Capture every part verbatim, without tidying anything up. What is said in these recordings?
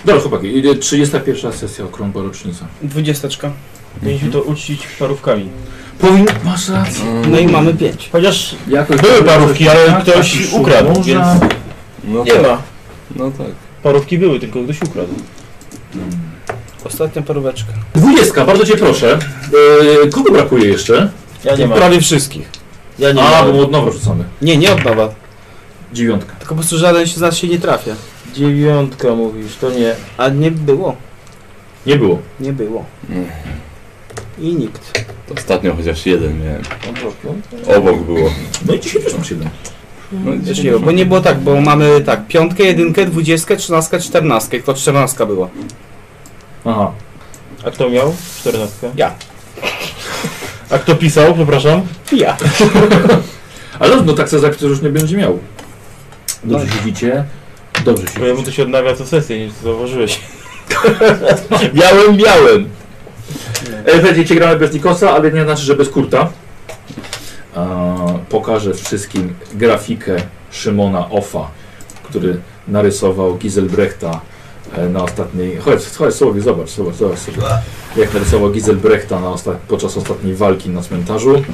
Dobra, chłopaki, trzydziesta pierwsza sesja, okrągła rocznica. Dwudziesteczka. Powinniśmy to uczcić parówkami. Powin... Masz rację. No i mamy pięć. Chociaż Jakoś były parówki, ale tak, ktoś taki ukradł, można. więc No nie tak. ma. No tak. Parówki były, tylko ktoś ukradł. Ostatnia paróweczka. Dwudziestka, bardzo cię proszę. Yy, kogo brakuje jeszcze? Ja nie mam. Prawie wszystkich. Ja nie A, mam. bo od nowa rzucamy. Nie, nie od nowa. Dziewiątka. Tylko po prostu żaden z nas się nie trafia. Dziewiątka mówisz, to nie. A nie było. Nie było. Nie było. Mm. I nikt. To ostatnio chociaż jeden miałem. Obok. Obok było. No i dzisiaj też masz jeden. No, Też nie było, bo nie było tak, bo mamy tak, piątkę, jedynkę, dwudziestkę, trzynastkę, czternastkę, tylko czternastka była. Aha. A kto miał? Czternastkę? Ja. A kto pisał, przepraszam? Ja. Ale no tak sobie zapisać już nie będzie miał. Dobrze No. siedzicie. Dobrze Bo jemu siedzicie. to się odnawia co sesję, nie zauważyłeś. miałem, miałem. E, Będziecie gramy bez Nikosa, ale nie znaczy, że bez Kurta. E, pokażę wszystkim grafikę Szymona Offa, który narysował Giselbrechta e, na ostatniej... Chodź, chodź sobie, zobacz, zobacz, zobacz sobie. Jak narysował Giselbrechta na osta... podczas ostatniej walki na cmentarzu.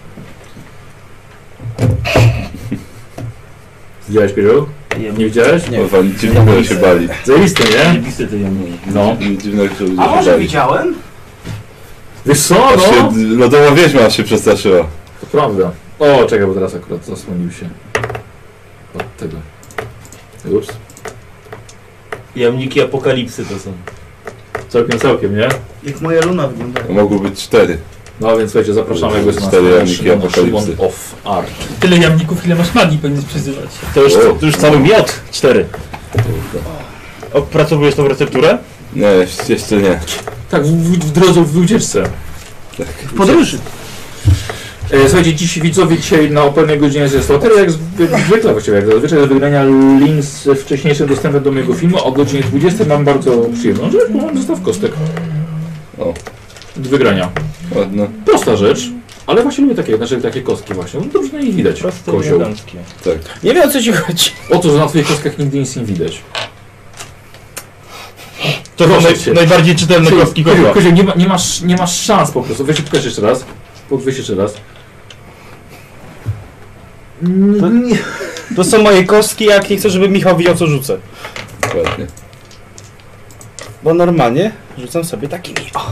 Widziałeś, Piero? Nie, Nie widziałeś? Nie. Kurwa, dziwne, że się bali. Zajebiste, nie? Zajebiste te jamniki. No. Dziwne, że ludzie A się może bali. widziałem? Wiesz co, Aż no? się, no to wiedźma się przestraszyła. To prawda. O, czekaj, bo teraz akurat zasłonił się od tego. Ups. Jamniki apokalipsy to są. Całkiem, całkiem, nie? Jak moja luna wygląda. To mogło być cztery. No więc słuchajcie, zapraszamy go na Cztery stronę jamniki Szymona apokalipsy. Szymon of Art. Tyle jamników, ile masz magii, powinieneś przyzywać. To już, O. to już cały miot. Cztery. Opracowujesz tą recepturę? Nie, jeszcze- jeszcze nie. Tak, w, w, w drodze, w ucieczce. W podróży. E, słuchajcie, dziś widzowie dzisiaj na pełnej godzinie ze slotery, jak zwy- zwykle właściwie, jak zazwyczaj do wygrania link z wcześniejszym dostępem do mojego filmu. O godzinie dwudziestej mam bardzo przyjemną rzecz, bo mam zestaw kostek O, do wygrania. ładno. Prosta rzecz, ale właśnie lubię takie, znaczy takie kostki właśnie. No dobrze na nich widać. Proste Kozioł. eleganckie. Tak. Nie wiem o co ci chodzi. O to, że na twoich kostkach nigdy nic nie widać. To są Proszę naj, cię. najbardziej czytelne kostki Kozioł, kozła. Kozioł, nie, ma, nie, masz, nie masz szans po prostu. Weź pokaż jeszcze raz. Weź jeszcze raz. To, to są moje kostki, jak nie chcę, żeby Michał widział co rzucę. Dokładnie. Bo normalnie rzucam sobie takimi. O.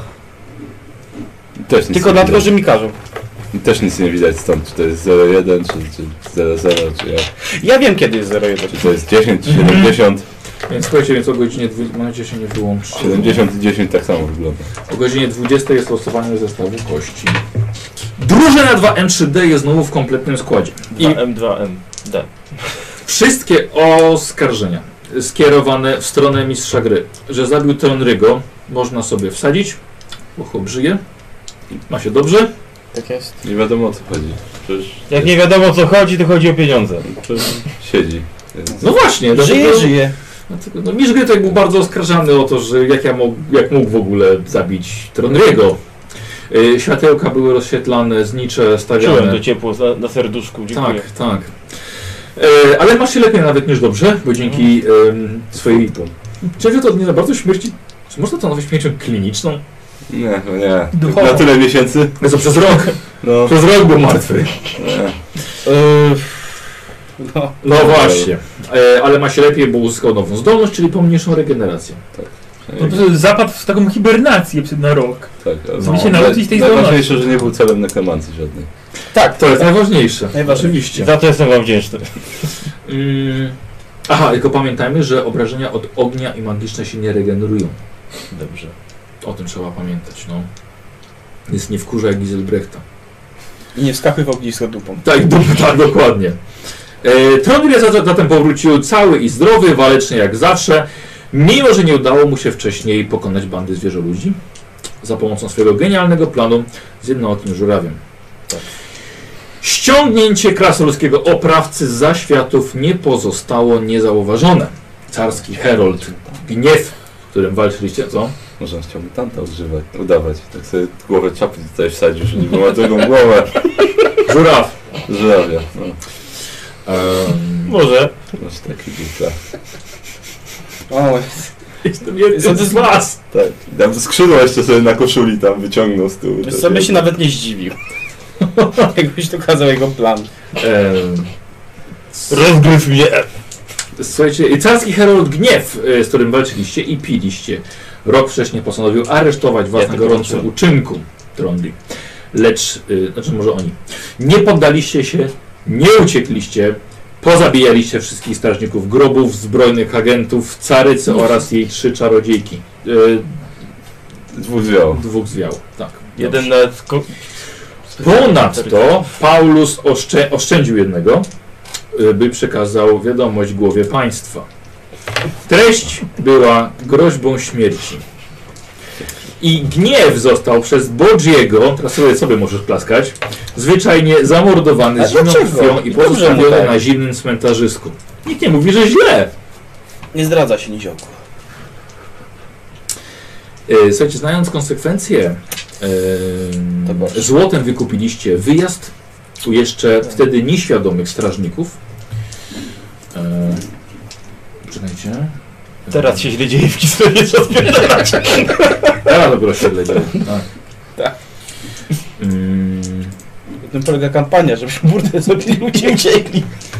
Też nic Tylko nie dlatego, widać. że mi każą. Też nic nie widać stąd, czy to jest zero jeden, czy, czy zero zero, czy jak. Ja wiem kiedy jest zero jeden. Czy to jest dziesięć, czy siedemdziesiąt. Więc słuchajcie, więc o godzinie dwudziestej, mam nadzieję, że się nie wyłączy. siedemdziesiąt i dziesięć tak samo wygląda. O godzinie dwudziestej jest losowanie zestawu kości. Drużyna dwa M trzy D jest znowu w kompletnym składzie. I dwa M dwa M D. wszystkie oskarżenia skierowane w stronę mistrza gry, że zabił Tronrygo, można sobie wsadzić, bo chłop żyje, ma się dobrze. Tak jest. Nie wiadomo o co chodzi. Przecież Jak nie wiadomo o co chodzi, to chodzi o pieniądze. przecież siedzi. Więc No właśnie, Żyje, dlatego- żyje. dlatego, no mistrz gry tak był bardzo oskarżany o to, że jak, ja mógł, jak mógł w ogóle zabić Tronrygo. Yy, światełka były rozświetlane, znicze, stawiane. Czułem to ciepło na, na serduszku, dziękuję. Tak, tak. E, ale masz się lepiej nawet niż dobrze, bo dzięki em, swojej... Czy to nie za bardzo śmierci... Czy można to nazwać śmiercią kliniczną? nie, no nie. Duchowo. Na tyle miesięcy? No co, przez rok? No. Przez rok był martwy. Nie. Yy, no. No właśnie. E, ale ma się lepiej, bo uzyskał nową zdolność, czyli pomniejszą regenerację. Po prostu zapadł w taką hibernację przed na rok. Tak, Żeby się nauczyć tej najważniejsze, że nie był celem nekromancji żadnej. Tak, To jest najważniejsze. Najważniejsze. Oczywiście. Za to jestem wam wdzięczny. Mm. Aha, tylko pamiętajmy, że obrażenia od ognia i magiczne się nie regenerują. Dobrze. O tym trzeba pamiętać, no. Jest nie wkurza jak Giselbrechta. I nie wskakuj w ognisko dupą. Tak, do, tak dokładnie. E, Tronir zatem powrócił cały i zdrowy, waleczny jak zawsze, mimo że nie udało mu się wcześniej pokonać bandy zwierzoludzi za pomocą swojego genialnego planu z jednookim żurawiem. Tak. Ściągnięcie krasnoludzkiego oprawcy z zaświatów nie pozostało niezauważone. Carski herold, gniew, w którym walczyliście, co? Może on chciał mutanta używać, udawać. Tak sobie głowę czapy tutaj wsadził, że niby ma drugą głowę. Żuraw. Żurawia. No. Um, Może. Masz taki był plan. O, Jestem jednym Co to z was! Tak. I tam skrzydła jeszcze sobie na koszuli tam wyciągnął z tyłu. Wiesz co, by się nawet nie zdziwił. Jakbyś tu kazał jego plan. Ehm, Rozgryz mnie! Słuchajcie, i carski herold Gniew, e, z którym walczyliście i piliście, rok wcześniej postanowił aresztować was Ja na tylko gorącym włączyłem. uczynku, Trondi. Lecz, y, znaczy może oni, nie poddaliście się, nie uciekliście, pozabijaliście wszystkich strażników grobów, zbrojnych agentów, carycy oraz jej trzy czarodziejki. Y, Dwóch zwiał. dwóch zwiał, tak. Jeden nawet... Ko- Ponadto Paulus oszczę oszczędził jednego, y, by przekazał wiadomość głowie państwa. Treść była groźbą śmierci. I Gniew został przez Bodziego, teraz sobie, sobie możesz klaskać, zwyczajnie zamordowany A zimną dlaczego? krwią i I dobrze mu pozostawiony tak. na zimnym cmentarzysku. Nikt nie mówi, że źle. Nie zdradza się niziołku. E, Słuchajcie, znając konsekwencje, To e, proszę. złotem wykupiliście wyjazd u jeszcze wtedy nieświadomych strażników. E, Czekajcie. Teraz się źle dzieje w historii, co spierdalać. Teraz dopiero się dzieje. Tak. Tak. Mm, Na tym polega kampania, żeby burdę zrobili, ludzie uciekli.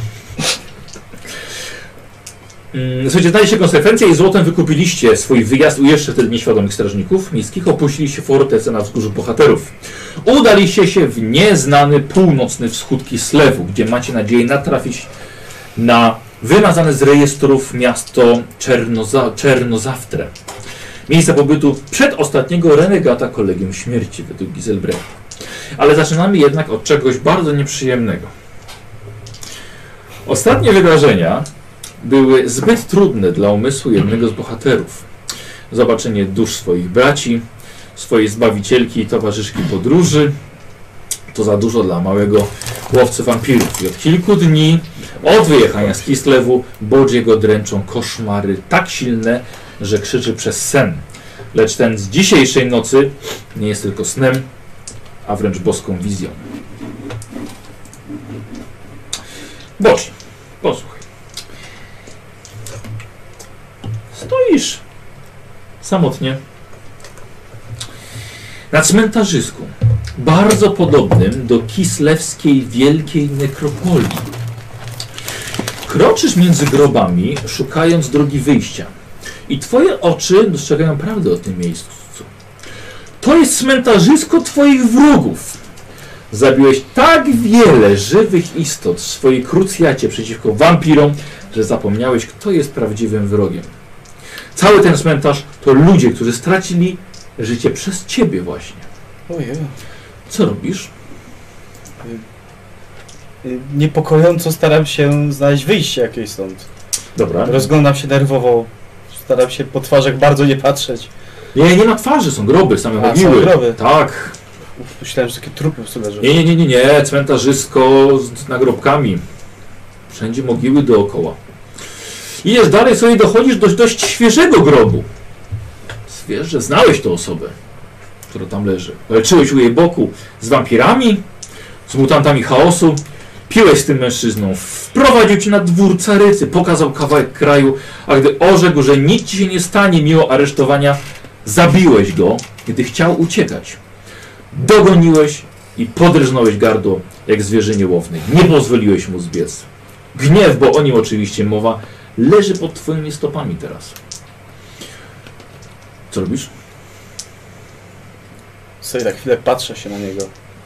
mm, Słuchajcie, znaliście konsekwencje i złotem wykupiliście swój wyjazd u jeszcze wtedy nieświadomych strażników miejskich. Opuściliście fortecę na wzgórzu bohaterów. Udaliście się w nieznany północny wschód Kislewu, gdzie macie nadzieję natrafić na wymazane z rejestrów miasto Czernoza Czernozawtrę. Miejsce pobytu przedostatniego renegata Kolegium Śmierci według Giselbrechta. Ale zaczynamy jednak od czegoś bardzo nieprzyjemnego. Ostatnie wydarzenia były zbyt trudne dla umysłu jednego z bohaterów. Zobaczenie dusz swoich braci, swojej zbawicielki i towarzyszki podróży to za dużo dla małego łowcy wampirów. I od kilku dni od wyjechania z Kislewu Bodziego dręczą koszmary tak silne, że krzyczy przez sen. Lecz ten z dzisiejszej nocy nie jest tylko snem, a wręcz boską wizją. Bodzi, posłuchaj. Stoisz samotnie na cmentarzysku, bardzo podobnym do kislewskiej wielkiej nekropolii. Kroczysz między grobami, szukając drogi wyjścia. I twoje oczy dostrzegają prawdę o tym miejscu. To jest cmentarzysko twoich wrogów. Zabiłeś tak wiele żywych istot w swojej krucjacie przeciwko wampirom, że zapomniałeś, kto jest prawdziwym wrogiem. Cały ten cmentarz to ludzie, którzy stracili życie przez ciebie właśnie. Ojej. Co robisz? Niepokojąco staram się znaleźć wyjście jakieś stąd. Dobra. Rozglądam się nerwowo. Staram się po twarzach bardzo nie patrzeć. Nie, nie ma twarzy, są groby, same A, mogiły. są groby. Tak. Uf, myślałem, że takie trupy po sobie leżą. Nie, nie, nie, nie, nie, cmentarzysko z nagrobkami. Wszędzie mogiły dookoła. Idziesz dalej, sobie dochodzisz do dość świeżego grobu. Wiesz, że znałeś tę osobę, która tam leży. Walczyłeś u jej boku z wampirami, z mutantami chaosu. Piłeś z tym mężczyzną, wprowadził cię na dwór carycy, pokazał kawałek kraju, a gdy orzekł, że nic ci się nie stanie mimo aresztowania, zabiłeś go, gdy chciał uciekać. Dogoniłeś i podrżnąłeś gardło jak zwierzynie łownej. Nie pozwoliłeś mu zbiec. Gniew, bo o nim oczywiście mowa, leży pod twoimi stopami teraz. Co robisz? Sobie tak chwilę patrzę się na niego.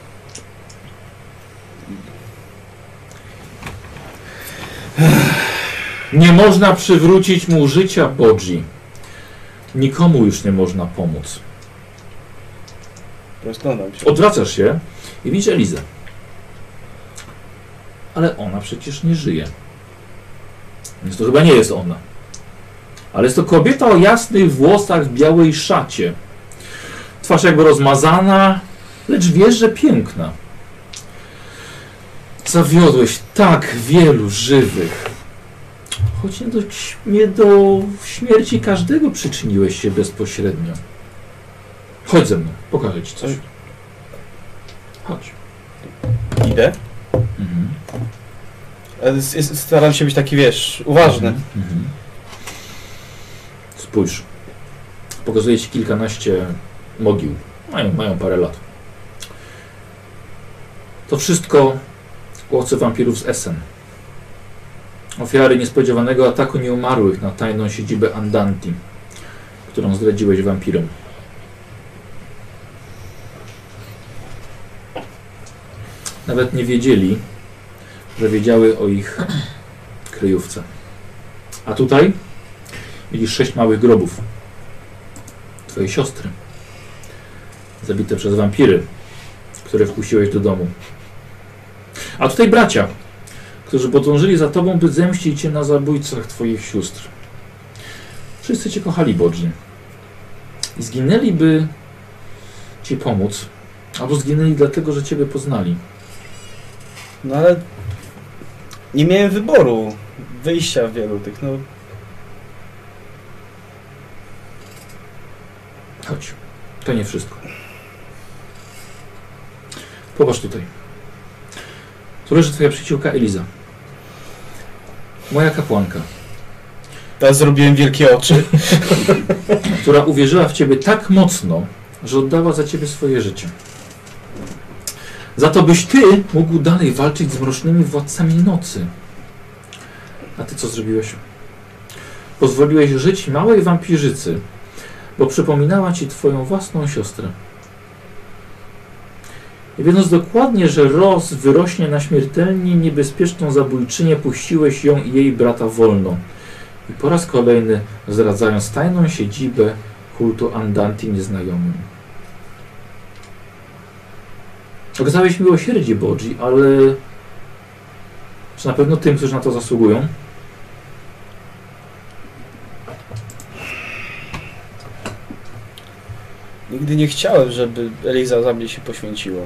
Nie można przywrócić mu życia, Bodzi. Nikomu już nie można pomóc. Rozglądam się. Odwracasz się i widzisz Elizę. Ale ona przecież nie żyje. Więc to chyba nie jest ona. Ale jest to kobieta o jasnych włosach w białej szacie. Twarz jakby rozmazana, lecz wiesz, że piękna. Zawiodłeś tak wielu żywych. Choć nie do, nie do śmierci każdego przyczyniłeś się bezpośrednio. Chodź ze mną, pokażę ci coś. Chodź. Idę. Mhm. Ale s- s- Staram się być taki, wiesz, uważny. Mhm. Spójrz. Pokazuję ci kilkanaście mogił. Mają, mają parę lat. To wszystko łowcy wampirów z Essen. Ofiary niespodziewanego ataku nieumarłych na tajną siedzibę Andanti, którą zdradziłeś wampirom. Nawet nie wiedzieli, że wiedziały o ich kryjówce. A tutaj widzisz sześć małych grobów. Twojej siostry. Zabite przez wampiry, które wpuściłeś do domu. A tutaj bracia, którzy podążyli za tobą, by zemścić cię na zabójcach twoich sióstr. Wszyscy cię kochali, Bodzi. I zginęli, by ci pomóc. Albo zginęli dlatego, że ciebie poznali. No ale nie miałem wyboru, wyjścia wielu tych, no. Chodź. To nie wszystko. Popatrz tutaj. Tu leży twoja przyjaciółka Eliza. Moja kapłanka. Teraz zrobiłem wielkie oczy. Która uwierzyła w ciebie tak mocno, że oddała za ciebie swoje życie. Za to byś ty mógł dalej walczyć z mrocznymi władcami nocy. A ty co zrobiłeś? Pozwoliłeś żyć małej wampirzycy, bo przypominała ci twoją własną siostrę. I wiedząc dokładnie, że Ros wyrośnie na śmiertelnie niebezpieczną zabójczynię, puściłeś ją i jej brata wolno. I po raz kolejny zdradzając tajną siedzibę kultu Andanti nieznajomym. Okazałeś miłosierdzie, Bodzi, ale czy na pewno tym, którzy na to zasługują? Nigdy nie chciałem, żeby Eliza za mnie się poświęciła.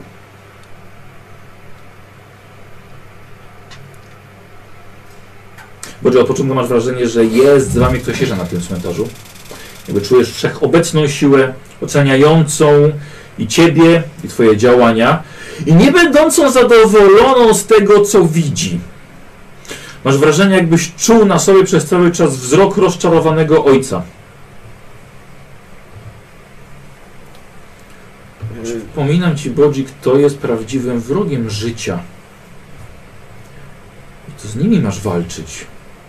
Bodzi, od początku masz wrażenie, że jest z wami ktoś jeszcze na tym cmentarzu. Jakby czujesz wszechobecną siłę oceniającą i ciebie, i twoje działania, i nie będącą zadowoloną z tego, co widzi. Masz wrażenie, jakbyś czuł na sobie przez cały czas wzrok rozczarowanego ojca. Przypominam ci, Bodzi, kto jest prawdziwym wrogiem życia. I to z nimi masz walczyć.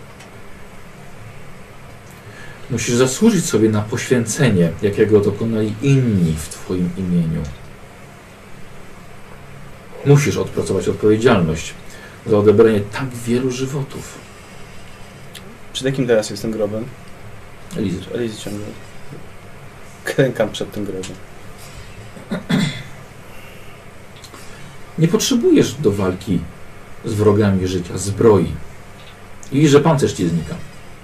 Musisz zasłużyć sobie na poświęcenie, jakiego dokonali inni w twoim imieniu. Musisz odpracować odpowiedzialność za odebranie tak wielu żywotów. Przed jakim teraz jestem grobem? Elizy. Elizy ciągle. Klękam przed tym grobem. Nie potrzebujesz do walki z wrogami życia zbroi. I że pancerz ci znika.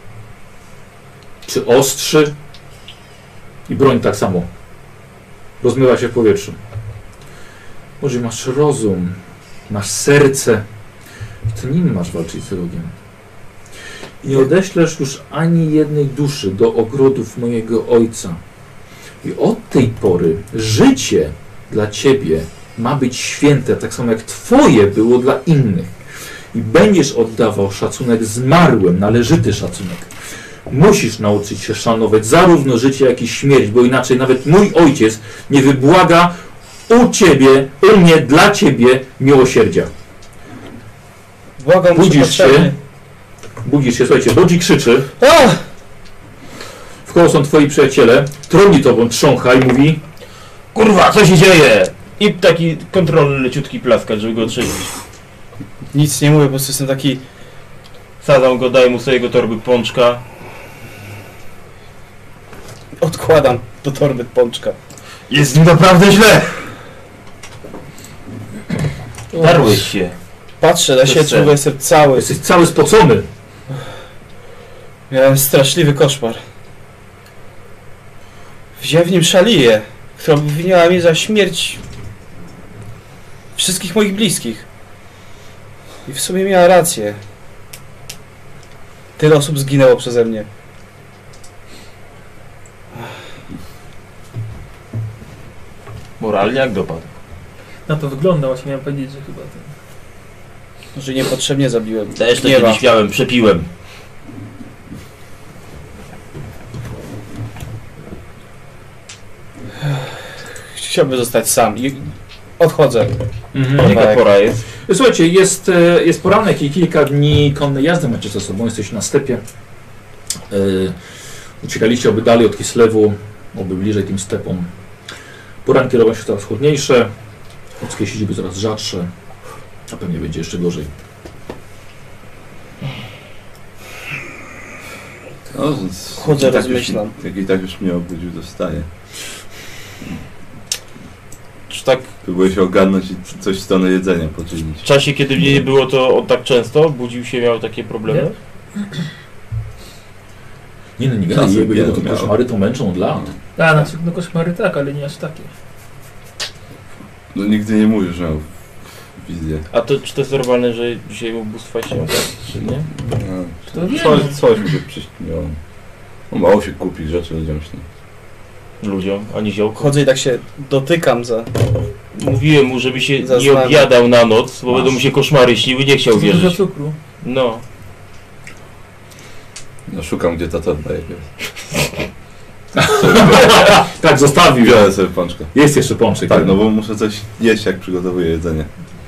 Czy ostrzy i broń tak samo. Rozmywa się w powietrzu. Może masz rozum, masz serce. I to nim masz walczyć z wrogiem. I nie odeślesz już ani jednej duszy do ogrodów mojego ojca. I od tej pory życie dla ciebie ma być święte, tak samo jak twoje było dla innych. I będziesz oddawał szacunek zmarłym, należyty szacunek. Musisz nauczyć się szanować zarówno życie, jak i śmierć, bo inaczej nawet mój ojciec nie wybłaga u ciebie, u mnie, dla ciebie miłosierdzia. Błagam, Budzisz się, budzisz się, słuchajcie, Bodzi krzyczy. A! W koło są twoi przyjaciele, trąbi tobą, trzącha i mówi: Kurwa, co się dzieje? I taki kontrolny, leciutki plaskacz, żeby go otrzeźwić. Nic nie mówię, po prostu jestem taki... Sadzam go, daję mu swojego torby pączka. Odkładam do torby pączka. Jest z nim naprawdę źle! Darłeś się. Patrzę na siebie, Bezczelny. bo jestem cały. jesteś cały spocony. Miałem straszliwy koszmar. Wziąłem w nim szalię, która obwiniała mnie za śmierć wszystkich moich bliskich. I w sumie miała rację. Tyle osób zginęło przeze mnie. Moralnie jak dopadł. Na to wygląda, właśnie miałem powiedzieć, że chyba ten... Że niepotrzebnie zabiłem. Też to Nie ma. kiedyś miałem, przepiłem. Chciałbym zostać sam i odchodzę. Mhm. Jaka pora jest? Słuchajcie, jest, e, jest poranek i kilka dni konnej jazdy macie ze sobą. Jesteście na stepie. Yy, uciekaliście oby dalej od Kislewu, oby bliżej tym stepom. Poranki robią się coraz chłodniejsze. Ludzkie siedziby coraz rzadsze. A pewnie będzie jeszcze gorzej. No, Chodzę, jak i tak rozmyślam. Już, jak i tak już mnie obudził, to wstaję. Czy tak Próbuję się ogarnąć i coś w stronę jedzenia poczynić. w czasie, kiedy mnie nie było, to on tak często budził się, miał takie problemy? Nie no, nie Czasem gadaj, jego, jego to miał. koszmary to męczą od lat. A, znaczy, no koszmary tak, ale nie aż takie. No nigdy nie mówił, że miał wizję. A to czy to jest normalne, że dzisiaj ubóstwa się tak, czy nie? No, To wiem. coś, coś mi się przyśniło. No, mało się kupi rzeczy ludziom śni. Ludziom, a nie ziołko. Chodzę i tak się dotykam za... Mówiłem mu, żeby się nie Zaznamy. objadał na noc, bo Masz. będą mu się koszmary śniły, nie chciał To dużo wierzyć. cukru. No. No, szukam, gdzie ta torba jest. Tak, zostawił. Biorę sobie pączkę. Jest jeszcze pączek. Tak, no bo muszę coś jeść, jak przygotowuję jedzenie.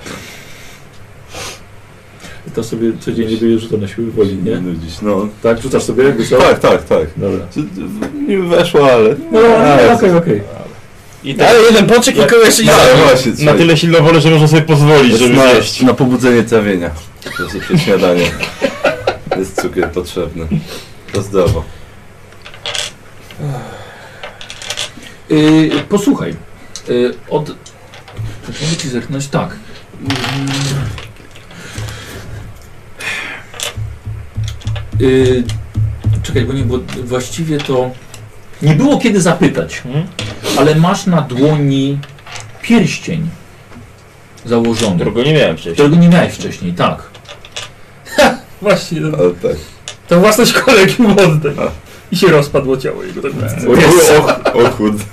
To sobie codziennie będziesz rzucał na siłę woli, nie? Nudzić. No, Tak, rzucasz sobie jakby co? tak, tak, tak. Dobra. Nie weszło, ale... No, okej, okej, okej. I tak Ale jeden pączek i kogo jeszcze nie na, zabił. No właśnie, na słuchaj, tyle silną wolę, że można sobie pozwolić, jest żeby na, zjeść. na pobudzenie trawienia. To jest przed śniadaniem. Jest cukier potrzebny. To zdrowo. Yy, posłuchaj. Yy, od... Mogę ci zerknąć? Tak. Yy, czekaj, bo nie, bo właściwie to... Nie było kiedy zapytać, Hmm? ale masz na dłoni pierścień założony, Którego nie miałem wcześniej. którego nie miałeś wcześniej, tak. Właśnie, no, Ale tak. to własność kolegi mu oddaj. A. I się rozpadło ciało jego. Tak O, o, o kurde.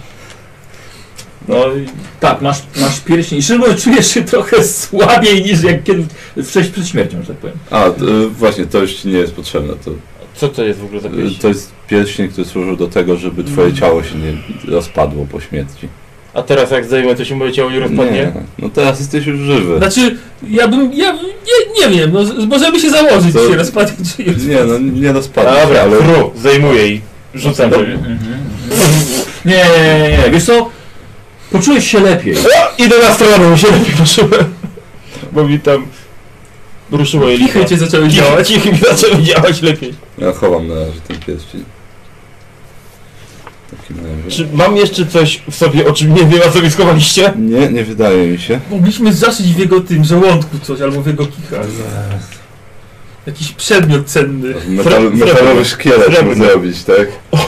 No i Tak, masz, masz pierścień i szczerze czujesz się trochę słabiej niż jak kiedy wcześniej przed śmiercią, że tak powiem. A, to, y, właśnie, to już ci nie jest potrzebne. To, co to jest w ogóle za y, pieśń? to jest pierścień, który służył do tego, żeby twoje ciało się nie rozpadło po śmierci. A teraz jak zdejmę, to się moje ciało nie rozpadnie? Nie, no teraz jesteś już żywy. Znaczy, ja bym, ja bym- nie, nie wiem, no, z- możemy się założyć, To- czy się rozpadnie, czy nie. Nie, no nie rozpadnie się, Dobra, ale... kru, zdejmuję i rzucam No. sobie. Nie, nie, nie, nie, wiesz co? Poczułeś się lepiej. O, idę na stronę, bo się lepiej ruszyłem. Bo mi tam ruszyło je Kichy cię zaczęły działać. Cichy mi zaczęły działać lepiej. Ja chowam na razie ten pierścień. W takim razie. Czy mam jeszcze coś w sobie, o czym nie wiem, a co mi schowaliście? Nie, nie wydaje mi się. Mogliśmy zaszyć w jego tym żołądku coś, albo w jego kichach. Jakiś przedmiot cenny. Metal, Sre- metalowy srebrny. szkielet mu Srebrny. zrobić, tak?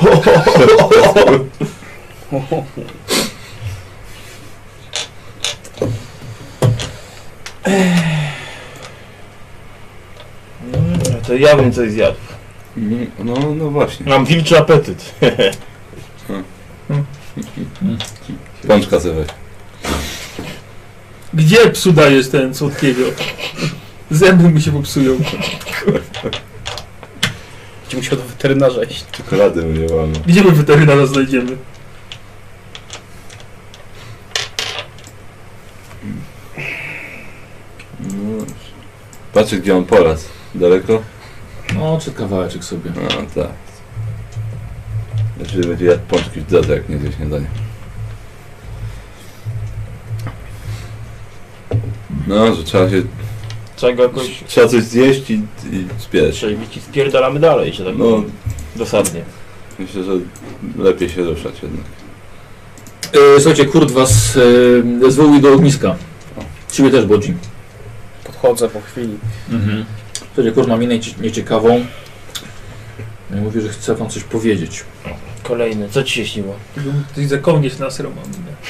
No, to ja bym coś zjadł. Mm, No, no właśnie. Mam wilczy apetyt. Pączka sobie weź. Gdzie psu dajesz ten słodkiego? Zęby mu się popsują. Będzie musiał do weterynarza iść. Czekolady mu nie wolno. Gdzie my weterynarza znajdziemy? No, patrzę, gdzie on polas. Daleko? No, czy kawałeczek sobie. No tak. Znaczy będzie jadł pączki w drodze, jak nie zje śniadanie. No, że trzeba się... Trzeba go jakoś Trzeba coś zjeść i, i zbierać. przebić i spierdalamy dalej, że tak No, powiem. Dosadnie. myślę, że lepiej się ruszać jednak. E, słuchajcie, Kurt was e, zwołuje do ogniska. Ciebie też, Bodzi. Podchodzę po chwili. Mhm. Słuchajcie, Kurt ma minę niecie- nieciekawą. No i mówi, że chce wam coś powiedzieć. Kolejny. Co ci się śniło? Ktoś za kołnierz nas Roman.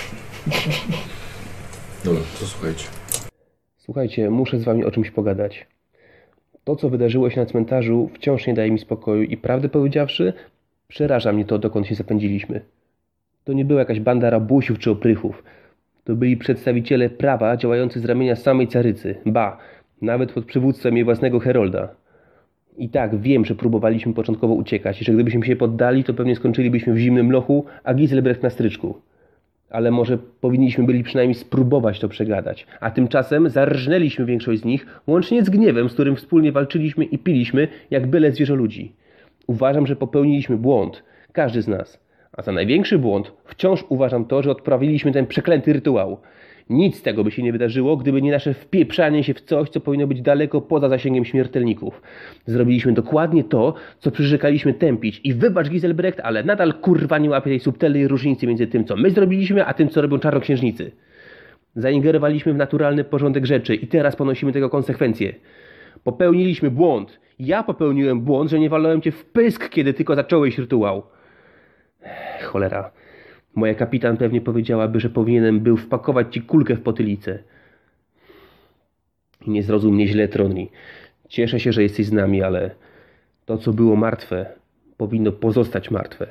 Dobra, to słuchajcie. Słuchajcie, muszę z wami o czymś pogadać. To, co wydarzyło się na cmentarzu, wciąż nie daje mi spokoju i prawdę powiedziawszy, przeraża mnie to, dokąd się zapędziliśmy. To nie była jakaś banda rabusiów czy oprychów. To byli przedstawiciele prawa działający z ramienia samej carycy, ba, nawet pod przywództwem jej własnego Herolda. I tak, wiem, że próbowaliśmy początkowo uciekać i że gdybyśmy się poddali, to pewnie skończylibyśmy w zimnym lochu, a Giselbrecht na stryczku. Ale może powinniśmy byli przynajmniej spróbować to przegadać. A tymczasem zarżnęliśmy większość z nich, łącznie z gniewem, z którym wspólnie walczyliśmy i piliśmy, jak byle zwierzoludzi. Uważam, że popełniliśmy błąd. Każdy z nas. A za największy błąd wciąż uważam to, że odprawiliśmy ten przeklęty rytuał. Nic z tego by się nie wydarzyło, gdyby nie nasze wpieprzanie się w coś, co powinno być daleko poza zasięgiem śmiertelników. Zrobiliśmy dokładnie to, co przyrzekaliśmy tępić. I wybacz, Giselbrecht, ale nadal kurwa nie łapię tej subtelnej różnicy między tym, co my zrobiliśmy, a tym, co robią czarnoksiężnicy. Zaingerowaliśmy w naturalny porządek rzeczy i teraz ponosimy tego konsekwencje. Popełniliśmy błąd. Ja popełniłem błąd, że nie walnąłem cię w pysk, kiedy tylko zacząłeś rytuał. Cholera. Moja kapitan pewnie powiedziałaby, że powinienem był wpakować ci kulkę w potylicę. I nie zrozum mnie źle, Troni. Cieszę się, że jesteś z nami, ale to, co było martwe, powinno pozostać martwe.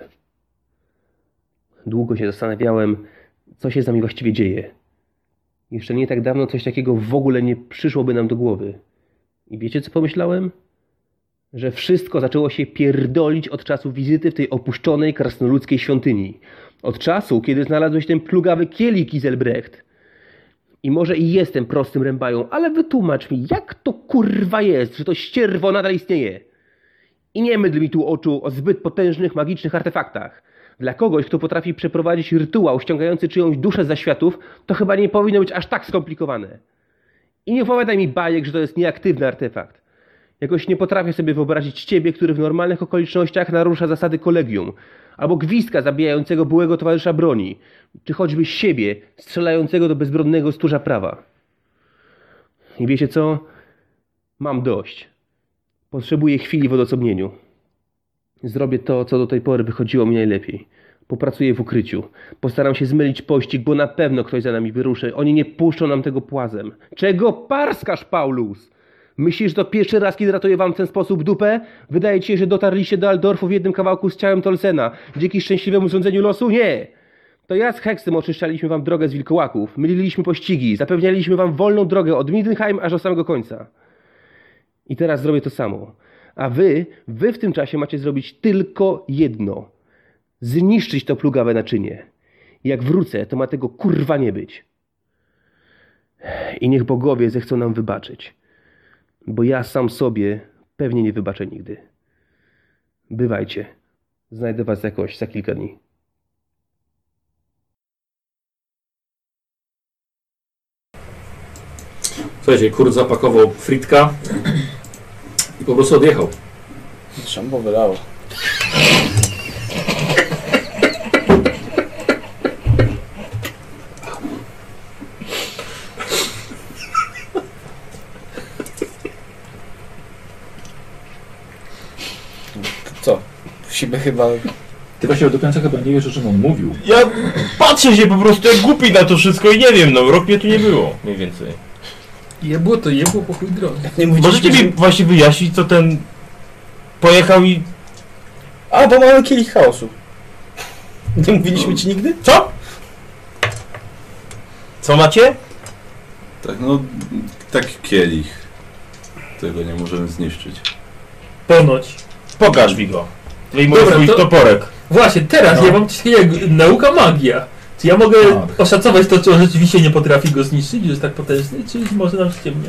Długo się zastanawiałem, co się z nami właściwie dzieje. Jeszcze nie tak dawno coś takiego w ogóle nie przyszłoby nam do głowy. I wiecie, co pomyślałem? Że wszystko zaczęło się pierdolić od czasu wizyty w tej opuszczonej krasnoludzkiej świątyni. Od czasu, kiedy znalazłeś ten plugawy kielich, Giselbrecht. I może i jestem prostym rębają, ale wytłumacz mi, jak to kurwa jest, że to ścierwo nadal istnieje. I nie mydl mi tu oczu o zbyt potężnych, magicznych artefaktach. Dla kogoś, kto potrafi przeprowadzić rytuał ściągający czyjąś duszę z zaświatów, to chyba nie powinno być aż tak skomplikowane. I nie opowiadaj mi bajek, że to jest nieaktywny artefakt. Jakoś nie potrafię sobie wyobrazić ciebie, który w normalnych okolicznościach narusza zasady kolegium, albo gwizdka zabijającego byłego towarzysza broni, czy choćby siebie strzelającego do bezbronnego stróża prawa. I wiecie co? Mam dość. Potrzebuję chwili w odosobnieniu. Zrobię to, co do tej pory wychodziło mi najlepiej. Popracuję w ukryciu. Postaram się zmylić pościg, bo na pewno ktoś za nami wyruszy. Oni nie puszczą nam tego płazem. Czego parskasz, Paulus? Myślisz, że to pierwszy raz, kiedy ratuję wam w ten sposób dupę? Wydaje ci się, że dotarliście do Aldorfu w jednym kawałku z ciałem Tolsena, dzięki szczęśliwemu sądzeniu losu? Nie! To ja z Heksem oczyszczaliśmy wam drogę z wilkołaków, myliliśmy pościgi, zapewnialiśmy wam wolną drogę od Middenheim aż do samego końca. I teraz zrobię to samo. A wy, wy w tym czasie macie zrobić tylko jedno. Zniszczyć to plugawe naczynie. Jak wrócę, to ma tego kurwa nie być. I niech bogowie zechcą nam wybaczyć. Bo ja sam sobie pewnie nie wybaczę nigdy. Bywajcie. Znajdę was jakoś za kilka dni. Słuchajcie, Kurt zapakował fritka i po prostu odjechał. Szambo wylało. Co? Musimy chyba... Ty właśnie do końca chyba nie wiesz, o czym on mówił. Ja patrzę się po prostu jak głupi na to wszystko i nie wiem, no rok mnie tu nie było, mniej więcej. Jebło to jebło po chuj drogi. Nie mówicie, Możecie że... mi właśnie wyjaśnić, co ten pojechał i... A, bo mamy kielich chaosu. Nie mówiliśmy ci nigdy? Co? Co macie? Tak, no, taki kielich. Tego nie możemy zniszczyć. Ponoć. Pokaż mi go. Wyjmuję Dobra, swój to- toporek. Właśnie, teraz No. ja mam coś takiego jak nauka magia. Czy ja mogę Tak. oszacować to, czy on rzeczywiście nie potrafi go zniszczyć, że jest tak potężny, czy może nam ściemnia?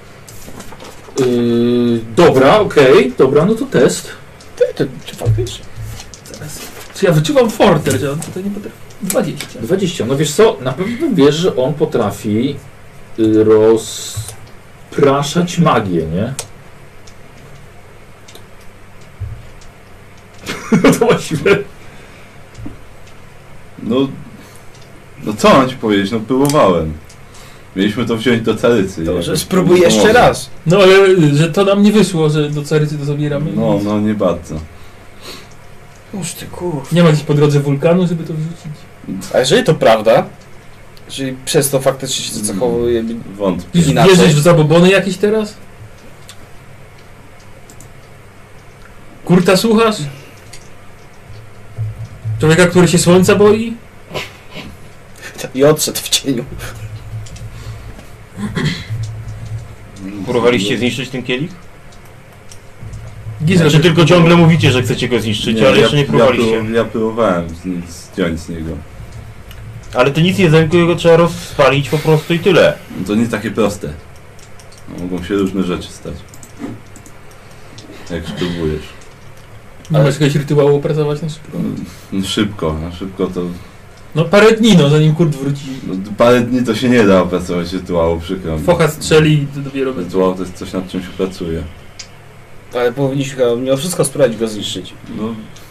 Yy, dobra, okej, dobra, no to test. To, czy faktycznie? Zaraz. Czy ja wyczuwam forter, że on tutaj nie potrafi? dwadzieścia. dwadzieścia. No wiesz co, na pewno wiesz, że on potrafi y, rozpraszać magię, nie? No to właściwie... No, no co mam ci powiedzieć, no próbowałem. Mieliśmy to wziąć do Carycy. Dobrze, jakoś spróbuj to jeszcze pomoże. raz. No ale, że to nam nie wyszło, że do Carycy to zabieramy. No, więc no nie bardzo. Uż ty kurw. Nie ma gdzieś po drodze wulkanu, żeby to wrzucić. A jeżeli to prawda, jeżeli przez to faktycznie się zachowuje... Wątpię. Już Inaczej. wierzysz w zabobony jakieś teraz? Kurta słuchasz? Człowieka, który się słońca boi? I odszedł w cieniu. Próbowaliście zniszczyć ten kielich? Gizel, Czy tylko ciągle mówicie, że chcecie go zniszczyć, ale jeszcze nie próbowaliście. Ja, pró- ja próbowałem z, zdjąć z niego. Ale to nic nie zamkuje, go trzeba rozpalić po prostu i tyle. No to nie takie proste. No, mogą się różne rzeczy stać. Jak spróbujesz. Nie masz jakiegoś rytuału opracować na szybko? No, szybko, na szybko to... No parę dni, no zanim kurt wróci. No, parę dni to się nie da opracować rytuału, przykro mi. Focha strzeli i to dopiero będzie. Rytuał to jest coś, nad czym się pracuje. Ale powinniśmy go mimo wszystko spróbować go zniszczyć. No,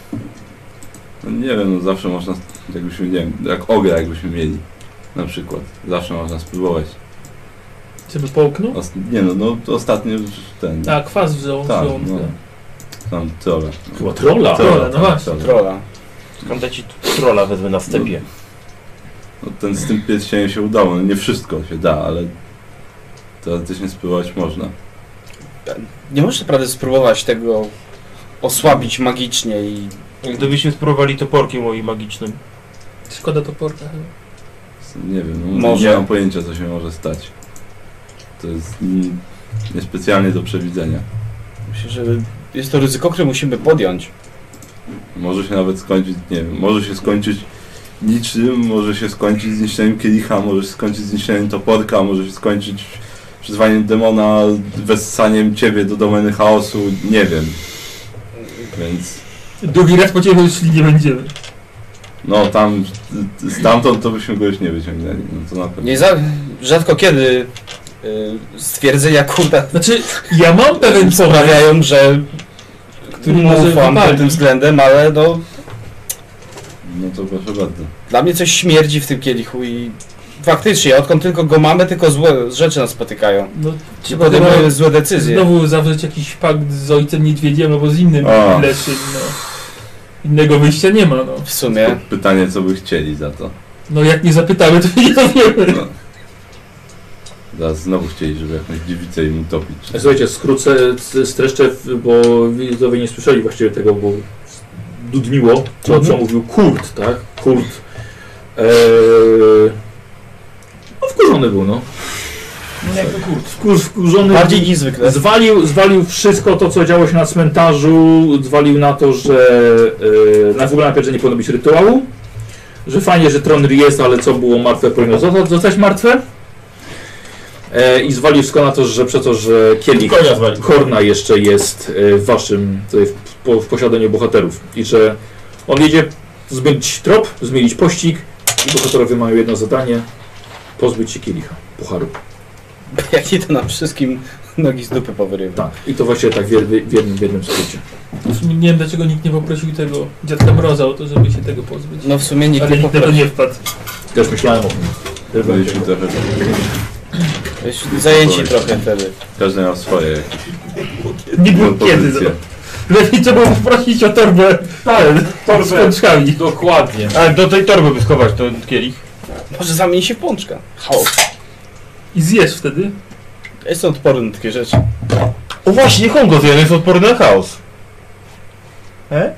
no nie wiem, no zawsze można, jakbyśmy, nie wiem, jak ogra jakbyśmy mieli, na przykład. Zawsze można spróbować. Żeby połknął? Ost nie no, no to ostatnio już ten... A, kwas w żołądku. tak, żołądku. no. Tam trolla. Chyba trolla. Trolla, no tak, właśnie. Trolla. Skąd ja ci trolla wezmę na stepie? No, ten z tym pierścieniem się udało, no nie wszystko się da, ale teoretycznie spróbować można. Nie możesz naprawdę spróbować tego osłabić magicznie i... Gdybyśmy spróbowali toporkiem moim magicznym. Szkoda toporka chyba. Nie wiem, no, Może. nie mam pojęcia, co się może stać. To jest mm, niespecjalnie do przewidzenia. Myślę, że jest to ryzyko, które musimy podjąć. Może się nawet skończyć, nie wiem, może się skończyć niczym, może się skończyć zniszczeniem kielicha, może się skończyć zniszczeniem toporka, może się skończyć przyzwaniem demona, wessaniem ciebie do domeny chaosu, nie wiem. Więc Drugi raz po ciebie szli nie będziemy. no tam, stamtąd to byśmy go już nie wyciągnęli, no to na pewno. Nie za... Rzadko kiedy y, stwierdzenia kurda Znaczy, ja mam pewien pomysł, sprawiają, że który może ufam pod wypalić. tym względem, ale no No to proszę bardzo. dla mnie coś śmierdzi w tym kielichu i faktycznie, odkąd tylko go mamy, tylko złe rzeczy nas spotykają. No, I trzeba podejmujemy chyba złe decyzje. znowu zawrzeć jakiś pakt z ojcem niedźwiedziem albo z innym A. leszym, no. Innego wyjścia nie ma, no. W sumie. To pytanie, co by chcieli za to. No jak nie zapytamy, to nie dowiemy. No. Zaraz znowu chcieli, żeby jakąś dziewicę im utopić. Słuchajcie, skrócę, streszczę, bo widzowie nie słyszeli właściwie tego, bo dudniło, co, Mhm. co mówił Kurt, tak? Kurt. Eee, no wkurzony był, no. No jak to kurt. Wkur, wkurzony Bardziej niż zwykle. Zwalił, zwalił wszystko to, co działo się na cmentarzu, zwalił na to, że e, na w ogóle najpierw, że nie powinno być rytuału, że fajnie, że Tronry jest, ale co było martwe, powinno zostać, zostać martwe. E, I zwalił wszystko na to, że przez to, że kielich Konia zwalił. Korna jeszcze jest e, w waszym, tutaj w, po, w posiadaniu bohaterów i że on jedzie zmienić trop, zmienić pościg i bohaterowie mają jedno zadanie, pozbyć się kielicha, pucharu. Jaki to nam wszystkim nogi z dupy powyrywa. Tak, i to właściwie tak w, jednym- w, jednym, w jednym skrócie. W sumie nie wiem, dlaczego nikt nie poprosił tego dziadka Mroza o to, żeby się tego pozbyć. No w sumie nikt Ale nie nikt na to poprosił. nie wpadł. Też myślałem o tym. Też bym Byliśmy chciał. trochę... Byliśmy zajęci trochę wtedy. Każdy miał swoje jakieś Nie było kiedy, propozycje. no. Lepiej trzeba było poprosić o torbę z pączkami. Dokładnie. A do tej torby by schować ten kielich. Może zamieni się w pączka. Chaos. I zjesz wtedy. Ja jestem odporny na takie rzeczy. O właśnie, niech on go zje, on jest odporny na chaos. E?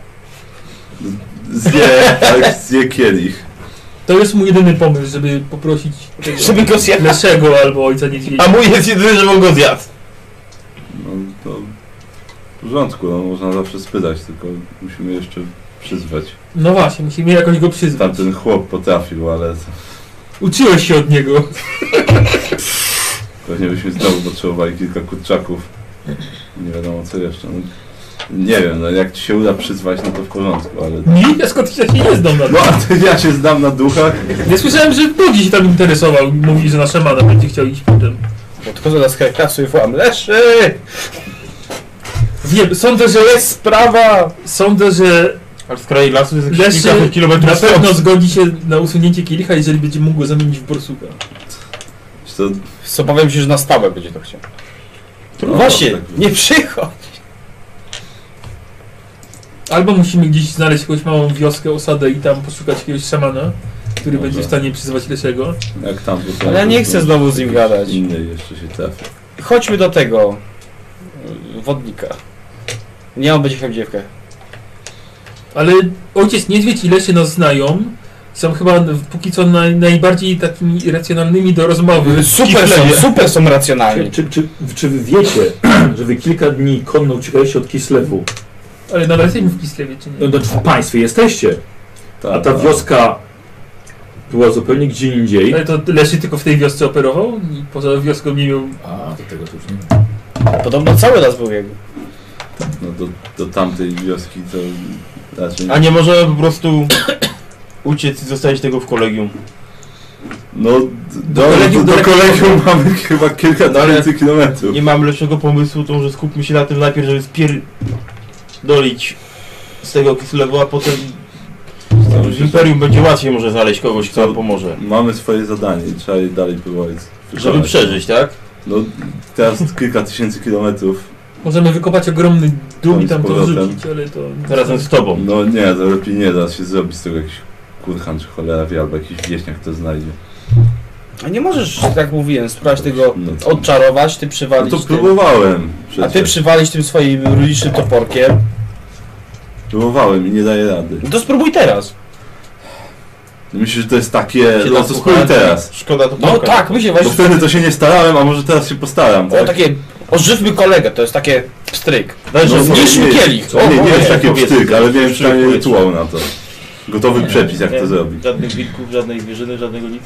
Zje, tak, zje kielich. To jest mój jedyny pomysł, żeby poprosić tego Żeby go zjadł. Leszego albo ojca niedźwiedzia. A mój jest jedyny, że on go zjadł. No to w porządku, no, można zawsze spytać, tylko musimy jeszcze przyzwać. No właśnie, musimy jakoś go przyzwać. Tamten chłop potrafił, ale to Uczyłeś się od niego. pewnie byśmy znowu potrzebowali kilka kurczaków. Nie wiadomo co jeszcze. No, nie wiem, no jak ci się uda przyzwać, no to w porządku, ale... Mi? Ja skąd ja się nie znam na No to. a ty, ja się znam na duchach. Ja słyszałem, że Bogi się tam interesował. Mówi, że na szamana będzie chciał iść potem. Podchodzę do skrajkasu i wołam Leszy! Wiem, sądzę, że jest sprawa. Sądzę, że Ale w kraju lasu jest jakieś Leszy kilka kilometrów na pewno stąd. zgodzi się na usunięcie kielicha, jeżeli będzie mógł go zamienić w borsuka. To, Co powiem ci, że na stałe będzie to chciał. no, Właśnie, tak, nie przychodź! Albo musimy gdzieś znaleźć jakąś małą wioskę, osadę i tam poszukać jakiegoś szamana, który Może. będzie w stanie przyzywać Leszego. jak tam to Ale ja nie chcę znowu z nim gadać. Inny jeszcze się trafi. Chodźmy do tego... y, wodnika. Nie, on będzie chciał dziewkę. Ale ojciec niedźwiedź i Lesie nas znają. Są chyba póki co naj, najbardziej takimi racjonalnymi do rozmowy. Super są, super są racjonalni. Czy, czy, czy, czy wy wiecie, że wy kilka dni konno uciekaliście od Kislewu? Ale nadal jesteśmy w Kislewie, czy No, nie? no, w państwie jesteście, Tak, a ta tak. wioska była zupełnie gdzie indziej. Ale to Leszy tylko w tej wiosce operował? I poza wioską nie miał... A, do tego to już nie wiem. Podobno cały las był jego. No do, do tamtej wioski to raczej... A nie może po prostu uciec i zostawić tego w kolegium? No do, do, kolegium- do, do do kolegium mamy chyba kilka No ale tysięcy kilometrów. Nie mam lepszego pomysłu, to może skupmy się na tym najpierw, żeby spierdolić z tego Kislewu, a potem w Imperium będzie łatwiej może znaleźć kogoś, kto nam pomoże. Mamy swoje zadanie i trzeba je dalej próbować Żeby wykonać. przeżyć, tak? No teraz kilka tysięcy kilometrów. Możemy wykopać ogromny dół i tam Z to powrotem. wrzucić, ale to... Razem z tobą. No nie, to lepiej nie, zaraz się zrobi z tego jakiś kurhan czy cholera wie, albo jakiś wieśniak to znajdzie. A nie możesz, tak jak mówiłem, spróbować tego No to- odczarować, ty No przywalić to tym, próbowałem a przecież. ty przywalić tym swoim runicznym toporkiem. Próbowałem i nie daję rady. No to spróbuj teraz. Myślisz, że to jest takie... Się No tam to słuchałem, spróbuj teraz. Szkoda to No pałka. tak, my się Bo właśnie... wtedy to się nie starałem, a może teraz się postaram, O, tak? takie... Ożywmy kolegę, to jest takie pstryk. Daj, że No, zniszczmy nie, kielich. Nie, nie, nie jest taki powiedzmy, wstyk, ale wiem powiedzmy, przynajmniej powiedzmy. rytuał na to. Gotowy przepis, jak Nie, to zrobić. Żadnych wilków, żadnej zwierzyny, żadnego nic.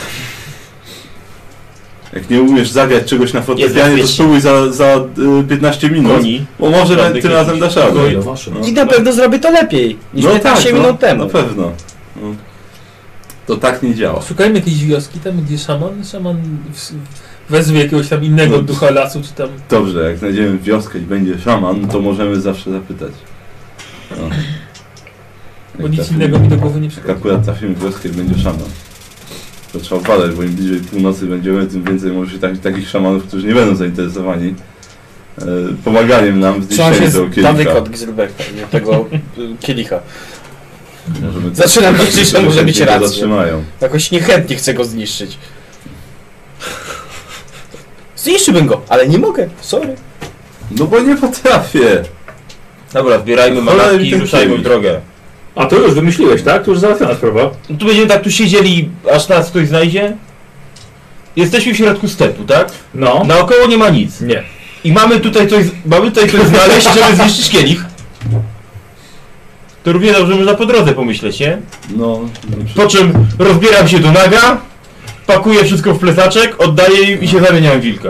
Jak nie umiesz zagrać czegoś na fortepianie, to Jest spróbuj za, za y, piętnaście minut. Koni. Bo może Żadnych tym razem dasz radę. No, wasze. No. I na pewno zrobię to lepiej niż No piętnaście tak, minut no, temu. na pewno. No. To tak nie działa. Szukajmy jakiejś wioski, tam gdzie szaman, szaman w- wezwie jakiegoś tam innego No. ducha lasu, czy tam... Dobrze, jak znajdziemy wioskę i będzie szaman, to możemy zawsze zapytać. No. Bo Jak nic trafimy- innego mi do głowy nie Jak przychodzi. akurat trafimy w wioskę i będzie szaman. To trzeba badać, bo im bliżej północy będziemy, tym więcej może się tak, takich szamanów, którzy nie będą zainteresowani e, pomaganiem nam w Trzymam się zniszczeniu tego z daleka kielicha. od Giselberta, nie tego y, kielicha. Możemy- Zaczynam liczyć, że może mieć chętnie go rację. zatrzymają. Jakoś niechętnie chcę go zniszczyć. Zniszczyłbym go, ale nie mogę, sorry. No bo nie potrafię. Dobra, zbierajmy Cholera mi manatki i ten ruszajmy w kielich. drogę. A to już wymyśliłeś, tak? To już załatwiona sprawa. No tu będziemy tak tu siedzieli, aż nas ktoś znajdzie. Jesteśmy w środku stepu, tak? No. Naokoło nie ma nic. Nie. I mamy tutaj coś, mamy tutaj coś znaleźć, żeby zniszczyć kielich. To równie dobrze można po drodze pomyśleć, nie? No, no Po czym rozbieram się do naga, pakuję wszystko w plecaczek, oddaję im i się zamieniam w wilka.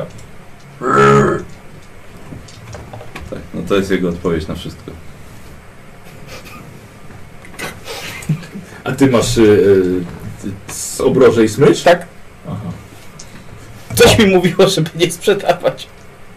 tak, no to jest jego odpowiedź na wszystko. A ty masz y, y, z obroże i smycz? Tak, Aha. coś mi mówiło, żeby nie sprzedawać.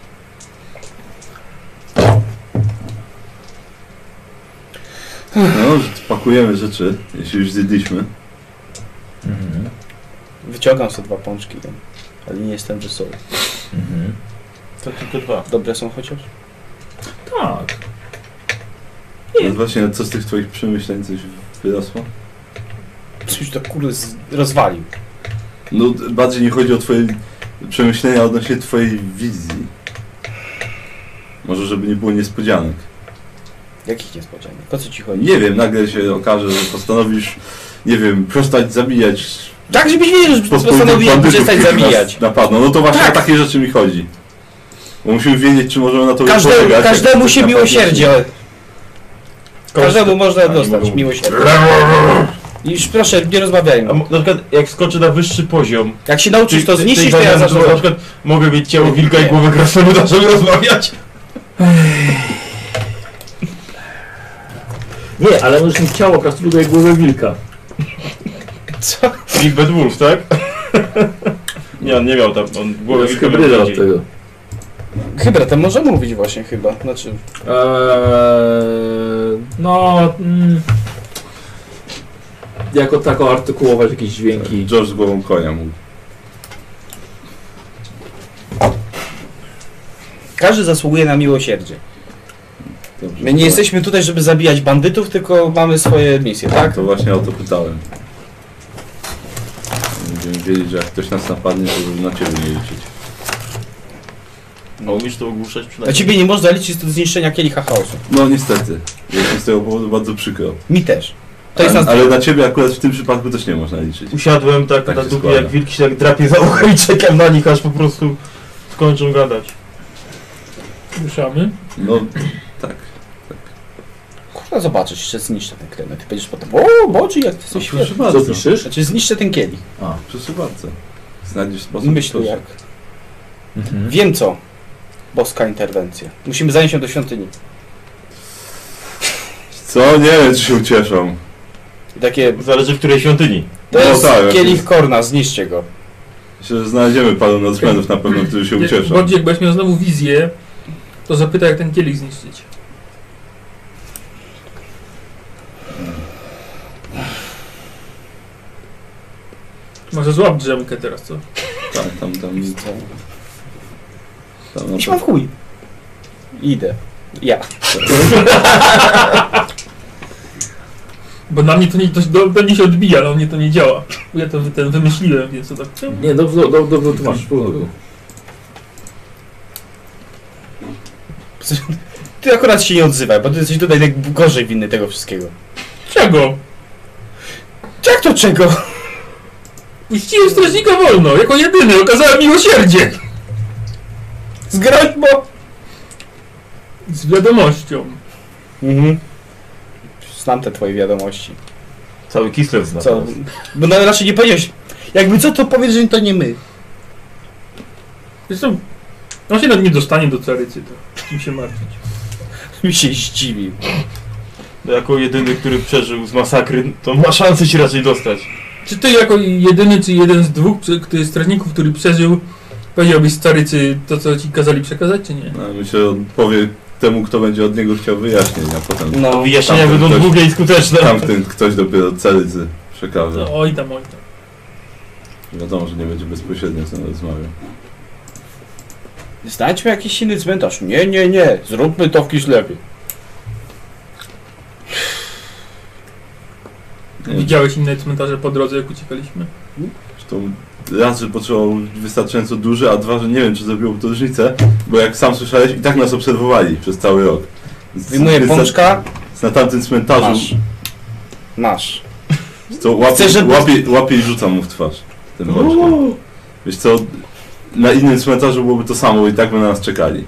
No, pakujemy rzeczy, jeśli już zjedliśmy. Mhm. Wyciągam sobie dwa pączki, ale nie jestem wesoły. Mhm. To tylko dwa. Dobre są chociaż? Tak. No właśnie, co z tych twoich przemyśleń coś wyrosło? Coś to kurde z- rozwalił. No, bardziej nie chodzi o twoje przemyślenia odnośnie twojej wizji. Może, żeby nie było niespodzianek. Jakich niespodzianek? Po co ci chodzi? Nie wiem, nagle się okaże, że postanowisz, nie wiem, przestać zabijać Tak, żebyś wiedział, że pospolitych postanowiłem bandytów, przestać którzy nas zabijać. napadną. No to właśnie Tak. o takie rzeczy mi chodzi. Bo musimy wiedzieć, czy możemy na to Każdemu, polegać, jak każdemu ktoś się napadnie, miłosierdzie. Każdemu można nie dostać mogą. miłosierdzie. Już proszę, nie rozmawiajmy. A mo- na przykład jak skoczę na wyższy poziom, Jak się nauczysz to ty- ty- zniszczyć, ty to ja zamiast, zacznę. że na przykład mogę mieć ciało wilka i głowę krasnoluda, żeby rozmawiać. Nie, ale możesz mieć ciało krasnoluda i głowę wilka. Co? Wilk Bad Wolf, tak? Nie, on nie miał tam, on To głowę jest wilka miał hybryda od bardziej. tego. Chyba ten może mówić właśnie chyba. Znaczy, Eee, no... Mm, jako tako artykułować jakieś dźwięki. George z głową konia mówi. każdy zasługuje na miłosierdzie. Dobrze, My nie to- jesteśmy tutaj, żeby zabijać bandytów, tylko mamy swoje misje, tak? To właśnie o to pytałem. Będziemy wiedzieć, że jak ktoś nas napadnie, to żeby na ciebie nie liczyć. A umiesz to ogłuszać Na przynajmniej? ciebie nie można liczyć do zniszczenia kielicha chaosu. No niestety. Jest mi z tego powodu bardzo przykro. Mi też. To jest ale, nas... ale na ciebie akurat w tym przypadku też nie można liczyć. Usiadłem tak, Tak na się dupie składa. jak wilk się tak drapie za ucho i czekam na nich, aż po prostu skończą gadać. Ruszamy. No tak. No zobaczysz, jeszcze zniszczę ten kremet. Ty będziesz potem, o Bodzi, jak ty jesteś Proszę świetny. bardzo. Co zniszczysz? Znaczy zniszczę ten kielich. A. Proszę bardzo. Znajdziesz sposób. Myślę proszę. jak. Mhm. Wiem co. Boska interwencja. Musimy zanieść ją do świątyni. Co? Nie wiem, czy się ucieszą. I takie, Zależy w której świątyni. to No jest tak, kielich jest- Korna, zniszczcie go. Myślę, że znajdziemy paru nocmenów na pewno, którzy się ucieszą. Bardziej jak będziesz miał znowu wizję, to zapytaj jak ten kielich zniszczyć. Może złap drzemkę teraz, co? Tak, tam, tam, tam, Idź mam w chuj. Idę. Ja. Bo na mnie to nie, to, do, do mnie się odbija, ale mnie to nie działa. Bo ja to wy- ten wymyśliłem, więc to tak... Nie, dobrze, dobrze, dobrze tu masz. Ty akurat się nie odzywaj, bo ty jesteś tutaj tak gorzej winny tego wszystkiego. Czego? Jak to czego? Puściłem strażnika wolno, jako jedyny, okazałem miłosierdzie! Z groźbą. Z wiadomością. Mhm. Znam te twoje wiadomości. Cały Kislev zna. Co? teraz. Bo no, raczej nie powiedziałeś. Jakby co, to powiedz, że to nie my. Zresztą, on się nawet nie dostanie do Carycy, to czym się martwić. Mi się zdziwił. No, jako jedyny, który przeżył z masakry, to ma szansę się raczej dostać. Czy ty jako jedyny, czy jeden z dwóch przy- który, strażników, który przeżył, powiedziałbyś z Carycy to, co ci kazali przekazać, czy nie? No, myślę, że on powie temu, kto będzie od niego chciał wyjaśnień, a potem No. Wyjaśnienia tamten będą ktoś- długie i skuteczne. tamten ktoś dopiero Carycy przekaże. No, oj tam, oj tam. Wiadomo, że nie będzie bezpośrednio z tym rozmawiał. Znajdźmy jakiś inny cmentarz. Nie, nie, nie. Zróbmy to w Kislewie. Nie, Widziałeś inne cmentarze po drodze, jak uciekaliśmy? Zresztą raz, że potrzebował wystarczająco duży, a dwa, że nie wiem, czy zrobiło to różnicę, bo jak sam słyszałeś, i tak nas obserwowali przez cały rok. Więc- Wyjmuję więc na- pączka. Na tamtym cmentarzu, Masz. Masz. to łapie, Chcę, żeby- łapie, łapie i rzuca mu w twarz tym pączkiem. Wiesz co, na innym cmentarzu byłoby to samo i tak by na nas czekali.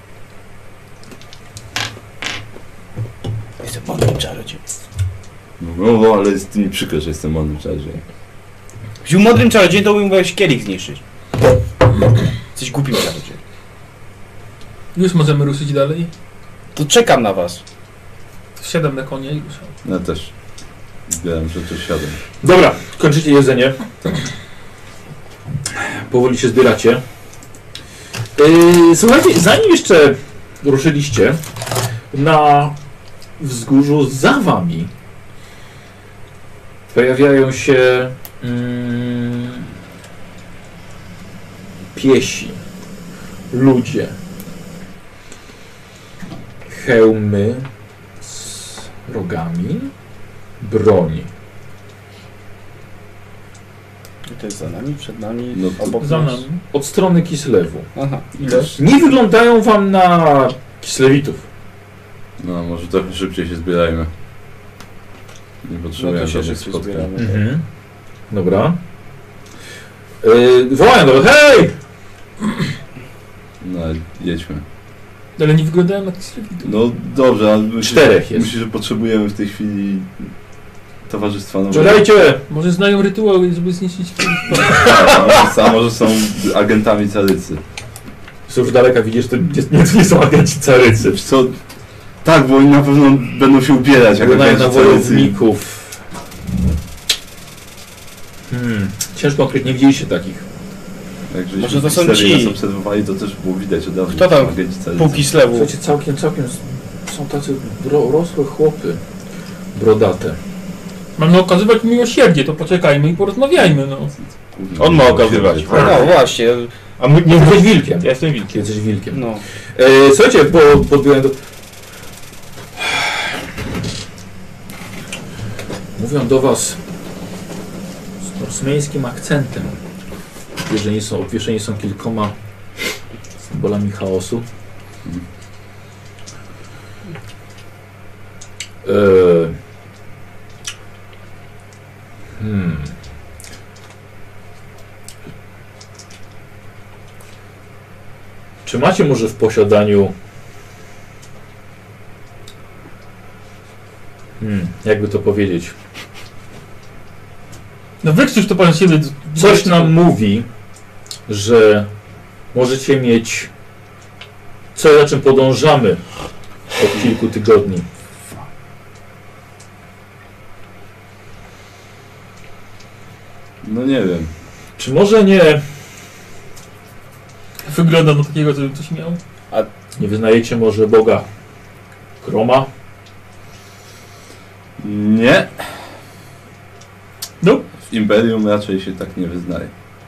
Jestem mądrym czarodziejem. No, no ale jest mi przykro, że jestem mądrym czarodziejem. Wziął mądrym czarodziejem, to umiałeś kielich zniszczyć. Jesteś głupim czarodziejem. Już możemy ruszyć dalej. To czekam na was. Wsiadam na konia i ruszam. Ja też zbieram rzeczy, siadam. Dobra, kończycie jedzenie. Powoli się zbieracie. Yy, słuchajcie, zanim jeszcze ruszyliście, na wzgórzu za wami pojawiają się mm, piesi, ludzie, hełmy z rogami, broń. To jest za nami, przed nami, No to- obok Za nas. nami. Od strony Kislewu. Aha, ileż? Nie wyglądają wam na Kislewitów. No, może trochę szybciej się zbierajmy. Nie No potrzebuję to się żadnych szybciej spotkań. zbieramy. Mhm. Dobra. Yy, wołają do hej! No, jedźmy. Ale nie wyglądają na Kislewitów. No dobrze, ale myślę, Czterech jest. myślę, że potrzebujemy w tej chwili towarzystwa nowego. Czekajcie! Może znają rytuał, żeby zniszczyć Kislewitów. Tak, a może, a może są agentami Carycy. Z już daleka widzisz, to nie, nie są agenci Carycy. Wiesz co? Tak, bo oni na pewno będą się ubierać jak Wyglądają agenci na Carycy. wojowników. Hmm. Ciężko konkretnie, nie widzieliście takich. Jak żeśmy Może to w są serii ci. nas obserwowali, to też było widać od razu, Kto że są tam? agenci Carycy. Pół Kislewu. Słuchajcie, całkiem, całkiem s- są tacy bro, rosłe chłopy. Brodate. Mamy okazywać miłosierdzie, to poczekajmy i porozmawiajmy, no. On ma okazywać. No właśnie, A my nie Jesteś wilkiem. Ja jestem wilkiem. Jesteś wilkiem. no. E, słuchajcie, bo podbiłem do... Mówią do was z norsmeńskim akcentem. Obwieszeni są, obwieszeni są kilkoma symbolami chaosu. E, hmm. Czy macie może w posiadaniu jakby to powiedzieć, No wykrztuś to pan siebie. coś nam mówi, że możecie mieć coś, za czym podążamy od kilku tygodni. No nie wiem. Czy może nie, Wygląda na takiego, co coś miał. nie wyznajecie może Boga Kroma? Nie. No. W Imperium raczej się tak nie wyznaje.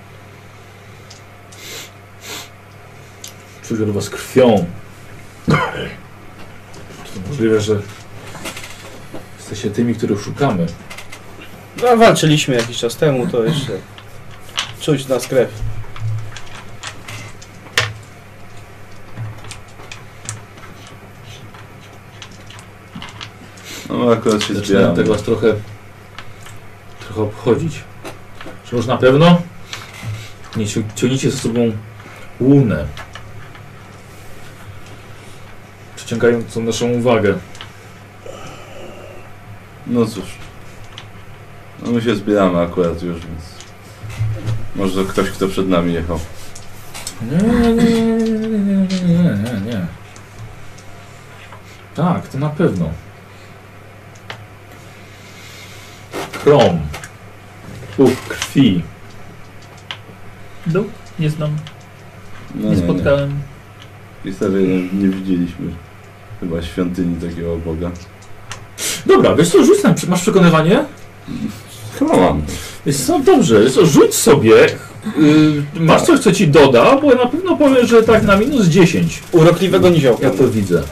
Czuję do was krwią. To możliwe, że jesteście tymi, których szukamy. No, walczyliśmy jakiś czas temu, to jeszcze czuć nas krew. No akurat się Zaczynam zbieram. tak was trochę, trochę obchodzić. Czy może na pewno nie cią- ciągniecie ze sobą łunę, przyciągającą naszą uwagę. No cóż. No my się zbieramy akurat już, więc... Może ktoś, kto przed nami jechał. Nie, nie, nie, nie, nie, nie, nie, nie, nie. Tak, to na pewno. Krom. Puch krwi. No, nie znam, No nie spotkałem. W historii nie, nie widzieliśmy chyba świątyni takiego Boga. Dobra, wiesz co, rzuć nam, masz przekonywanie? Chyba mam. Wiesz co, dobrze, wiesz co, rzuć sobie. Yy, masz coś, co ci doda, bo ja na pewno powiem, że tak na minus dziesięć. Urokliwego niziołka. Ja to widzę.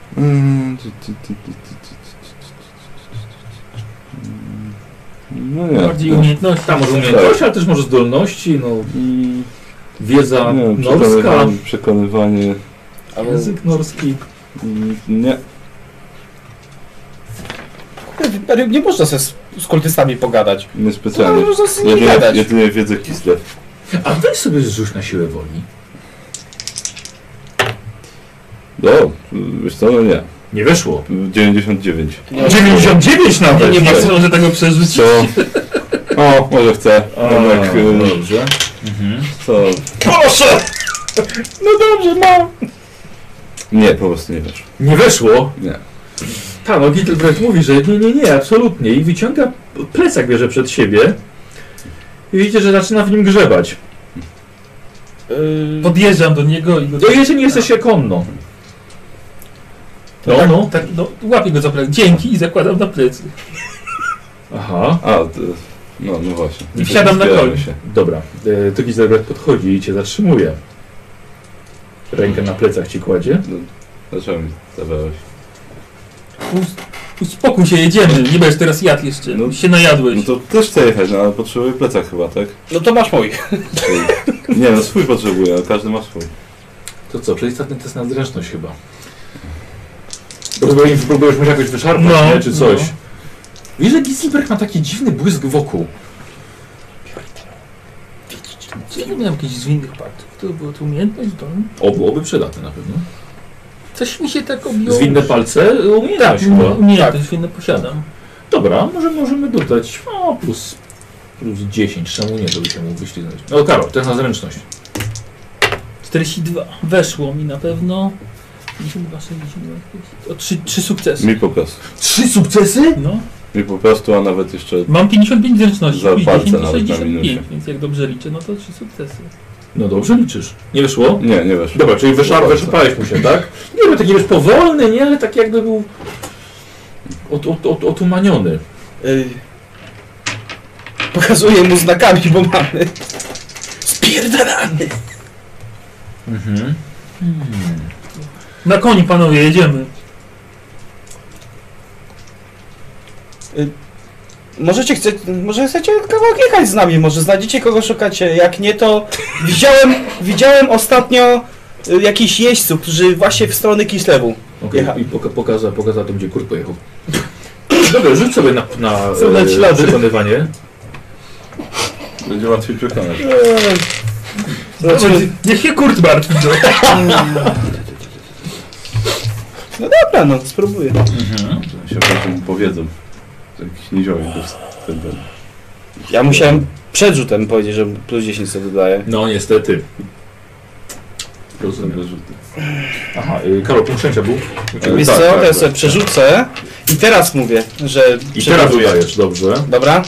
No nie. Bardziej no. umiejętności. Tam może umiejętności, ale też może zdolności, no, Mm, wiedza nie wiem, norska, przekonywanie, przekonywanie. Ale język norski. Mm, Nie. w Imperium nie można sobie z, z kultystami pogadać. Nie No, specjalnie. można z nimi Jedynie, gadać. jedynie wiedzę Kislev. A weź sobie rzuć na siłę woli. No, wiesz co, no nie. Nie weszło. dziewięćdziesiąt dziewięć. dziewięćdziesiąt dziewięć nawet! Nie ma że tego przerzucić. Co? O, może chcę. A, Jednak, y, dobrze. Mhm. co? Proszę! No dobrze, mam. Nie, po prostu nie wiesz. Nie weszło? Nie. Tak, no Gittelbrecht mówi, że nie, nie, nie, absolutnie. I wyciąga plecak, bierze przed siebie. I widzicie, że zaczyna w nim grzebać. Yy, Podjeżdżam do niego i go... No jeszcze nie jesteście konno. No, tak, no. tak, no, łapię go za plecy. Dzięki i zakładam na plecy. Aha. A, to, no, no właśnie. I wsiadam na Zbieramy koń. się. Dobra. E, to Gittelbrecht podchodzi i cię zatrzymuje. Rękę na plecach ci kładzie. No, dlaczego mi zabrałeś? Us- Uspokój się, jedziemy. Nie będziesz teraz jadł jeszcze. No. się najadłeś. No to też chcę jechać, no ale potrzebuję plecak chyba, tak? no to masz mój. Swój. Nie, no swój potrzebuję, ale każdy ma swój. To co, przejść ten test na zręczność chyba. Próbujesz, próbujesz mu jakoś wyszarpać, No, nie? Czy coś. no. Wiesz, że Gittelbrecht ma taki dziwny błysk wokół. Czy ja nie miałem jakichś zwinnych partów? To była to umiejętność, to... O, byłoby przydatne na pewno. Coś mi się tak objęło. Zwinne palce, Tak, umiejętność chyba. umiejętność zwinne posiadam. Dobra, może możemy dodać o, plus, plus dziesięć, czemu nie, to by się mógł wyślizgnąć. No Karol, to jest na zręczność. czterdzieści dwa. Weszło mi na pewno. pięćdziesiąt dwa, sześćdziesiąt dwa. O, trzy, trzy sukcesy. Mi po prostu. Trzy sukcesy? No. Mi po prostu, a nawet jeszcze... Mam pięćdziesiąt pięć zręczności. Za palce pięćdziesiąt, nawet na sześćdziesiąt pięć, minusie. więc jak dobrze liczę, no to trzy sukcesy. No dobrze liczysz. Nie wyszło? Nie, nie wiesz. Dobra, czyli wyszar, wyszarpałeś mu się, tak? Nie wiem, taki wiesz, powolny, nie? Ale tak jakby był ot, ot, ot, otumaniony. Yy, pokazuję mu znakami, bo mamy. Spierdalamy. Mhm. Hmm. Na koni, panowie, jedziemy. Możecie chceć, może chcecie kawałek jechać z nami, może znajdziecie kogo szukacie, jak nie to widziałem, widziałem ostatnio y, jakichś jeźdźców, którzy właśnie w stronę Kislewu. Okej, Jecha- i poka pokazał, pokazał to, gdzie Kurt pojechał. Dobra, rzuć sobie na, na Są na ślady. przekonywanie. Będzie łatwiej przekonać. Znaczy, Niech się Kurt martwi. no dobra, no spróbuję. Mhm. Się potem mu powiedzą. To jakiś niziołek był wtedy. Ja musiałem przed rzutem powiedzieć, że plus dziesięć sobie dodaje. No niestety. Rozumiem. Aha, y, Karol, punkt szczęścia był? Wiesz tak, co, tak, to ja tak. sobie przerzucę i teraz mówię, że I teraz dodajesz, dobrze. Dobra?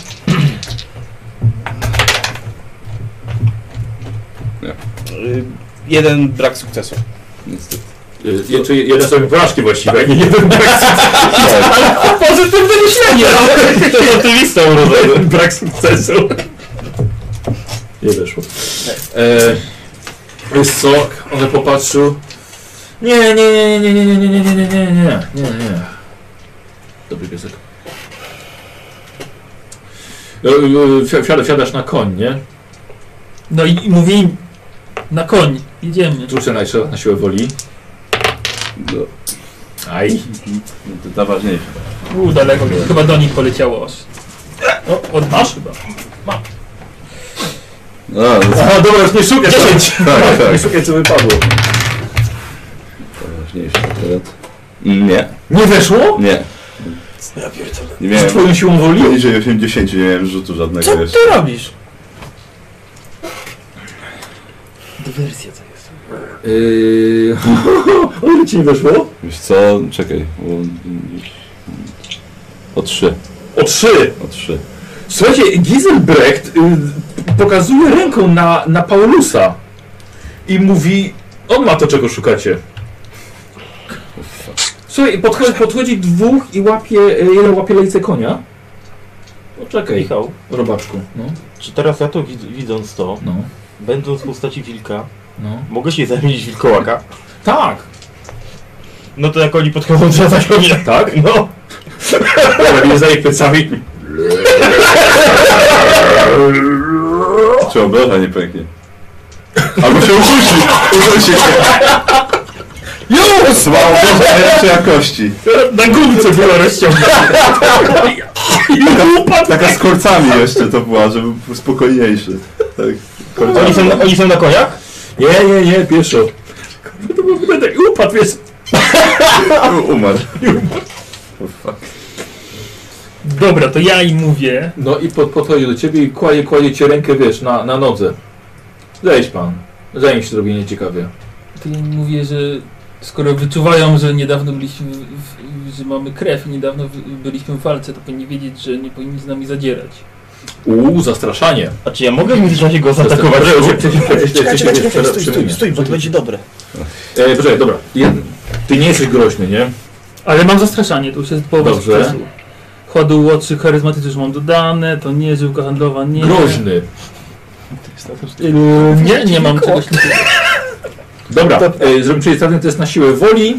Nie. Y, Jeden brak sukcesu. Niestety. Y, je- Czy jeden sobie porażki właściwie, nie jeden brak Pozytywne myślenie! To jest optymista urodzony. jeden brak sukcesu. Nie weszło. E, wiesz co, on popatrzył. Nie, nie, nie, nie, nie, nie, nie, nie, nie, nie, nie, nie, nie, nie. Dobry piesek. E, e, wsiadasz, wsiadasz na koń, nie? No i, i mówię im, na koń, jedziemy. Rzucę na, jeszcze na siłę woli. No, Aj. no to ta ważniejsza. U, daleko, chyba do nich poleciało aż. O, od masz chyba. No, no, Aha, dobra, już nie szukaj. dziesięć! Tak, Nie tak. szukaj, co wypadło. To ważniejsze akurat. Nie, Nie weszło? nie. Nie Z miałem twoją siłą woli? poniżej osiemdziesiąt, nie miałem rzutu żadnego Co jeszcze. ty robisz? Dywersja to jest. Yy... Ale ci nie weszło? Wiesz co, czekaj. bo- O trzy, O trzy. o trzy. Słuchajcie, Giselbrecht y, pokazuje ręką na, na Paulusa i mówi, on ma to, czego szukacie. Słuchaj, podchodzi, podchodzi dwóch i łapie, y, jeden łapie lejce konia. Poczekaj, Michał, robaczku. No, czy teraz ja to wid- widząc to, no, będąc w postaci wilka, no. mogę się zamienić w wilkołaka? Tak, No to jak oni podchodzą, to ja tak robię. tak? No. Dobra, nie zaje plecami. Czy obraża nie pęknie? Albo się uchusi! Uchusi się! Już! Mało może najlepszej jakości. Na gumce była rozciągnięta. Taka, taka z kolcami jeszcze to była, żeby był spokojniejszy. Tak. Kolcami. Oni są, na, oni są na koniach? Nie, nie, nie, pieszo. To był będę upadł, wiesz. Umarł. Oh, fuck. Dobra, to ja im mówię. No i pod, podchodzi do ciebie i kładzie, kładzie cię rękę, wiesz, na, na nodze. Zejdź pan. Zajmij się zrobieniem ciekawie. To ja im mówię, że skoro wyczuwają, że niedawno byliśmy, w, w, że mamy krew i niedawno w, byliśmy w walce, to powinni wiedzieć, że nie powinni z nami zadzierać. Uuu, zastraszanie. A czy ja mogę w międzyczasie go zaatakować? Czekaj, czekaj, czekaj, stój, stój, stój, bo to będzie dobre. E, poczekaj, dobra. Jed... Ty nie jesteś groźny, nie? Ale mam zastraszanie, to już jest połowa Dobrze. sukcesu. Chodu łotrzy, charyzmatyczny już mam dodane, to nie, żyłka handlowa, nie. Groźny. Yy, nie, nie mam czegoś takiego. Dobra, e, zrobimy czyli ten test na siłę woli.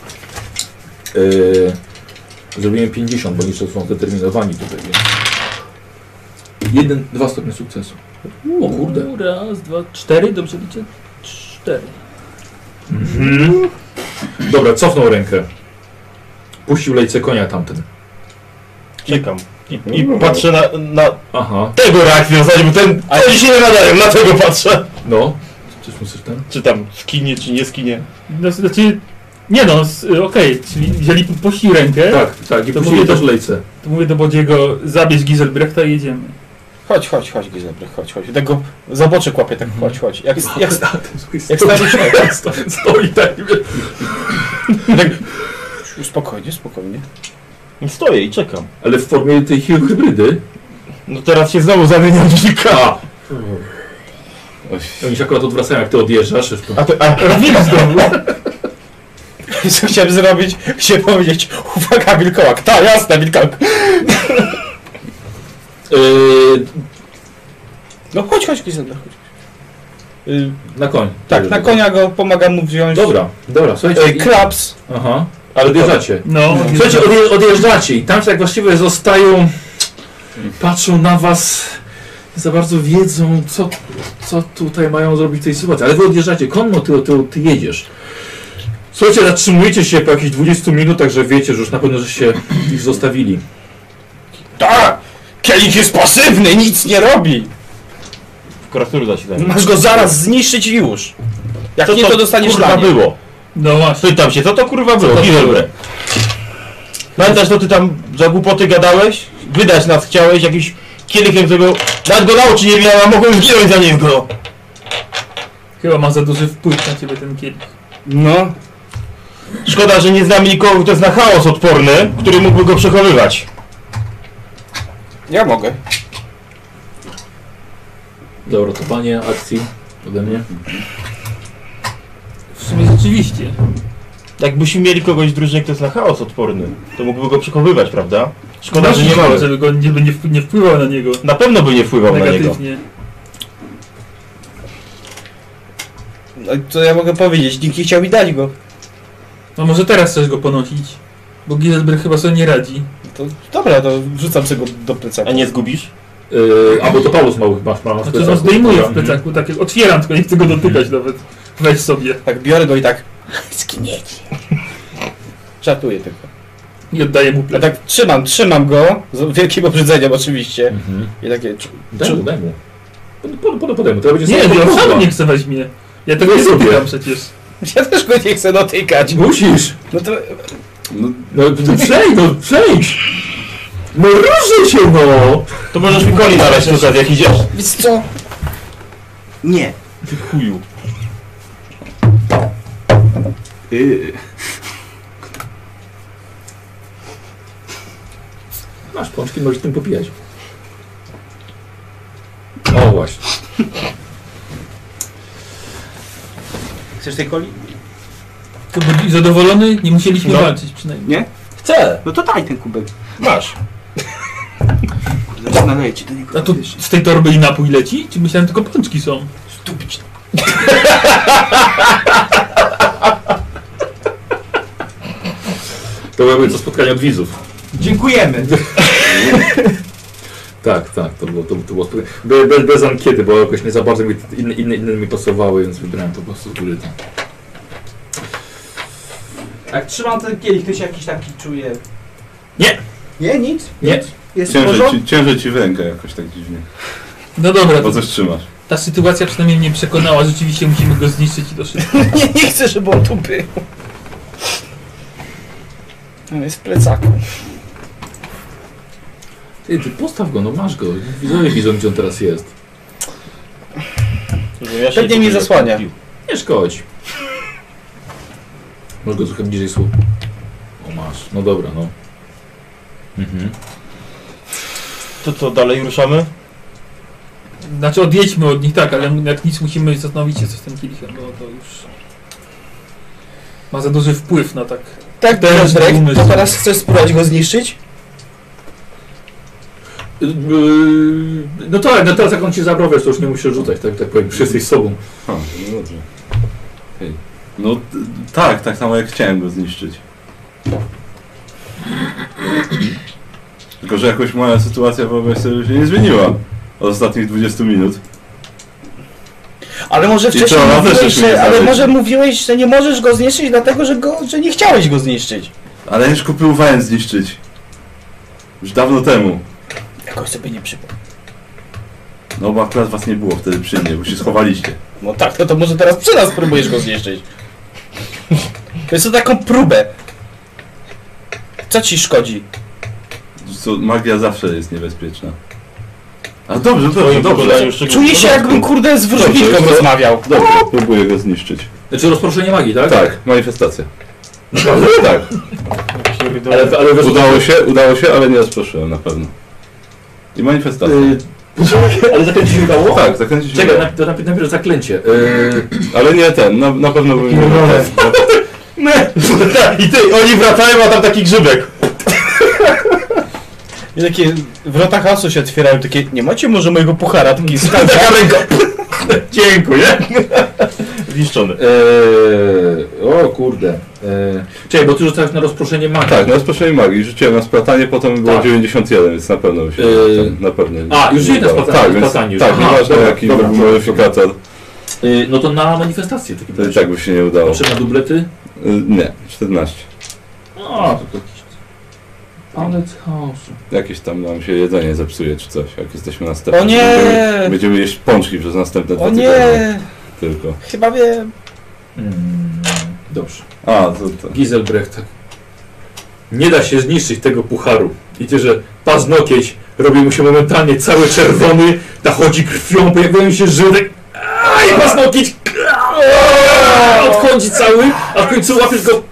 E, zrobimy pięćdziesiąt, bo jeszcze są zdeterminowani tutaj. Więc... Jeden, dwa stopnie sukcesu. O kurde. Raz, dwa, cztery, dobrze liczę? Cztery. Mhm. Dobra, cofnął rękę. Puścił lejce konia tamten. Czekam. I, i patrzę na, na Aha, tego reakcję na zasadzie, bo ten... Oni się nie nadają, na tego patrzę. no. Czyż musisz ten? Czy tam skinie, czy nie skinie. No, znaczy, nie no, s- okej, czyli jeżeli puścił rękę, Tak, tak. I To puścił mówię, też to- lejce. to mówię do Bodziego, zabierz Giselbrechta i jedziemy. Chodź, chodź, chodź, Gizelbrecht, chodź, chodź. Tego za boczek łapie, tak chodź, chodź. Jak, jak, jak stary Stoi tak. tak, spokojnie, spokojnie. I stoję i czekam. Ale w formie tej hy- hybrydy. No teraz się znowu zamieniam w wilka. A! Oni się akurat odwracają, jak ty odjeżdżasz. Już to... A to... A, Robimy znowu. Co chciałem zrobić? Chciałem powiedzieć, uwaga, wilkołak. Ta, jasne, wilkołak. Yy, No chodź, chodź, Gizelbrecht, chodź. Y, na koń. tak, na konia go pomagam mu wziąć. Dobra, dobra, słuchajcie. Y, Klaps. Aha, ale odjeżdżacie. No, Słuchajcie, odje, odjeżdżacie i tam tak właściwie zostają, patrzą na was, nie za bardzo wiedzą, co, co tutaj mają zrobić w tej sytuacji. Ale wy odjeżdżacie, konno ty, ty, ty jedziesz. Słuchajcie, zatrzymujecie się po jakichś dwudziestu minutach, że wiecie, że już na pewno żeście ich zostawili. Tak! Kielich jest pasywny, nic nie robi. Krasnoluda się zamienia. Masz go zaraz zniszczyć i już. Jak Co nie, to dostaniesz kurwa lanie. było? no właśnie. Pytam się, co to kurwa było? to Gizelbrecht. Pamiętasz, to ty tam za głupoty gadałeś? Wydać nas chciałeś, jakiś kielichem tego... Nawet go na oczy nie miałem, a mogłem wziąć za niego. Chyba ma za duży wpływ na ciebie ten kielich. No. Szkoda, że nie znamy nikogo, kto jest na chaos odporny, który mógłby go przechowywać. Ja mogę. Dobra, to panie akcji ode mnie. W sumie rzeczywiście. Jakbyśmy mieli kogoś w drużynie, kto jest na chaos odporny, to mógłby go przechowywać, prawda? Szkoda, że nie Szkoda, mamy. żeby go nie, nie, wpł- nie wpływał na niego Na pewno by nie wpływał na niego. negatywnie. No i co ja mogę powiedzieć? Nikt nie chciał mi dać go. No może teraz chcesz go ponosić. Bo Giselbrecht chyba sobie nie radzi. To dobra, to wrzucam sobie go do plecaka. A nie zgubisz? Yy, albo to Paulus mały masz ma w Znaczy plecaku. no zdejmuję w Dobra. plecaku, tak jak otwieram, tylko nie chcę go dotykać nawet. Weź sobie. Tak, biorę go i tak. Zgniecie. Żartuję tylko. I oddaję mu Ja plecak. tak trzymam, trzymam go, z wielkim obrzydzeniem oczywiście. Mhm. I takie... czu- Daj czu- mu, daj mu. Pod, pod, pod, podaj mu, to będzie Nie, sobie on podpowiedź. sam nie chce weźmie. Ja tego nie sobie. dotykam przecież. Ja też go nie chcę dotykać. Musisz! No to... No, No przejdź, no przejdź! No ruszaj się no! To możesz mi koli nalać na przykład, jak idziesz. Więc co? Nie. Ty chuju. yy. Masz pączki, możesz tym popijać. O właśnie. Chcesz tej coli? To był zadowolony? Nie musieliśmy No. walczyć przynajmniej. Nie? Chcę. No to daj ten kubek. Masz. Kurde, naleję ci do niego. A tu z tej torby i napój leci? Czy myślałem tylko pączki są? Stupić. To byłoby to spotkanie od widzów. Dziękujemy. Tak, tak, to było, to, to było spotkanie. Be, bez, bez ankiety, bo jakoś nie za bardzo mi inne, inne, inne mi pasowały, więc wybrałem to po prostu z góry tam. Jak trzymam ten kielich, to się jakiś taki czuje... Nie! Nie? Nic? Nie. Nic? Jest w Ciężej porządku? ci, ciężej ci w rękę jakoś tak dziwnie. No dobra, Bo to coś trzymasz. ta sytuacja przynajmniej mnie przekonała. Rzeczywiście musimy go zniszczyć i to szybko. Nie, nie chcę, żeby on tu był. On jest w plecaku. Ty, ty postaw go, no masz go. Widzowie widzą, gdzie on teraz jest. Ja się Pewnie mi poczuję zasłania. pił. Nie szkodź. Może go trochę bliżej słuch. O masz, no dobra, no. Mhm. To co, dalej ruszamy? Znaczy odjedźmy od nich, tak, ale jak nic musimy zastanowić się co z tym kielichem, bo to już ma za duży wpływ na tak. Tak, Teraz Piotrek, umysł. to teraz chcesz spróbować go zniszczyć? Yy, no tak, no teraz jak on ci zabrał, wiesz, to już nie musisz rzucać, tak, tak powiem, jesteś sobą. Ha, no dobrze. Hej. No t- tak, tak samo jak chciałem go zniszczyć. Tylko, że jakoś moja sytuacja wyobraź sobie się nie zmieniła od ostatnich dwudziestu minut. Ale może I wcześniej co, no też mówiłeś, już mnie że, ale zawiedzie. może mówiłeś, że nie możesz go zniszczyć, dlatego że, go, że nie chciałeś go zniszczyć. Ale ja już go próbowałem zniszczyć. Już dawno temu. Jakoś sobie nie przypomnę. No bo akurat was nie było wtedy przy mnie, bo się schowaliście. No tak, no to może teraz przy nas próbujesz go zniszczyć. To jest to taką próbę. Co ci szkodzi? Co, magia zawsze jest niebezpieczna. A dobrze, dobrze, Twoim dobrze. pokonaniu szczególnie. Czuję się jakbym kurde z wróżbitką Dobrze, to- rozmawiał. Dobrze, próbuję go zniszczyć. Znaczy rozproszenie magii, tak? Tak, manifestacja. Naprawdę? Tak. Ale, ale wiesz, Udało się, udało się, ale nie rozproszyłem na pewno. I manifestacja. Yy, ale zaklęcie się udało? Tak, zakręcić się Czekaj, udało. nap- to najpierw najpierw zaklęcie. Yy, Ale nie ten, na, na pewno bym nie I ty, oni wracają, a tam taki grzybek. I takie wrota chaosu się otwierają, takie, nie macie może mojego puchara, taki stan, taka ręka. dziękuję. Zniszczony. Yy, o kurde. Yy, czekaj, bo ty rzucałeś na rozproszenie magii. Tak, na rozproszenie magii. Rzuciłem na splatanie, potem było Tak. dziewięćdziesiąt jeden, więc na pewno by się Yy, ten, na pewno. a, już nie na udało. splatanie, Tak, więc, splatanie już. tak, Aha, nieważne dobra, jaki dobra, był dobra, modyfikator, Yy, no to na manifestację w takim to i razie. tak by się nie udało. Potrzebne dublety? Y, Nie, czternaście. A, to jakiś... Palec chaosu. Jakieś tam nam się jedzenie zepsuje czy coś, jak jesteśmy następni. O nie! Będziemy, będziemy jeść pączki przez następne dwa O tygodnie. nie, Tylko. chyba wiem. Mm, dobrze. A, to, to. Giselbrecht. Nie da się zniszczyć tego pucharu. Widzicie, że paznokieć robi mu się momentalnie cały czerwony, nachodzi krwią, pojawiają się żyły, tak... I paznokieć odchodzi cały, a w końcu łapiesz go...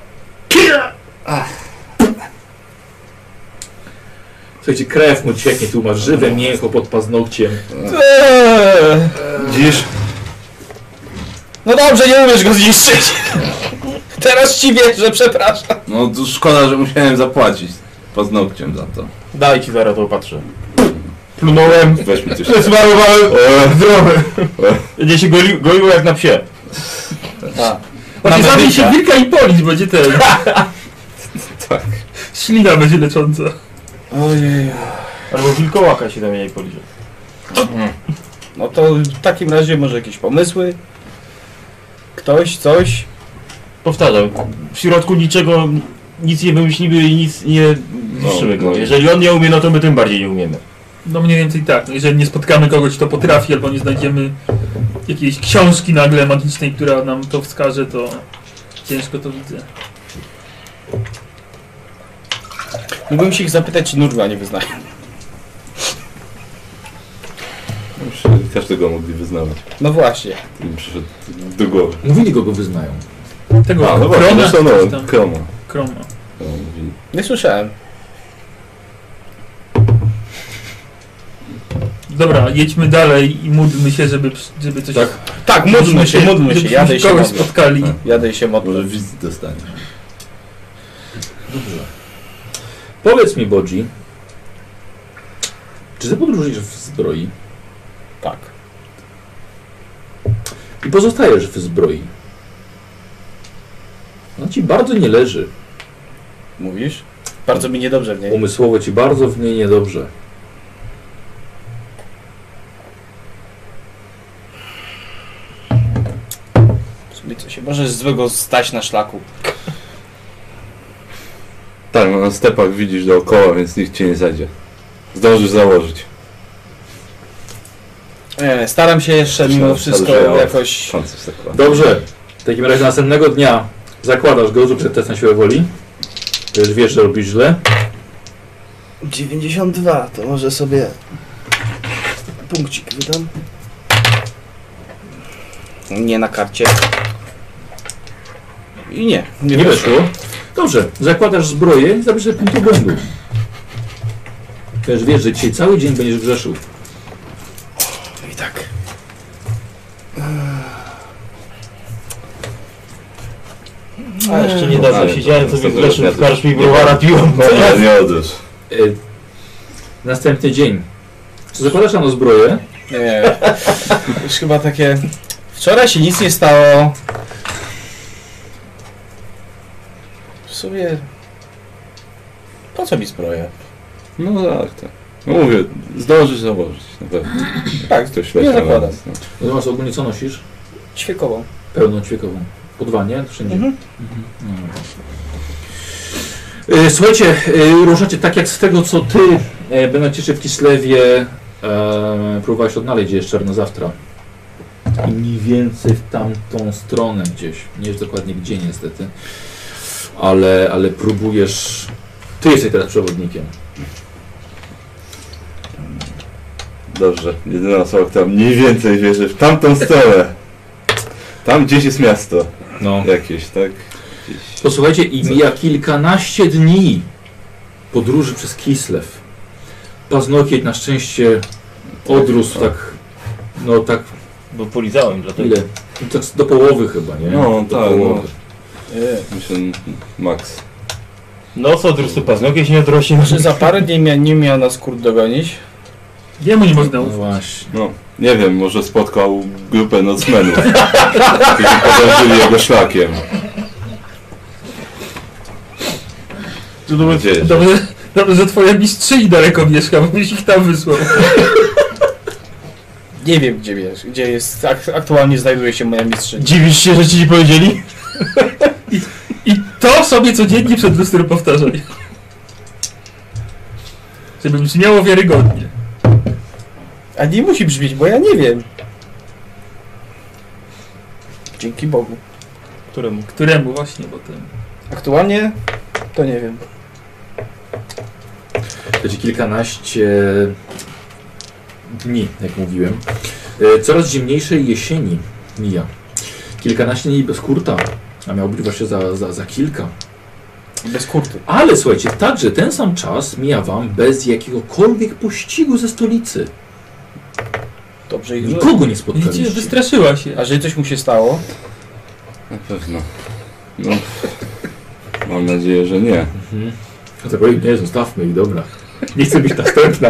Słuchajcie, krew mu cieknie, tu masz żywe mięcho pod paznokciem. Eee. Widzisz? No dobrze, nie umiesz go zniszczyć. Teraz ci wierzę, przepraszam. No to szkoda, że musiałem zapłacić paznokciem za to. Daj ci zaraz to opatrzę. Plunąłem. Weź mi coś. Zmarowałem. Zdrowy. Będzie się golił, goliło jak na psie. A. Właśnie Na zabij się medyka. wilka i policz, będzie ten. Tak. Ślina będzie lecząca. Ojej. Albo wilkołaka się tam jej poliże. No to w takim razie może jakieś pomysły? Ktoś, coś? Powtarzam, w środku niczego, nic nie wymyślimy i nic nie zniszczymy No, go. no. Jeżeli on nie umie, no to my tym bardziej nie umiemy. No mniej więcej tak. No, jeżeli nie spotkamy kogoś, kto potrafi, albo nie znajdziemy jakiejś książki nagle magicznej, która nam to wskaże, to ciężko to widzę. Mógłbym się ich zapytać, czy Nurgla nie wyznają. Myślę, że każdego mogli wyznawać. No właśnie. To mi przyszedł do głowy. Mówili, kogo wyznają. Tego A, no właśnie, Krona, zresztą coś no, tam. Kroma. Kroma. Kroma mówili. Nie słyszałem. Dobra, jedźmy dalej i módlmy się, żeby, żeby coś... Tak. Tak, módlmy się, módlmy się. żebyśmy Jadę i się kogoś modlę. spotkali. Tak. Jadę i się modlę. Może wizyt dostaniesz. Dobrze. Powiedz mi, Bodzi, czy ty podróżujesz w zbroi Tak. i pozostajesz w zbroi? No ci bardzo nie leży. Mówisz? Bardzo mi niedobrze w niej. Umysłowo ci bardzo w niej niedobrze. Sobie co się może złego stać na szlaku. Tak, no na stepach widzisz dookoła, więc nikt cię nie zajdzie. Zdążysz założyć. Nie, staram się jeszcze mimo wszystko Dobrze, ja- jakoś... Końcu zakłada. Dobrze. W takim razie następnego dnia zakładasz go, zrób test na siłę woli. To już wiesz, że robisz źle. dziewięćdziesiąt dwa, to może sobie punkcik wydam. Nie na karcie. I nie, nie, Nie weszło. weszło. Dobrze, zakładasz zbroję i zabierzesz punkt obłędu. Też wiesz, że dzisiaj cały dzień będziesz grzeszył. I tak. A jeszcze niedawno Ale siedziałem to- sobie to- w leszym to- w karczmie i browara piłem. Ja nie odesz. Y, następny dzień. Czy zakładasz rano zbroję? Nie, już chyba takie... Wczoraj się nic nie stało. W sumie... Po co mi zbroja? No tak, tak. No mówię, zdążysz założyć na pewno. Tak, Ktoś nie leci na zakładam. nas, no. No masz ogólnie co nosisz? Ćwiekową. Pełną ćwiekową. Po dwa, nie? Wszędzie. Mhm. No. Y, Słuchajcie, y, ruszacie tak jak z tego, co ty, e, będąc w Kislewie, e, próbowałeś odnaleźć, gdzie jest Czarnozawtra. I mniej więcej w tamtą stronę gdzieś. Nie wiesz dokładnie gdzie niestety. Ale, ale próbujesz... Ty jesteś teraz przewodnikiem. Dobrze, jedyna osoba, która mniej więcej wierzy w tamtą stronę. Tam gdzieś jest miasto No. jakieś, tak? Gdzieś. Posłuchajcie, i mija kilkanaście dni podróży przez Kislew. Paznokieć na szczęście odrósł tak, no tak, Bo polizałem dlatego. ile? No tak do połowy chyba, nie? No, do tak, połowy. Myślę, max. No co, drusty paznokieć nie odrośnie. Czy za parę dni mia, nie miał nas kurt dogonić? Jemu nie można No ufać. właśnie. No, nie wiem, może spotkał grupę nocmenów, którzy podążyli jego szlakiem. Gdzie jest? Dobrze, dobrze, że twoja mistrzyni daleko mieszka, bo byś ich tam wysłał. Nie wiem gdzie wiesz, gdzie jest, ak aktualnie znajduje się moja mistrzyni. Dziwisz się, że ci nie powiedzieli? I to sobie codziennie przed lustrem powtarzaj. Żeby brzmiało wiarygodnie. A nie musi brzmieć, bo ja nie wiem. Dzięki Bogu. Któremu? Któremu właśnie, bo ten... Aktualnie To nie wiem. Będzie kilkanaście dni, jak mówiłem. E, Coraz zimniejszej jesieni mija. Kilkanaście dni bez kurta, a miał być właśnie za, za, za kilka. Bez kurty. Ale słuchajcie, także ten sam czas mija wam bez jakiegokolwiek pościgu ze stolicy. Dobrze ich Nikogo nie Widzicie, spotkaliście. wystraszyła się. A jeżeli coś mu się stało? Na pewno. No. Mam nadzieję, że nie. Mhm. A to powiem, nie, zostawmy ich, dobra. Nie chcę być następna.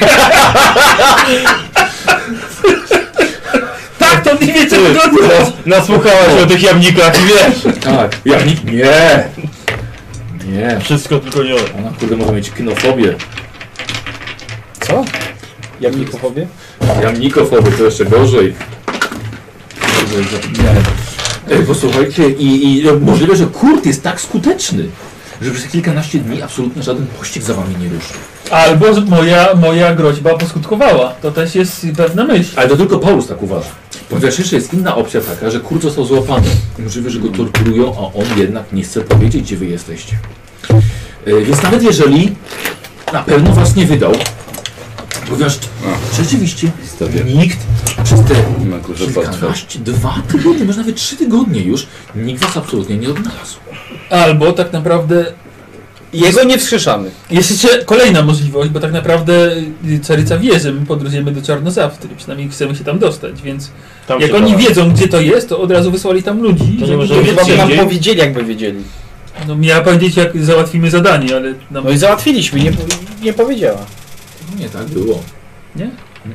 Tak, to mniej więcej wygląda. Nasłuchała się o tych jamnikach i wiesz. Tak, ja nikt nie. Nie. Wszystko tylko nie ona. Ona kurde może mieć kinofobię. Co? Jak mi powie? Jamnikofobię to jeszcze gorzej. Kurde, zapomniałem. Ej, posłuchajcie, i, i możliwe, że Kurt jest tak skuteczny, że przez kilkanaście dni absolutnie żaden pościg za wami nie ruszy. Albo moja, moja groźba poskutkowała. To też jest pewna myśl. Ale to tylko Paulus tak uważa. Ponieważ jeszcze jest inna opcja taka, że Kurt został złapany. Możliwe, że go torturują, a on jednak nie chce powiedzieć, gdzie wy jesteście. Yy, więc nawet jeżeli na pewno was nie wydał, ponieważ rzeczywiście Stawię. nikt przez te Na górze patrzę. kilkanaście, dwa tygodnie, może nawet trzy tygodnie już, nikt was absolutnie nie odnalazł. Albo tak naprawdę Jego nie wskrzeszamy. jest jeszcze kolejna możliwość, bo tak naprawdę y, Caryca wie, że my podróżujemy do Czarnozawtry. Przynajmniej chcemy się tam dostać, więc Tam jak się oni da. wiedzą, gdzie to jest, to od razu wysłali tam ludzi. To nie żeby może to być Chyba by wiedzieć. nam gdzie? powiedzieli, jakby wiedzieli. No miała powiedzieć, jak załatwimy zadanie, ale nam... No i załatwiliśmy, nie, nie powiedziała. Nie tak było. Nie?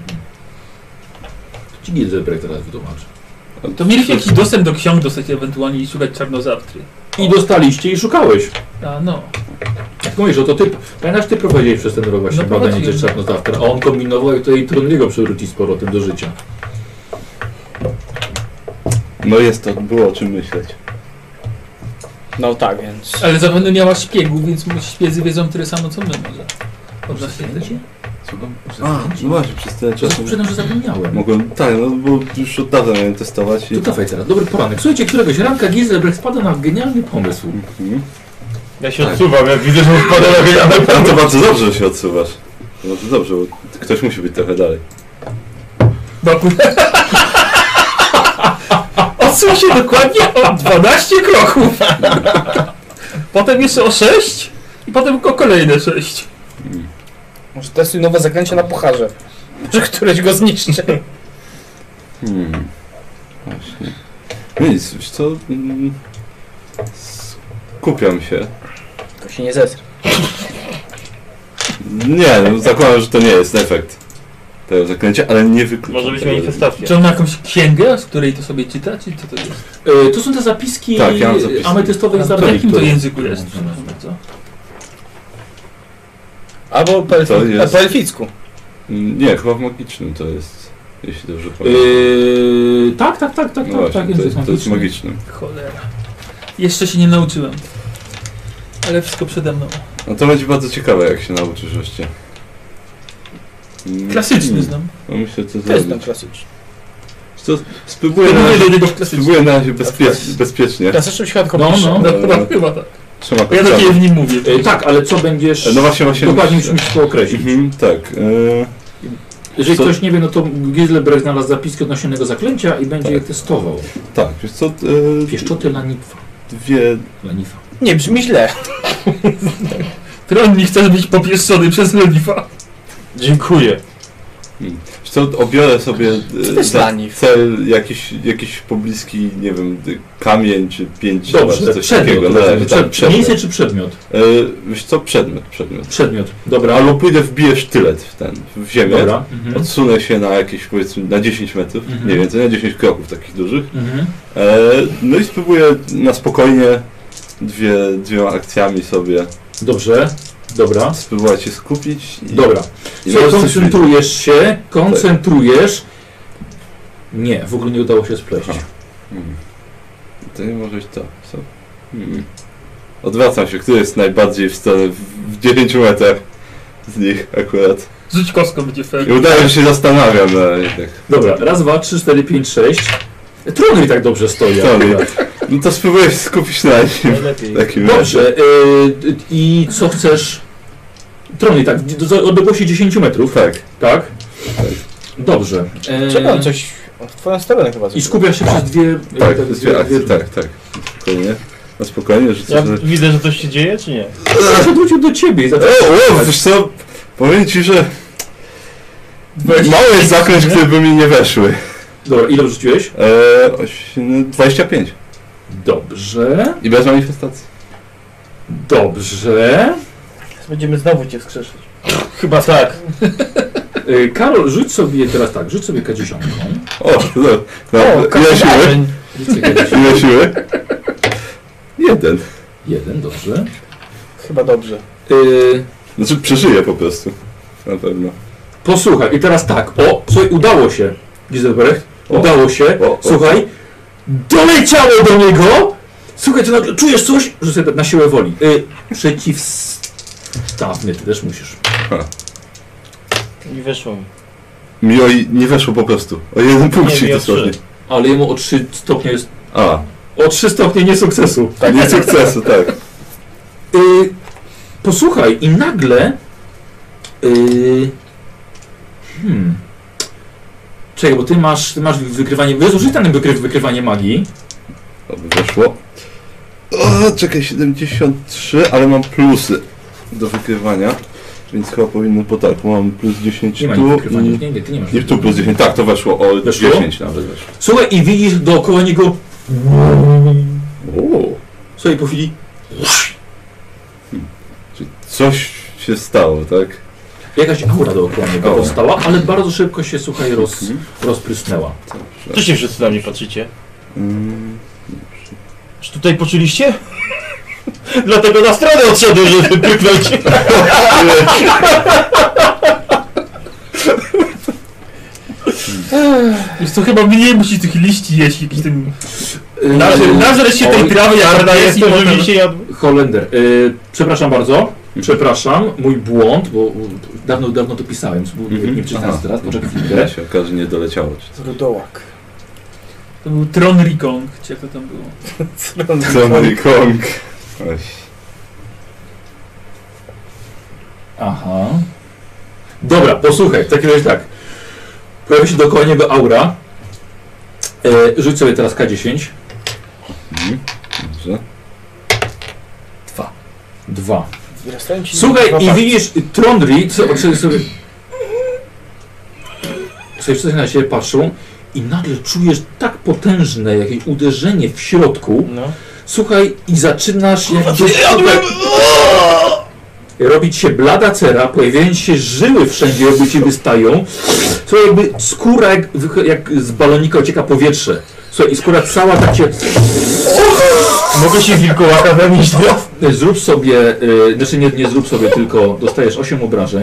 Ci Gildebrek teraz wytłumaczy. To mieliśmy jakiś dostęp do ksiąg dostać ewentualnie i szukać Czarnozawtry. I dostaliście i szukałeś. A no. Jak mówisz, że to ty, pamiętasz, ty prowadziłeś przez ten rok właśnie No, badanie prowadziłem. gdzieś Czarnozawtra, a on kombinował i tutaj Trudniego przywrócić z powrotem do życia. No jest to, było o czym myśleć. No tak, więc... Ale zapewne miała szpiegów, więc szpiedzy wiedzą tyle samo co my może. Odnośnie tego. Słucham? A, no właśnie, przez tyle czasu Przyznam, że zapomniałem. mogłem, tak, no bo już od dawna miałem testować i... To dawaj teraz, dobry poranek. Słuchajcie, któregoś ranka Gildebrek spada na genialny pomysł. Mhm. Ja się odsuwam, jak widzę, że wpada na genialny No to bardzo dobrze, że się odsuwasz. Bardzo dobrze, bo ktoś musi być trochę dalej. Bo akurat... Odsuwa się dokładnie o dwanaście kroków. Potem jeszcze o sześć i potem o kolejne sześć. Może testuj nowe zaklęcie na pucharze. Że któreś go zniszczy. Hmm. Właśnie. No nic, wiesz co? Mm, Skupiam się. To się nie zesra. Nie, no zakładam, że to nie jest efekt tego zaklęcia, ale nie wykluczam. Może być tego. manifestacja. Czy on ma jakąś księgę, z której to sobie czyta, czy co to jest? E, to są te zapiski Tak, ja mam zapiski. ametystowej A w Izabeli. jakim to które- języku jest? Przepraszam bardzo. Albo po, To elfi- jest- po elficku. Mm, Nie, chyba w magicznym to jest, jeśli dobrze pamiętam. Yy, tak, tak, tak, tak, No tak, właśnie, tak, to, język jest, to jest magiczny. magicznym. Cholera. Jeszcze się nie nauczyłem. Ale wszystko przede mną. No to będzie bardzo ciekawe, jak się nauczysz wreszcie. Mm, Klasyczny mm, znam. No myślę, co To jest ten zrobić. klasyczny. Co, spróbuję na Spróbuję razie, do niego klasyczny. spróbuję na razie bezpie, bezpiecznie. Klasycznym świadku No, pisze. no. No, Eee, chyba, chyba tak. Trzema Bo ja do kościami. ciebie w nim mówię. E, tak, ale co będziesz... No właśnie, właśnie Dokładnie myślę. musisz to określić. Mhm, tak. Eee, Jeżeli Co- ktoś nie wie, no to Gildebrek znalazł zapiski odnośnie tego zaklęcia i będzie Tak. je testował. tak, wiesz co? Eee, Pieszczoty Lanifa. dwie... Lanifa. Nie, brzmi źle. Tron nie chce być popieszczony przez Lenifa. Dziękuję. Wiesz co, obiorę sobie Co e, to jest za Lanif? cel jakiś, jakiś pobliski, nie wiem, d- kamień czy pięć, Dobrze, coś przedmiot. takiego. Na razie, Przed, tak, przedmiot. miejsce czy przedmiot? E, wiesz co, przedmiot, przedmiot. Przedmiot. Dobra. Albo pójdę, wbiję sztylet w ten, w ziemię, Dobra. Mhm. odsunę się na jakieś, powiedzmy, na dziesięć metrów, Mhm. mniej więcej, na dziesięć kroków takich dużych. Mhm. E, no i spróbuję na spokojnie dwie, dwiema akcjami sobie Dobrze. Dobra. spróbować się skupić. I, Dobra. I Słuchaj, może coś koncentrujesz się, koncentrujesz. Nie, w ogóle nie udało się spleść. Aha. Hmm. To nie może być to. Co? Hmm. Odwracam się, który jest najbardziej w stronę w, w dziewięciu metrach z nich akurat. Rzuć kostką, będzie fair. I udaje, że się zastanawiam na nich. Tak. Dobra, raz, dwa, trzy, cztery, pięć, sześć. Trony i tak dobrze stoi. Trony. akurat. No to spróbuję się skupić na nim. Najlepiej. W takim razie. Dobrze. Yy, I co chcesz? Trony, tak, do odległości dziesięć metrów. Tak. Tak? Dobrze. Yy, Czekam coś w twoją stronę chyba. I skupiasz się przez dwie... Tak, te- dwie akcje, tak, tak. Spokojnie. Na spokojnie, że Ja coś... widzę, że coś się dzieje, czy nie? Odwrócił do ciebie i zaczął... O, o, wiesz co? Powiem ci, że mały jest zakręt, który by mi nie weszły. Dobra, ile wrzuciłeś? Eee, oś- dwadzieścia pięć. Dobrze. I bez manifestacji. Dobrze. Będziemy znowu cię wskrzeszać. Chyba tak. Yy, Karol, rzuć sobie teraz tak, rzuć sobie K dziesięć. O, no, no, O, ile siły? Rzuć sobie K dziesięć. Ile siły? Jeden. Jeden, dobrze. Chyba dobrze. Yy, Znaczy przeżyję po prostu. Na pewno. posłuchaj, i teraz tak. O, słuchaj, udało się. Giselbrecht, O. udało się. O, o. Słuchaj, doleciało do niego. Słuchaj, ty nagle czujesz coś? Rzuć sobie na siłę woli. Yy, przeciwstawny, ty też musisz. Nie weszło mi. Mi o, nie weszło po prostu. O jeden Nie, punkcik mi o dosłownie. trzy. Ale jemu o trzy stopnie jest... A, O trzy stopnie nie sukcesu. tak, nie sukcesu, tak. Yy, posłuchaj, i nagle... Yy, hmm... Czekaj, bo ty masz, ty masz wykrywanie... Wyzużyj ten wykry, wykrywanie magii. To by weszło. O, czekaj, siedemdziesiąt trzy, ale mam plusy do wykrywania. Więc chyba powinno po tak, bo mam plus dziesięć Nie ma tu wykrywania. i... Nie, nie, ty nie masz. Nie tu plus dziesięć, tak, to weszło o Weszło? dziesięć nawet weszło. Słuchaj, i widzisz dookoła niego... O, Słuchaj, po chwili... czyli coś się stało, tak? Jakaś aura dookoła niego O. powstała, ale bardzo szybko się, słuchaj, roz, Mhm. rozprysnęła. Co się wszyscy na mnie patrzycie? Mm, Czy tutaj poczuliście? Dlatego na stronę odszedłem, żeby pyknąć. Wiesz co, chyba mniej musi tych liści jeść, jakiś ten... Yy, Nażer, nażreć się tej oj, trawy, jak Czarna ona jest jest i to, że potem... mi się jadł. Holender, yy, przepraszam bardzo, przepraszam, mój błąd, bo u, dawno, dawno to pisałem, nie, Mhm. nie przeczytałem Aha. teraz, poczekaj Ja chwilkę. się okaże, nie doleciało. Czy Rudołak. To był Tron Rikong, czy jak to tam było? co? Tony Kong. Oj. Aha. Dobra, posłuchaj, w takim razie tak. Pojawia się dookoła niego aura. E, rzuć sobie teraz K dziesięć. Mhm. Dobrze. Dwa. Dwa. Wyrastają ci Słuchaj, dwa i palce. widzisz Trondri, co sobie sobie... Sobie wszyscy na siebie patrzą i nagle czujesz tak potężne jakieś uderzenie w środku. No. Słuchaj, i zaczynasz jak gdzieś tutaj robić się blada cera, pojawiają się żyły wszędzie, jakby ci wystają. Słuchaj, jakby skóra, jak, wycho- jak z balonika ucieka powietrze. Słuchaj, i skóra cała tak cię... Mogę się wilkołaka zamienić teraz? Zrób sobie, yy, znaczy nie, nie zrób sobie, tylko dostajesz osiem obrażeń.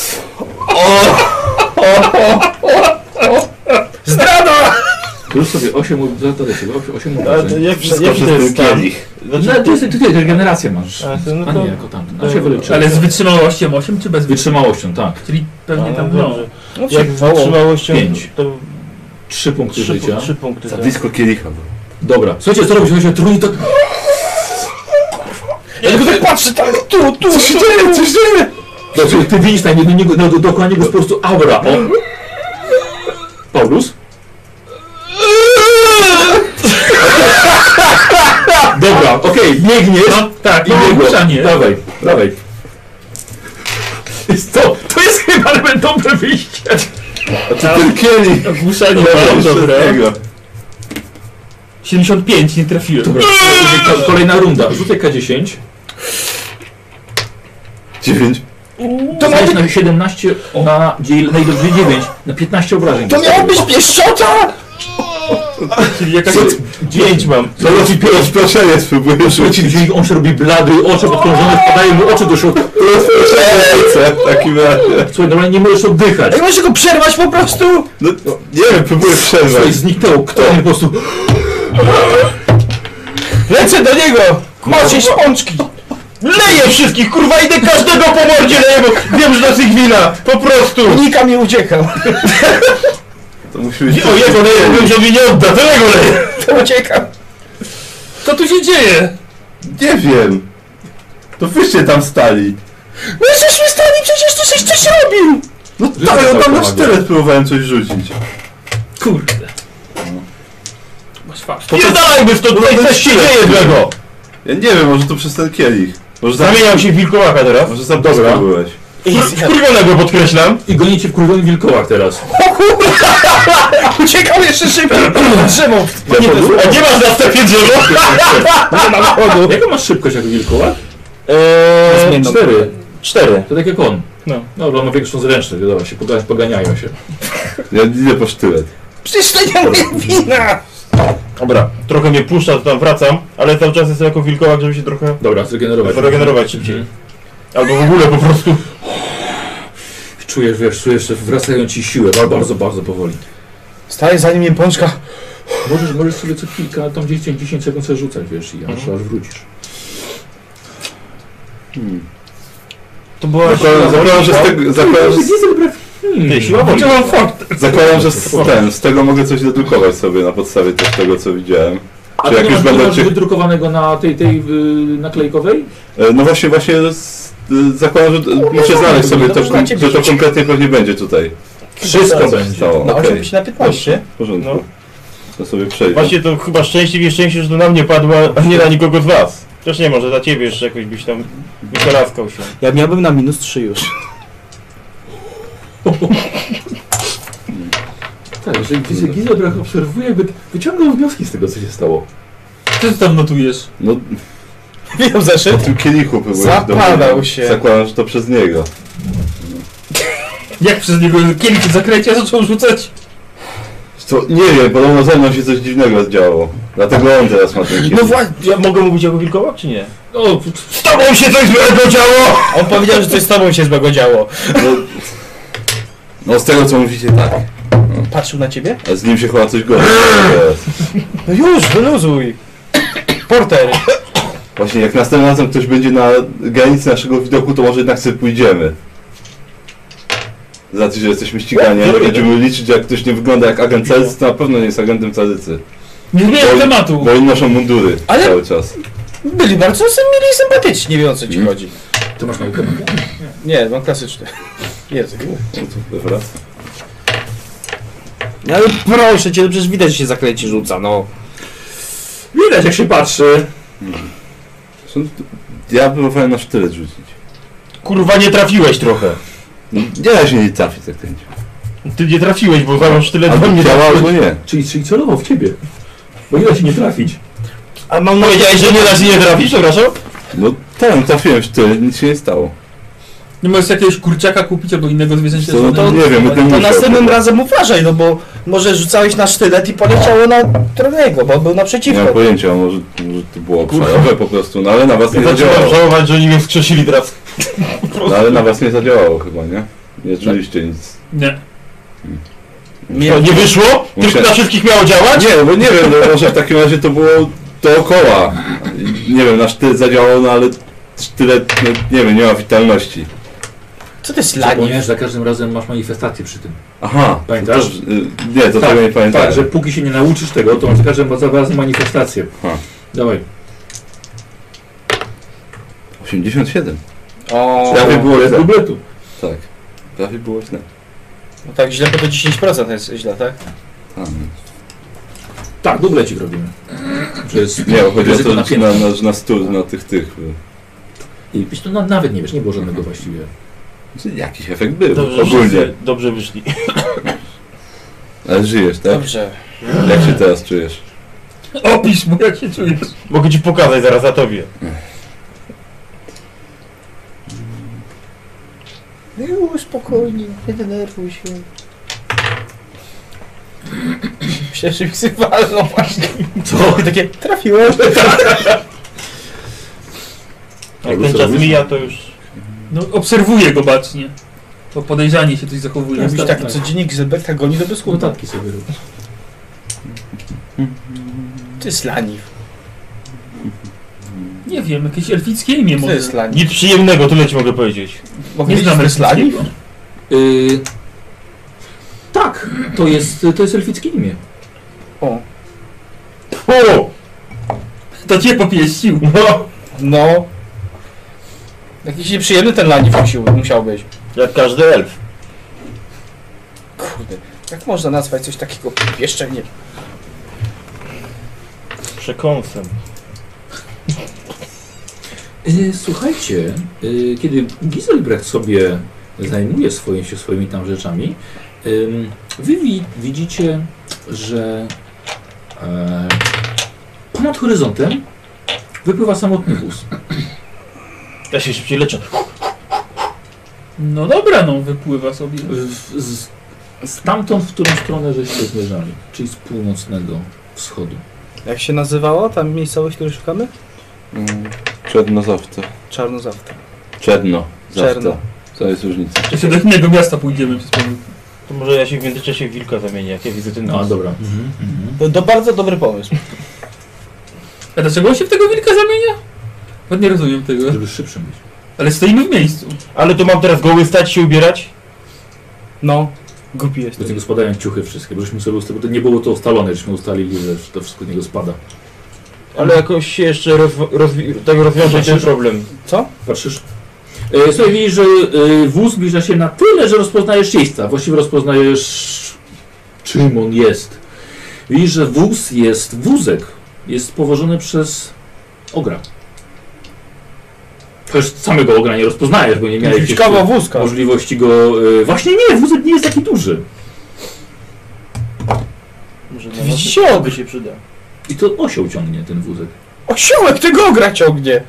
Zdrada! Zrób sobie osiem A to obrażeń. jak, Wszystko jak przez to ten jest tam? kielich. No, Znaczy, to jest, ty, ty regenerację masz, A, to, no a to... nie jako tamten. A się wyleczy. Ale z wytrzymałością osiem czy bez Wytrzymałością, tak. Czyli pewnie A, tam, no no. dobrze. No, Jak z wytrzymałością Pięć. to Trzy punkty trzy, życia. trzy punkty. Za tak. blisko kielicha było. Dobra, słuchajcie, co robisz? Słuchajcie, trudni to... Ja tylko tak patrzę, tak, tu, tu, Co się tu, dzieje? tu. Co się dzieje? Znaczy, ty widzisz tam do niego, no, do, dookoła niego jest po prostu aura. O. Paulus? Dobra, okej, biegniesz. No tak, I i biegło. ogłuszanie. Dawaj, dawaj. Jest to, to jest chyba nawet dobre wyjście. A ty ten kielich! Ogłuszanie bardzo dobre. siedemdziesiąt pięć, nie trafiłem. Dobra, ko- kolejna runda. Rzucaj K dziesięć. dziewięć. To miał Zdajesz być, na siedemnaście, na, dzie- na ile? dziewięć, na piętnaście obrażeń. to miało być pieszczota! Czyli jakaś... Pięć mam. To robi rozproszenie, spróbuję Słuchajcie, rzucić. gdzie on się robi blady, oczy podkrążone, wpadają mu oczy do środka. Rozproszenie w takim razie. Słuchaj, normalnie nie możesz oddychać. Jak możesz go przerwać po prostu? No, nie wiem, próbuję Słuchaj, przerwać. zniknęło. Kto po prostu... Lecę do niego! Macie szpączki! Leję wszystkich, kurwa, idę każdego po mordzie leję, bo wiem, że to jest ich wina. Po prostu. Unika mi uciekał. To musi być... O jego leję, wiem, że mi nie odda, to jego leję. To uciekam. Co tu się dzieje? Nie wiem. To wyście tam stali. My żeśmy stali, przecież ty żeś coś robił! No tak, ja tam na sztylet próbowałem coś rzucić. Kurde. Masz fakt. Pierdalajmy w to, tutaj coś się dzieje złego! Ja nie wiem, może to przez ten kielich. Może za... Zamieniam się w wilkołaka teraz. Może za blisko byłeś. Wkurwionego podkreślam. I gonicie w kurwionym wilkołach teraz. Uciekał jeszcze szybciej! Drzewo! Nie, to A nie masz na stepie drzewo? nie ma chodu. Jaką masz szybkość jak w wilkołach? Eee, Zmienną. Cztery. Cztery. To tak jak on. No. Dobra, on ma większą zręczność, dobra, się poga- poganiają się. Ja idę po sztylet. Przecież to nie moja wina! Dobra, trochę mnie puszcza, to tam wracam, ale cały czas jestem jako wilkołak, żeby się trochę Dobra, zregenerować. zregenerować szybciej. Albo w ogóle po prostu. Czujesz, wiesz, czujesz, że wracają ci siły, bardzo, bardzo, bardzo powoli. Staję zanim mnie pączka. Możesz, możesz sobie co kilka, tam gdzieś dziesięć sekund sobie rzucać, wiesz, i aż, aż wrócisz. Hmm. To była Zakładam, zakładam, że z tego... Zakładam, że, Hmm. Ty, siła woli. Mam fakt. zakładam, że z, ten, z tego mogę coś dedukować sobie na podstawie też tego, co widziałem. A Czy to jak nie już masz, będę masz cię... wydrukowanego na tej, tej yy, naklejkowej? E, No właśnie, właśnie z, e, zakładam, że e, muszę znaleźć sobie to, że to konkretnie pewnie będzie tutaj. Wszystko Co będzie. stało, Na okej. osiem na piętnaście. W porządku. No. To sobie przejdę. Właśnie to chyba szczęście wie szczęście, że to na mnie padło, a nie na nikogo z was. Też nie, może za ciebie jeszcze jakoś byś tam wykaraskał się. Ja miałbym na minus trzy już. Tak, jeżeli wiecie, Gizelbrecht obserwuje, jakby wyciągał wnioski z tego, co się stało. Co ty tam notujesz? No, Wiem, o zeszedł. tym kielichu próbujesz Zapadał dowiedzieć. się. Zakładam, że to przez niego. Jak przez niego kielich zakręcia zaczął rzucać? To, nie wiem, podobno ze mną się coś dziwnego działo. Dlatego on teraz ma ten kielich. No właśnie. Ja mogę mówić jako wilkołak, czy nie? O, Z tobą się coś złego działo! On powiedział, że coś z tobą się złego działo. No, no z tego co mówicie tak. Patrzył na ciebie? A z nim się chyba coś godzi. No już, wyluzuj. Porter. Właśnie jak następnym razem ktoś będzie na granicy naszego widoku, to może jednak sobie pójdziemy. Z racji, że jesteśmy ścigani, No, a będziemy liczyć, jak ktoś nie wygląda jak agent Carycy, to na pewno nie jest agentem Carycy. Nie zmieniam Bo- tematu. Bo oni noszą mundury Ale- cały czas. Byli bardzo mili i sympatyczni, nie wiem o co ci Hmm. chodzi. ty masz naukę? Nie, mam klasyczny. Język. No to wywraca. No ale proszę cię, przecież widać, że się zaklęci rzuca, no. Widać, jak się patrzy. Zresztą Ja próbowałem na sztylet rzucić. Kurwa, nie trafiłeś trochę. No, nie da się nie trafić zakręcić. Ty nie trafiłeś, bo zamiast tyle do Albo mnie działa, trafiłeś. albo nie. Czyli, czyli celował w ciebie. Bo nie da się nie trafić. A mam Powiedziałeś, że nie da się nie trafić, przepraszam? No tak, trafiłem w sztylet, nic się nie stało. Nie możesz jakiegoś kurczaka kupić albo innego zwierzęcia? Co, no to nie wiem, będę To musiał następnym chyba. razem uważaj, no bo może rzucałeś na sztylet i poleciało na Tronego, bo on był Nie naprzeciwko. mam pojęcia, może, może to było obszarowe po prostu, no ale na was nie Ja zaczynam zadziałało. żałować, że oni mnie wskrzesili teraz. No ale na was nie zadziałało chyba, nie? Nie czuliście nic. Nie. Nie, nie wyszło? Muszę- Tylko na wszystkich miało działać? Nie, bo nie wiem, no może w takim razie to było dookoła. Nie wiem, nasz sztylet zadziałał, no ale sztylet, no, nie wiem, nie ma witalności. Co to jest Zapomniałeś, lani? że za każdym razem masz manifestację przy tym. Aha, Pamiętasz? To, y, nie, to Tak, tego nie pamiętam. Tak, że póki się nie nauczysz tego, to masz za każdym razem manifestację. Ha. Dawaj. osiemdziesiąt siedem. O, Prawie było Bez źle. dubletu. Tak, prawie było źle. no tak źle, bo to dziesięć procent jest źle, tak? Tam. Tak, dublecik robimy. To jest Nie, bo chodzi o ryzyko to, że napięcia. na, na, na stół, na tych, tych. I wiesz, to na, nawet nie wiesz, nie było żadnego właściwie. y, Jakiś efekt był, Dobrze, ogólnie. wszyscy dobrze wyszli. Ale żyjesz, tak? Dobrze. Jak się teraz czujesz? Opisz mu, jak się czujesz. Mogę ci pokazać zaraz za tobie. Już spokojnie, nie denerwuj się. Myślę, że mi walną właśnie. Co? I takie, trafiłem. Jak ten czas mija, to już... No, obserwuję go bacznie. Bo podejrzanie się coś zachowuje. Jakbyś tak codziennik Zelberta goni do bezkłota. Notatki sobie rób. To jest lani. Nie wiem, jakieś elfickie imię To może. jest lani. Nic przyjemnego, tyle ci mogę powiedzieć. Mogę Nie wiedzieć, znam to jest lani? elfickiego. Yy, tak, to jest, to jest elfickie imię. O. O! To cię popieścił. No. No. Jakiś nieprzyjemny ten lani musiał, musiał być. Jak każdy elf. Kurde. Jak można nazwać coś takiego pieszczeniem? Przekąsem. Yy, Słuchajcie, yy, kiedy Giselbrecht sobie zajmuje swoje, się swoimi tam rzeczami, yy, wy wi widzicie, że e, ponad horyzontem wypływa samotny wóz. Ja się szybciej leczę. No dobra, no wypływa sobie. W, z, stamtąd, w którą stronę żeście zmierzali, czyli z północnego wschodu. Jak się nazywała ta miejscowość, której szukamy? Mm, Czernozawca. Czarnozawta. Czerno. Czerno. Co jest różnica? Jeszcze do innego miasta pójdziemy przez pomyłkę. To może ja się w międzyczasie w wilka zamienię, jak ja widzę ten No wóz. dobra. Mhm, mhm. To, to bardzo dobry pomysł. A dlaczego on się w tego wilka zamienia? Bo nie rozumiem tego. Żeby szybszym być. Ale stoimy w miejscu. Ale to mam teraz goły stać się ubierać? No. Głupi jest. Do tego spadają ciuchy wszystkie, bo żeśmy sobie ustali, bo to nie było to ustalone, żeśmy ustalili, że to wszystko z niego spada. Ale jakoś się jeszcze rozwi- rozwi- tak rozwiąże ten problem. Co? Patrzysz? E, Słuchaj, widzisz, że e, wóz zbliża się na tyle, że rozpoznajesz miejsca. Właściwie rozpoznajesz, czym on jest. Widzisz, że wóz jest, wózek jest powożony przez ogra. Chociaż samego ogra nie rozpoznajesz, bo nie miałeś jeszcze Ciekawa wózka. możliwości go... E, właśnie nie, wózek nie jest taki duży. Może Ty widzicie ogr? by się przyda. I to osioł ciągnie ten wózek. Osiołek tego ogra ciągnie.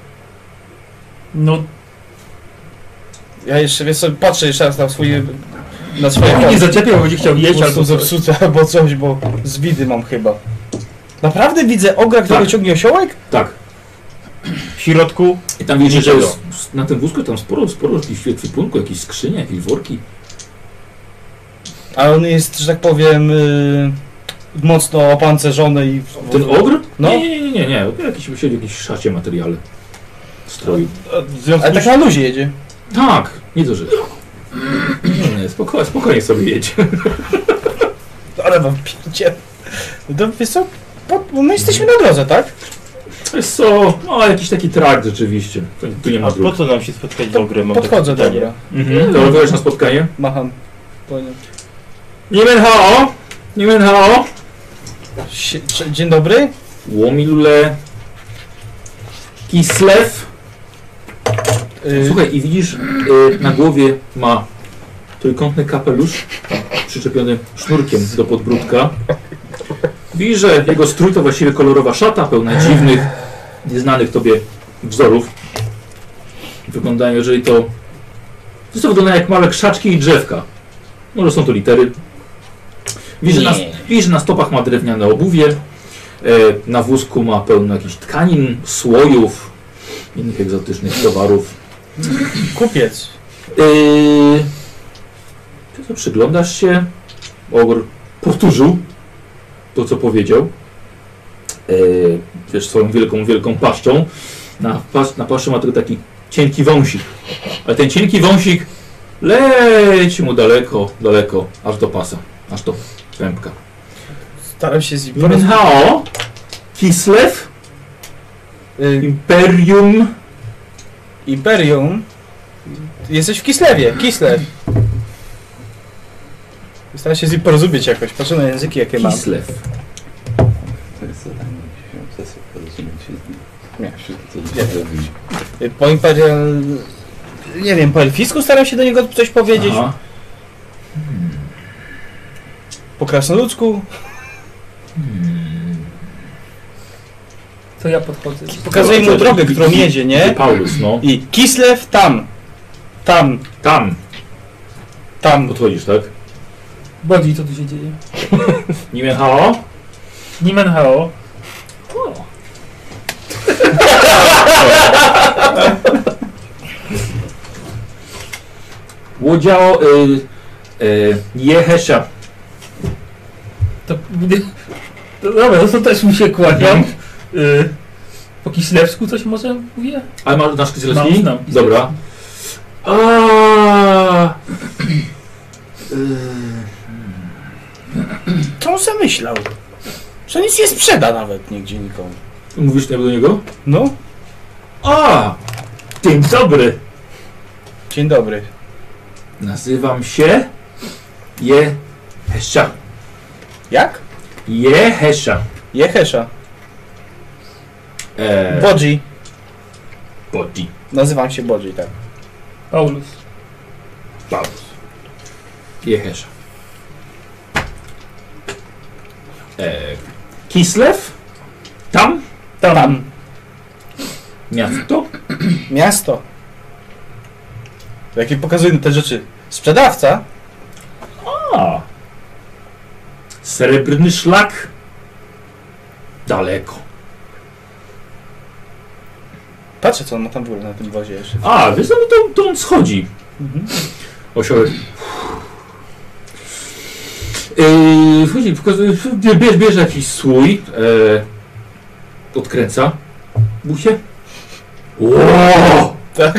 No, Ja jeszcze wiesz, sobie patrzę jeszcze raz na swój... Na swoje jak mnie nie zaczepiał, bo będzie chciał Po jeść prostu albo coś. zepsute albo coś, bo z widy mam chyba. Naprawdę widzę ogra, który Tak. ciągnie osiołek? Tak. W środku I tam widzisz, że Niczego. jest, na tym wózku tam sporo, sporo jakichś ekwipunku, jakieś skrzynie, jakieś worki. A on jest, że tak powiem, yy, mocno opancerzony i... Ten ogr? No. Nie, nie, nie, nie, nie. Jakiś siedzi w jakiejś szacie materiale. Stroju. w związku Ale tak z na luzie jedzie. Tak, nie to, że... Nie, nie, spokojnie, spokojnie sobie jedź. Ale wam pierdzie. No wiesz co? Po, bo my jesteśmy na drodze, tak? To jest co? No, jakiś taki trakt rzeczywiście. Tu, tu nie ma A po dróg. co nam się spotkać z ogrem? Mam Podchodzę, takie pytanie. dobra. Mhm. To wychodź na spotkanie. Macham. Ponią. Nie men hao! Nie men hao! Sie- cze- Dzień dobry. Łomilule... Kislev. Yy, Słuchaj, i widzisz, y, na głowie ma trójkątny kapelusz przyczepiony sznurkiem do podbródka. Widzisz, że jego strój to właściwie kolorowa szata, pełna dziwnych, nieznanych tobie wzorów. Wyglądają, jeżeli to... To wygląda jak małe krzaczki i drzewka. Może są to litery. Widzisz, że na, widzisz, że na stopach ma drewniane obuwie. E, na wózku ma pełno jakichś tkanin, słojów, innych egzotycznych towarów. kupiec. Yy, ty to przyglądasz się. Ogr powtórzył to, co powiedział. Yy, wiesz, swoją wielką, wielką paszczą. Na, pas, na paszczy ma tylko taki cienki wąsik. Ale ten cienki wąsik leci mu daleko, daleko, aż do pasa, aż do pępka. Staram się z nim porozmawiać. Minhao, Kislev, Yy, Imperium. Imperium. Jesteś w Kislewie. Kislew. Staram się z nim porozumieć jakoś. Patrzę na języki, jakie mam. Kislev. To jest zadanie. Sesja porozumieć się z nim. Nie. Co to zrobić? Yy, Po imperial... Nie wiem, po elfisku staram się do niego coś powiedzieć. Aha. Po krasnoludzku. To ja podchodzę. Pokazuję mu drogę, którą jedzie, nie? Paulus, no. I Kislev tam. Tam. Tam Tam. podchodzisz, tak? Bodzi, co tu się dzieje? Nimenhao. Nimen hao. Łodziao y, y, Jehesza. To, to dobra, no to też mu się kłaniam. Y, po kislewsku coś może mówię? Ale masz nasz Kiselewski? Mam, znam Kiselewski. Dobra. A. Co on zamyślał? Że nic nie sprzeda nawet nigdzie nikomu. Mówisz do niego? No, A! Dzień dobry! dzień dobry. Nazywam się Jehesza. Jak? Jehesza. Jehesza. Eee, Bodzi. Bodzi. Nazywam się Bodzi, tak. Paulus. Paulus. Jehesza. Eee, Kislew? Tam? Tam. Tam. Miasto? Miasto. Jakie pokazują te rzeczy? Sprzedawca? A. Srebrny szlak? Daleko. Patrzę, co on ma tam w ogóle na tym wozie jeszcze. A, wiesz, no to, to on schodzi. Mhm. Osiołek. Yy, wchodzi, pokazuje, bierze, bierze jakiś słój. E, odkręca. Busie. Ło! Tak?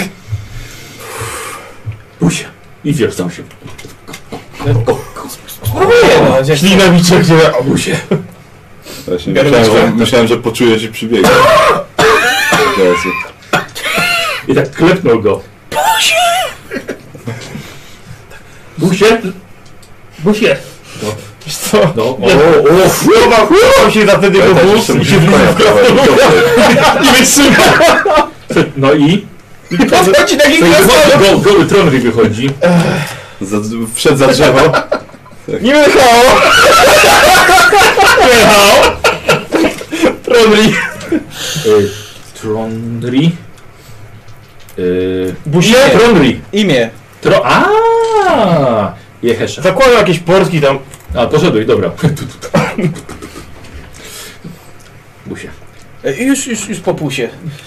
Busie. I wjeżdżam się. Spróbuję, no. gdzieś- Ślina mi cieknie. O busie. Właśnie Biorę myślałem, że, rękę. myślałem, że poczujesz i przybiegł. I tak klepnął go. Busie! Busie? Busie. Wiesz co? No, o, o, o, Chłopak chłopał się za ten jego bus i się Nie wytrzymał. no i? Podchodzi taki No i wychodzi, krasnolud. go, goły Tronry wychodzi. Wszedł za drzewo. Nie wyjechało! Wyjechał! Tronri! Y, Tronry. Y, Busie? Tronry. Imię. Tro... A, Jehesza. Zakładał jakieś portki tam. A, poszedłeś, dobra. Busie. E, Już, już, już po pusie.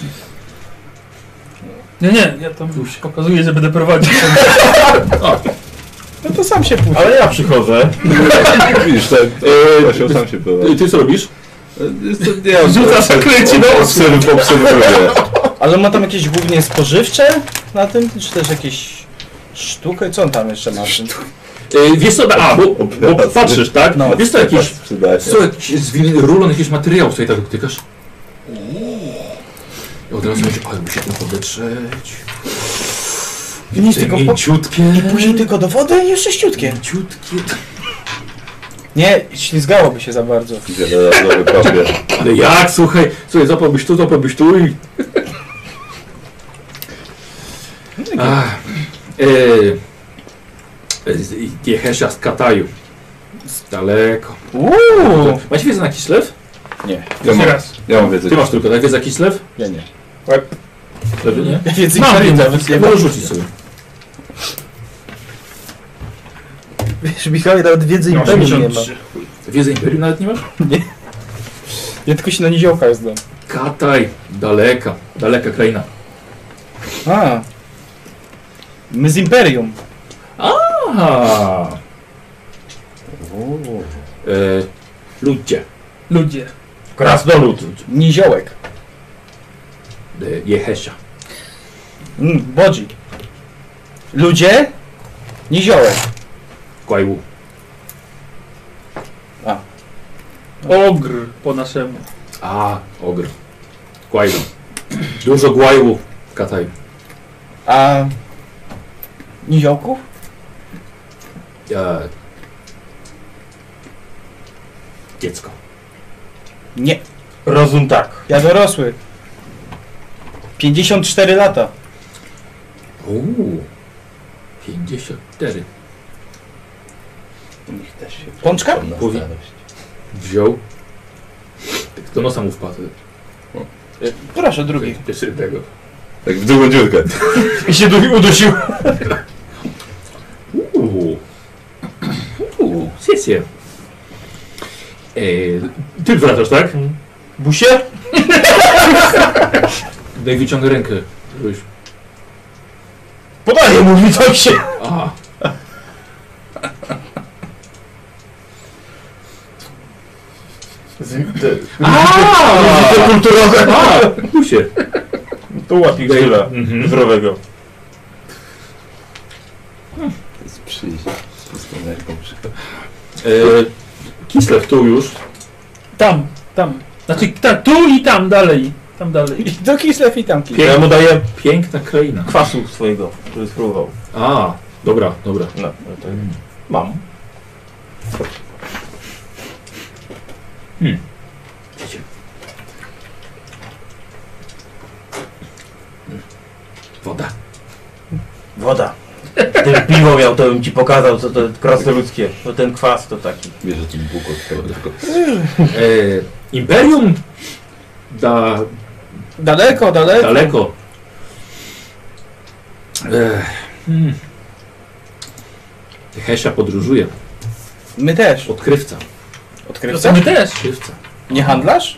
Nie, nie, ja tam już pokazuję, że będę prowadził. No to sam się pusie. Ale ja przychodzę. Widzisz, tak, Eee, Osioł sam się była. Ty, ty co robisz? Rzucasz zaklęcie, no. Obserw, obserwuję. Ale on ma tam jakieś głównie spożywcze na tym? Czy też jakieś sztukę? Co on tam jeszcze ma? w tym? Y, wiesz co, a, bo, bo patrzysz, tak? No. Wiesz co, jakiś... Przyda się. Co, jakiś zwin- rulon jakiś materiału tutaj tak dotykasz? I od razu myślisz, ale musi tym podetrzeć. Nic, tylko po... Mięciutkie. I później tylko do wody i już sześciutkie. Mięciutkie. Nie, ślizgałoby się za bardzo. Wielorazowy papier. Ale jak, słuchaj, słuchaj, zapałbyś tu, zapałbyś tu i... Ach, e, e, Jehesza z Kataju. Z daleko. Uuu. Macie wiedzę na Kislew? Nie, Ja mam, Raz. ja mam wiedzę. Ty masz tylko, tak? Wiedzę na Kislew? ja nie. Lewy, nie? Ja więcej Mam Imperium wiedzę. nawet nie Możesz mam. rzucić sobie. Wiesz, Michał, nawet wiedzy No, Imperium nie ma. osiemdziesiąt trzy. Wiedzę Imperium nawet nie masz? Ja tylko się na niziołkach znam. Kataj, daleka, daleka kraina. A. My z Imperium. Aha. E, ludzie. Ludzie. Krasnolud. Niziołek. E, Jehesza. Mm, Bodzi. Ludzie. Niziołek. Kłajwu. Ogr po naszemu. A, ogr. Kłajwu. Dużo głajwu w Kataju. A. Niziołków? E, dziecko. Nie. Rozum tak. Ja dorosły. pięćdziesiąt cztery lata. Uuu. pięćdziesiąt cztery. Pączka? Powi- Wziął. Tak do nosa mu wpadł. Proszę, drugi. Jeszcze tego. Tak w drugą dziurkę. I się du- udusił. Uuu. Uuu. Sesję. E, ty wracasz, tak? Busie? No i wyciągnę rękę. Żebyś... Podaję mu witok się. A. Wizyty kulturowe. A! Busie. To łapik styla Mhm. zdrowego. To jest przyjść. Z tą ręką przychodzi. E, Kislew tu już. Tam, tam. Znaczy tak, tu i tam dalej. Tam dalej. I do Kislew i tam Kislew. Ja mu daję Piękna kraina. kwasu swojego, żeby spróbował. A, dobra, dobra. No, no to mam. Hmm. Wiecie. Woda. Woda. Gdybym piwo miał, to bym ci pokazał, co to krasnoludzkie. No ten kwas to taki. Bierze ten Bóg od tego. E, Imperium da Daleko, daleko. daleko. E, hmm. Hesia podróżuje. My też. Odkrywca. To Odkrywca? my też. Odkrywca. Nie handlarz?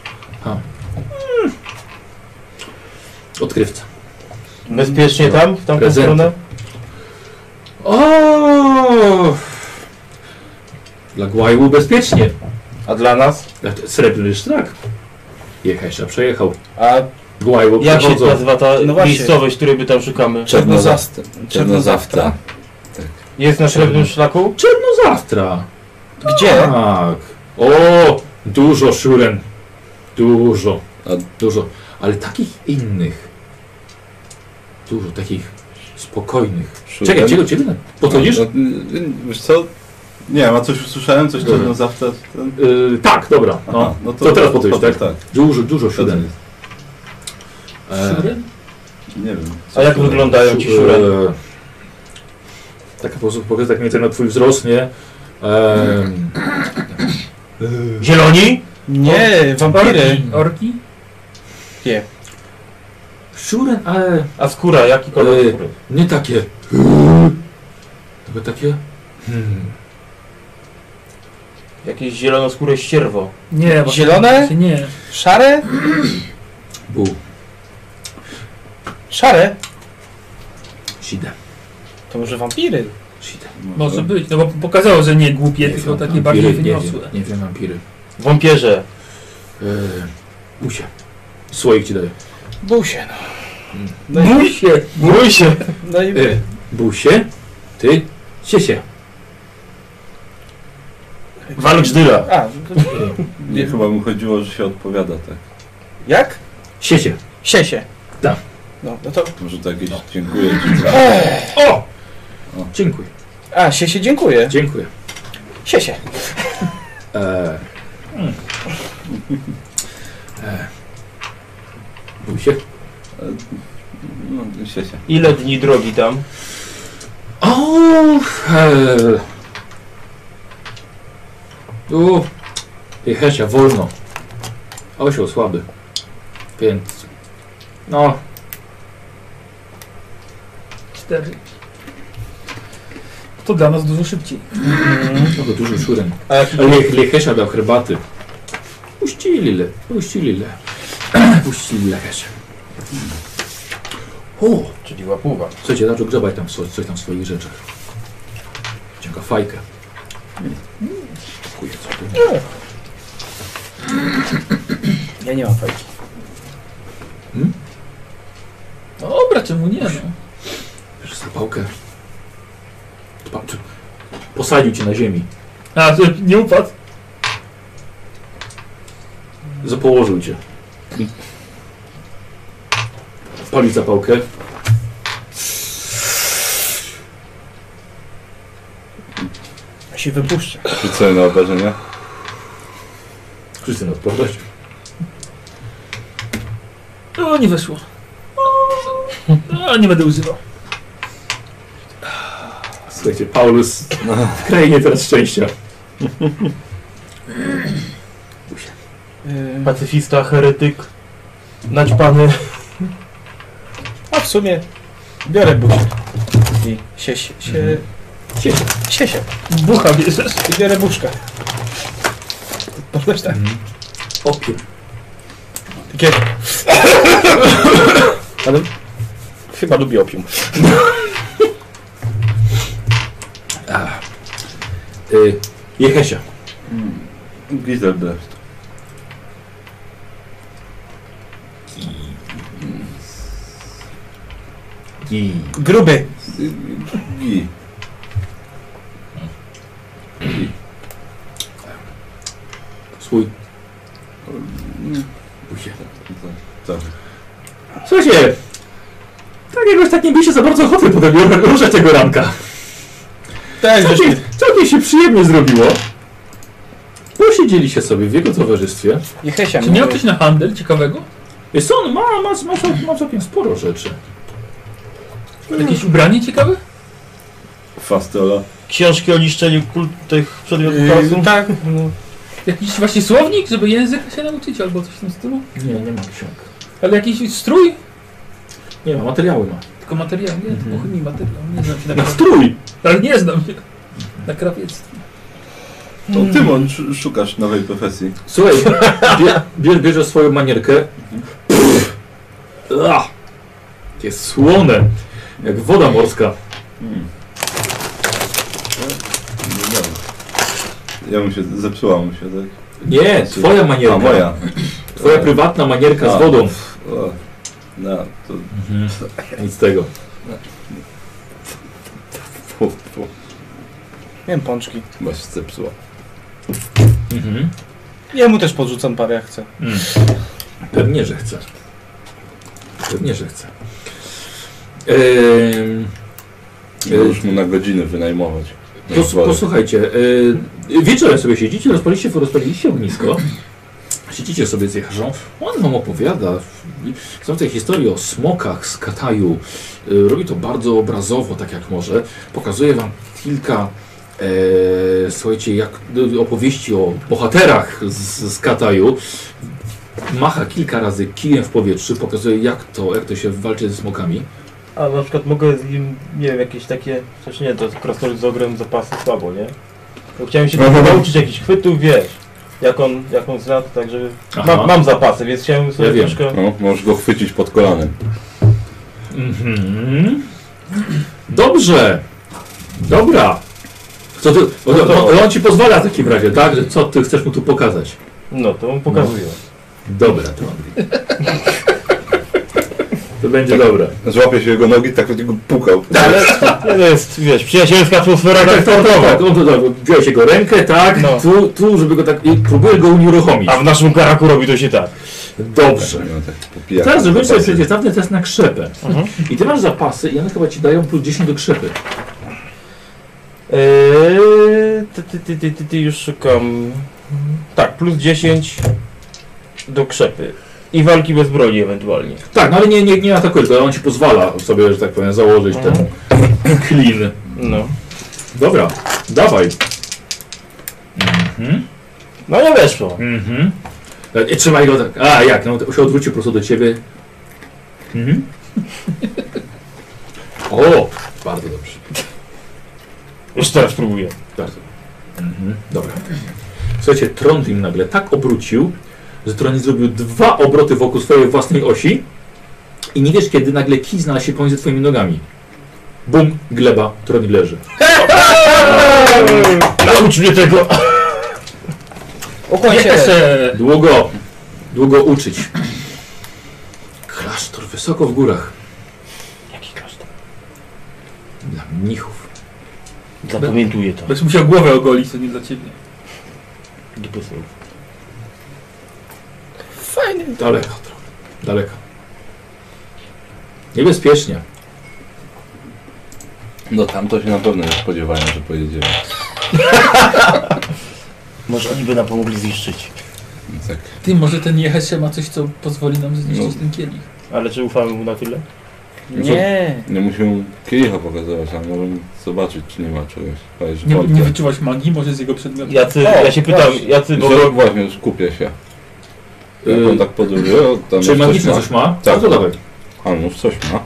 Odkrywca. Bezpiecznie tam, w tamtą Prezenty. stronę? O! Dla Głajłu bezpiecznie. A dla nas? Srebrny szlak. Hesia przejechał. A Głajłu Jak się przechodzą. nazywa ta No właśnie. miejscowość, której my tam szukamy? Czernozawstra. Czernozawtra. Jest na srebrnym szlaku? Czernozawtra. Gdzie? Tak. O! Dużo szuren. Dużo. A Dużo. Ale takich innych. Dużo takich spokojnych. Szuren? Czekaj, czego ciebie podchodzisz? No, no, wiesz co? Nie wiem, a coś usłyszałem? Coś Dobra. Czernozawtra? Ten... Yy, tak, dobra. No. Aha, no to teraz podchodzisz, tak? tak. Dużo, dużo szuren. E, Szuren? Nie wiem. A jak Szuren. wyglądają ci Szu- szureny? e, Taka po prostu pokazać tak mniej więcej na twój wzrost, nie? E, Zieloni? Nie, wampiry. Orki? Nie. szuren, ale A skóra, jaki kolor Yy. skóry? nie takie. Tylko takie. Hmm. Jakieś zielonoskóre ścierwo. Nie, właśnie- Zielone? właśnie Nie. Szare? Bu. Szare? Sidę. To może wampiry? Sidę. Może być, no bo pokazało, że nie głupie, tylko wiem, takie wampiry, bardziej nie wiem, wyniosłe. nie wiem, wampiry. Wąpierze. Eee, Busie. Słoik ci daję. Busie, no. No i, Bój się! Bój się! no i E, busie, ty, siesie. Walcz dyla. A, to, Nie, chyba mu chodziło, że się odpowiada, tak. jak? Siesie. Siesie. Tak. No, no to... Może to jakieś dziękuję ci za... Ech. O! Dziękuję. A, siesie, dziękuję. Dziękuję. Siesie. Eee. Eee. Busie. No, się się. Ile dni drogi tam? O! Eee. Tu. Ty Hesia, wolno. Osioł słaby. Więc... No, Cztery. To dla nas dużo szybciej. no to dużo szuren. A jaki Ale niech Hesia dał herbaty. Puścili le, puścili le. Puścili le Hesia. O! Czyli łapuwa. Słuchajcie, zaczął grzebać tam coś, coś tam w swoich rzeczach. Ciąga fajkę. Chuję, co tu? Ja nie mam fajki. Dobra, czemu nie no? Bierz zapałkę. Pa- czy- Posadził cię na ziemi. A, to nie upadł? Zapołożył cię. Palił zapałkę. Ja się wypuszczę. Rzucę na obrażenia. Wszyscy na odporność. O, nie weszło. O, nie będę używał. Słuchajcie, Paulus w krainie teraz szczęścia. Yy, Pacyfista, heretyk, naćpany. a w sumie biorę busie. I sie, sie, sie, Cieszę. siesie. Bucha bierzesz. I biorę buszka. To też tak. Opium. Takie... Ale chyba lubię opium. Y, Jehesia. Gizelbrecht. I Gruby. Gi. swój Tak. Słuchajcie, tak jakoś tak nie byliście za bardzo ochoty potem ruszać tego ranka. Tak, Całkiem, całkiem się przyjemnie zrobiło. Posiedzieliście sobie w jego towarzystwie. I Hesia Czy miał coś na handel ciekawego? Jest on ma, ma, ma, ma całkiem sporo rzeczy. Jakieś ubranie ciekawe? Fastola. Książki o niszczeniu kult tych przedmiotów Yy, chaosu? tak, no. Jakiś właśnie słownik, żeby języka się nauczyć albo coś w tym stylu? Nie, nie ma ksiąg. Ale jakiś strój? Nie ma, materiały ma. Tylko materiał, nie? Mhm. Tylko chemii materiał. Nie znam się na Na krawiectwie. strój! Ale nie znam się na krawiectwie. To Tymon, sz- szukasz nowej profesji. Słuchaj, bie, bie, bierze swoją manierkę. Ach, jest słone, jak woda morska. Hmm. Ja mu się, zepsuła mu się, tak? Nie, twoja manierka. A, moja. Twoja prywatna manierka A. z wodą. O, no, to... Mhm. Nic z tego. Fu, fu. Wiem, pączki. Chyba się zepsuła. Mhm. Ja mu też podrzucam parę, jak chcę. Mm. Pewnie, że chce. Pewnie, że chce. Ehm, Możesz mu na godzinę wynajmować. Na Pos, izbole. posłuchajcie, e, wieczorem sobie siedzicie, rozpaliście, rozpaliliście ognisko, siedzicie sobie z Jecharzą, on wam opowiada, są te historie o smokach z Kataju, e, robi to bardzo obrazowo, tak jak może, pokazuje wam kilka, e, słuchajcie, jak opowieści o bohaterach z, z Kataju, macha kilka razy kijem w powietrzu, pokazuje jak to, jak to się walczy ze smokami. A na przykład mogę z nim, nie wiem, jakieś takie, chociaż nie, to krasnolud z ogrem zapasy słabo, nie? Bo chciałem się Aha. nauczyć jakichś chwytów, wiesz, jak on, jak on zna, tak żeby... Aha. Mam, mam zapasy, więc chciałem sobie Ja wiem. troszkę... No, możesz go chwycić pod kolanem. Mhm. Dobrze. Dobra. Co ty, No to- on, on ci pozwala w takim razie, tak? Że co ty chcesz mu tu pokazać? No, to mu pokazuję. Dobra, to Andrzej. To będzie dobre. Złapie się jego nogi, tak będzie go pukał. Ale nie, to jest, wiesz, przyjacielska atmosfera Tak, tak, tak, sportowa. tak. On to tak, wziąłeś jego rękę, tak? No. Tu, tu, żeby go tak, i próbuję go unieruchomić. A w naszym karaku robi to się tak. Dobrze. No, tak popija. Teraz zrobimy sobie przeciwstawny test na krzepę. Mhm. I ty masz zapasy i one chyba ci dają plus dziesięć do krzepy. Eee, ty, ty, ty, ty, ty, ty już szukam. Tak, plus dziesięć do krzepy. I walki bez broni ewentualnie. Tak, no ale nie, nie, nie atakujesz go, ale on ci pozwala sobie, że tak powiem, założyć ten clean. No. Dobra, dawaj. Mhm. No nie weszło. Mhm. E, trzymaj go tak. A jak? No to się odwrócił po prostu do ciebie. Mhm. O, bardzo dobrze. Jeszcze teraz próbuję. Bardzo. Mhm. Dobra. Słuchajcie, Trondheim nagle tak obrócił, że Trondheim zrobił dwa obroty wokół swojej własnej osi i nie wiesz, kiedy nagle kij znalazł się pomiędzy twoimi nogami. Bum, gleba, Trondheim leży. Naucz mnie tego! Ukłoń się. Jeszcze. Długo, długo uczyć. Klasztor wysoko w górach. Jaki klasztor? Dla mnichów. Zapamiętuję to. Będziesz musiał głowę ogolić, to nie dla ciebie. Dupysów. Fajny. Daleko trochę. Daleko. Niebezpiecznie. No tam to się na pewno nie spodziewają, że pojedziemy. Może oni by nam pomogli zniszczyć. Więc tak. Ty, może ten Jehesze ma coś, co pozwoli nam zniszczyć No. ten kielich. Ale czy ufamy mu na tyle? Nie. Nie musimy kielicha pokazywać, ale możemy zobaczyć, czy nie ma czegoś. Fajnie, że Nie, Polka. nie wyczuwać magii, może z jego przedmiotu. Jacy, O, ja się pytam, właśnie. jacy... Bo rok właśnie skupia się. Jak Yy, on tak podróżuje, tam Czy już magiczne coś coś ma? Tak. No to dawaj. ma. A no coś ma.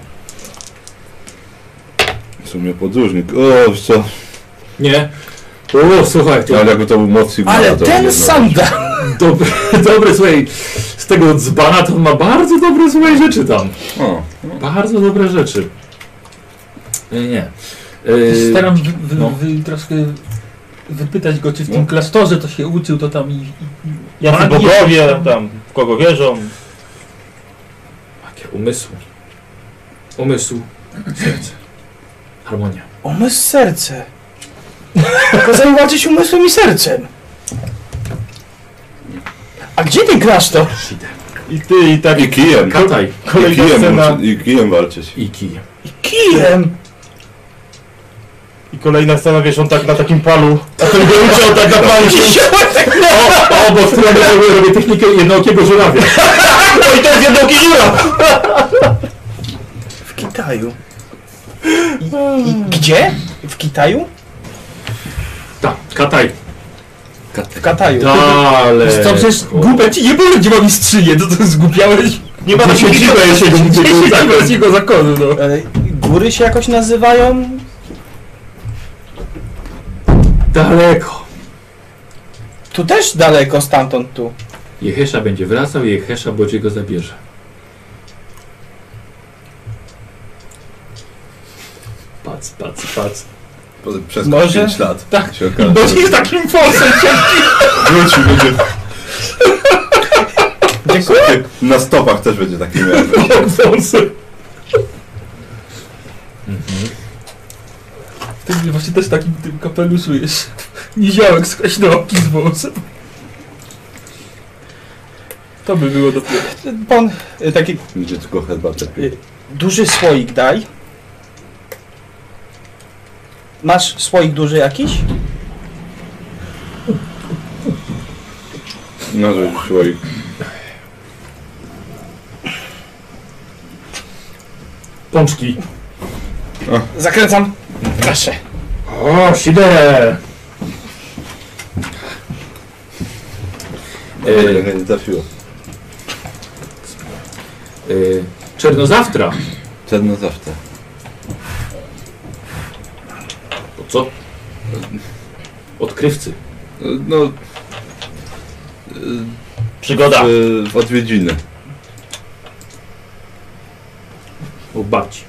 W sumie podróżnik. O, wiesz co? Nie. O, słuchaj, to Ale jakby to był moc Sigmara, Ale to ten by sam da. dobry, dobry, słuchaj, z tego dzbana to on ma bardzo dobre, słuchaj, rzeczy tam. O, Bardzo dobre rzeczy. Nie, nie. Się Yy, Staram wy, wy, no. wy, troszkę wypytać go, czy w No. tym klasztorze to się uczył, to tam i... i Jacy magii bogowie, jakieś tam, w kogo wierzą. Jakie umysł. Umysł, serce. Harmonia. Umysł, serce. Kazali walczyć umysłem i sercem. A gdzie ten klasztor? Shide. I ty i tak... I kijem. Kataj. I Kolejna kijem, scena. uczy- I kijem walczyć. I kijem. Kijem! I kolejna scena, wiesz, on tak na takim palu, a ten go uciął tak na palu. O, o, bo w stronę robię, robię technikę jednookiego żurawia. No i to jest jednooki dziura! W Kitaju. I, I gdzie? W Kitaju? Tak, kataj. W Kataju. Dalej. To przecież głupia ci nie było, gdzie mam skrzynię, to to zgubiałeś. Nie ma takiego Siedzibę jeszcze go z jego zakonu, no. Ale góry się jakoś nazywają? Daleko. Tu też daleko stamtąd tu. Jehesza będzie wracał i Jehesza Bodzie go zabierze. Pac, pac, pac. Potem Przez Może? pięć lat. Tak. Się okaże, Bo że jest takim forsem wrócił, będzie Dziękuję. takie, na stopach też będzie taki miał. jak forsem. Ty właśnie też takim tym kapeluszu jest. Niziołek skreśnooki z wąsem. To by było dopiero. Pan, y, taki Będzie tylko herbatę pił. y, duży słoik daj. Masz słoik duży jakiś? No, że słoik. Pączki. Zakręcam. Proszę. O, Shide! E, nie trafiło. E, Czernozawtra. Czarno zawsze. To co? Odkrywcy. No... Przygoda. W, w odwiedziny. U babci.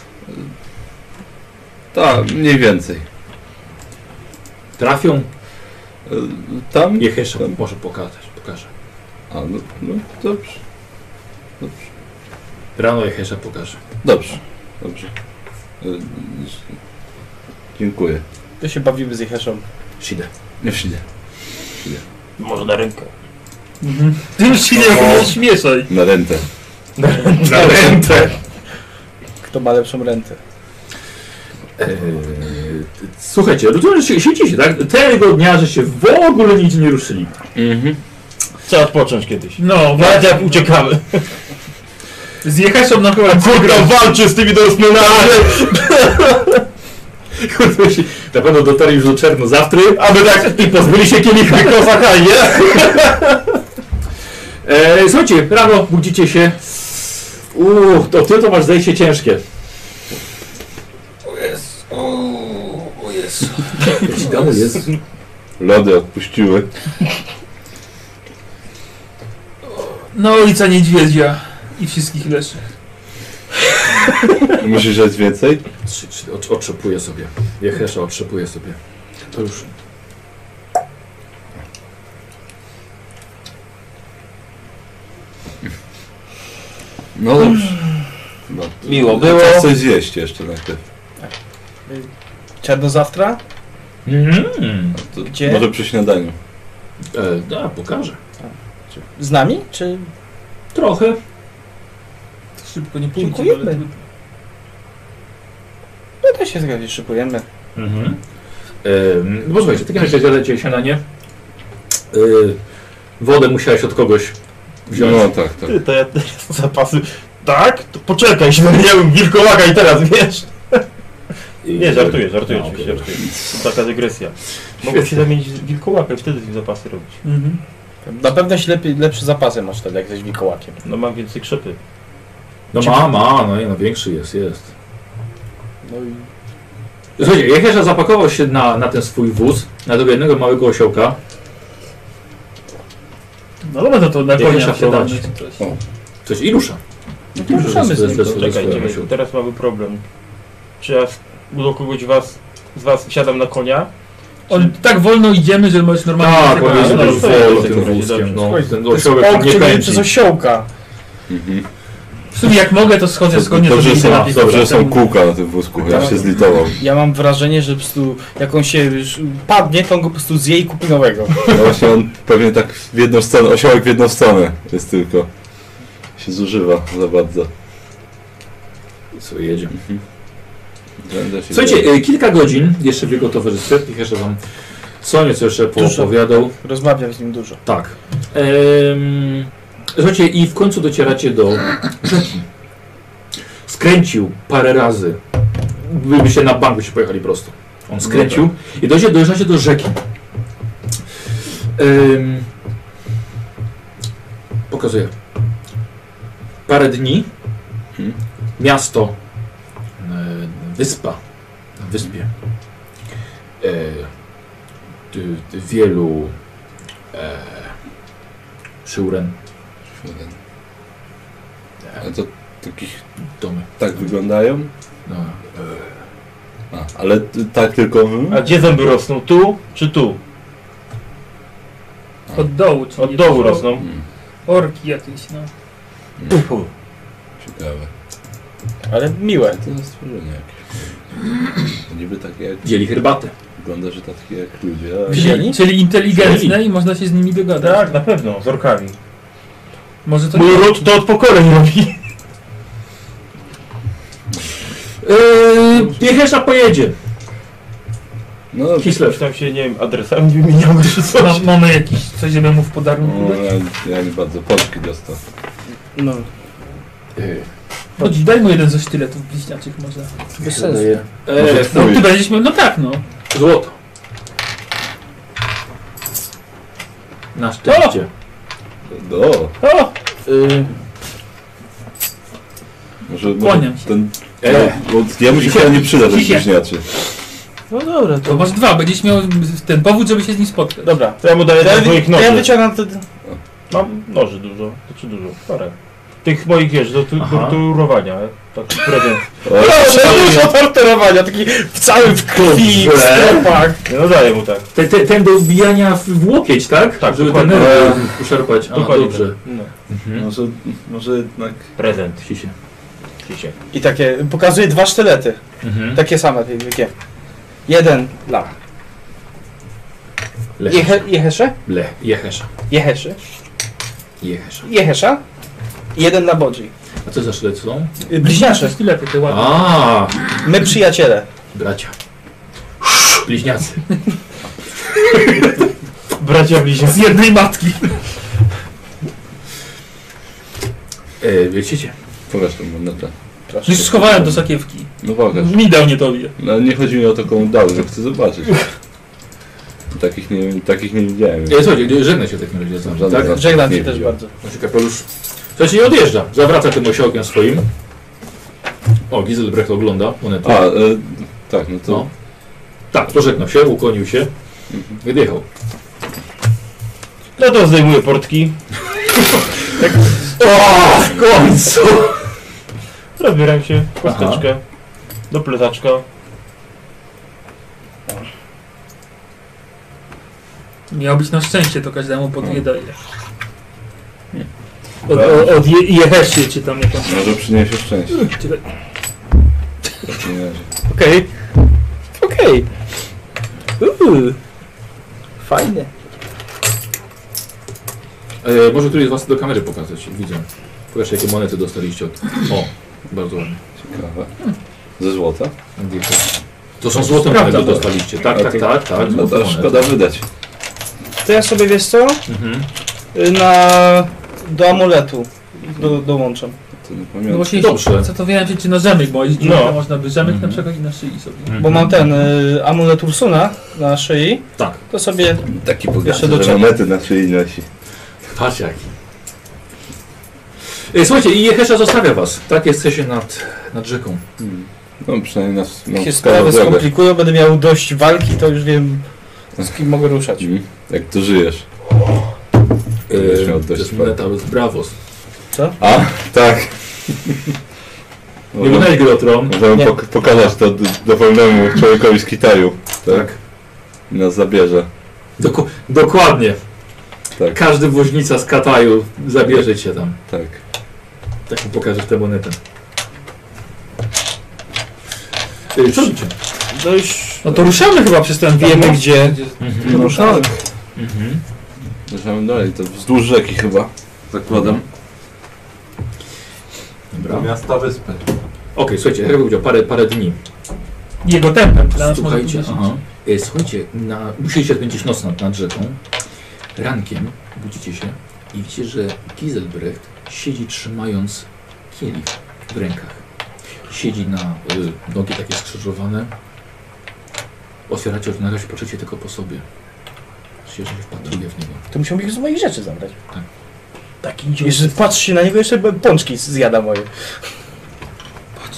Tak, mniej więcej. Trafią. E, Tam? Jehesza może pokazać. Pokaże. A, no, no dobrze. Dobrze. Rano Jehesza pokaże. Dobrze. Dobrze. E, Dziękuję. To się bawimy z Jeheszą. Shide. Nie przyjdę. Może na rękę. Mhm. Ty już się nie, nie śmieszaj. Na rentę. Na rentę. Kto ma lepszą rentę? Eee, słuchajcie, rozumiem, że się- siedzicie, tak? Tego dnia, że się w ogóle nigdzie nie ruszyli. Mhm. Trzeba odpocząć kiedyś. No, Nawet właśnie. jak uciekamy. Z Jeheszą na chyba Kurwa walczy z tymi dorosłymi. Kurde, się- na pewno dotarli już do Czernozawtry. A my tak... I pozbyli się kielicha kozaka, nie? E, słuchajcie, rano budzicie się. Uuu, to ty to masz zejście ciężkie. O jest, o jest. Jaki dalej jest? Lody odpuściły. No ojca niedźwiedzia i wszystkich leszych. Musisz rzec więcej? Trzy, trzy, od- Otrzepuję sobie. Jehesza otrzepuję sobie. To już. No dobrze. No, Miło było. Czas coś zjeść jeszcze najpierw. Czernozawtra? Mm. No to Gdzie? Może przy śniadaniu. E, da, pokażę. Z nami? Czy... Trochę. Szybko nie pójdzie. Dziękujemy. ale- No to się zgadzi, szykujemy. Mhm. E, no bo słuchajcie, w takim razie zjadacie śniadanie. E, wodę musiałeś od kogoś wziąć. No tak, tak. Ty, to ja teraz zapasy... Tak? To poczekaj, się miałem wilkołaka i teraz, wiesz? I- Nie, żartuję, żartuję No, oczywiście, okej. żartuję. To taka dygresja. Mogę się zamienić w wilkołaka i wtedy z nim zapasy robić. Mhm. Na pewno się lepiej, lepsze zapasy masz wtedy, jak jesteś Mikołakiem. No mam więcej krzepy. No ma, ma, no, nie, no większy jest, jest. No i... Słuchajcie, Jehesza zapakował się na, na ten swój wóz, na tego jednego małego osiołka. No dobra, to, to na Jehesza konia wsiadamy prowadzi. czy coś. O. Coś i rusza. No to ruszamy z nim. Zdecydowanie. Czekaj, czekaj, Swoją teraz mamy problem. Czy ja z- do kogoś was, z was wsiadam na konia? On tak wolno idziemy, że możesz normalnie... Tak, jechać. powiedzmy, no, że to już jest wolno w takim tym razie wózkiem. dobrze. No, Słuchaj, ten To jest osiołek pąk nie ciągnięty pędzi. przez osiołka. Mhm. W sumie jak mogę, to schodzę z konia, Dobrze, żeby są, lepiej dobrze zobaczyć. są kółka na tym wózku, ja Tak. się zlitował. Ja mam wrażenie, że po prostu jak on się już padnie, to on go po prostu zje i kupi nowego. No właśnie on pewnie tak w jedną stronę, osiołek w jedną stronę jest tylko. Się zużywa za bardzo. Co jedzie. Będę się Słuchajcie, dzieje. e, kilka godzin jeszcze w jego towarzystwie, jeszcze wam co nieco jeszcze poopowiadał. Rozmawiam z nim dużo. Tak. Ehm, słuchajcie, i w końcu docieracie do rzeki. Skręcił parę razy. Wy byście na bank byście pojechali prosto. On skręcił i dojdzie, dojeżdżacie do rzeki. Ehm, pokazuję. Parę dni. Hmm. Miasto. E, wyspa. Na wyspie. E, d, d, wielu e, szyuren. A to takich Domy. tak wyglądają? No. A, ale t- tak tylko... hmm? A gdzie zęby rosną? Tu czy tu? Od dołu, czyli Od dołu jakieś rosną. Hmm, Orki jakieś, no. Puh. ciekawe. Ale miłe. To jest stworzenie jakieś. To niby takie jak... Wzięli herbatę. Wygląda, że takie jak ludzie, a... Wzięli? Czyli inteligentne i można się z nimi dogadać. Tak, na pewno, z orkami. Może to Mój nie... ród to od pokoleń robi. Yy, Piechesza pojedzie. No, Kislev. Coś tam się, nie wiem, adresami wymieniamy czy coś. Ma, mamy jakiś, coś żeby mu w podarunku no dać? ja, ja nie bardzo Polski dostał. No. Chodź, daj mu jeden ze sztyletów bliźniaczych może. Bez sensu. Może Eee, No twój. ty będziesz miał, no tak no. złoto. Na szczęście. No, O! Y, może, może Kłaniam się. ten... Eee. Bo jemu się chyba nie przyda ten Ciche. bliźniaczy. no dobra, To to... masz dwa, będziesz miał ten powód, żeby się z nim spotkać. Dobra. To ja mu daję To ja, ten swoich to ja noży. wyciągam te... Mam noży dużo, to czy dużo? Parę. Tych moich, wiesz, do, do, Aha. do turowania. Taki prezent. Proszę, dużo torturowania, taki w całym w krwi, w Dobrze. stropach. No daję mu tak. Ten, ten, ten do wbijania w, w łokieć, tak? Tak, Żeby ten dokładnie. nerw uszarpać. A, Dokładnie dobrze. tak. No. Mhm. Może, może jednak... Prezent. Sisie. Dzisiaj. I takie, pokazuje dwa sztylety. Mhm. Takie same, takie. Jeden dla Lech. Jehe, Jehesze, Le. Jechesza. Jeheszy, Jechesza. Jehesza i jeden dla Bodzi. A co za sztylet są? Y, Bliźniacze, Sztylety te ładne. A, my przyjaciele. bracia. Bliźniacy. Bracia bliźniacy. Z jednej matki. E, wiecie? Pokaż tą monetę. Proszę. Już schowałem do sakiewki. No pokaż. Mi dał, nie tobie. No nie chodzi mi o to, komu dał, że chcę zobaczyć. Takich nie, takich nie widziałem. E, słuchajcie, żegnaj się w takim razie z nami, Żadnych tak? was Żegnam nie cię też widział. bardzo. Znaczy kapelusz. Słuchajcie, nie odjeżdża. Zawraca tym osiołkiem swoim. O, Giselbrecht ogląda monetę. A, e, tak, no to... No. Tak, pożegnał się, ukłonił się. Wyjechał. No to zdejmuję portki. O, w końcu! Rozbieram się w kosteczkę. Do plecaczka. Miał być na szczęście, to każdemu po dwie daje. Od, Tak. od, od je, Jeheszy, czy tam jakąś... Może przyniesie szczęście. Czekaj. Nie, Okej. Okej. Uuu. Fajnie. E, może któryś z was do kamery pokazać, widzę. Pokaż, jakie monety dostaliście od... O, bardzo ładnie. ciekawe. Ze złota? To są złote Prawda. monety dostaliście. Tak, A tak, to- tak, tak. No złote to szkoda monety. wydać. To ja sobie, wiesz co? Mhm. Y, Na... do amuletu do, dołączam. To nie No pamiętam. właśnie, Dobrze. zastanawiałem się, czy na rzemek, bo jest No. no. można by rzemek Mhm. na przykład i na szyi sobie. Mhm. Bo mam ten y, amulet Ursuna na szyi, Tak. to sobie... Taki Jeszcze bogaty, do że czego? monety na szyi nosi. Patrz jaki. E, słuchajcie, i Jehesza zostawia was. Tak, jesteście nad, nad rzeką. Hmm. No przynajmniej nas Jak się no, sprawy wskazał drogę. skomplikują, będę miał dość walki, to już wiem, z kim mogę ruszać. Mhm. Jak tu żyjesz? Będziesz miał to dość jest moneta z Bravos. A, tak. Nie oglądałeś gry o Tron? Możemy Nie. pok pokazać to d- dowolnemu człowiekowi z Kitaju. Tak? Tak. I nas zabierze. Doku dokładnie. Tak, Każdy woźnica z Kataju zabierze cię tam. tak. Tak mi pokażesz tę monetę. Yy, co robicie? No już No to ruszamy chyba przez ten wiemy gdzie. Mhm. No tak. Mhm. Ruszamy dalej, to wzdłuż rzeki chyba, zakładam. Dobra. Do miasta wyspy. Okej, słuchajcie, jak powiedział, parę, parę dni. Jego tempem. Dla nas Słuchajcie, może aha. E, słuchajcie, na, musieliście spędzić noc nad, nad rzeką. Rankiem budzicie się i widzicie, że Giselbrecht siedzi trzymając kielich w rękach. Siedzi na y, nogi takie skrzyżowane. Otwieracie oczy, na razie patrzycie tylko po sobie. Się, że wpatruje w niego. To musiał mi z moich rzeczy zabrać. Tak. Taki dziób. Jeszcze patrz się na niego, jeszcze pączki zjada moje. Patrz.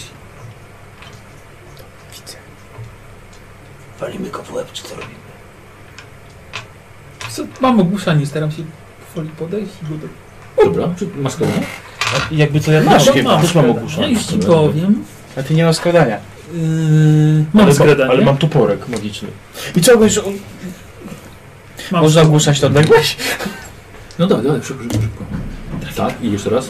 Widzę. Walimy go w łeb, czy co robimy? Co, mam ogłuszanie, staram się powoli podejść i go do... Dobra, czy masz kolejne? A jakby co ja Masz, też, masz, też mam Ja ogłuszanie. już ci powiem. A ty nie masz skradania. Yy, mam Ale, skradanie. ale mam toporek magiczny. I co, już on... Mam Można ogłuszać to odległość? No dalej, dalej, szybko, szybko, szybko. Tak, i jeszcze raz.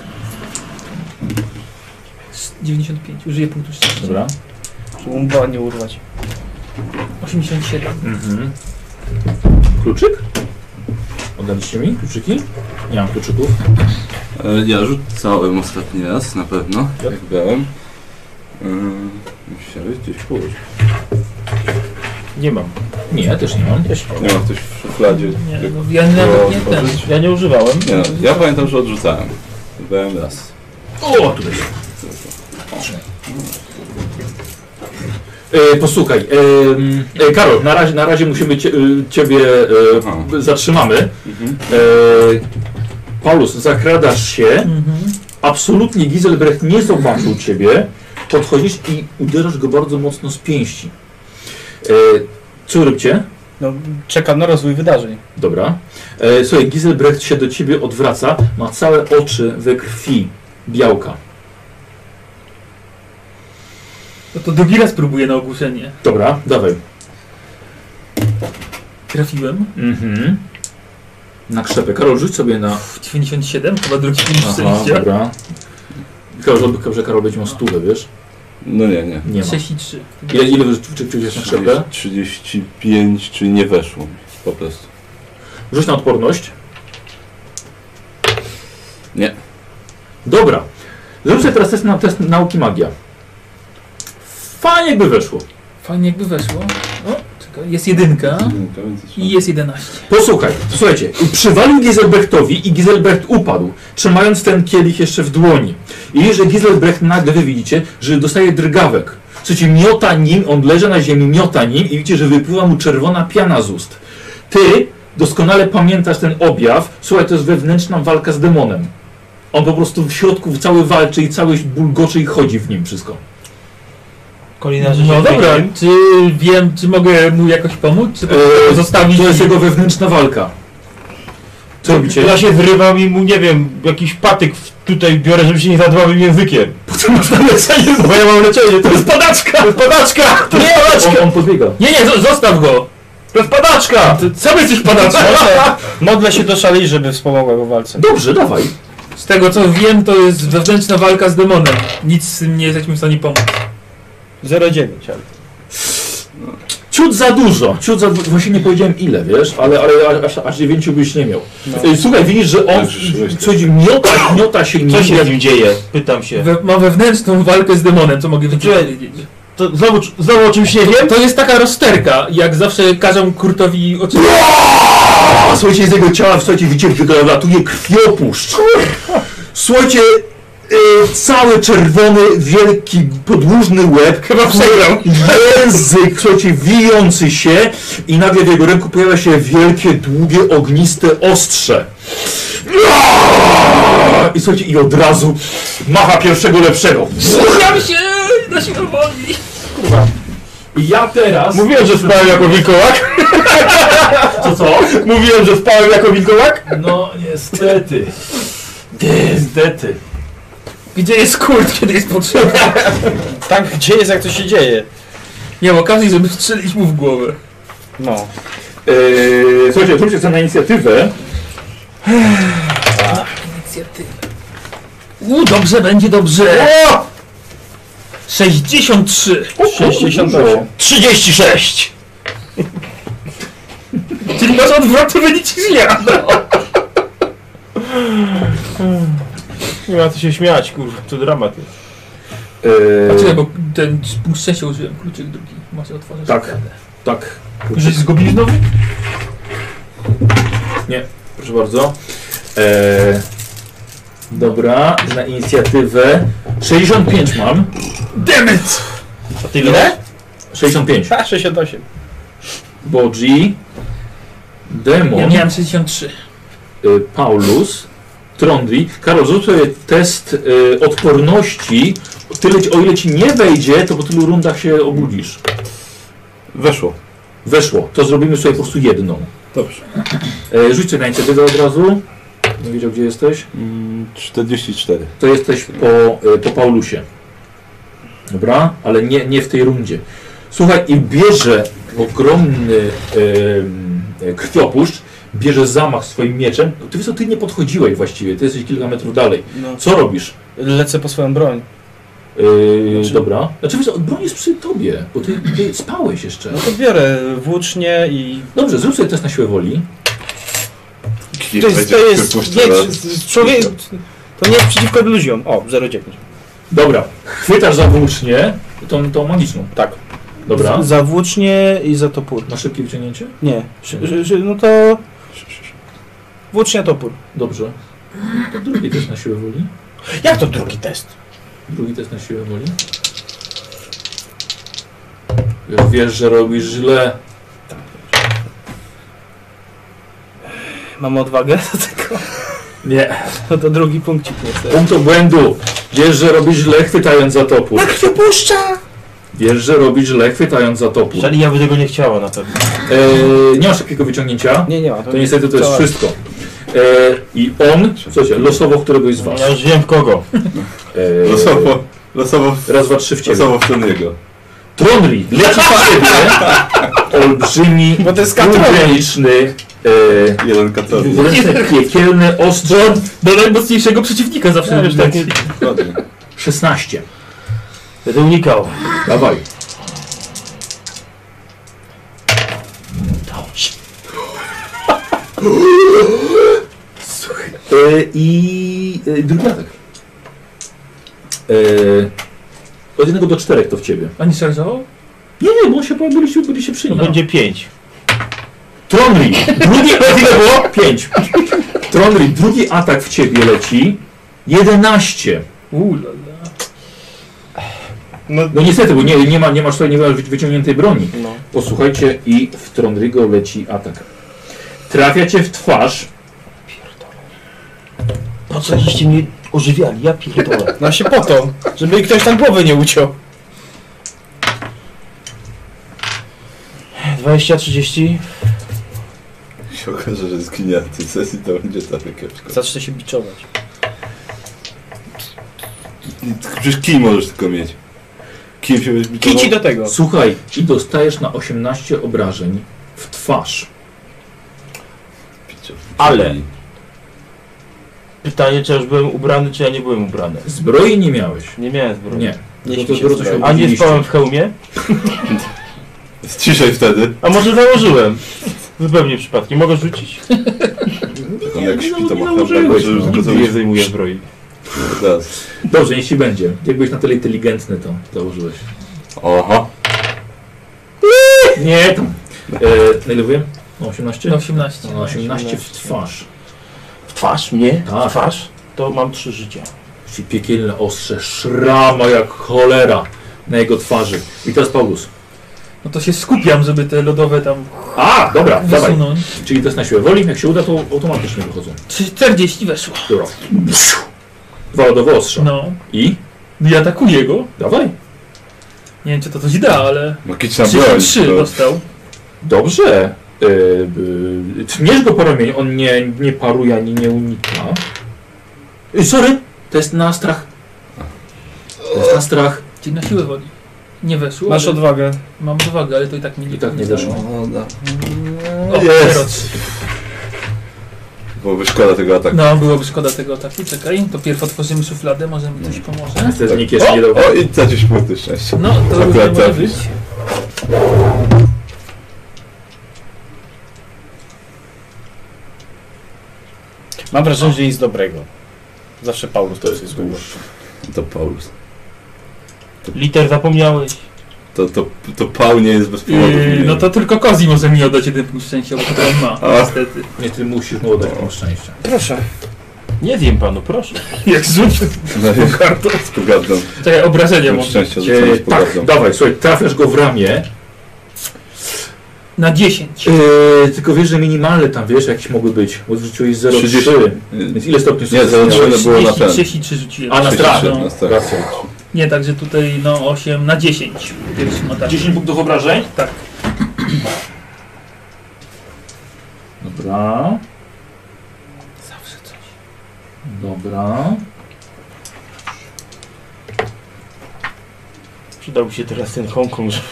dziewięćdziesiąt pięć, użyję punktu szczęścia. Dobra. Żeby mu była nie urwać. osiemdziesiąt siedem. Mhm. Kluczyk? Oddaliście mi kluczyki? Nie mam kluczyków. E, Ja rzucałem ostatni raz, na pewno, jak byłem. Ym, Musiałeś gdzieś położyć. Nie mam. Nie, ja też nie mam. Nie ma ktoś w szufladzie. Nie, jak no, ja nawet nie było ten. otworzyć? Ja nie używałem. Nie no, ja pamiętam, że odrzucałem. Byłem raz. O, tutaj. E, posłuchaj, e, e, Karol, na razie, na razie musimy cie, e, Ciebie e, Aha. zatrzymamy. Mhm. E, Paulus, zakradasz się, Mhm. absolutnie Giselbrecht nie zobaczył Ciebie, podchodzisz i uderzasz go bardzo mocno z pięści. E, co robicie? No, czekam na rozwój wydarzeń. Dobra. E, słuchaj, Giselbrecht się do Ciebie odwraca, ma całe oczy we krwi, białka. No to drugi raz próbuję na ogłuszenie. Dobra, dawaj. Trafiłem. Mhm. Na krzepę. Karol, rzuć sobie na... dziewięćdziesiąt siedem, chyba drugi punkt Aha, szczęścia. dobra. Karol, że Karol będzie miał stówę, wiesz? No nie, nie. Nie ma. sześć i trzy. Ile, ile wyczułeś na krzepę? trzydzieści pięć, czyli nie weszło mi po prostu. Rzuć na odporność. Nie. Dobra. Zrób sobie teraz test, na, test nauki magia. Fajnie jakby weszło. Fajnie jakby weszło. O, czekaj, jest jedynka i jest jedenaście. Posłuchaj, słuchajcie, przywalił Giselbrechtowi i Giselbrecht upadł, trzymając ten kielich jeszcze w dłoni. I że Giselbrecht nagle, wy widzicie, że dostaje drgawek. Słuchajcie, miota nim, on leży na ziemi, miota nim i widzicie, że wypływa mu czerwona piana z ust. Ty doskonale pamiętasz ten objaw. Słuchaj, to jest wewnętrzna walka z demonem. On po prostu w środku cały walczy i cały bulgoczy i chodzi w nim wszystko. Kolinarze No się dobra, wyjdzie. czy wiem, czy mogę mu jakoś pomóc, czy po prostu Eee, zostawić? To jest jego wewnętrzna walka. Co robicie? Ja się zrywam i mu, nie wiem, jakiś patyk w- tutaj biorę, żeby się nie zadławym językiem. Po co masz na leczenie? Bo ja mam leczenie, to jest Padaczka! To jest padaczka! To jest padaczka! On, on podbiega. Nie, nie, zo- zostaw go! To jest padaczka! Ty sam jesteś padaczką! Modlę, modlę się do szali, żeby wspomogła go w walce. Dobrze, dawaj. Z tego co wiem, to jest wewnętrzna walka z demonem. Nic z tym nie jesteśmy w stanie pomóc. zero dziewięć, ale... Ciut za dużo. Ciut za dużo. Właśnie nie powiedziałem ile, wiesz, ale, ale aż, aż dziewięciu byś nie miał. No. Ej, słuchaj, widzisz, że on Tak, rzeczywiście. coś miota, miota się Co nim. się z nim dzieje? Pytam się. We, ma wewnętrzną walkę z demonem, co mogę Słuchaj, powiedzieć. To znowu, znowu o czymś nie wiem? To jest taka rozterka, jak zawsze każą Kurtowi oczywiście. A słuchajcie, z jego ciała, słuchajcie, widzicie, wylatuje krwiopłuszcz. Słuchajcie, y, cały czerwony, wielki, podłużny łeb. Chyba przegrał. Język, słuchajcie, wijący się i nagle w jego ręku pojawia się wielkie, długie, ogniste ostrze. I słuchajcie, i od razu macha pierwszego lepszego. Zgłaszam się na siłę woli! I ja teraz... Mówiłem, że spałem jako wilkołak. Co, co? Mówiłem, że spałem jako wilkołak. No, niestety. Niestety. Gdzie jest Kurt, kiedy jest potrzebny? Tak, gdzie jest, jak to się dzieje? Nie ma okazji, żeby strzelić mu w głowę. No. Eee, słuchajcie, zróbcie sobie na inicjatywę. Inicjatywa. U, dobrze, będzie dobrze. sześćdziesiąt trzy. sześćdziesiąt osiem. trzydzieści sześć! Czyli masz odwrotny wynik niż ja. No. Nie ma co się śmiać, kurwa, to dramat jest. Eee, Czekaj, bo ten punkt szczęścia użyłem, kluczyk drugi. Masz otworzyć. Tak. tak. Już zgubisz znowu? Proszę bardzo. Eee, dobra, na inicjatywę sześćdziesiąt pięć mam. Demet! A ty Ile? sześćdziesiąt pięć. A, sześćdziesiąt osiem. Bodzi, Demon, Ja miałem sześćdziesiąt trzy. y, Paulus, Trondri. Karol, zrób sobie test y, odporności. Tyle, ci- o ile ci nie wejdzie, to po tylu rundach się obudzisz. Weszło. Weszło. To zrobimy sobie po prostu jedną. Dobrze. E, rzuć sobie na inicjatywę od razu. Nie wiedział, gdzie jesteś. Mm, czterdzieści cztery. To jesteś po, y, po Paulusie. Dobra? Ale nie, nie w tej rundzie. Słuchaj, i bierze ogromny y, y, krwiopłuszcz, bierze zamach swoim mieczem. No, ty wiesz co, ty nie podchodziłeś właściwie, ty jesteś kilka metrów dalej. No. Co robisz? Lecę po swoją broń. Yy, Znaczy- Dobra. Znaczy wiesz co, broń jest przy tobie, bo ty, ty spałeś jeszcze. No to biorę włócznie i... Dobrze, zrób sobie test na siłę woli. To jest, to jest nie, człowiek... To nie jest przeciwko ludziom. O, zero dziewięć. Dobra, chwytasz za włócznię, tą, tą magiczną. Tak. Dobra. Za włócznie i za topór. Na szybkie wyciągnięcie? Nie. Szy, szy, szy, no to... Włócznia, topór. Dobrze. To drugi test na siłę woli. Jak to drugi test? Drugi test na siłę woli. Już wiesz, że robisz źle. Mam odwagę do tego? Nie. No to drugi punkcik niestety. Punkt obłędu. Wiesz, że robisz źle, chwytając za topór. Jak się puszcza? Wiesz, że robisz źle, chwytając za topór. Czyli ja by tego nie chciała na pewno. Eee, nie masz takiego wyciągnięcia? Nie, nie ma. To niestety to jest cała- wszystko. Eee, I on, słuchajcie, losowo któregoś z was. Ja już wiem w kogo. Eee, Losowo, losowo, Raz, dwa, trzy w ciebie. losowo w Troniego. Tronri leci w ciebie. Olbrzymi, Bo to jest katron. dwugraniczny, eee, Jeden katorgi. wręcz piekielny ostrze. Do najmocniejszego przeciwnika zawsze Ja już leci. taki... Dokładnie. szesnaście. Będę unikał. Dawaj. Słuchaj. Eee, I e, drugi atak. Eee, od jednego do czterech to w ciebie. A nie szarżował? Nie, nie, bo się byliście, byliście przy To nim. będzie pięć. Tronri, drugi, ile było? Pięć. Tronri, drugi atak w ciebie leci. jedenaście. Ulala. No, No niestety, bo nie, nie, ma, nie masz tutaj nie masz wyciągniętej broni. no. Posłuchajcie, i w Tronrigo leci atak. Trafia cię w twarz. Po co żeście mnie ożywiali? Ja pierdolę. No się po to, żeby ktoś tam głowy nie uciął. dwadzieścia, trzydzieści. Jak się okaże, że zginie na tej sesji, to będzie trochę kiepsko. Zacznę się biczować. Przecież kij możesz tylko mieć. Kim się będziesz bitował? Kici do tego. Słuchaj, i dostajesz na osiemnaście obrażeń w twarz. Ale. Pytanie, czy ja już byłem ubrany, czy ja nie byłem ubrany. Zbroi nie miałeś. Nie miałem zbroi. Nie. Nie No śpi to się dopiero co zbroi. się A nie obudziliście. spałem w hełmie? Ciszej wtedy. A może założyłem? Zupełnie przypadkiem. Mogę rzucić? Jak śpi, to nie ma założyłeś, naprawdę, że już no. go Nie zajmuję zbroi. Teraz. Dobrze, niech ci będzie. Jak byłeś na tyle inteligentny, to założyłeś. Oho. Nie, tam. E, na ile wiem? Na osiemnaście? Na osiemnaście. Na osiemnaście w twarz. W twarz mnie? Tak. W twarz? To mam trzy życia. Czyli piekielne ostrze szrama jak cholera na jego twarzy. I teraz Paulus. No to się skupiam, żeby te lodowe tam A, dobra, dawaj. wysunąć. Czyli to jest na siłę woli. Jak się uda, to automatycznie wychodzą. czterdzieści weszło. Dobra. Dwa lodowe ostrza. No. I? No i atakuję go. Dawaj. Nie wiem, czy to coś da, ale... Magiczna broń. trzydzieści trzy to- dostał. Dobrze. Yy, yy, tniesz go po ramieniu. On nie, nie paruje ani nie unika. Yy, sorry. To jest na strach. To jest na strach. Czyli na siłę woli. Nie weszło. Masz ale odwagę. Mam odwagę, ale to i tak mi I tak nie weszło. O, Jest. teraz. byłoby szkoda tego ataku. No, byłoby szkoda tego ataku, czekaj. To pierw otworzymy szufladę, może mi coś pomoże. Wtedy nikt jeszcze O, nie dał. o i za dziesięć punktów szczęścia. No, to Akurat różnie może trafisz. być. Mam wrażenie, że nic dobrego. Zawsze Paulus to jest zły. To Paulus. Liter zapomniałeś. To, to, to Paul nie jest bez powodu. Yy, no to tylko Kozi może mi oddać jeden punkt szczęścia, bo to on ma, A. niestety. Nie, ty musisz mu oddać punkt szczęścia. Proszę. Nie wiem panu, proszę. Jak rzuć No, kartą. z pogardą. Czekaj, obrażenia Punkt może. szczęścia rzucamy E, z pogardą. tak, dawaj, słuchaj, trafiasz go w ramię. Na dziesięć. E, tylko wiesz, że minimalne tam, wiesz, jakieś mogły być. Bo rzuciłeś zero przeciw trzy. Więc ile stopni Nie, zero przeciw trzy było na ten. trzydzieści trzy rzuciłem. A, na trzydzieści trzy, strat. na strat. Racja. Nie, także tutaj no osiem na dziesięć. Pierwszym atakiem. dziesięć punktów obrażeń? Tak. Dobra. Zawsze coś. Dobra. Przydałby się teraz ten Hongkong, żeby...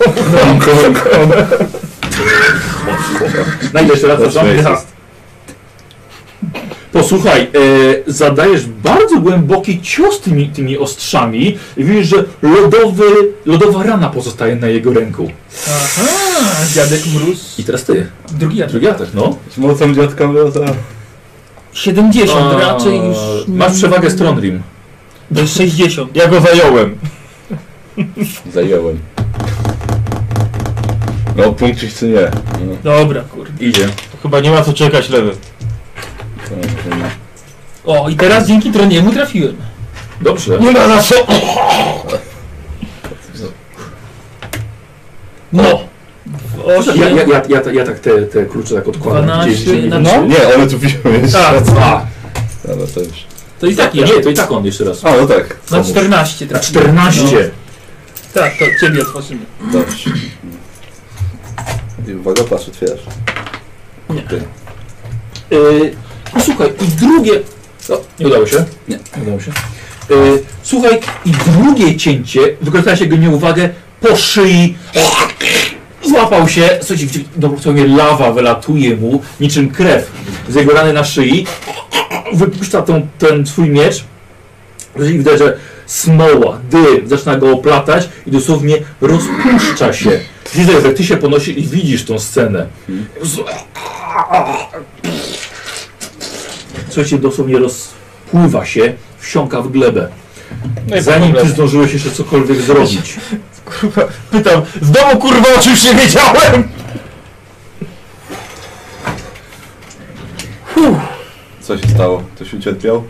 Na ile jeszcze raz to That's są? racist. Posłuchaj, e, zadajesz bardzo głęboki cios tymi, tymi ostrzami i widzisz, że lodowy, lodowa rana pozostaje na jego ręku. Aha, dziadek mróz. I teraz ty. Drugi atak. Drugi atak, no. Z mocą dziadka Mroza. siedemdziesiąt, A, raczej już... Masz przewagę Stronrim. To jest sześćdziesiąt. Ja go zająłem. Zająłem. No, punkcik czy nie? No, Dobra, kurde. Idzie. To chyba nie ma co czekać, lewy. to, to nie. O, i teraz dzięki Troniemu trafiłem. Dobrze. Nie ma na co! No. osiem. Ja, ja, ja, ja, ja tak te, te klucze tak odkładam. dwanaście Gdzieś, na no. Nie, one tu piszą jeszcze. Tak, A, Ale to już. to i tak nie, ja. to i tak on jeszcze raz. A, no tak. Na czternaście Na trafiłem. czternaście. No. Tak, to ciebie otworzymy. Dobrze. I uwaga, patrz, otwierasz. Nie. Ty. Yy, no słuchaj, i drugie... O, nie udało się? Nie. Nie udało się. Yy, słuchaj, i drugie cięcie, wykorzystałeś jego nieuwagę, po szyi, złapał się, słuchajcie, dosłownie lawa wylatuje mu, niczym krew z jego rany na szyi, wypuszcza tą, ten swój miecz i widać, że smoła, dym zaczyna go oplatać i dosłownie rozpuszcza się. Widzisz, że ty się ponosisz i widzisz tą scenę. Słuchajcie, dosłownie rozpływa się, wsiąka w glebę. No i Zanim ty problem. zdążyłeś jeszcze cokolwiek zrobić. Kurwa, pytam, z domu kurwa o czymś nie wiedziałem! Co się stało? Ktoś ucierpiał?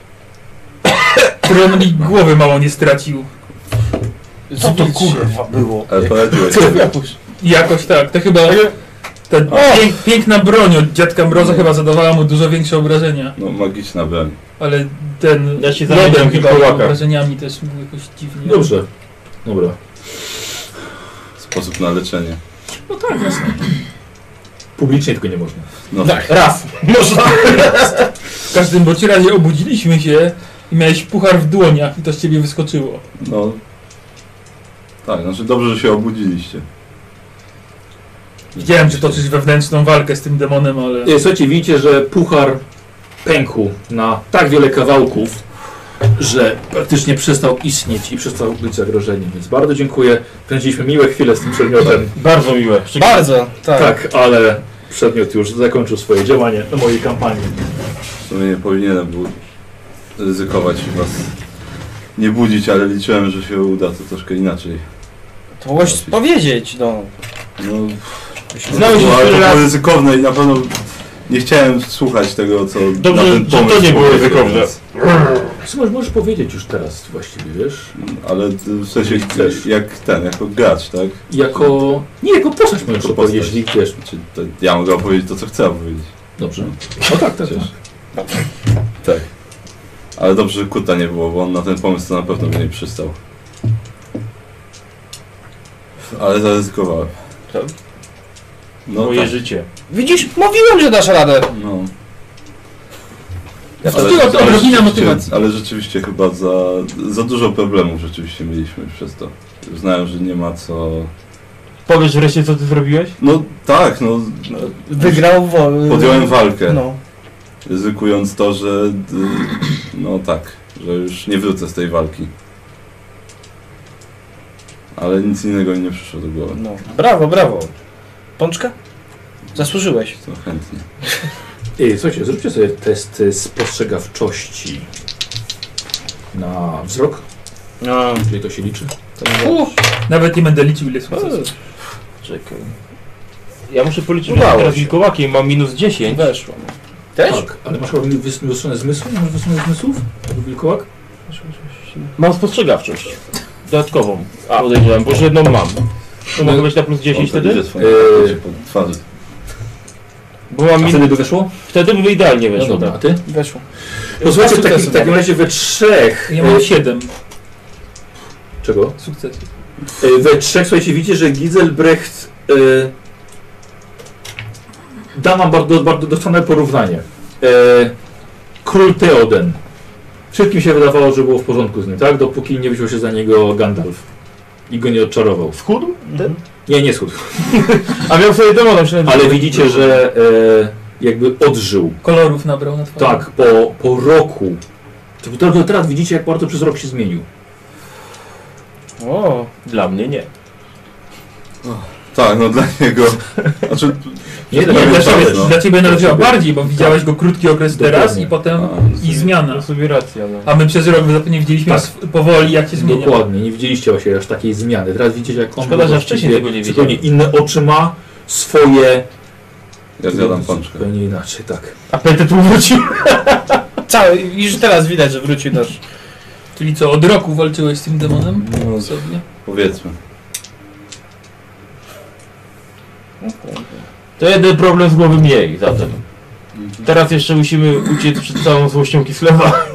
Tron mi głowy mało nie stracił. Co to kurwa było? Ale poradziłeś. I jakoś tak, to chyba... Ta pięk, piękna broń od dziadka Mroza chyba zadawała mu dużo większe obrażenia. No, magiczna broń. Ale ten Ja się lodem zamieniam w chyba wilkołaka. obrażeniami też był jakoś dziwnie. Dobrze. Dobra. Sposób na leczenie. No tak, jasne. Publicznie tylko nie można. No, Tak. Raz. Można. W każdym bądź razie obudziliśmy się i miałeś puchar w dłoniach i to z ciebie wyskoczyło. no. Tak, znaczy dobrze, że się obudziliście. Widziałem, że toczysz wewnętrzną walkę z tym demonem, ale... E, Słuchajcie, widzicie, że puchar pękł na tak wiele kawałków, że praktycznie przestał istnieć i przestał być zagrożeniem. Więc bardzo dziękuję. Spędziliśmy miłe chwile z tym przedmiotem. Bardzo miłe. Bardzo, tak. Tak, ale przedmiot już zakończył swoje działanie na mojej kampanii. W sumie nie powinienem był ryzykować i was nie budzić, ale liczyłem, że się uda to troszkę inaczej. To mogłeś powiedzieć, no. No, Znałeś no już ale to tyle było lat. ryzykowne i na pewno nie chciałem słuchać tego, co Dobrze, na ten że to pomysł nie było powiedział, ryzykowne. więc- Co możesz powiedzieć już teraz właściwie, wiesz? Ale w sensie Chcesz. jak ten, jako gracz, tak? Jako... Nie, jako postać możesz Jako opowiedzieć, postać. jeśli wiesz. Czy to ja mogę opowiedzieć to, co chcę opowiedzieć. Dobrze. No tak, tak, Przecież. tak. Tak. Ale dobrze, że Kuta nie było, bo on na ten pomysł to na pewno by nie przystał. Ale zaryzykowałem. Tak? No Moje tak. życie. Widzisz, mówiłem, że dasz radę. No. Ja to Ale, tylko ale, odrobina rzeczywiście, motywacji. ale rzeczywiście chyba za, za dużo problemów rzeczywiście mieliśmy przez to. Uznałem, że nie ma co... Powiesz wreszcie, co ty zrobiłeś? No tak, no Wygrał wo- podjąłem walkę. No. ryzykując to, że y, no tak, że już nie wrócę z tej walki. Ale nic innego mi nie przyszło do głowy. No, brawo, brawo. Pączka? Zasłużyłeś. To chętnie. Ej, słuchajcie, zróbcie sobie test spostrzegawczości na wzrok, No, jeżeli to się liczy. to nie U, nawet nie będę liczył ile sukcesów. Czekaj. Ja muszę policzyć Udało teraz się. wilkołakiem, mam minus dziesięć. weszło. Też? Tak, ale masz chyba wys- wyostrzone zmysły? Masz wyostrzone zmysłów? Jako wilkołak? Mam spostrzegawczość. Dodatkową. Podejrzewam, bo już jedną mam. To mogę być na plus dziesięć O, to wtedy? idzie swoje Eee. po twarzy. Bo mam A min... wtedy by weszło? Wtedy by idealnie No weszło, dobra, a tak. ty? Weszło. Posłuchajcie, w takim, w sukcesy takim mamy. razie we trzech. Ja mam e, siedem Czego? sukcesów. E, We trzech, słuchajcie, widzicie, że Giselbrecht e, da wam bardzo, bardzo dostane porównanie. E, Król Theoden. Wszystkim się wydawało, że było w porządku z nim, tak? Dopóki nie wziął się za niego Gandalf i go nie odczarował. Schudł? Mhm. Nie, nie schudł. A miał sobie demona, myślałem, że- Ale widzicie, że e, jakby odżył. Kolorów nabrał na twarzy. Tak, po, po roku. To, to teraz widzicie, jak bardzo przez rok się zmienił. O, Dla mnie nie. Tak, no dla niego. Znaczy, Nie, Nie, nie, dla, nie, ciebie, no. dla ciebie nawet chyba ciebie. bardziej, bo widziałeś go krótki okres teraz Dokładnie. i potem A, i zmiana. To sobie racja, no. A my przez rok zapewne widzieliśmy Tak. sw- powoli jak się zmienia. Dokładnie, nie widzieliście właśnie aż takiej zmiany. Teraz widzicie, jak on Szkoda, że właściwie wcześniej tego nie zupełnie wiedziałem. inne oczy ma, swoje... ja zjadam pączkę. Zupełnie inaczej, tak. Apetyt mu wrócił. cały, już teraz widać, że wrócił nasz. Czyli co, od roku walczyłeś z tym demonem? No, Sobie? powiedzmy. To jeden problem z głowy mniej zatem. Teraz jeszcze musimy uciec przed całą złością Kislewa.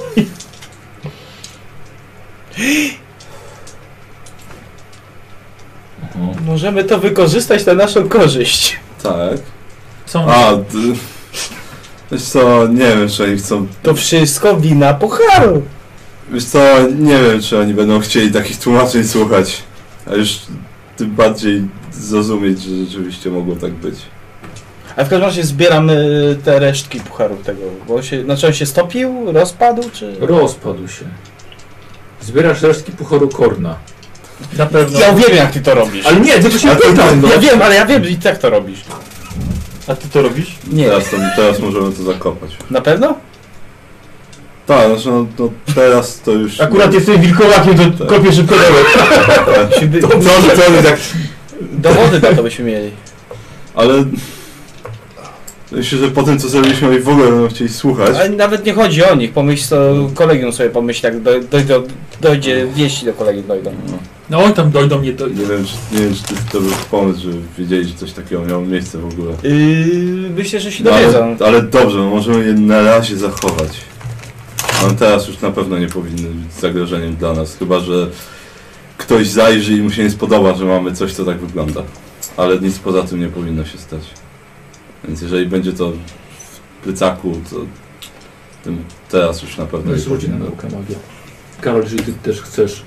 No. Możemy to wykorzystać na naszą korzyść. Tak. Są A, d- wiesz co, nie wiem, czy oni chcą... To wszystko wina Pucharu. Wiesz co, nie wiem, czy oni będą chcieli takich tłumaczeń słuchać. A już tym bardziej zrozumieć, że rzeczywiście mogło tak być. A w każdym razie zbieram y, te resztki Pucharu tego, bo się, znaczy on się stopił, rozpadł, czy... Rozpadł się. Zbierasz resztki puchoru Korna. na pewno. Ja wiem jak ty to robisz. Ale nie, ty to się Ale to- pytam, no. Ja wiem, ale ja wiem i tak to robisz. A ty to robisz? Nie. Teraz, to, teraz możemy to zakopać. Na pewno? Tak, znaczy no, no teraz to już... Akurat jestem wilkołakiem, to kopię szybko dołek. By... To, to, to, tak, Dowody na to byśmy mieli. ale... Myślę, że po tym, co zrobiliśmy, oni w ogóle będą chcieli słuchać. Ale nawet nie chodzi o nich, pomyśl to kolegium sobie pomyśl, jak do, dojdą, dojdzie wieści do kolegium dojdą. No, No oj, tam dojdą, nie dojdą. nie wiem, czy, nie wiem, czy to, to był pomysł, że wiedzieli, że coś takiego miało miejsce w ogóle. Yy, myślę, że się No, dowiedzą. ale, ale dobrze, no możemy je na razie zachować. Ale teraz już na pewno nie powinny być zagrożeniem dla nas, chyba że ktoś zajrzy i mu się nie spodoba, że mamy coś, co tak wygląda. Ale nic poza tym nie powinno się stać. Więc jeżeli będzie to w plecaku, to tym teraz już na pewno No nie jest rodzina powinno. nauka magia. Karol, jeżeli ty też chcesz.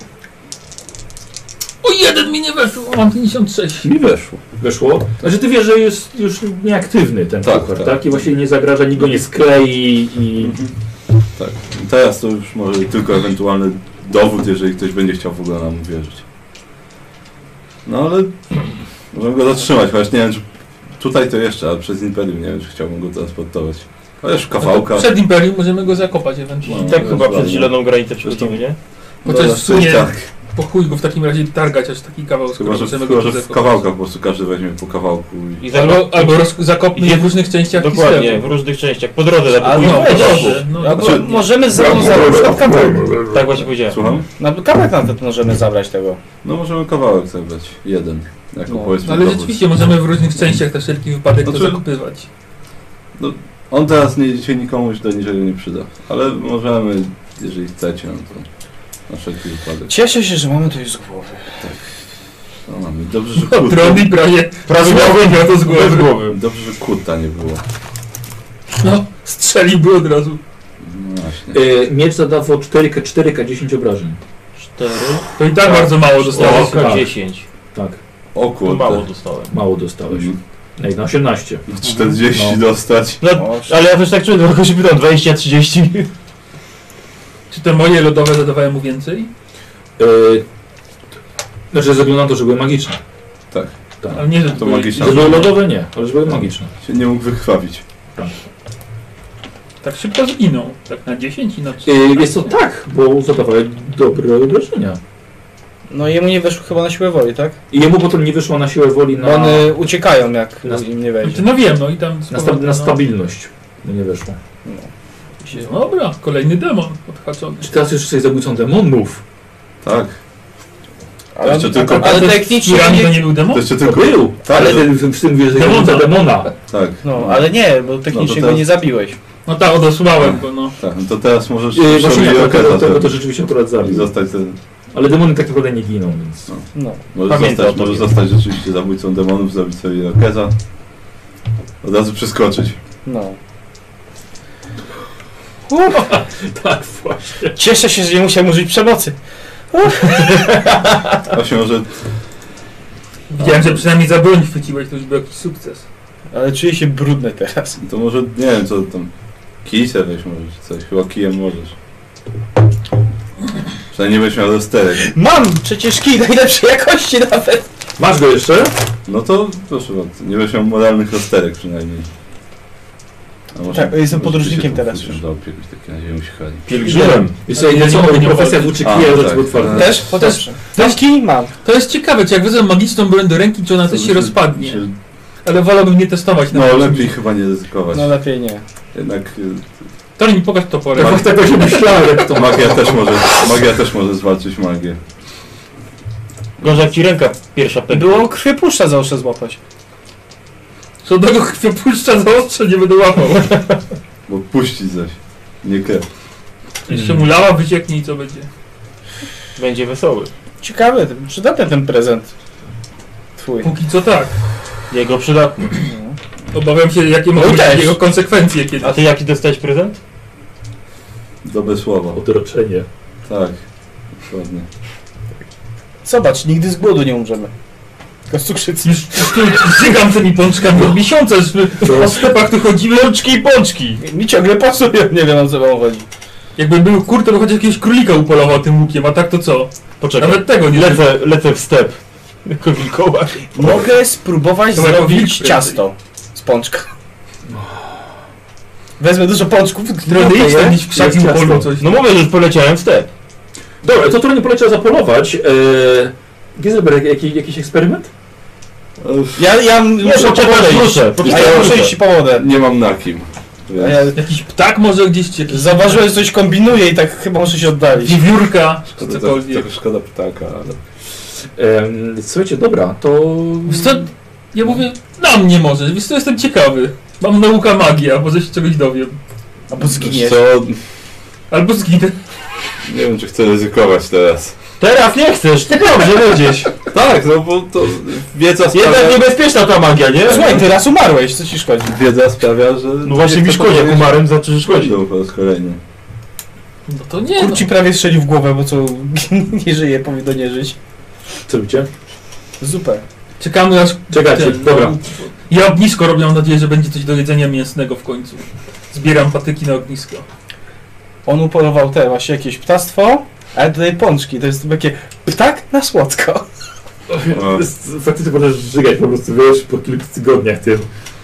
O, jeden mi nie weszło, mam pięćdziesiąt sześć. Mi weszło. Weszło? Znaczy ty wiesz, że jest już nieaktywny ten Tak, puchar, tak, tak. I właśnie nie zagraża, nikt go nie sklei i... Tak. Teraz to już może tylko ewentualny dowód, jeżeli ktoś będzie chciał w ogóle nam uwierzyć. No ale możemy go zatrzymać, chociaż nie wiem, czy tutaj to jeszcze, ale przez Imperium nie wiem, czy chciałbym go transportować. Chociaż w kawałkach. Przed Imperium możemy go zakopać ewentualnie. I tak chyba przed zieloną granicę przechodzimy, nie? Chociaż Dobra, w sumie tak. po chuj go w takim razie targać aż taki kawał, skoro Chyba, że, możemy chyba, go że w zakopać. kawałkach po prostu każdy weźmie po kawałku i... I Albo, zakop- albo roz, zakopmy je w różnych częściach Dokładnie, Kislewu. w różnych częściach. Po drodze na A no, No, weź. dobrze, no, Albo Znaczy- możemy za, zabrać na kawałek. Tak właśnie powiedziałem. Słucham? Na kawałek nawet możemy zabrać tego. No możemy kawałek zabrać. Jeden. Jako No. powiedzmy No, ale dowód. rzeczywiście możemy w różnych częściach na wszelki wypadek to Znaczy- zakopywać. On teraz nie, się nikomu do niczego nie przyda. Ale możemy, jeżeli chcecie, no to na wszelki wypadek. Cieszę się, że mamy to już z głowy. No mamy. Dobrze, że O, kłód... drony prawie, prawie miał to z Bez głowy. głowy. Dobrze, że kłódta nie było. No, strzeliłby od razu. No właśnie. Yy, miecz zadawał cztery K, cztery K dziesięć obrażeń. cztery. To i tak bardzo mało dostałeś. tak. dziesięć. Tak, O To kurde. mało dostałem. mało dostałeś. Mhm. No i na osiemnaście. czterdzieści No. dostać. No, ale ja też tak czuję, tylko się pytam, dwadzieścia trzydzieści. Czy te moje lodowe zadawałem mu więcej? Yy, znaczy, ze względu na to, że były magiczne. Tak. Tak. Ale nie, że To były- magiczne. Że były lodowe, nie, ale że były magiczne. Się nie mógł wykrwawić. Tak szybko zginą. Tak na dziesięć i na trzy. Yy, jest to tak, bo zadawały dobre obrażenia. No jemu nie weszło chyba na siłę woli, tak? I jemu potem nie wyszło na siłę woli na, Bo one uciekają jak Na- im nie wejdzie. No wiem, no i tam... na, sta, na stabilność. No nie weszło. No dobra, kolejny demon odhaczony. Czy teraz już jesteś zabójcą demonów? Tak. Ale, Jeszcze tylko- ale Ale technicznie Kurami nie, to nie był To demon? jeszcze To tylko... był, ale ty w tym mówisz, że Demona. zabójca demona. Tak. no, ale nie, bo technicznie No to go teraz- nie zabiłeś. No tak, odesłałem go, no. Tak, no to teraz możesz Yy, właśnie nie, to, Irokeza to, to, to zrobić rzeczywiście akurat i zabił. zostać ten... Ale demony tak naprawdę nie giną, więc... No. Możesz Pamiętam zostać, o możesz tobie. zostać rzeczywiście zabójcą demonów, zrobić sobie Irokeza. Od razu przeskoczyć. No. Tak, właśnie. Cieszę się, że nie musiałem użyć przemocy. Właśnie może... Widziałem, że przynajmniej za broń chwyciłeś, to już był jakiś sukces. Ale czuję się brudny teraz. To może, nie wiem co tam... Kij se weź może, czy coś. Chyba kijem możesz. Przynajmniej nie będziesz miał rozterek. Mam przecież kij najlepszej jakości nawet. Masz go jeszcze? No to proszę bardzo, nie będziesz miał moralnych rozterek przynajmniej. A może, Tak, jestem może podróżnikiem ty się teraz faktycznie już. do opieku takiej razie uciekali. Pielgrzymem. Wiesz co, nie mogę co, nie profesja chodzić. włóczykija A, rzecz tak. otwarta. Też? To jest- Ten kij mam. To jest ciekawe, czy jak wezmę magiczną broń do ręki, czy ona też się rozpadnie. Się- Ale wolałbym nie testować na No tym. lepiej chyba nie ryzykować. No lepiej nie. Jednak y, To mi pokaż toporem. Tak, tak właśnie myślałem, jak to magia też może, magia też może zwalczyć magię. Gorzej jak ci ręka pierwsza pękła. Było krwiopuszcza za uszy złapać. Co do tego krwiopuszcza za ostrze nie będę łapał. Bo puścić zaś, nie krew. Jeszcze mu lała wycieknie i co będzie? Będzie wesoły. Ciekawy, przydatny ten prezent. Twój. Póki co tak. Jego przydatny. Obawiam się, jakie mogą No być też. jego konsekwencje kiedyś. A ty jaki dostałeś prezent? Dobre słowo. odroczenie. Tak, dokładnie. Zobacz, nigdy z głodu nie umrzemy. Tylko z cukrzycy. Już tu żygam tymi pączkami od miesiąca, już po sklepach tu chodzimy. Pączki i pączki! Mi ciągle pasują, nie wiem o co wam chodzi. Jakby był kur, to by chociaż jakiegoś królika upolował tym łukiem, a tak to co? Poczekaj. Nawet tego nie Lecę, lecę w step. Jako wilkołak. Mogę spróbować To jako wilk zrobić prędzej. ciasto z pączka. Wezmę dużo pączków, Trochę idź tam gdzieś w krzaki Jest upolu ciasto. coś. No mówię, że już poleciałem w step. Dobra, to trochę nie poleciał zapolować. Eee, Gizelberg, jaki, jakiś eksperyment? Ja, ja muszę po poczekaj, wodę iść. proszę, A poczekaj, ja muszę proszę. iść po wodę. Nie mam na kim. A Więc ja Jakiś ptak może gdzieś ci jakiś... zauważyłem, że coś kombinuje i tak chyba muszę się oddalić. Wiewiórka, czy to, to, cokolwiek. trochę szkoda ptaka, ale... Ehm, słuchajcie, dobra, to... Wiesz co, ja mówię, na mnie możesz, wiesz co, jestem ciekawy. Mam nauka magia, może się czegoś dowiem. Albo Wiesz zginiesz. co, Albo zginę. nie wiem czy chcę ryzykować teraz. Teraz nie chcesz, to dobrze będziesz. Tak, no bo to wiedza sprawia... Jednak niebezpieczna ta magia, nie? Słuchaj, ty raz umarłeś, co ci szkodzi? Wiedza sprawia, że... No właśnie mi szkodzi, jak umarłem, znaczy, że szkodzi. Szkodzi po raz kolejny. No to nie, no. Kurci prawie strzelił w głowę, bo co nie żyje, powinno nie żyć. Co robicie? Super. Czekamy aż... Czekajcie, ten, dobra. no, ja ognisko robię, mam nadzieję, że będzie coś do jedzenia mięsnego w końcu. Zbieram patyki na ognisko. On upolował te właśnie jakieś ptactwo, ale tutaj pączki, to jest takie ptak na słodko. O, Faktycznie możesz żygać po prostu, wiesz, po kilku tygodniach tym.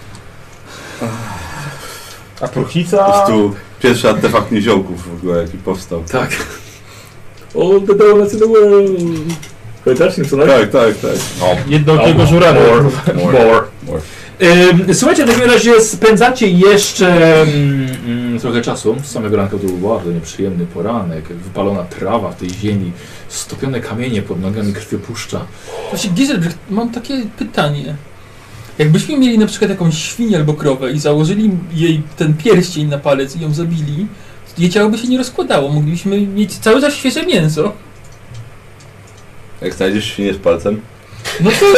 A po Pruchica... prostu pierwszy artefakt niziołków w ogóle jaki powstał. Tak. All the donuts in the world. Pamiętasz, nie co Tak, tak, tak. No. Jedną tego żurana. More. More. Ym, słuchajcie, w takim razie spędzacie jeszcze mm, mm, trochę czasu. Z samego ranka to był bardzo nieprzyjemny poranek. Wypalona trawa w tej ziemi, stopione kamienie pod nogami krwiopuszcza. Właśnie, Giselbrecht, mam takie pytanie. Jakbyśmy mieli na przykład jakąś świnię albo krowę i założyli jej ten pierścień na palec i ją zabili, to jej ciało by się nie rozkładało. Moglibyśmy mieć cały czas świeże mięso. Jak znajdziesz świnię z palcem? No to...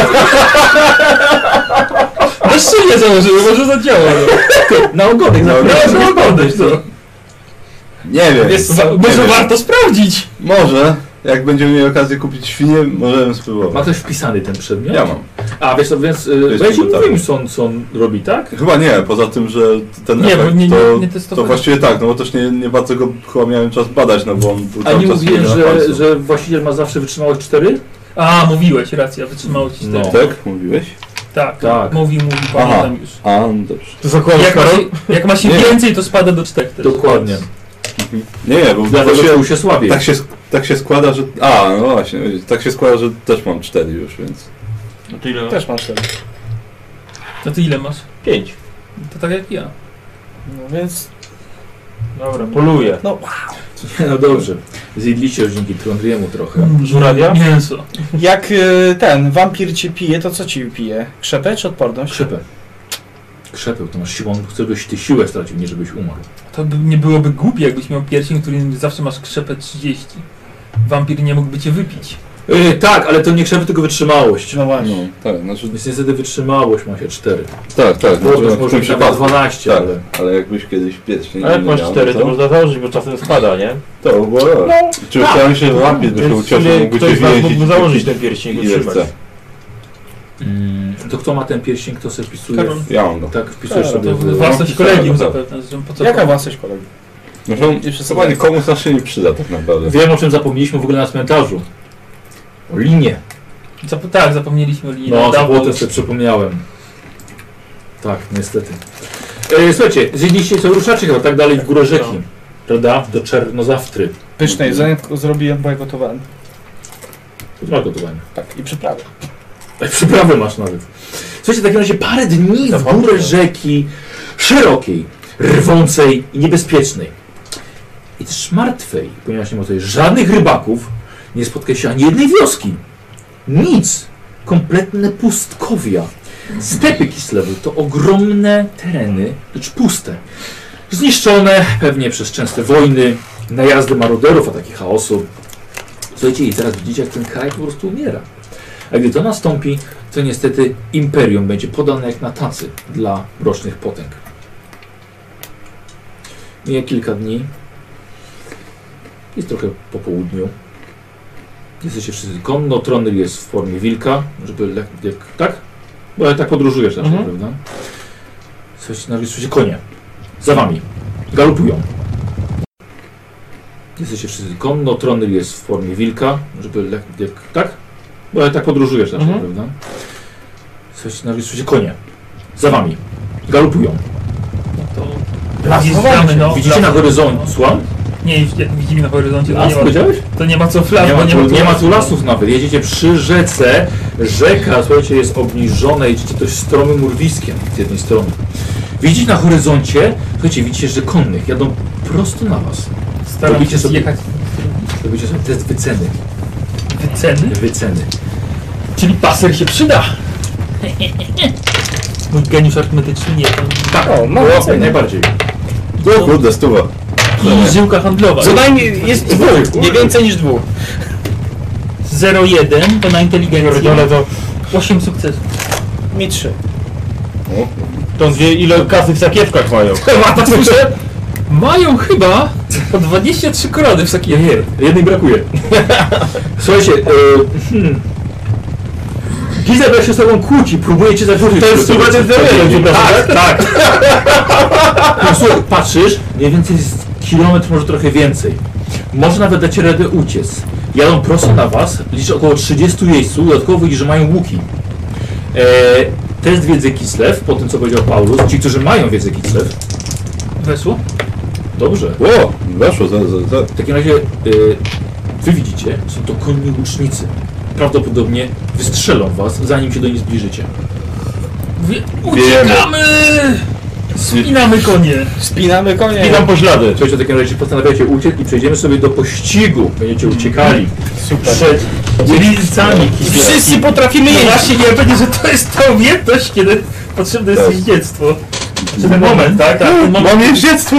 Bez szyję założyły, może zadziała. Na ogonek, na Na No, ogonek. no oglądać to. Nie wiem. Jest, nie może wiem. warto sprawdzić. Może, jak będziemy mieli okazję kupić świnię, możemy Ma spróbować. ktoś wpisany ten przedmiot? Ja mam. A wiesz co, więc y, jest weź i gotowy. mówimy co on, co on robi, tak? Chyba nie, poza tym, że ten Nie, bo efekt nie- nie- to, nie to testowałem. właściwie tak, no bo też nie, nie bardzo go chyba miałem czas badać, no bo on był A cały nie czas mówiłem, na że, palcu. że właściciel ma zawsze wytrzymałość cztery? A, mówiłeś, racja, wytrzymało ci No. cztery. Tak? Mówiłeś? Tak, Tak. Mówi, mówi, Aha. pamiętam już. A, no dobrze. To zakładasz, Jak ma Karol? się, jak ma się Nie. więcej, to spada do czterech też. Dokładnie. Nie, nie, bo Dlatego właściwie czuł się słabiej. tak się, tak się składa, że... A, no właśnie, tak się składa, że też mam cztery już, więc... No to ile? Też masz ten. No ty ile masz? Pięć. To tak jak ja. No więc... Dobra, poluję. No, No dobrze. Zjedliście już dzięki Trondriemu trochę. Żurawia? Mięso. jak y, ten wampir cię pije, to co ci pije? Krzepę czy odporność? Krzepę. Krzepę, to masz siłę, on chce, żebyś ty siłę stracił, nie żebyś umarł. To by nie byłoby głupie, jakbyś miał pierścień, który zawsze masz krzepę trzydzieści. Wampir nie mógłby cię wypić. Yy, tak, ale to nie krzepy, tylko wytrzymałość. No właśnie. No, tak, znaczy... Więc niestety wytrzymałość ma się cztery. Tak, tak, Bo znaczy, to w może tym być nawet przypadku... dwanaście, Tak, ale... ale jakbyś kiedyś pierścień A jak nie masz miał, cztery, no to można założyć, bo czasem spada, nie? To było no. Czy Tak. chciałem się wampir, by się Więc w ucieszył, sumie mógłby ktoś się z nas więzić mógłby i założyć kupić ten pierścień i go ile trzymać. chce. Mm, to kto ma ten pierścień, kto sobie wpisuje? Karol. Ja mam go. Tak, wpisujesz Tak, sobie To w... własność no, kolegium tak. zapewne. że Po co Jaka własność kolegi? Zresztą Jeszcze chyba sobie- nikomu nas się nie przyda tak naprawdę. Wiem, o czym zapomnieliśmy w ogóle na cmentarzu. O linie. Zap tak, zapomnieliśmy o linii. No, Dawno potem już. sobie przypomniałem. Tak, niestety. E, słuchajcie, zjedliście co, ruszacie chyba tak dalej w górę rzeki. Prawda? Do Czernozawtry. Pyszne jedzenie zrobiłem, bo ja gotowałem. To ma gotowanie. Tak, i przyprawy. Tak, przyprawy masz nawet. Słuchajcie, w takim razie parę dni w górę rzeki szerokiej, rwącej i niebezpiecznej. I też martwej, ponieważ nie ma tutaj żadnych rybaków, nie spotka się ani jednej wioski. Nic. Kompletne pustkowia. Stepy Kislewu to ogromne tereny, lecz puste. Zniszczone pewnie przez częste wojny, najazdy maruderów, ataki chaosu. Słuchajcie, i teraz widzicie, jak ten kraj po prostu umiera. A gdy to nastąpi, to niestety imperium będzie podane jak na tacy dla mrocznych potęg. Mija kilka dni. Jest trochę po południu. Jesteście wszyscy konno. Trondry jest w formie wilka, żeby jak, jak tak? Bo jak tak podróżujesz raczej, Mhm. prawda? Słuchajcie, nagle słyszycie konie. Za wami. Galopują. Jesteście wszyscy konno. Trondry jest w formie wilka, żeby jak, jak tak? Bo jak tak podróżujesz raczej, Mhm. prawda? Słuchajcie, nagle słyszycie konie. Za wami. Galopują. To Las, wjeżdżamy, no. Widzicie na horyzoncie? Słucham? Nie, jak widzimy na horyzoncie, to Las nie ma, powiedziałeś? to nie ma co flas, Nie bo ma, nie ma, tu, nie ma tu lasu. lasów nawet. Jedziecie przy rzece. Rzeka, słuchajcie, jest obniżona. Jedziecie dość stromym urwiskiem z jednej strony. Widzicie na horyzoncie, słuchajcie, widzicie, że konnych jadą prosto na was. Staram Robicie się sobie- zjechać Robicie sobie test wyceny. wyceny, Wyceny. czyli paser się przyda. Mój geniusz arytmetyczny nie, to Tak, O, mam o, wycenę. najbardziej. O kurde, stuwa. i żyłka handlowa. Co najmniej jest dwóch, nie więcej niż dwóch. zero jeden to na inteligencję. Pierdolę to... osiem sukcesów. Mi trzy. O, To wie ile kasy w sakiewkach mają. tak słyszę? Mają chyba po dwadzieścia trzy korony w sakiewce. Nie, jednej brakuje. Słuchajcie, e, hmm. Gizel się z tobą kłóci, próbuje cię zagrozić. To jest Żeby- chyba ten zero, przepraszam, Tak, tak. No, słuchaj, patrzysz, mniej więcej jest kilometr, może trochę więcej. Może nawet dacie radę uciec. Jadą prosto na was, liczę około trzydziestu jeźdźców, dodatkowo widzisz, że mają łuki. E, test wiedzy Kislew, po tym co powiedział Paulus, ci, którzy mają wiedzę Kislew. Weszło? Dobrze. o weszło, za, za, za. W takim razie y, wy widzicie, są to konni łucznicy. Prawdopodobnie wystrzelą was, zanim się do nich zbliżycie. Wie- Uciekamy! Spinamy konie. Spinamy konie. Idą po ślady. Słuchajcie, w takim razie postanawiacie uciec i przejdziemy sobie do pościgu. Będziecie uciekali Super. przed jeźdźcami. Wszyscy potrafimy No jeździć. właśnie nie będzie, że to jest ta umiejętność, kiedy potrzebne jest Tak. jeździectwo. Czy ten moment, tak? tak ten moment. Mam jeździectwo!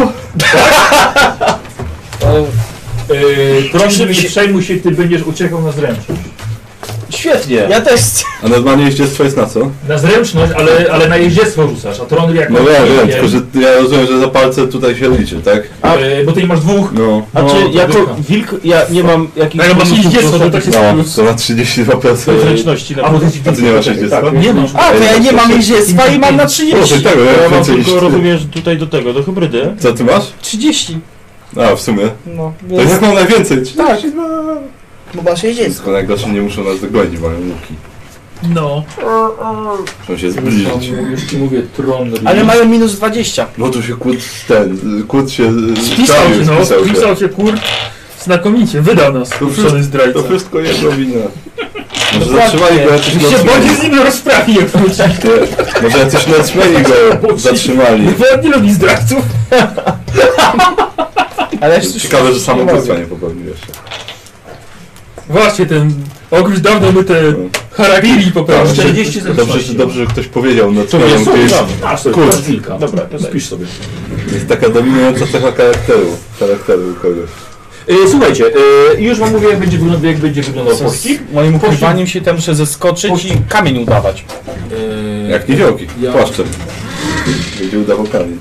Yy, proszę, Żeby nie się- przejmuj się, ty będziesz uciekał na zręczność. Świetnie. Ja też... A normalnie jeździectwo jest na co? Na zręczność, ale, ale na jeździectwo rzucasz, a Tronry jako... No ja wiem, nie tylko że ja rozumiem, że za palce tutaj się liczy, tak? A, e, bo ty nie masz dwóch. No. A No, czy to jako wyszło. wilk ja nie mam jakichś No, jak masz bonusów jeździectwo, to do tak się No, to na trzydzieści dwa procent. zręczności na A, bo ty przykład. jesteś A ty nie masz tak, jeździectwa? tak, Nie mam. A, to ja nie mam jeździectwa i mam na Proszę, trzydzieści. tego, Ja ja mam więcej tylko, niż ty. rozumiesz, tutaj do tego, do hybrydy. Co ty masz? trzydzieści. A, w sumie. No, To więc... jak mam najwięcej? Tak. Bo masz jeździectwo. Tylko najgorsze nie muszą nas dogonić, mają łuki. No. Muszą się zbliżyć. Już ci mówię, Tronry. Ale mają minus dwadzieścia. No tu się kłód ten, kłód się Spisał się, no. spisał się. Spisał się, kur... Znakomicie, wydał nas, kurczony zdrajca. To wszystko jego wina. Może Dokładnie. zatrzymali go jacyś się bardziej nocmeni. z nim rozprawi, jak wróci. Nie, może jacyś nocmeni go zatrzymali. Bo on nie lubi zdrajców. Ale Ciekawe, że samobójstwa nie popełnił jeszcze. Właśnie, ten ogród dawno by te haragiri popełnił. czterdzieści Dobrze, zręczności. że, dobrze, że ktoś powiedział To nocmeniom jest gdzieś. Masz sobie, Kurde. masz wilka. Dobra, to Spisz sobie. Jest taka dominująca cecha charakteru. Charakteru u kogoś. E, słuchajcie, e, już wam mówię, jak będzie wyglądał, jak będzie wyglądał Co pościg. z moim ukrywaniem się tam muszę zeskoczyć i kamień udawać. E, Jak niziołki, ja- płaszczem. Będzie udawał kamień.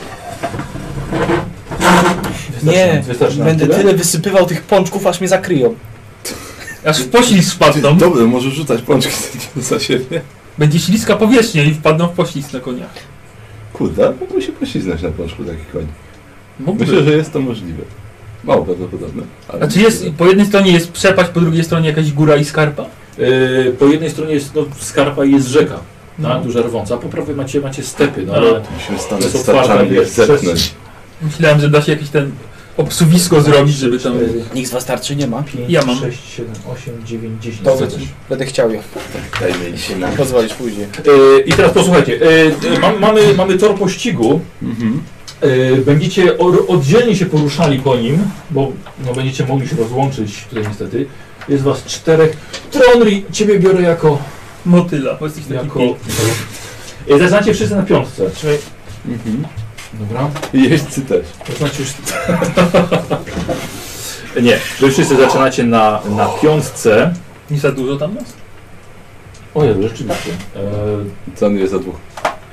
Nie, wystarczy nam będę tyle? tyle wysypywał tych pączków, aż mnie zakryją. Aż w poślizg spadną. Dobra, możesz rzucać pączki za siebie. Będzie śliska powierzchnia i wpadną w poślizg na konia. Kurde, mógłby się pośliznąć na pączku taki koń. Mógłby. Myślę, że jest to możliwe. Mało prawdopodobne. ale Znaczy jest, możliwe. po jednej stronie jest przepaść, po drugiej stronie jakaś góra i skarpa. E, po jednej stronie jest no, skarpa i jest rzeka. No. Tak, duża rwąca, a po prawej macie, macie stepy, no A. ale Musimy to stanąć jest z otwarta, tarczami i wiesz, zepchnąć. przestrzeń. Myślałem, że da się jakieś ten obsuwisko zrobić, żeby tam... Nikt z was tarczy nie ma. pięć, Ja mam. sześć, siedem, osiem, dziewięć, dziesięć. To Chcesz? będę chciał ją. Dajmy się na... Pozwolić później. E, I teraz posłuchajcie, e, mam, mamy, mamy tor pościgu. Mhm. E, będziecie o, oddzielnie się poruszali po nim, bo no, będziecie mogli się rozłączyć tutaj niestety. Jest was czterech. Tronry, ciebie biorę jako... Motyla, bo jesteś taki jako... piękny. E, zaznacie wszyscy na piątce. Mhm. Dobra. I jeźdźcy też. Zaznacie już... Nie, wy wszyscy zaczynacie na, na piątce. Nie za dużo tam nas? O Jezu, rzeczywiście. E, Co jest za dwóch?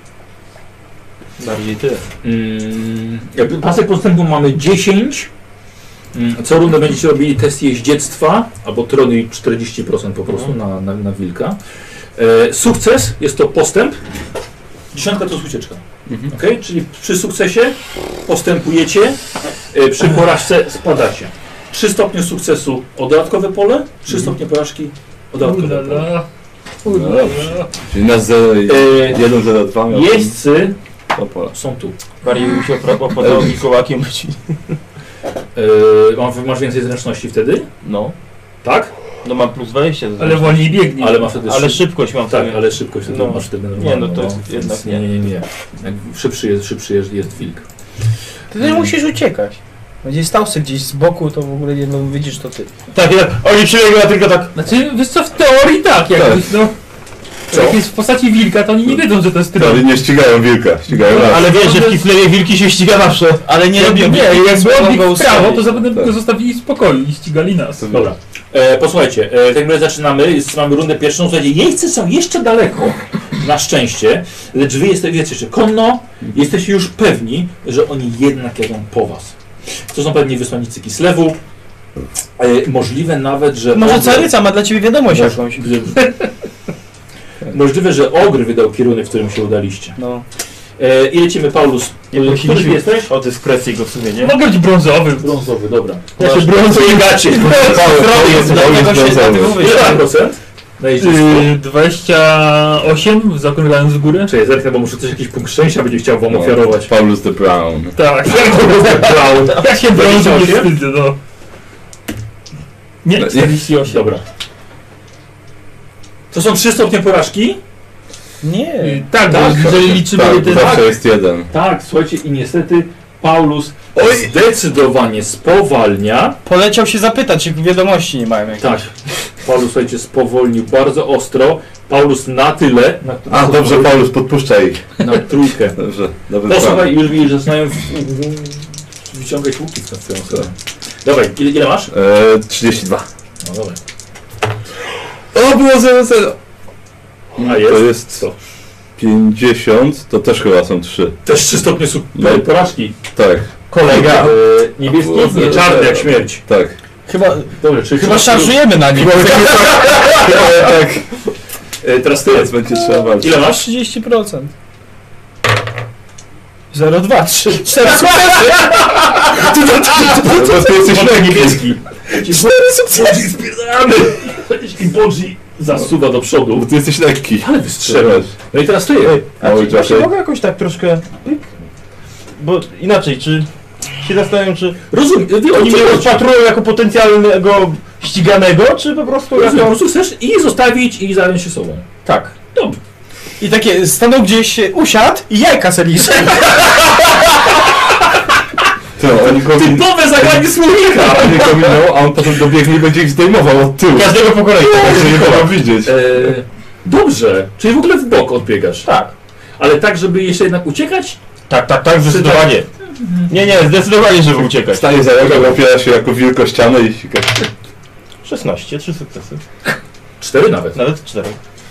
Bardziej ty. Mm, jakby pasek postępu mamy dziesięć. Mm, Co rundę będziecie robili test jeździectwa, albo trony czterdzieści procent po prostu na, na, na wilka. E, sukces jest to postęp. Dziesiątka to jest ucieczka. Mhm. Okay? Czyli przy sukcesie postępujecie, e, przy porażce spadacie. trzy stopnie sukcesu o dodatkowe pole, trzy stopnie porażki o dodatkowe pole. Ulala. No Ulala. dobrze. Czyli nasz zero jeden zero dwa miał Jeźdźcy to pola. są tu. Bardziej mi się opra- opłacało Mikołakiem być. E, masz- masz więcej zręczności wtedy? No. Tak? No mam plus dwadzieścia. to Ale znaczy. wolniej biegnie. Ale masz wtedy Ale szyb- szybkość mam Tak, sobie. ale szybkość wtedy No. masz wtedy Nie, normalną. no to jest więc jednak nie, nie. nie, nie, nie. Jak szybszy jest, szybszy jest, jest wilk. Ty też musisz uciekać. Będzie stał sobie gdzieś z boku, to w ogóle nie no, widzisz to ty. Tak, ja, oni przybiegły, a tylko tak. Znaczy, wiesz co, w teorii tak, jakbyś no... Co? Jak jest w postaci wilka, to oni nie wiedzą, że to jest Ale tron. nie ścigają wilka, ścigają nas. Ale wiesz, że w Kiflewie wilki się ściga zawsze. Ale nie robią Nie, jak mogą byłoby go w prawo, ustawić. to zapewne Tak. go zostawili w spokoju i ścigali nas. Dobra. E, posłuchajcie, e, tak jak zaczynamy, jest, mamy rundę pierwszą. Słuchajcie, jeźdźcy są jeszcze daleko, na szczęście, lecz wy jesteście, wiecie, że konno jesteście już pewni, że oni jednak jadą po was. To są pewnie wysłannicy Kislewu. E, możliwe nawet, że... Może ogr- caryca ma dla ciebie wiadomość Może- jakąś. Możliwe, że Ogr wydał kierunek, w którym się udaliście. No. E, I lecimy, Paulus. Nie Który prosiliśmy jesteś? o dyskrecję go w sumie, nie? Mogę być brązowy. Brązowy, dobra. Ja się Masz- brązowy gacie. Paweł jest Dlatego się dlatego mówię. Ile ma procent? Na jeździectwo? Yy, dwadzieścia osiem, zaokrąglając w górę. Cześć, zerknę, bo muszę coś jakiś punkt szczęścia będzie chciał wam No, ofiarować. Paulus the Brown. Tak, Brown. ja się brązowy nie dwadzieścia osiem? wstydzę, no. Nie, No, czterdzieści osiem. Dobra. To są trzy stopnie porażki? Nie. Yy, tak, Tak, bo jeżeli liczymy Tak, ten... zawsze jest jeden. Tak, słuchajcie, i niestety Paulus zdecydowanie spowalnia. Poleciał się zapytać, czy wiadomości nie mają jakieś. Tak. Paulus, słuchajcie, spowolnił bardzo ostro. Paulus na tyle, na, A, dobrze, Paulus, podpuszczaj ich. na trójkę. Dobrze, dobry plan. Posłuchaj, już widzisz, że zaczynają w- w- wyciągać łuki w twoją stronę. Dawaj, ile, ile masz? E, trzydzieści dwa. No dobra. O, było zero zero! A jest? To jest Co? pięćdziesiąt, to też chyba są trzy. Też trzy stopnie su- No. porażki. Tak, Kolega. E, niebieski, A było nie zero czarny zero. jak śmierć. tak. Chyba, Dobrze, czyli chyba szarżujemy na nim. Chyba tak. E, teraz ty. Teraz będzie trzeba walczyć. Ile masz? trzydzieści procent. zero przecinek dwa, trzy, cztery sukcesy! No bo ty jesteś Mamy lekki. niebieski. cztery sukcesy! Spierdamy! I Bodzi zasuwa do przodu. Bo ty jesteś lekki. Ale wystrzelasz. No i teraz ty. Ej, a Mały czy, właśnie Jacek. mogę jakoś tak troszkę... Bo inaczej, czy się zastanawiam, czy Rozumiem. Wie, oni mnie rozpatrują jako potencjalnego ściganego, czy po prostu Rozumiem, po jako... prostu chcesz i zostawić i zająć się sobą. Tak. Dobrze. I takie stanął gdzieś, usiadł i jajka se liże. To oni go min- Typowe zagranie słownika! oni go minął, a on potem dobiegnie i będzie ich zdejmował od tyłu. Każdego po kolei. Także nie mogą widzieć. E, dobrze. Czyli w ogóle w bok odbiegasz. Tak. Ale tak, żeby jeszcze jednak uciekać? Tak, tak, tak, zdecydowanie. Nie, nie, zdecydowanie, żeby uciekać. Stanie za rogą, opiera się jako wielkościany i sika. szesnaście, trzy sukcesy. Cztery nawet. Nawet cztery.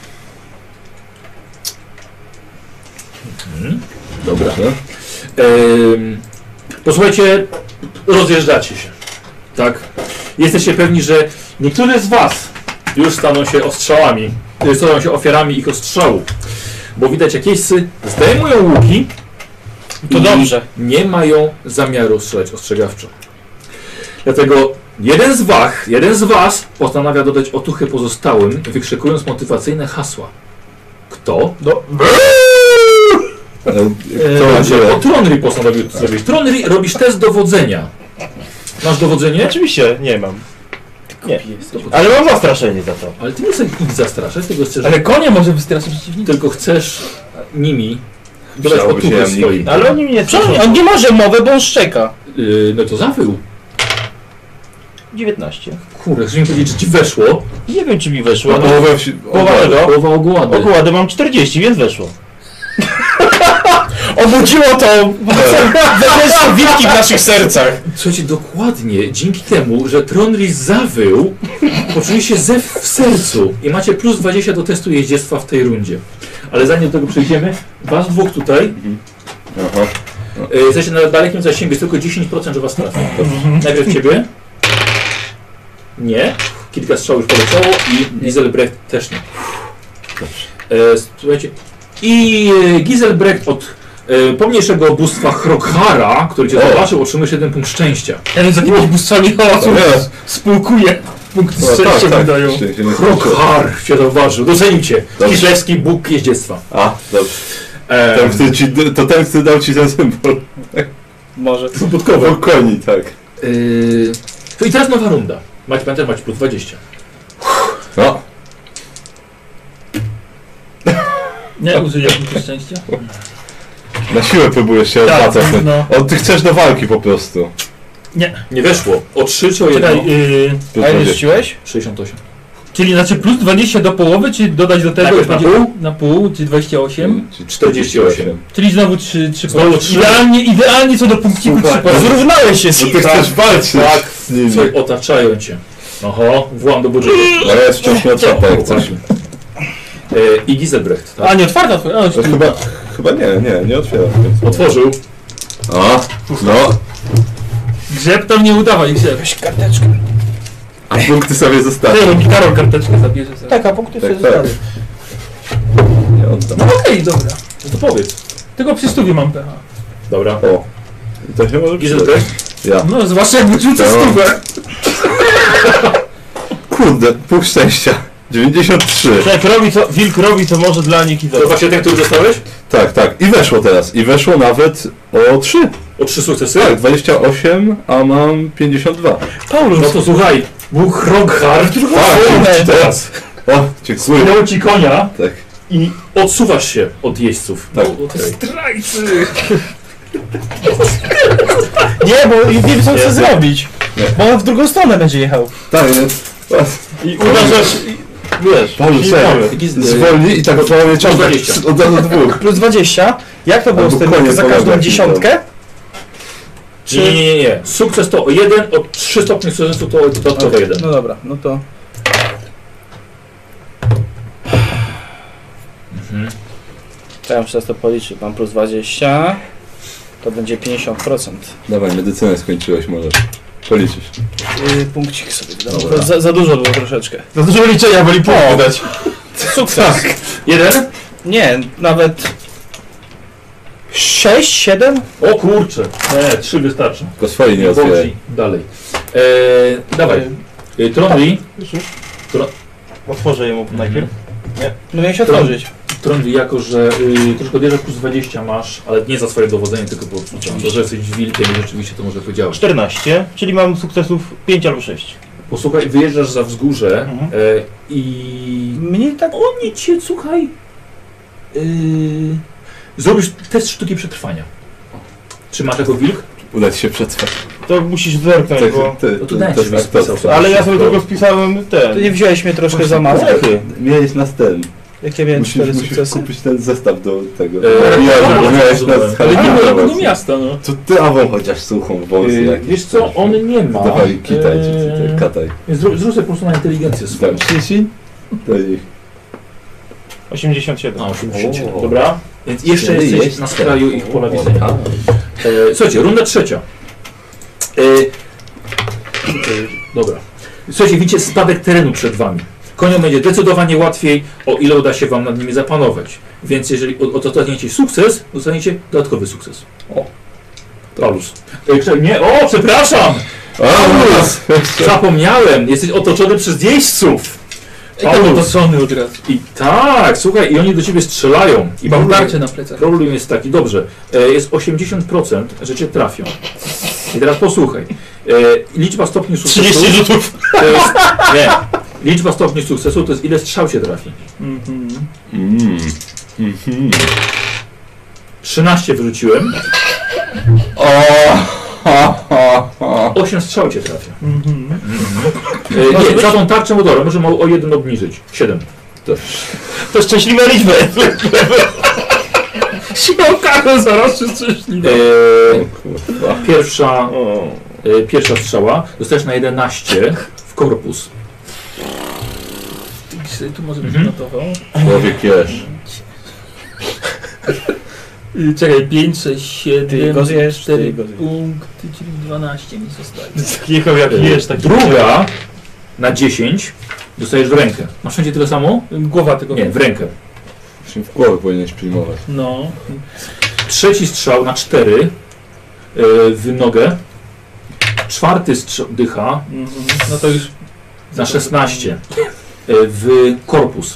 Mhm. Dobra. Ehm, posłuchajcie, rozjeżdżacie się. Tak? Jesteście pewni, że niektórzy z was już staną się ostrzałami, y, staną się ofiarami ich ostrzału. Bo widać, jak jeźdźcy zdejmują łuki, To i dobrze. nie mają zamiaru strzelać ostrzegawczo. Dlatego jeden z was, jeden z was postanawia dodać otuchy pozostałym, wykrzykując motywacyjne hasła. Kto? Do... To To będzie... o Tronry postanowił to zrobić. Tronry, robisz test dowodzenia. Masz dowodzenie? Oczywiście nie mam. Nie. Dowodzenie. Ale mam zastraszenie za to. Ale ty nie chcesz ich zastraszać, tylko chcesz, Ale konia może wystraszyć przeciwnika. tylko chcesz nimi dodać Przydałoby się otuchy jamnik. swoich. Ale oni mnie nie Przecież straszą. on nie może mowy, bo on szczeka. Yy, no to zawył. dziewiętnaście. Kurde, chcesz mi powiedzieć, że ci weszło? Nie wiem, czy mi weszło. No, No, połowę wsi- połowa tego. Połowa ogłady. Okłady mam czterdzieści, więc weszło. Obudziło to wewnętrzne wilki w naszych sercach. Słuchajcie, dokładnie dzięki temu, że Tronry zawył, poczuliście zew w sercu i macie plus dwadzieścia do testu jeździectwa w tej rundzie. Ale zanim do tego przejdziemy, was dwóch tutaj, Aha. yy, jesteście na dalekim zasięgu, jest tylko dziesięć procent, że was trafi. Najpierw ciebie. Nie. Kilka strzałów już poleciało i Giselbrecht też nie. E, słuchajcie. I e, Giselbrecht od e, pomniejszego bóstwa Hrokhara, który cię O. zobaczył, otrzymujesz jeden punkt szczęścia. Ja wiem, z jakimiś bóstwami chaosu Yes. spółkuję. Punkty No, szczęścia tak, tak. wydają. Się- się nie Hrokhar cię zauważył, docenił cię. Dobrze. Kiszlewski Bóg jeździectwa. A, dobrze. E, Ten, który ci, to ten, który dał ci ten symbol. Może. Pobudkowy. O koni, tak. Yy, to i teraz nowa runda. Macie, pamiętaj, macie plus dwadzieścia. No. Nie użyję punktu szczęścia. Na siłę próbujesz się Tak, odwracać. no. O, ty chcesz do walki po prostu. Nie weszło. O trzy czy o jedno? Czekaj, yy, Plus A ile dwadzieścia. rzuciłeś? sześćdziesiąt osiem. czyli znaczy plus dwadzieścia do połowy, czy dodać do tego Najpierw na będzie pół? na pół, czyli dwadzieścia osiem. Czyli czterdzieści osiem. Czyli znowu trzy, trzy Znowu porażki. trzy. Idealnie, idealnie co do punkciku Super. trzy porażki. Zrównałeś się z Bo ty nim. chcesz walczyć Tak. z nimi. Słuchaj, otaczają cię. Oho, włam do budżetu. Ale jest wciąż nie otwarta jak coś. E, I Giselbrecht, A tak? nie otwarta twoja. A, już To tu. chyba, chyba nie, nie, nie otwiera. Otworzył. A, no. Grzeb tam nie udawaj grzeb. Weź karteczkę. A punkty sobie zostawię. Nie, robi Karol karteczkę zabierze sobie. Tak, a punkty Tak, sobie tak. zostawię. Nie oddam. No okej, dobra. No to powiedz. Tylko przy stówie mam pecha. Dobra. O. I to się może przydać. Giselbrecht? Ja. No, zwłaszcza jak wyrzucę To- stówę. Kurde, punkt szczęścia. dziewięćdziesiąt trzy. Tak, robi co, wilk robi co może dla nich i To to. właśnie ten, który dostałeś? Tak, tak. I weszło teraz. I weszło nawet o trzy. O trzy sukcesy? Tak, dwadzieścia osiem, a mam pięćdziesiąt dwa. Paulus. No to słuchaj, Bóg Hrokhar, Tak, teraz O, dziękuję. minął ci konia Tak. i odsuwasz się od jeźdźców. Tak. No, okej. Zdrajcy! Nie, bo nie wiem co chce Nie. zrobić. Nie. Bo on w drugą stronę będzie jechał. Tak, jest. I uważasz, wiesz, Boże, i serio. mamy. Zwolni i tak zwolni czas dwadzieścia. od razu dwóch. Plus dwadzieścia. Jak to było Albo z tym koniec za polega każdą jakiś dziesiątkę? Nie, nie, nie, nie. Sukces to o jeden, o trzy stopnie sukcesu to dodatkowy jeden. No dobra, no to... Mhm. To ja muszę teraz to policzyć. Mam plus dwadzieścia. To będzie pięćdziesiąt procent. Dawaj, medycynę skończyłeś, możesz. Policzysz. Yy, punkcik sobie dam. Dobra. To Za, za dużo było troszeczkę. Za dużo liczenia, woli punkt dać. Sukces. Jeden? Nie, nawet... sześć, siedem? O kurczę. Nie, trzy wystarczą. Tylko swojej nie otwieraj. Bodzi dalej. E, dawaj. E, Tronli. Otworzę ją najpierw. No miałem się otworzyć. Tronli, jako że y, troszkę odjeżdżasz plus dwadzieścia masz, ale nie za swoje dowodzenie, tylko po prostu to, że jesteś wilkiem i rzeczywiście to może podziałać. czternaście, czyli mam sukcesów pięć albo sześć. Posłuchaj, wyjeżdżasz za wzgórze Mhm. e, i Mnie tak... oni cię, słuchaj, yy, zrobisz test sztuki przetrwania. Czy masz jako wilk? Uda ci się przetrwać. To musisz zerknąć, bo... ty, No to daj to sobie jest spisał to- sobie. Ale ja sobie tylko spisałem To ten. nie wziąłeś mnie troszkę za mało? Cechy. Miałeś nas ten. Jak ja miałem Musisz, cztery musisz sukcesy? kupić ten zestaw do tego. Eee, ja, no, bo miałeś no, nas no, Ale nie ma skalibrować. żadnego miasta, no. To ty awą chociaż suchą wąsy Yy, jakieś. wiesz co, on nie ma. Dawaj, kitaj, Eee, eee... kataj. Więc zrób, zrób sobie po prostu na inteligencję swoją. Tam trzydzieści? To ich. osiemdziesiąt siedem. A, osiemdziesiąt siedem. O. Dobra. Więc jeszcze Wtedy jesteś jest na ten. skraju ich pola O, widzenia. a. E, słuchajcie, runda trzecia. E, e, dobra. Słuchajcie, widzicie spadek terenu przed wami. Koniom będzie zdecydowanie łatwiej, o ile uda się wam nad nimi zapanować. Więc jeżeli dostaniecie sukces, dostaniecie dodatkowy sukces. O. Paulus. E, nie, o, przepraszam! Paulus! Zapomniałem, jesteś otoczony przez jeźdźców. Ej, to otoczony od razu. I tak, słuchaj, i oni do ciebie strzelają. I mam tarczę na plecach. Problem jest taki, dobrze, e, jest osiemdziesiąt procent, że cię trafią. I teraz posłuchaj. E, liczba stopni sukcesu... trzydzieści rzutów. To jest, nie. Liczba stopni sukcesu to jest ile strzał cię trafi. Mhm. Mm. Mhm. trzynaście wyrzuciłem, O, ha, ha, ha. osiem strzał cię trafia. Mhm. E, nie, za tą tarczę udora, może o jeden obniżyć. siedem. To szczęśliwe liczby. Się okaże zaraz, czy coś nie da. E, Kurwa. pierwsza, O. e, pierwsza strzała, dostajesz na jedenaście w korpus. Tu może być Mhm. notował. Człowiek jesz. Y, Czekaj, pięć, sześć, Ty siedem, go zjesz, ty cztery go zjesz. punkty, czyli dwanaście mi zostaje. Jechał jak E, jesz, tak. Druga na dziesięć dostajesz w rękę. Masz wszędzie tyle samo? Głowa tego. Nie, w rękę. Właśnie w głowę powinieneś pilnować. No. Trzeci strzał na cztery yy, w nogę. Czwarty strzał dycha Mhm. No to już. na szesnaście yy, w korpus.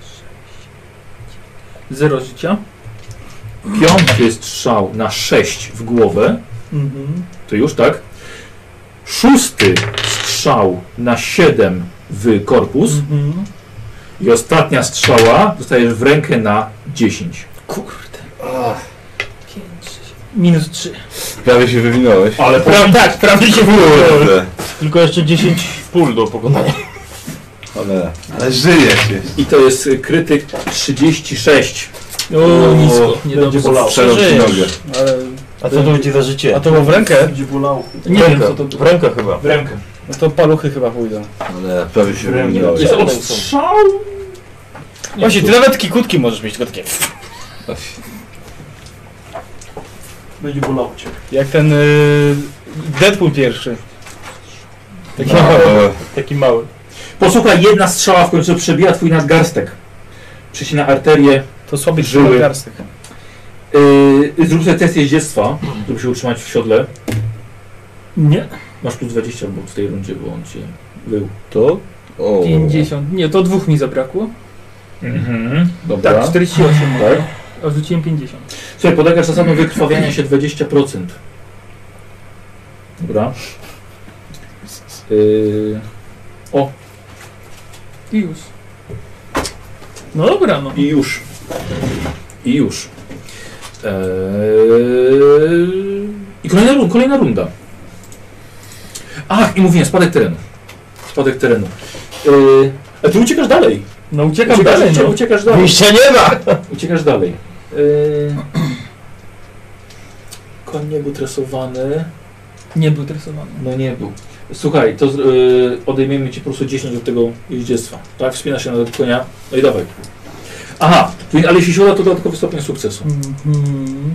Zero życia. Piąty strzał na sześć w głowę. Mhm. To już tak. Szósty strzał na siedem w korpus. Mhm. I ostatnia strzała dostajesz w rękę na dziesięć. Kurde. pięć, sześć. Minus trzy. Prawie się wywinąłeś. Ale Pra tak, prawie się Kurde. Tylko jeszcze dziesięć pól do pokonania. Ale, ale żyjesz jeszcze. I to jest y, krytyk trzydzieści sześć. O, nisko. Nie będzie dobrze. bolało. Strzelał ci Przeżyjesz. nogę. Ale... A co to będzie za życie? A to było w rękę? będzie bolało. Nie wiem co to W rękach chyba. W rękę. No to paluchy chyba pójdą. Ale prawie się Rękę. wywinąłeś. Jest One odstrzał. Właśnie, ty nawet kikutki możesz mieć, tylko takie... Będzie bolało cię. Jak ten y, Deadpool pierwszy. Taki No, mały. ale- Taki mały. Posłuchaj, jedna strzała w końcu przebija twój nadgarstek. Przecina arterię. To słaby Żyły. trzymagarstek. Yy, zrób sobie test jeździectwa, żeby się utrzymać w siodle. Nie. Masz plus dwadzieścia bo w tej rundzie, bo on cię był. To? O. pięćdziesiąt. Nie, to dwóch mi zabrakło. Mhm. Dobra. Tak, czterdzieści osiem. Tak. A wrzuciłem pięćdziesiąt. Słuchaj, podlegasz zasadom wykrwawiania się dwadzieścia procent. Dobra. Yy, I już. No dobra, no. I już. I już. Eee, I kolejna, run- kolejna runda. Ach, i mówiłem, spadek terenu. Spadek terenu. Eee, a ty uciekasz dalej. No uciekam uciekasz, dalej, uciekasz, no. uciekasz dalej. Wyjścia nie ma! Uciekasz dalej. Eee, koń nie był tresowany. Nie był tresowany. No nie był. Słuchaj, to z- yy, odejmiemy ci po prostu dziesięć od tego jeździectwa. Tak? Wspinasz się na tego konia. No i dawaj. Aha, ale jeśli się uda, to dodatkowy stopień sukcesu. Mhm.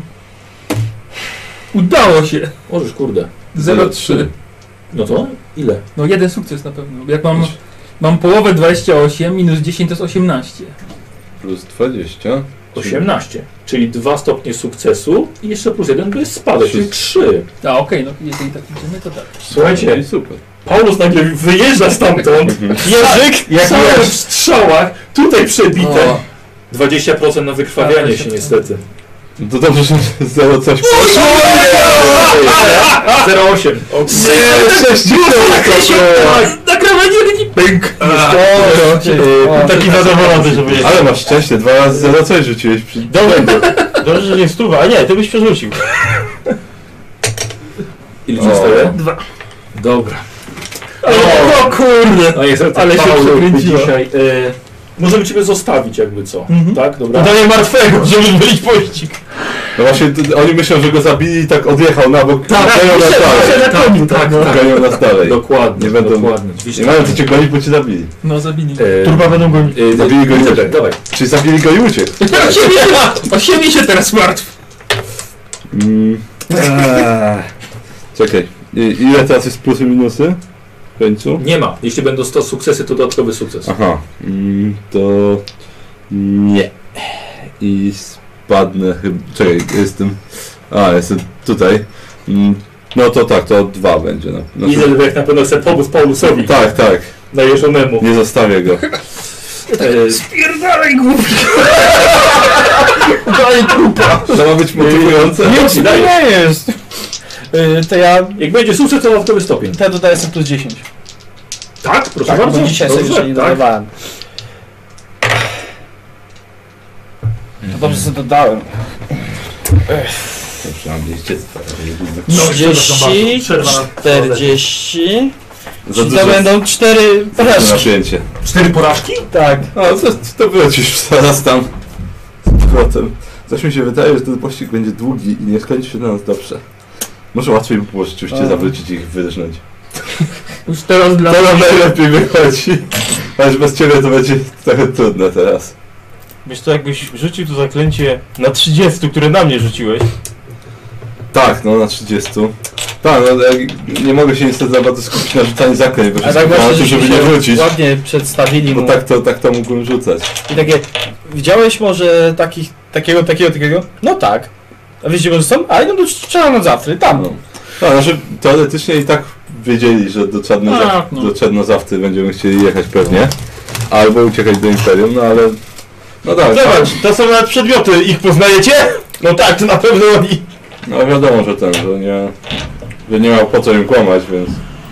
Udało się! Możesz, kurde. zero trzy. No to ile? No jeden sukces na pewno. Jak mam, mam połowę dwadzieścia osiem, minus dziesięć to jest osiemnaście. Plus dwadzieścia. osiemnaście. Czyli dwa stopnie sukcesu i jeszcze plus jeden to jest spadek, czyli trzy. A okej, okay, no jeżeli tak idziemy, to tak. Słuchajcie, I super. Paulus nagle wyjeżdża stamtąd. Jerzyk! Jak całe w strzałach, tutaj przebite. O. dwadzieścia procent na wykrwawianie się niestety. No to dobrze, że zero coś zero osiem. Nie, sześć Na krawędzi pęk! Taki zadowolony, żeby jest. Ale masz szczęście, dwa razy zero coś rzuciłeś przy... Dobrze, dobrze, że nie stuwa, a nie, ty byś przerzucił. Ile ci O. zostaje? Dwa. Dobra. O, o kurde! No niestety, Ale się Paweł, przekręciło. dzisiaj. E, możemy ciebie zostawić jakby co. Mhm. Tak, dobra. Udaję martwego, żeby bylić pościg. No właśnie, t- oni myślą, że go zabili i tak odjechał na bok. Tak, Gonią nas dalej. tak, tak, tak, Gonią nas dalej. Dokładnie, Nie będą- dokładnie. Oczywiście. Nie mają co cię gonić, bo cię zabili. No zabili. E, Turba będą gonić. e, Zabili go i Dobra, uciekł. dawaj. Czyli zabili go i uciekł. Osiemie się teraz martw. Mm. Eee. Czekaj, I, ile teraz jest plusy minusy? W końcu? Nie ma. Jeśli będą sto sukcesy, to dodatkowy sukces. Aha, mm, to nie. I spadnę chyba. Czekaj, jestem. A, jestem tutaj. Mm, no to tak, to dwa będzie. No. No to- Izelberg na pewno chce pomóc Paulusowi. tak, tak. Najeżonemu. Nie zostawię go. E, Spierdalaj głównie. Daj trupa. To ma być motywujące. Nie, ci to daję. nie jest. Y, to ja, jak będzie sukces, to dodatkowy stopień. to ja dodaję sobie plus dziesięć. Tak? Proszę Tak, bardzo. bo dzisiaj sobie Dobrze, jeszcze nie tak. dodawałem. To dobrze sobie dodałem. Dobrze, mam gdzieś No, trzydzieści, Przerwa na- czterdzieści. Za Czyli dużo to będą cztery na porażki. napięcie. Cztery porażki? Tak. No to, to wrócisz zaraz tam z powrotem. Coś mi się wydaje, że ten pościg będzie długi i nie skończy się na nas dobrze. Może łatwiej by było rzeczywiście A. zawrócić i ich wyrżnąć. Już teraz dla To nam najlepiej wychodzi. Aż bez ciebie to będzie trochę trudne teraz. Wiesz to jakbyś rzucił to zaklęcie na trzydzieści, które na mnie rzuciłeś. Tak, no na trzydziestu. Tak, no ja nie mogę się niestety za bardzo skupić na rzucaniu zaklęć, bo A tak wszystko właśnie, na to, żeby żeśmy nie się wrócić. ładnie przedstawili Bo mu. tak to, tak to mógłbym rzucać. I takie, widziałeś może takich, takiego, takiego, takiego? No tak. A wiecie, może są? A idą do Czarnozawtry, tam. No. No, znaczy teoretycznie i tak wiedzieli, że do, Czarnozaw- Tak, no. do Czarnozawty będziemy chcieli jechać pewnie. Albo uciekać do Imperium, no ale... No tak, Zobacz, to są nawet przedmioty, ich poznajecie? No tak, to na pewno oni. no wiadomo, że ten, że nie... Że nie miał po co im kłamać, więc...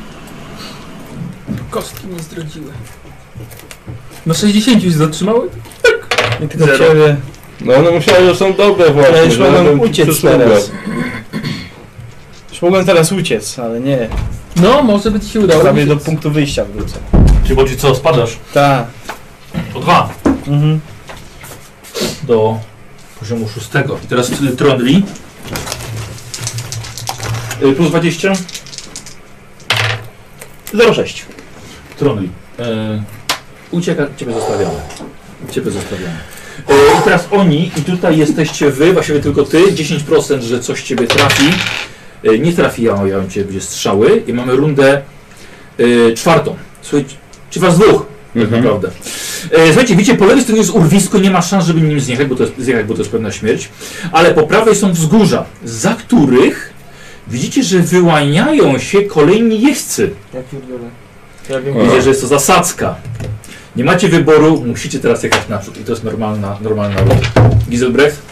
Kostki nie zdradziły. Na sześćdziesięciu się zatrzymały? I tylko Zero. ciebie. No one musiały, że są dobre właśnie, Ja już że mogłem będą ci uciec przysługę. teraz. Już mogłem teraz uciec, ale nie. No, może by ci się udało. Prawie do punktu wyjścia wrócę. Czy bodzi co, spadasz? Tak. O dwa. Mhm. Do poziomu szóstego. I teraz y, Trondli. Y, plus dwadzieścia. zero sześć. Trondli. Y, ucieka, ciebie zostawiamy. Ciebie zostawiamy. Y, I teraz oni, i tutaj jesteście wy, właściwie tylko ty, dziesięć procent, że coś ciebie trafi. Y, nie trafiają ja cię, będzie strzały. I mamy rundę y, czwartą. Słuchajcie, czy was dwóch? Tak Mhm. naprawdę. E, słuchajcie, widzicie, po lewej stronie jest urwisko, nie ma szans, żeby nim zjechać, bo to jest, zjechać, bo to jest pewna śmierć. Ale po prawej są wzgórza, za których widzicie, że wyłaniają się kolejni jeźdźcy. Ja pierdolę. Ja wiem, O. Widzicie, że jest to zasadzka. Nie macie wyboru, musicie teraz jechać naprzód i to jest normalna, normalna ruta. Giselbrecht?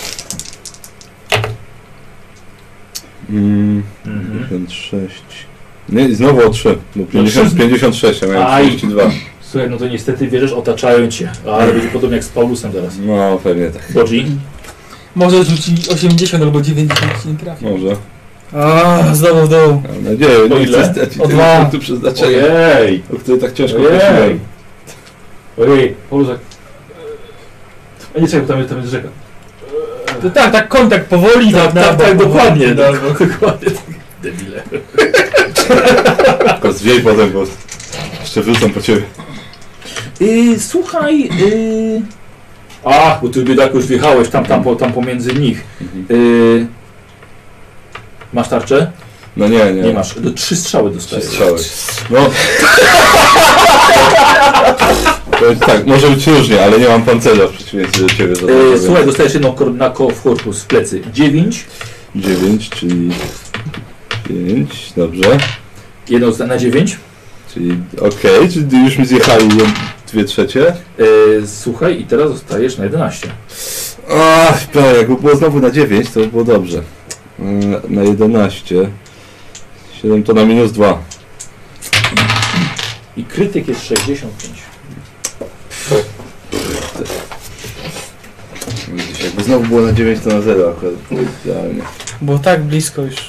Mm, Mhm. pięćdziesiąt sześć... Nie, i znowu o trzy, bo pięćdziesiąt, pięćdziesiąt sześć, a miałem Aj. trzydzieści dwa. Słuchaj, no to niestety wierzysz, otaczają cię. Ale będzie podobnie jak z Paulusem teraz. No, pewnie tak. Bodzi? Może rzuci osiemdziesiąt albo dziewięćdziesiąt ci nie trafi. Może. A, znowu w dół. Mam nadzieję, O nie ile? chcę stracić O tego dwa. punktu przeznaczenia, Ojej! o który tak ciężko Ojej! prosiłem. Ojej, Paulusek. A nie czekaj, bo tam jest, tam jest rzeka. To tak, tak kontakt powoli. Tak, na- tak, na- tak, na- dokładnie. na- tak, Dokładnie. tak. Debile. Tylko zwiej potem, bo jeszcze wrócą po ciebie. Yy, słuchaj, yy, Ach, bo ty biedaku już wjechałeś tam, tam, po, tam pomiędzy nich. Mhm. Yy, masz tarczę? No nie, nie. Nie masz. Do, trzy strzały dostajesz. Trzy strzały. No. To jest tak, może być różnie, ale nie mam pancerza w przeciwieństwie do ciebie. Yy, słuchaj, dostajesz jedną kor- na ko- w korpus w plecy. Dziewięć. dziewięć, czyli pięć, dobrze. Jedną zda- na dziewięć. Czyli okej, okay, czyli już mi zjechali dwie trzecie. Yy, słuchaj, i teraz zostajesz na jedenaście. Ach, prawie, jakby było znowu na dziewięć, to by było dobrze. Yy, na jedenaście. siedem to na minus dwa. I krytyk jest sześćdziesiąt pięć. Widzisz, jakby znowu było na dziewięć, to na zero akurat. Idealnie. Było tak blisko już.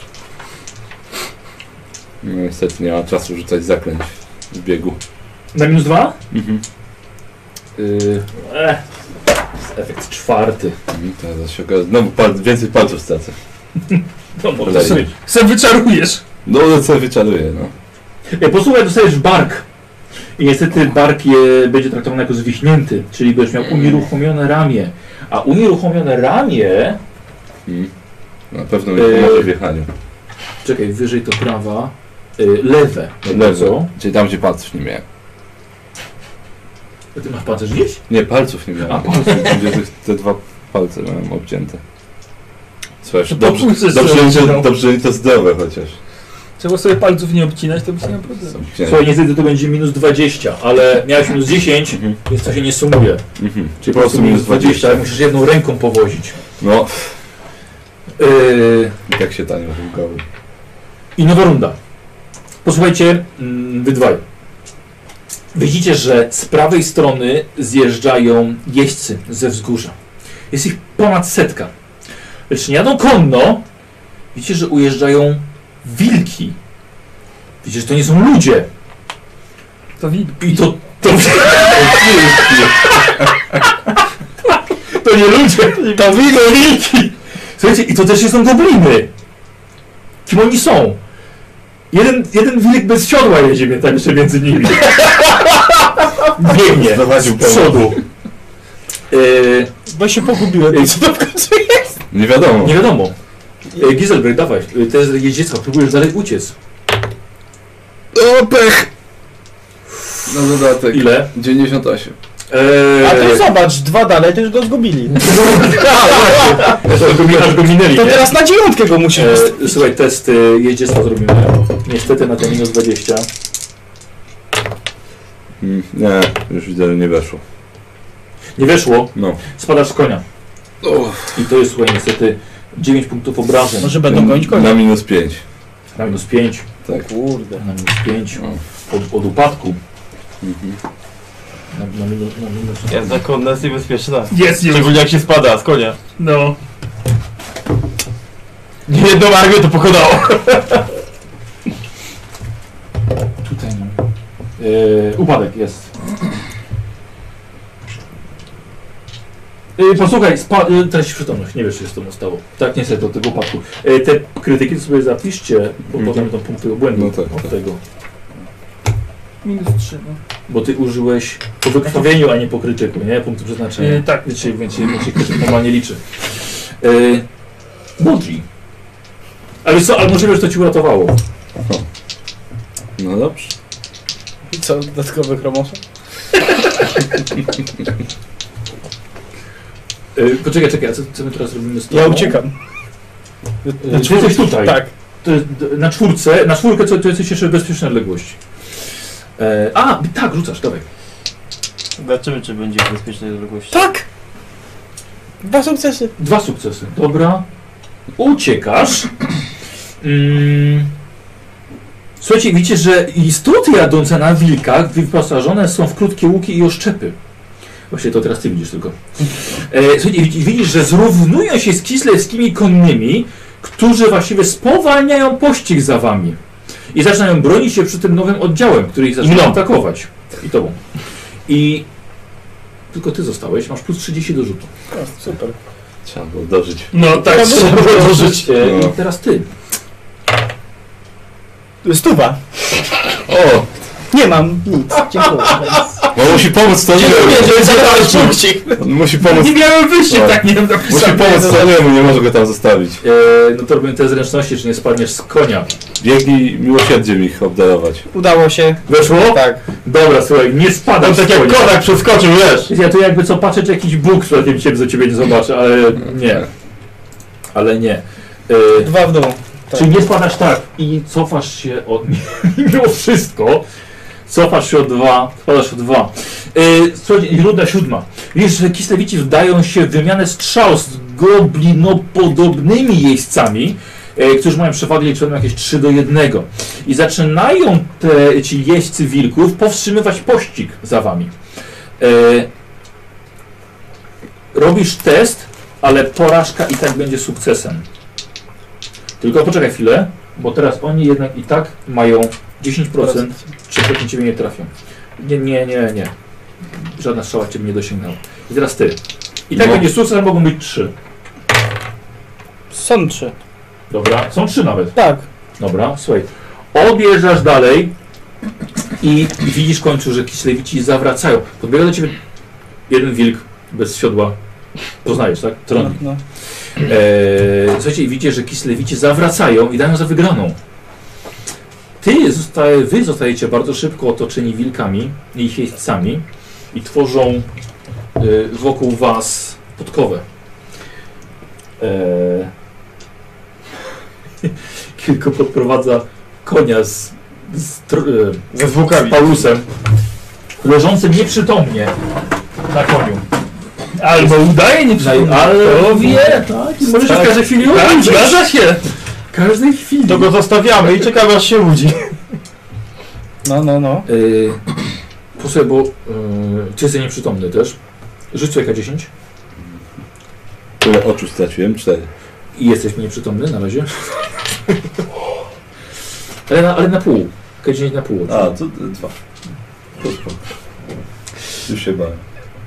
No niestety nie ma czasu rzucać zaklęć w biegu. Na minus dwa? Mhm. Yy, eh, efekt czwarty. Mhm, teraz się okaże, znowu pal więcej palców stracę. No może Kolejny. sobie. Se wyczarujesz. No ale co wyczaruję, no. E, Posłuchaj, dostajesz bark. I niestety bark je, będzie traktowany jako zwichnięty, czyli będziesz miał unieruchomione ramię. A unieruchomione ramię... Mhm. Na pewno mi Yy. pomoże w jechaniu. Czekaj, wyżej to prawa. Y, lewe. Lewo, czyli tam gdzie palców nie miałem. Ty masz pancerz gdzieś? Nie, palców nie miałem. A, palców. Tam gdzie te, te dwa palce miałem obcięte. Słuchaj, To dobrze, popójrzysz dobrze, sobie, że, no. dobrze, że to zdrowe chociaż. Trzeba sobie palców nie obcinać, to byś nie miał problemu. Obcięte. Słuchaj, niestety to będzie minus dwadzieścia, ale miałeś minus dziesięć, Mhm. więc to się nie sumuje. Mhm. Czyli po prostu minus dwadzieścia, ale musisz jedną ręką powozić. No, Yy, i tak się tanio rynkowy. I nowa runda. Posłuchajcie, mm, wy dwaj. Widzicie, że z prawej strony zjeżdżają jeźdźcy ze wzgórza. Jest ich ponad setka. Lecz nie jadą konno. Widzicie, że ujeżdżają wilki. Widzicie, że to nie są ludzie. To wilk. I to... To, to nie ludzie, to wilki. Słuchajcie, i to też nie są gobliny. Kim oni są? Jeden, jeden wilk bez siodła jedzie mnie tam jeszcze między nimi. Biegnie Zawadził z przodu. Yy, Bo się pogubiłem. Co to w końcu jest? Nie wiadomo. nie wiadomo. Yy, Giselbrecht, dawaj. Yy, to jest jeździecka, próbujesz dalej uciec. O, pech! Na dodatek. Ile? dziewięćdziesiąt osiem. Yy, A to zobacz, dwa dalej, to już go zgubili. aż go, mi- aż go minęli, To nie? teraz na dziewiątkę go musisz E, wystawić. słuchaj, test e, jeździectwa zrobimy. Niestety na te minus dwadzieścia. Mm, nie, już widzę, że nie weszło. Nie weszło. No. Spadasz z konia. I to jest, słuchaj, niestety dziewięć punktów obrażeń. Może będą gonić konia. Na minus pięć. Na minus pięć. Tak. Kurde. Na minus pięć. No. Od, od upadku. Mhm. Na, na minus, na minus. Jazda konna jest niebezpieczna. Jest, nie Szczególnie jak się spada z konia. No. Nie jedną armię to pokonało. Tutaj no. E, upadek jest. E, posłuchaj, spa, e, tracisz przytomność. Nie wiesz, co się z tobą stało. Tak, niestety, od tego upadku. E, te krytyki to sobie zapiszcie, bo Mhm. potem będą punkty obłędu No tak, od tak. tego. Minus trzy, no. Bo ty użyłeś po wykrwawieniu, a nie po krytyku, nie? Punktu przeznaczenia. E, tak. Więc się, więc się, więc się krytyk normalnie liczy. Yy, Mudri. Ale co, ale możliwe, że to ci uratowało. No dobrze. I co, dodatkowy chromosom? Yy, poczekaj, czekaj, a co, co my teraz robimy z tobą? Ja uciekam. Yy, ty jesteś tutaj. Tak. To jest d- na czwórce, na czwórkę to, to jesteś jeszcze w bezpiecznej odległości. Yy, a, tak, rzucasz, dawaj. Zobaczymy, czy będzie w bezpiecznej odległości. Tak! Dwa sukcesy. Dwa sukcesy, dobra. Uciekasz. Mm. Słuchajcie, widzicie, że istoty jadące na wilkach wyposażone są w krótkie łuki i oszczepy. Właśnie to teraz ty widzisz tylko. E, słuchajcie, widzisz, widzisz, że zrównują się z kislewskimi konnymi, którzy właściwie spowalniają pościg za wami. I zaczynają bronić się przy tym nowym oddziałem, który ich zaczyna atakować. I tobą. I tylko ty zostałeś, masz plus trzydzieści do rzutu. O, super. Trzeba było dożyć. No tak, To trzeba było było dożyć. dożyć. E, No. I teraz ty. Stuwa. O! Nie mam nic. Dziękuję. On musi pomóc to nie On musi pomóc. Nie miałem wyjścia, No. tak nie wiem Musi napisane. pomóc Toniemu, nie może go tam zostawić. Eee, no to robimy te zręczności, czy nie spadniesz z konia. Biegnij miłosierdziem ich obdarować. Udało się. Weszło? Tak. Dobra, słuchaj, nie spadam On tak z jak konia. konak przeskoczył, wiesz. Ja tu jakby co patrzę, czy jakiś Bóg przed tym ciebie, co ciebie nie zobaczy, ale nie. Ale nie. Eee, Dwa w dół. Tak. Czyli nie spadasz tak i cofasz się od mimo wszystko. Cofasz się o dwa, spadasz o dwa. Yy, słuchajcie, i runda siódma. Wiesz, że Kislewici wdają się w wymianę strzał z goblinopodobnymi jeźdźcami, yy, którzy mają przewagę liczoną jakieś trzy do jednego. I zaczynają te, ci jeźdźcy wilków powstrzymywać pościg za wami. Yy, robisz test, ale porażka i tak będzie sukcesem. Tylko poczekaj chwilę, bo teraz oni jednak i tak mają dziesięć procent, czy pewnie ciebie nie trafią. Nie, nie, nie, nie. Żadna strzała ciebie nie dosięgnęła. I teraz ty. I tak No. będzie sukces, a mogą być trzy. Są trzy. Dobra, są trzy nawet. Tak. Dobra, słuchaj. Odjeżdżasz dalej i widzisz w końcu, że Kislewici zawracają. Podbiega do ciebie jeden wilk bez siodła. Poznajesz, tak? No, Tron. no. Eee, słuchajcie, i widzicie, że Kislewici zawracają i dają za wygraną. Ty zostaje, wy zostajecie bardzo szybko otoczeni wilkami i ich jeźdźcami i tworzą e, wokół was podkowę. E, Kilko podprowadza konia z, z, tr- e, Ze zwłokami. z Paulusem, leżącym nieprzytomnie na koniu. Albo udaje nie No, ale Kto wie? tak, możesz Tak. w każdej chwili Tak, obudzić. zgadza się. W każdej chwili. To go zostawiamy i czekamy aż się budzi. No, no, no. Yy, posłuchaj, bo yy, ty jesteś nieprzytomny też. Rzuć sobie K dziesięć. Tyle oczu straciłem, cztery. I jesteś nieprzytomny na razie. ale, na, ale na pół. K dziesięć na pół. A, to dwa. To spoko. Już się bałem.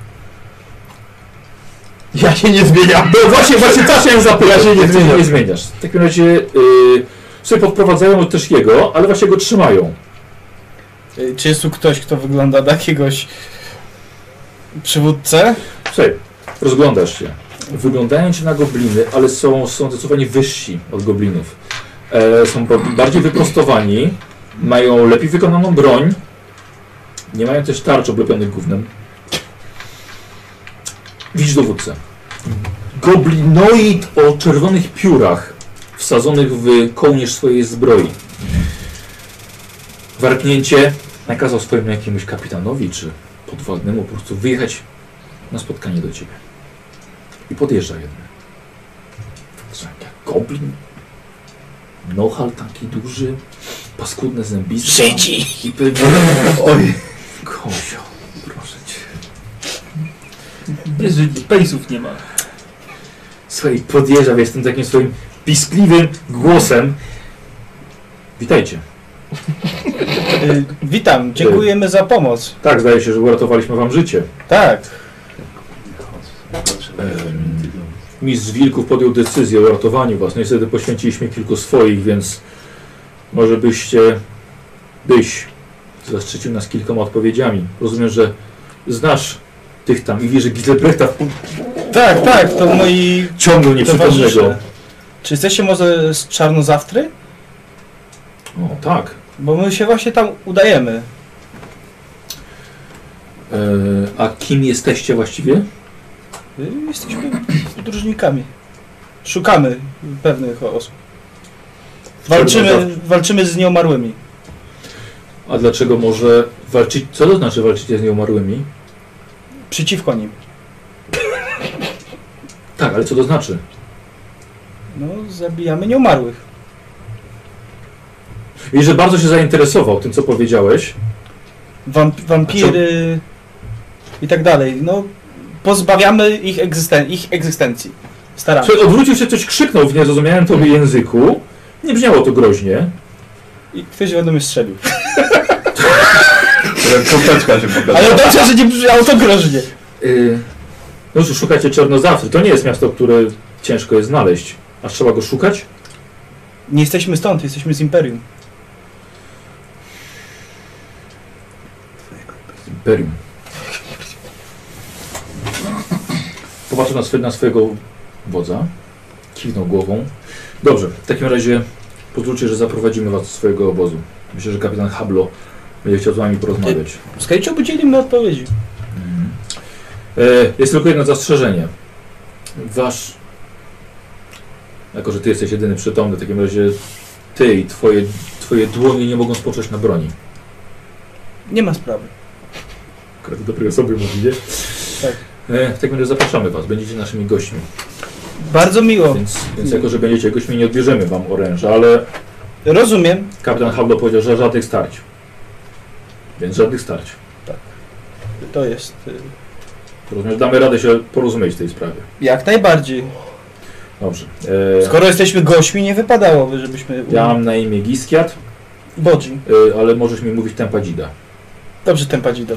Ja się nie zmieniam. No właśnie, właśnie to chciałem zapytać. Ja się nie Ty zmieniam. nie zmieniasz. W takim razie yy, sobie podprowadzają też jego, ale właśnie go trzymają. Y, Czy jest tu ktoś, kto wygląda na jakiegoś przywódcę? Słuchaj, rozglądasz się. Wyglądają ci na gobliny, ale są, są zdecydowanie wyżsi od goblinów. E, są ba- bardziej wyprostowani, mają lepiej wykonaną broń, nie mają też tarcz oblepionych gównem. Widzisz dowódcę. Goblinoid o czerwonych piórach wsadzonych w kołnierz swojej zbroi. Warknięcie nakazał swojemu jakiemuś kapitanowi czy podwładnemu po prostu wyjechać na spotkanie do ciebie. I podjeżdża jeden. Słuchaj, jak goblin. Nohal taki duży, paskudne zębiska. Szydzi! I pewnie... Oj, Kozio, proszę cię. Wiesz, że Space'ów nie ma. Słuchaj, podjeżdża, wiesz, tym takim swoim piskliwym głosem. Witajcie. Y, witam, dziękujemy za pomoc. Tak, zdaje się, że uratowaliśmy wam życie. Tak. Em, Mistrz Wilków podjął decyzję o ratowaniu was. Niestety poświęciliśmy kilku swoich, więc może byście, byś zaszczycił nas kilkoma odpowiedziami. Rozumiem, że znasz tych tam i wiesz, że Giselbrechta Tak, tak, to moi ciągnął nieprzytomnego. towarzysze. Czy jesteście może z Czarnozawtry? O, tak. Bo my się właśnie tam udajemy. E, a kim jesteście właściwie? Y, Jesteśmy podróżnikami. Szukamy pewnych osób. Walczymy, walczymy z nieumarłymi. A dlaczego może walczyć? Co to znaczy walczycie z nieumarłymi? Przeciwko nim. Tak, ale co to znaczy? No, zabijamy nieumarłych. I że bardzo się zainteresował tym, co powiedziałeś. Wamp wampiry i tak dalej. No, pozbawiamy ich, egzysten ich egzystencji. Staramy się. Słuchaj, odwrócił się, coś krzyknął w niezrozumiałym tobie języku. Nie brzmiało to groźnie. I ktoś we mnie strzelił. Kosteczka się pokazała. Ale dobrze, że nie brzmiało to groźnie. Yy, no już szukacie Czarnozawtry. To nie jest miasto, które ciężko jest znaleźć. Aż trzeba go szukać? Nie jesteśmy stąd, jesteśmy z Imperium. Imperium. popatrzył na, swe, na swojego wodza, kiwnął głową. Dobrze, w takim razie pozwólcie, że zaprowadzimy was do swojego obozu. Myślę, że kapitan Hablo będzie chciał z wami porozmawiać. Z chęcią udzielimy odpowiedzi. Mhm. E, jest tylko jedno zastrzeżenie. Wasz... Jako, że ty jesteś jedyny przytomny, w takim razie ty i twoje, twoje dłonie nie mogą spocząć na broni. Nie ma sprawy. Akurat do dobrej osoby mówi, nie? Tak. E, w takim razie zapraszamy was, będziecie naszymi gośćmi. Bardzo miło. Więc, więc jako, że będziecie gośćmi, nie odbierzemy wam oręża, ale Rozumiem. kapitan Hablo powiedział, że żadnych starć. Więc żadnych starć. To jest... y, Rozumiem, że damy radę się porozumieć w tej sprawie. Jak najbardziej. Dobrze. E, Skoro jesteśmy gośćmi, nie wypadałoby, żebyśmy... ja mam na imię Giskiat, Bodzi. e, ale możesz mi mówić Tempadzida. Dobrze, Tempadzido. E,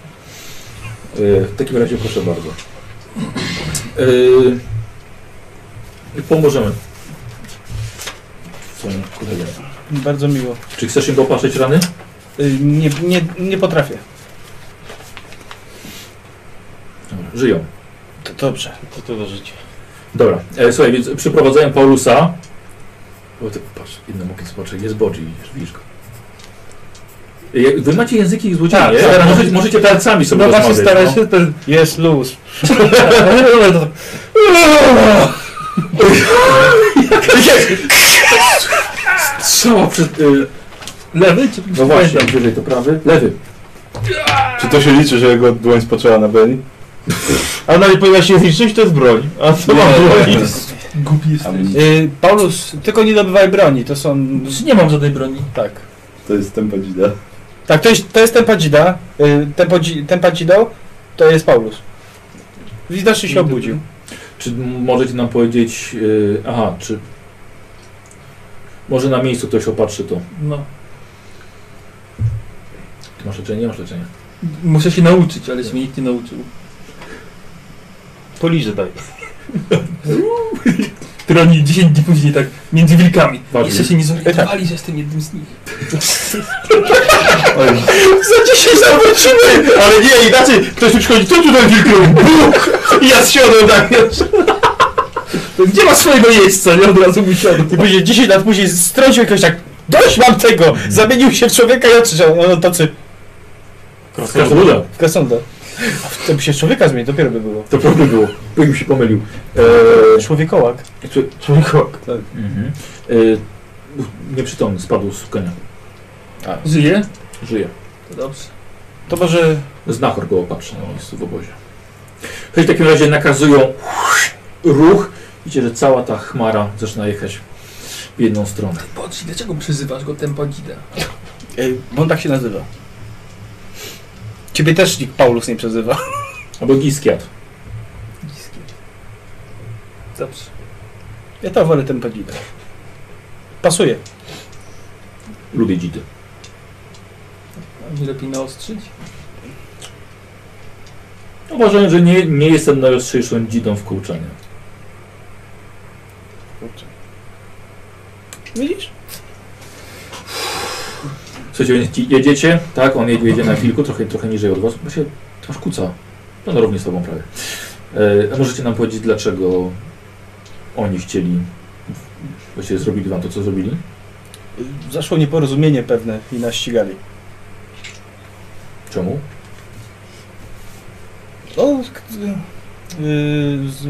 w takim razie proszę bardzo. E, pomożemy. Swoim kolegom. Bardzo miło. Czy chcesz im popatrzeć rany? Y, Nie, nie, nie potrafię. Dobra, żyją. To dobrze. To to do życia. Dobra, e, słuchaj, więc przyprowadzają Paulusa. O, ty, patrz, inny mokiec patrzę, jest Bodzi, widzisz, widzisz go. E, Wy macie języki złodziei, Tak, nie? tak. Możecie, możecie palcami sobie No właśnie rozmawiać, staraj no. się ten... Jest luz. Strzała przed... Y, Lewy czy no właśnie, wyżej to prawy. Lewy. Czy to się liczy, że jego dłoń spoczęła na Beni? A nawet ponieważ się zniszczyć, to jest broń. A co mam broń? Głupi jesteś. Y, Paulus, tylko nie dobywaj broni, to są... Nie mam żadnej broni. Tak. To jest Tempadzida. Tak, to jest, to jest Tempadzida. Y, Tempodzi- Tempadzido to jest Paulus. Widocznie się obudził. Czy m- możecie nam powiedzieć... Y, aha, czy... Może na miejscu ktoś opatrzy to. No. Ty masz leczenie? Nie masz leczenia. Muszę się nauczyć, ale się mnie nikt nie nauczył. Poliże daj. Troni dziesięć dni później tak między wilkami. Ważne. Jeszcze się nie zorientowali, że jestem jednym z nich. Za dzisiaj zawrócimy! Ale nie, inaczej ktoś tu przychodzi, co tu ten wilk robi? Buch! I ja zsiadłem tak, wiesz. Gdzie ma swojego jeźdźca? Nie od razu wysiadł. I później dziesięć lat później strącił jakoś tak dość mam tego! Zamienił się w człowieka i odczytał. No tacy Krasnoluda. w Kasonda. To by się w człowieka zmienił, dopiero by było. To prawda było. Bym się pomylił. E, Człowiekołak. czy, Człowiekołak. mhm. e, nieprzytomny, spadł z konia. Żyje? Żyje. To dobrze. To może... Znachor go opatrzy na miejscu w obozie. W takim razie nakazują ruch. Widzicie, że cała ta chmara zaczyna jechać w jedną stronę. Bodzi, dlaczego przyzywasz go Tempadzida? Ej, bo on tak się nazywa. Ciebie też nikt Paulus nie przezywa. Albo Giskiat. Dobrze. Ja to wolę Tempadzida. Pasuje. Lubię dzidy. A nie lepiej naostrzyć? Uważam, że nie, nie jestem najostrzejszą dzidą w kurczeniu. Kurczę. Widzisz? Słuchajcie, więc jedziecie, tak? On jedzie, jedzie na wilku, trochę, trochę niżej od was, bo się aż kuca. No, no równie z tobą prawie. E, a możecie nam powiedzieć, dlaczego oni chcieli, właściwie zrobili wam to, co zrobili? Zaszło nieporozumienie pewne i nas ścigali. Czemu? No, k- yy, z...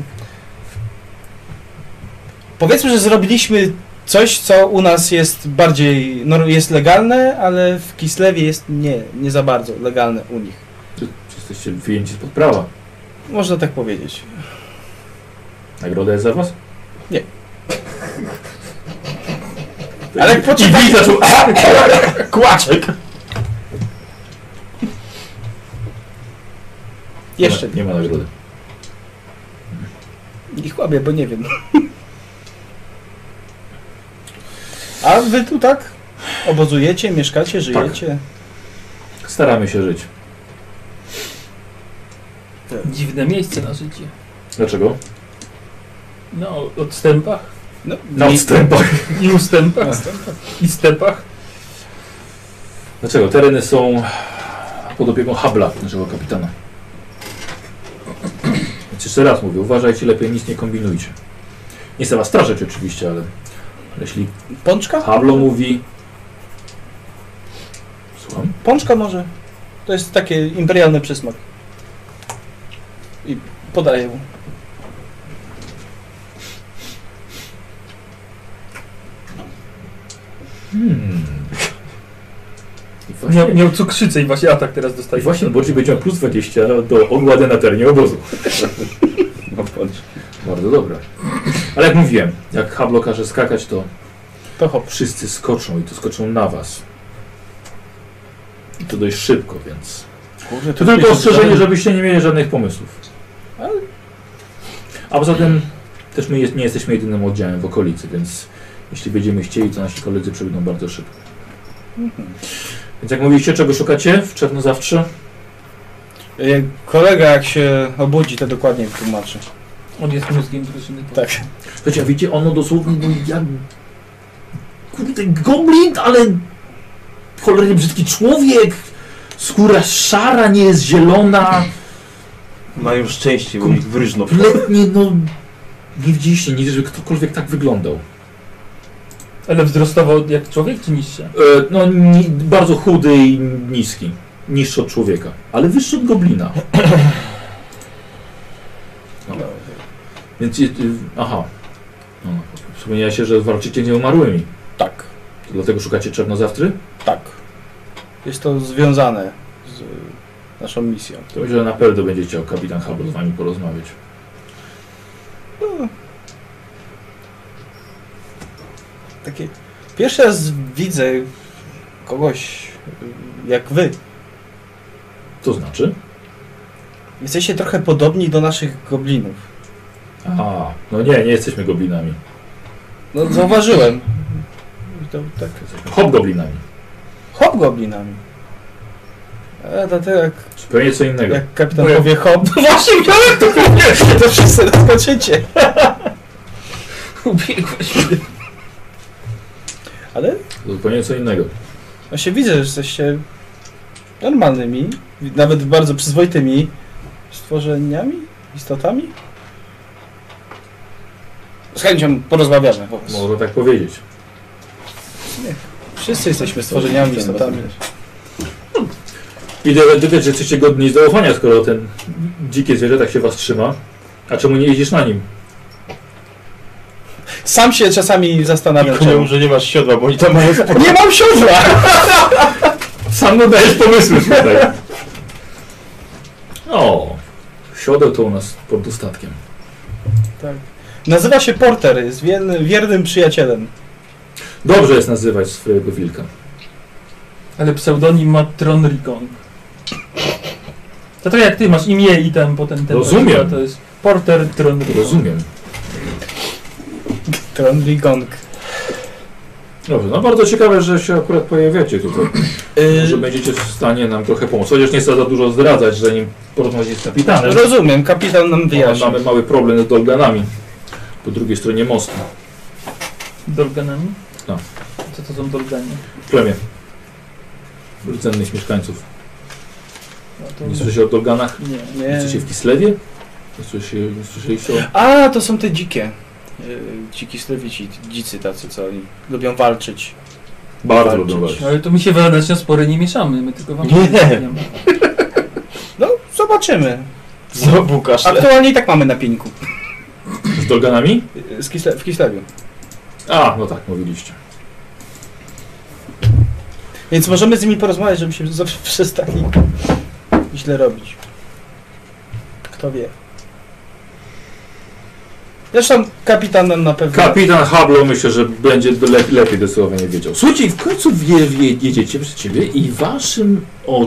Powiedzmy, że zrobiliśmy coś, co u nas jest bardziej, no, jest legalne, ale w Kislewie jest nie, nie za bardzo legalne u nich. Czy, czy jesteście wyjęci spod prawa? Można tak powiedzieć. Nagroda jest za was? Nie. Ale jak I poczytaj... Wilk zaczął... Kłaczek! Jeszcze nie ma, nie ma nagrody. nie kłamię, bo nie wiem. A wy tu tak? Obozujecie, mieszkacie, żyjecie? Staramy się żyć. Dziwne miejsce na życie. Dlaczego? No, o odstępach No, Na mi- odstępach. i ustępach i stepach. Dlaczego? Tereny są pod opieką Habla, naszego kapitana. Więc Jeszcze raz mówię, uważajcie, lepiej nic nie kombinujcie. Nie chcę was straszyć oczywiście, ale jeśli Pączka? Pablo mówi... Słucham? Pączka może. To jest taki imperialny przysmak. I podaję mu. Hmm. I właśnie, Miał, miał cukrzycę i właśnie atak teraz i dostaje. właśnie Boczy będzie miał plus dwadzieścia do ogłady na terenie obozu. No patrz. Bardzo dobre. Ale jak mówiłem, jak Hablo każe skakać, to To hop. wszyscy skoczą i to skoczą na was. I to dość szybko, więc... Kurde, To tylko ostrzeżenie, żebyście nie mieli żadnych pomysłów. A poza tym też my jest, nie jesteśmy jedynym oddziałem w okolicy, więc jeśli będziemy chcieli, to nasi koledzy przyjdą bardzo szybko. Mhm. Więc jak mówiliście, czego szukacie w Czernozawtrze? E, Kolega jak się obudzi, to dokładnie tłumaczy. On jest mózgiem drużyny. Tak. Słuchajcie, a wiecie, ono dosłownie był jak... Kurde, goblin, ale... Cholernie brzydki człowiek! Skóra szara, nie jest zielona. Mają szczęście, bo ich wryżno. Kompletnie, no... Nie widzieliście nigdy, żeby ktokolwiek tak wyglądał. Ale wzrostowo jak człowiek czy niższe? E, no, ni, bardzo chudy i niski. Niższy od człowieka, ale wyższy od goblina. No. Więc, y, y, aha. No, przypomniała się, że walczycie z nieumarłymi. Tak. To dlatego szukacie Czernozawtry? Tak. Jest to związane z naszą misją. To myślę, że na pewno będzie chciał kapitan Hablo z wami porozmawiać. Takie... Pierwszy raz widzę kogoś jak wy. To znaczy? Jesteście trochę podobni do naszych goblinów. A, no nie, nie jesteśmy goblinami. No zauważyłem. I to tak. Hobgoblinami. Hobgoblinami. A to tak jak, Zupełnie co innego. jak kapitan Bo ja- powie hop, no właśnie miałem to powiedzieć, to wszyscy naskoczycie. Ubiegłeś mnie. Ale To zupełnie co innego. właśnie widzę, że jesteście normalnymi, nawet bardzo przyzwoitymi stworzeniami, istotami. Z chęcią porozmawiamy po prostu. Można tak powiedzieć. Wszyscy jesteśmy stworzeniami, istotami. I dodać, że jesteście godni zaufania, skoro ten dzikie zwierzę tak się was trzyma. A czemu nie jeździsz na nim? Sam się czasami zastanawiam, Mówią, czemu. że nie masz siodła, bo oni tam mają... Nie mam siodła! Sam dodajesz pomysły tutaj. O, siodeł to u nas pod dostatkiem. Tak. Nazywa się Porter, jest wierny, wiernym przyjacielem. Dobrze jest nazywać swojego wilka. Ale pseudonim ma Tronrikon. To tak jak ty masz imię i tam potem ten... Rozumiem. To jest Porter Tronrikon. Rozumiem. Tronry Gong. Dobrze, no bardzo ciekawe, że się akurat pojawiacie tutaj. Może będziecie w stanie nam trochę pomóc. Chociaż nie chcę za dużo zdradzać, zanim porozmawiać z kapitanem. Rozumiem, kapitan nam wyjaśni. Mamy mały problem z dolganami. Po drugiej stronie mostu. Dolganami? No. Co to są dolganie? Plemię rdzennych mieszkańców. No to... Nie słyszeliście o dolganach? Nie. Nie. Jesteście w Kislewie? Nie słyszeliście, nie słyszeliście o... A, to są te dzikie. Yy, Dziki slewici, dzicy tacy, co oni lubią walczyć. Bardzo walczyć. lubią walczyć. Ale to my się wewnętrznie na spory nie mieszamy, my tylko wam Nie. mówimy. No, zobaczymy. Znowu kaszle. Aktualnie i tak mamy na pieńku. Z dolganami? Yy, Z Kisle w Kislewiu. A, no tak, mówiliście. Więc możemy z nimi porozmawiać, żeby się zawsze przestali źle robić. Kto wie. Zresztą kapitan nam na pewno... Kapitan Hablo myślę, że będzie le lepiej zdecydowanie wiedział. Słuchajcie, w końcu wie, wie, jedziecie przed ciebie i waszym oczom...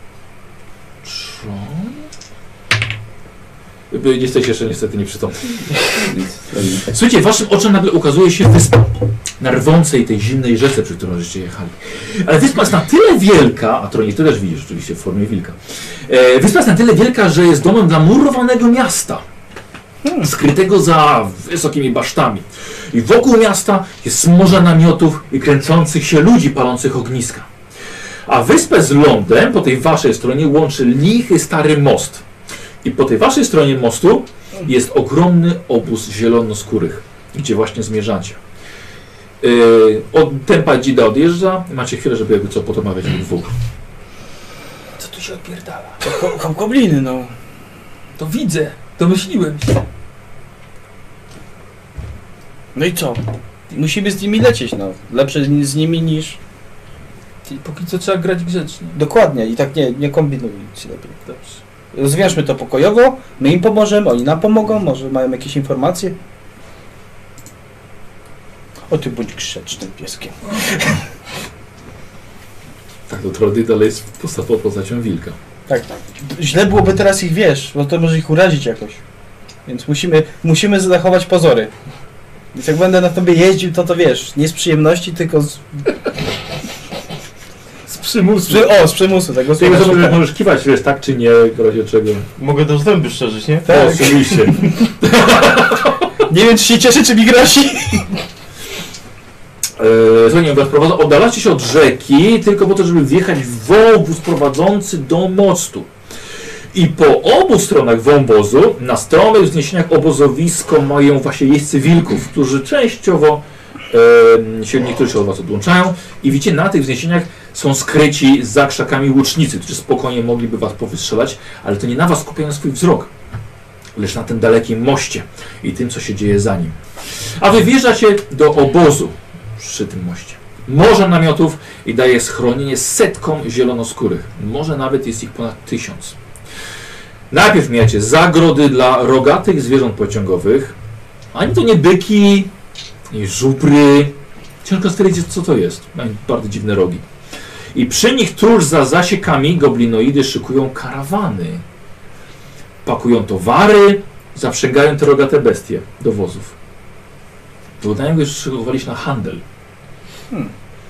Wy Jesteście jeszcze niestety nieprzytomni. Słuchajcie, waszym oczom nagle ukazuje się wyspa na rwącej tej zimnej rzece, przy którą żeście jechali. Ale wyspa jest na tyle wielka, a Troni, ty też widzisz oczywiście w formie wilka. E, wyspa jest na tyle wielka, że jest domem dla murowanego miasta. Skrytego za wysokimi basztami. I wokół miasta jest morze namiotów i kręcących się ludzi palących ogniska. A wyspę z lądem po tej waszej stronie łączy lichy stary most. I po tej waszej stronie mostu jest ogromny obóz zielonoskórych, gdzie właśnie zmierzacie. Yy, od tempa Dzida odjeżdża, macie chwilę, żeby jakby co porozmawiać o dwóch. Co tu się odpierdala? To ko- ko- Gobliny, no. To widzę, domyśliłem się. No i co? Musimy z nimi lecieć, no. Lepsze z nimi niż... Czyli póki co trzeba grać grzecznie. Dokładnie, i tak nie, nie kombinujcie lepiej. Dobrze. Rozwiążmy to pokojowo, my im pomożemy, oni nam pomogą, może mają jakieś informacje. O, ty bądź grzecznym pieskiem. Tak, to Troldy dalej jest posta pod postacią wilka. Tak, tak. Źle byłoby teraz ich, wiesz, bo to może ich urazić jakoś. Więc musimy, musimy zachować pozory. Więc jak będę na tobie jeździł, to to wiesz, nie z przyjemności, tylko z... Z przymusu. z przy, o, z przymusu, tego Ty sobie słowa. możesz kiwać, wiesz, tak czy nie, w razie czego. Mogę też zęby szczerzyć, nie? Tak. O, oczywiście. Nie wiem, czy się cieszy, czy mi grozi. Eee, Słuchaj, was prowadzą, oddalacie się od rzeki tylko po to, żeby wjechać w wąwóz prowadzący do mostu. I po obu stronach wąwozu, na stromych wzniesieniach obozowisko mają właśnie jeźdźcy wilków, którzy częściowo e, się niektórzy się od was odłączają. I widzicie, na tych wzniesieniach są skryci za krzakami łucznicy, którzy spokojnie mogliby was powystrzelać, ale to nie na was skupiają swój wzrok, lecz na tym dalekim moście i tym, co się dzieje za nim. A wy wjeżdżacie do obozu przy tym moście. Morze namiotów i daje schronienie setkom zielonoskórych. Może nawet jest ich ponad tysiąc. Najpierw mijacie zagrody dla rogatych zwierząt pociągowych. Ani to nie byki, nie żubry. Ciężko stwierdzić, co to jest. Mają bardzo dziwne rogi. I przy nich tuż za zasiekami goblinoidy szykują karawany. Pakują towary, zaprzęgają te rogate bestie do wozów. Wydaje mi się, że szykowali się na handel. Hmm.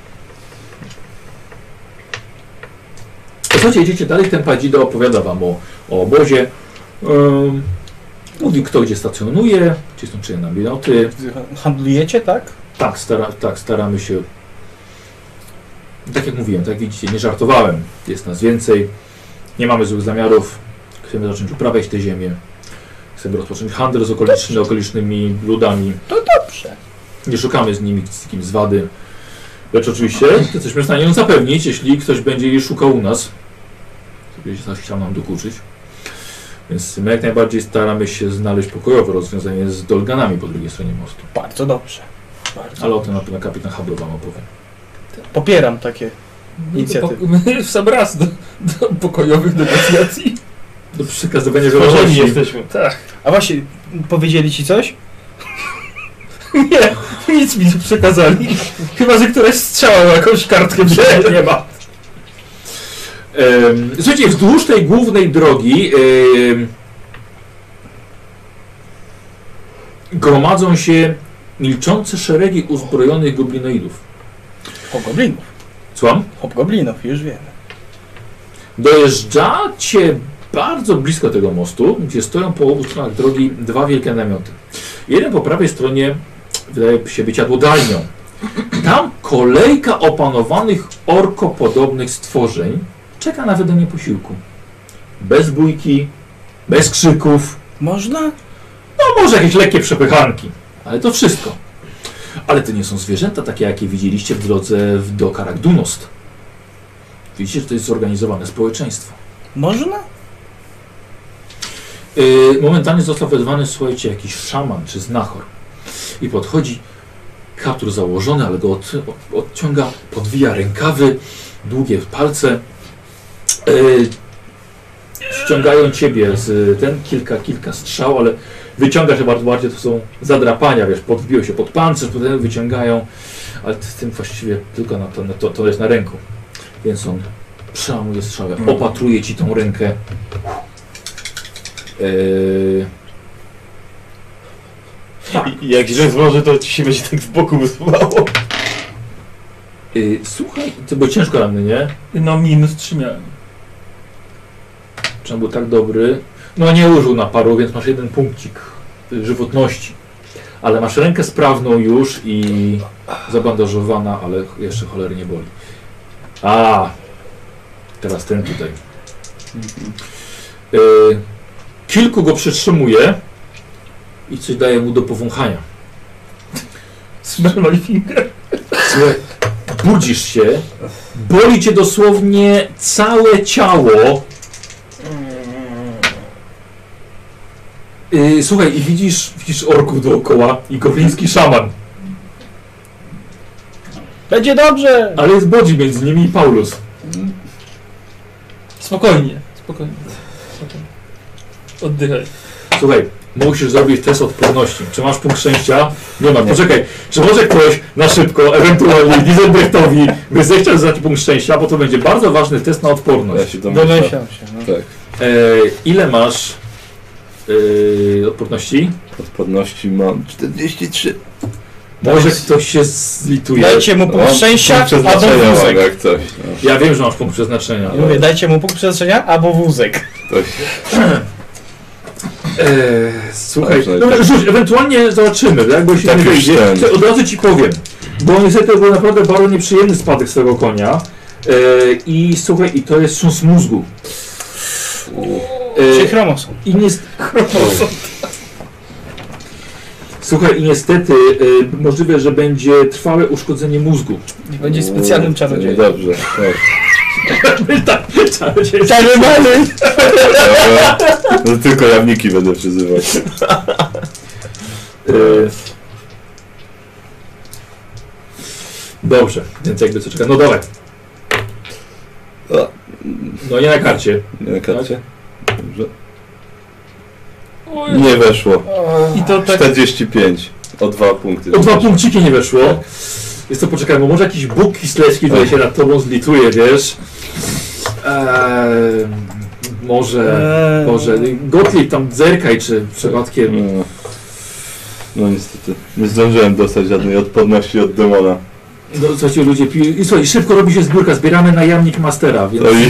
Słuchajcie, jedziecie dalej, ten Padzida opowiada wam o, o obozie. Um, mówi, kto gdzie stacjonuje, gdzie są czyje namioty. Handlujecie, tak? Tak, stara, tak, staramy się. Tak jak mówiłem, tak widzicie, nie żartowałem. Jest nas więcej. Nie mamy złych zamiarów. Chcemy zacząć uprawiać tę ziemię. Chcemy rozpocząć handel z okolicznymi, okolicznymi ludami. To dobrze. Nie szukamy z nimi z kim zwady. Lecz oczywiście jesteśmy w stanie ją zapewnić, jeśli ktoś będzie jej szukał u nas. Jeśli ktoś chciał nam dokuczyć. Więc my jak najbardziej staramy się znaleźć pokojowe rozwiązanie z dolganami po drugiej stronie mostu. Bardzo dobrze. Bardzo. Ale o tym na pewno kapitan Hablo wam opowie. Popieram takie. My, Inicjatywy. my w sam raz do, do pokojowych negocjacji. Do przekazywania Tworzeni wiadomości. jesteśmy. Tak. A właśnie, powiedzieli ci coś? Nie, nic mi nie przekazali. Chyba, że któraś strzała ma jakąś kartkę Nie, nie ma. Ehm, słuchajcie, wzdłuż tej głównej drogi ehm, gromadzą się milczące szeregi uzbrojonych goblinoidów. Hobgoblinów. Słucham? Hobgoblinów, już wiemy. Dojeżdżacie bardzo blisko tego mostu, gdzie stoją po obu stronach drogi dwa wielkie namioty. Jeden po prawej stronie wydaje się być jadłodajnią. Tam kolejka opanowanych orkopodobnych stworzeń czeka na wydanie posiłku. Bez bójki, bez krzyków, Można? no może jakieś lekkie przepychanki, ale to wszystko. Ale to nie są zwierzęta takie, jakie widzieliście w drodze w- do Karak-Dunost. Widzicie, że to jest zorganizowane społeczeństwo. Można? Yy, momentalnie został wezwany, słuchajcie, jakiś szaman czy znachor. I podchodzi, kaptur założony, ale go od, od, odciąga, podwija rękawy, długie palce. Yy, ściągają ciebie z ten kilka, kilka strzał, ale wyciąga się bardzo bardziej, to są zadrapania, wiesz, podbiją się pod pancerz, potem wyciągają, ale z tym właściwie tylko na to, na to, to jest na ręku. Więc on przełamuje strzałę, opatruje ci tą rękę. Yy, I jak źle złoży, to ci się będzie tak z boku wysuwało. yy, słuchaj, to było ciężko ranny, nie? No minus trzy miałem. Czy on był tak dobry? No nie użył naparu, więc masz jeden punkcik y, żywotności. Ale masz rękę sprawną już i zabandażowana, ale jeszcze cholernie boli. A, teraz ten tutaj. Y, kilku go przytrzymuje, i coś daje mu do powąchania. Smell my finger. Słuchaj, budzisz się, boli cię dosłownie całe ciało. Yy, słuchaj, i widzisz, widzisz orków dookoła i gobliński szaman. Będzie dobrze! Ale jest Bodzi między nimi i Paulus. Spokojnie, spokojnie. spokojnie. Oddychaj. Słuchaj, musisz zrobić test odporności. Czy masz punkt szczęścia? Nie ma. Poczekaj, czy może ktoś na szybko, ewentualnie Giselbrechtowi by zechciał zadać punkt szczęścia, bo to będzie bardzo ważny test na Ja odporność. się domyślam. Domyślam się. No. Tak. E, ile masz e, odporności? Odporności mam czterdzieści trzy. Może ktoś się zlituje. Dajcie mu punkt No, szczęścia punkt albo przeznaczenia wózek. mam jak coś. No. Ja wiem, że masz punkt przeznaczenia. Ja mówię, dajcie mu punkt przeznaczenia albo wózek. Coś. E, słuchaj, Dobrze, dobra, tak. rzuć, ewentualnie zobaczymy, tak? Bo jeśli Tak nie już wyjdzie, ten. to od razu ci powiem. Bo niestety to był naprawdę bardzo nieprzyjemny spadek z tego konia. E, I słuchaj, i to jest wstrząs mózgu. Czy E, chromosom? I niest... Słuchaj, i niestety e, możliwe, że będzie trwałe uszkodzenie mózgu. Nie będzie specjalnym czarodziejem. Dobrze. Tak. Tak, czarodziej. Czarowany! Dobra. No tylko jawniki będę przyzywać. E, Dobrze, więc jakby co czeka. No dawaj. O. No nie na karcie. Nie na karcie? Dobrze. Oj. Nie weszło. I to tak... czterdzieści pięć. O dwa punkty. O dwa punkciki nie weszło. Jest to, poczekaj, bo może jakiś Bóg Kislewski tutaj się nad tobą zlituje, wiesz. Eee, może, Eee. może. Gottlieb tam zerkaj, czy przypadkiem. No. No niestety. Nie zdążyłem dostać żadnej odporności od demona. No, słuchajcie, ludzie piją. I słuchaj, szybko robi się zbiórka, zbieramy na jamnik Mastera, więc. No i...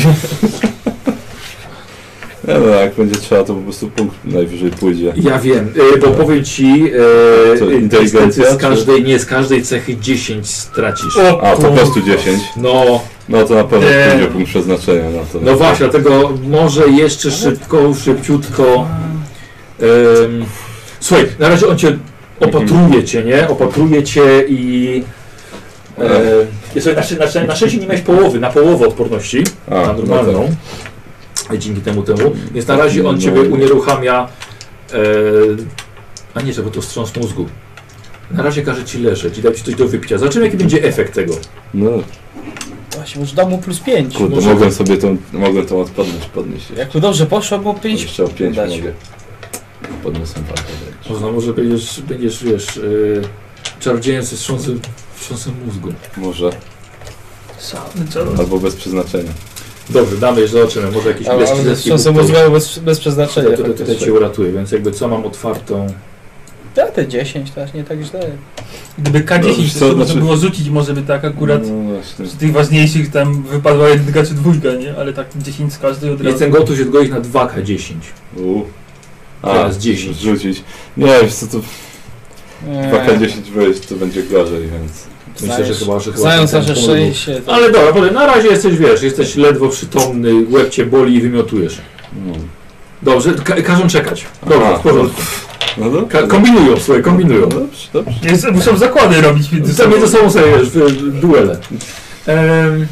Nie no, jak będzie trzeba, to po prostu punkt najwyżej pójdzie. Ja wiem, e, bo powiem ci, e, Co, e, inteligencja, niestety z czy- każdej, nie, z każdej cechy dziesięć stracisz. O, A, po prostu dziesięć. No, No to na pewno Eee. pójdzie punkt przeznaczenia na to. no właśnie, dlatego może jeszcze szybko, szybciutko. Em, słuchaj, na razie on cię opatruje cię, nie? Opatruje cię i. E, słuchaj, na, szczę- na, na szczęście nie miałeś połowy, na połowę odporności, A, na no normalną. Dzięki temu temu. Więc na razie on No. ciebie unieruchamia. E, a nie, bo to wstrząs mózgu. Na razie każe ci leżeć i dać ci coś do wypicia. Zobaczymy, jaki będzie efekt tego. No, Właśnie, może dał mu plus pięć. kurde, Może- mogłem sobie tą, mogłem tą odporność podnieść. Jak to dobrze poszło, było pięć. Jeszcze o pięć dać. mogę. Podniosłem walkę. Można, może będziesz, będziesz wiesz, yy, czarodziejem ze wstrząsem, wstrząsem mózgu. Może. Samy czarownik. Albo bez przeznaczenia. Dobrze, damy jeszcze zobaczymy. Może jakiś Ale leski ale leski wstrząsem Bóg to- mózgu bez, bez przeznaczenia. Tutaj, tutaj, tutaj cię uratuje, więc jakby co mam otwartą. Ja te dziesięć, to aż nie tak źle. Gdyby K No, dziesięć co, to można znaczy- było rzucić, może by tak akurat No właśnie. z tych ważniejszych tam wypadła jedynka czy dwójka, nie? Ale tak dziesięć z każdej od razu. Jestem gotów się zgodzić na dwa K dziesięć. U. A, Teraz dziesięć. Rzucić. Nie, wiesz co, to dwa K dziesięć wejść, to będzie gorzej, więc... Myślę, że chyba, że chyba Znając ten nasze pomógł. szczęście. to- Ale dobra, powiem, na razie jesteś, wiesz, jesteś ledwo przytomny, łeb cię boli i wymiotujesz. No, Dobrze, ka każą czekać. Dobra, Aha. w porządku. no dobrze. Ka kombinują, słuchaj, kombinują. No dobrze, dobrze. Jest, muszą zakłady robić między Tam sobą. między sobą sobie, wiesz, w- duele. Ehm,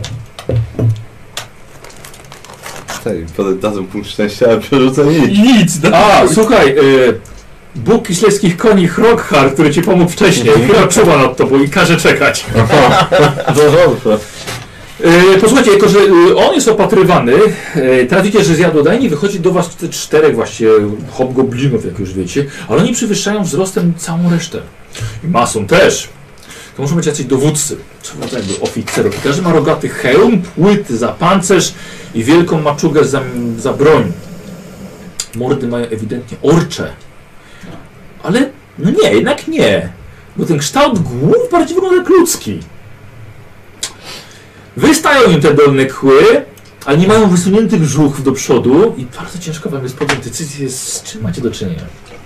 Tej, potem dadzą punkt szczęścia, ale przerzucę nic. I nic, no. a, słuchaj, e, Bóg kislewskich koni Hrokhar, który ci pomógł wcześniej, chyba czuwa nad tobą i każe czekać. No dobrze. E, posłuchajcie, jako że e, on jest opatrywany, e, teraz widzicie, że z jadłodajni wychodzi do was te czterech właściwie hobgoblinów, jak już wiecie, ale oni przewyższają wzrostem całą resztę. I masą też. To muszą być jacyś dowódcy, czy może jakby oficerów. Każdy ma rogaty hełm, płyty za pancerz i wielką maczugę za, za broń. Mordy mają ewidentnie orcze. Ale no nie, jednak nie. Bo ten kształt głów bardziej wygląda jak ludzki. Wystają im te dolne kły, ale nie mają wysuniętych brzuchów do przodu i bardzo ciężko wam jest podjąć decyzję, z czym macie do czynienia.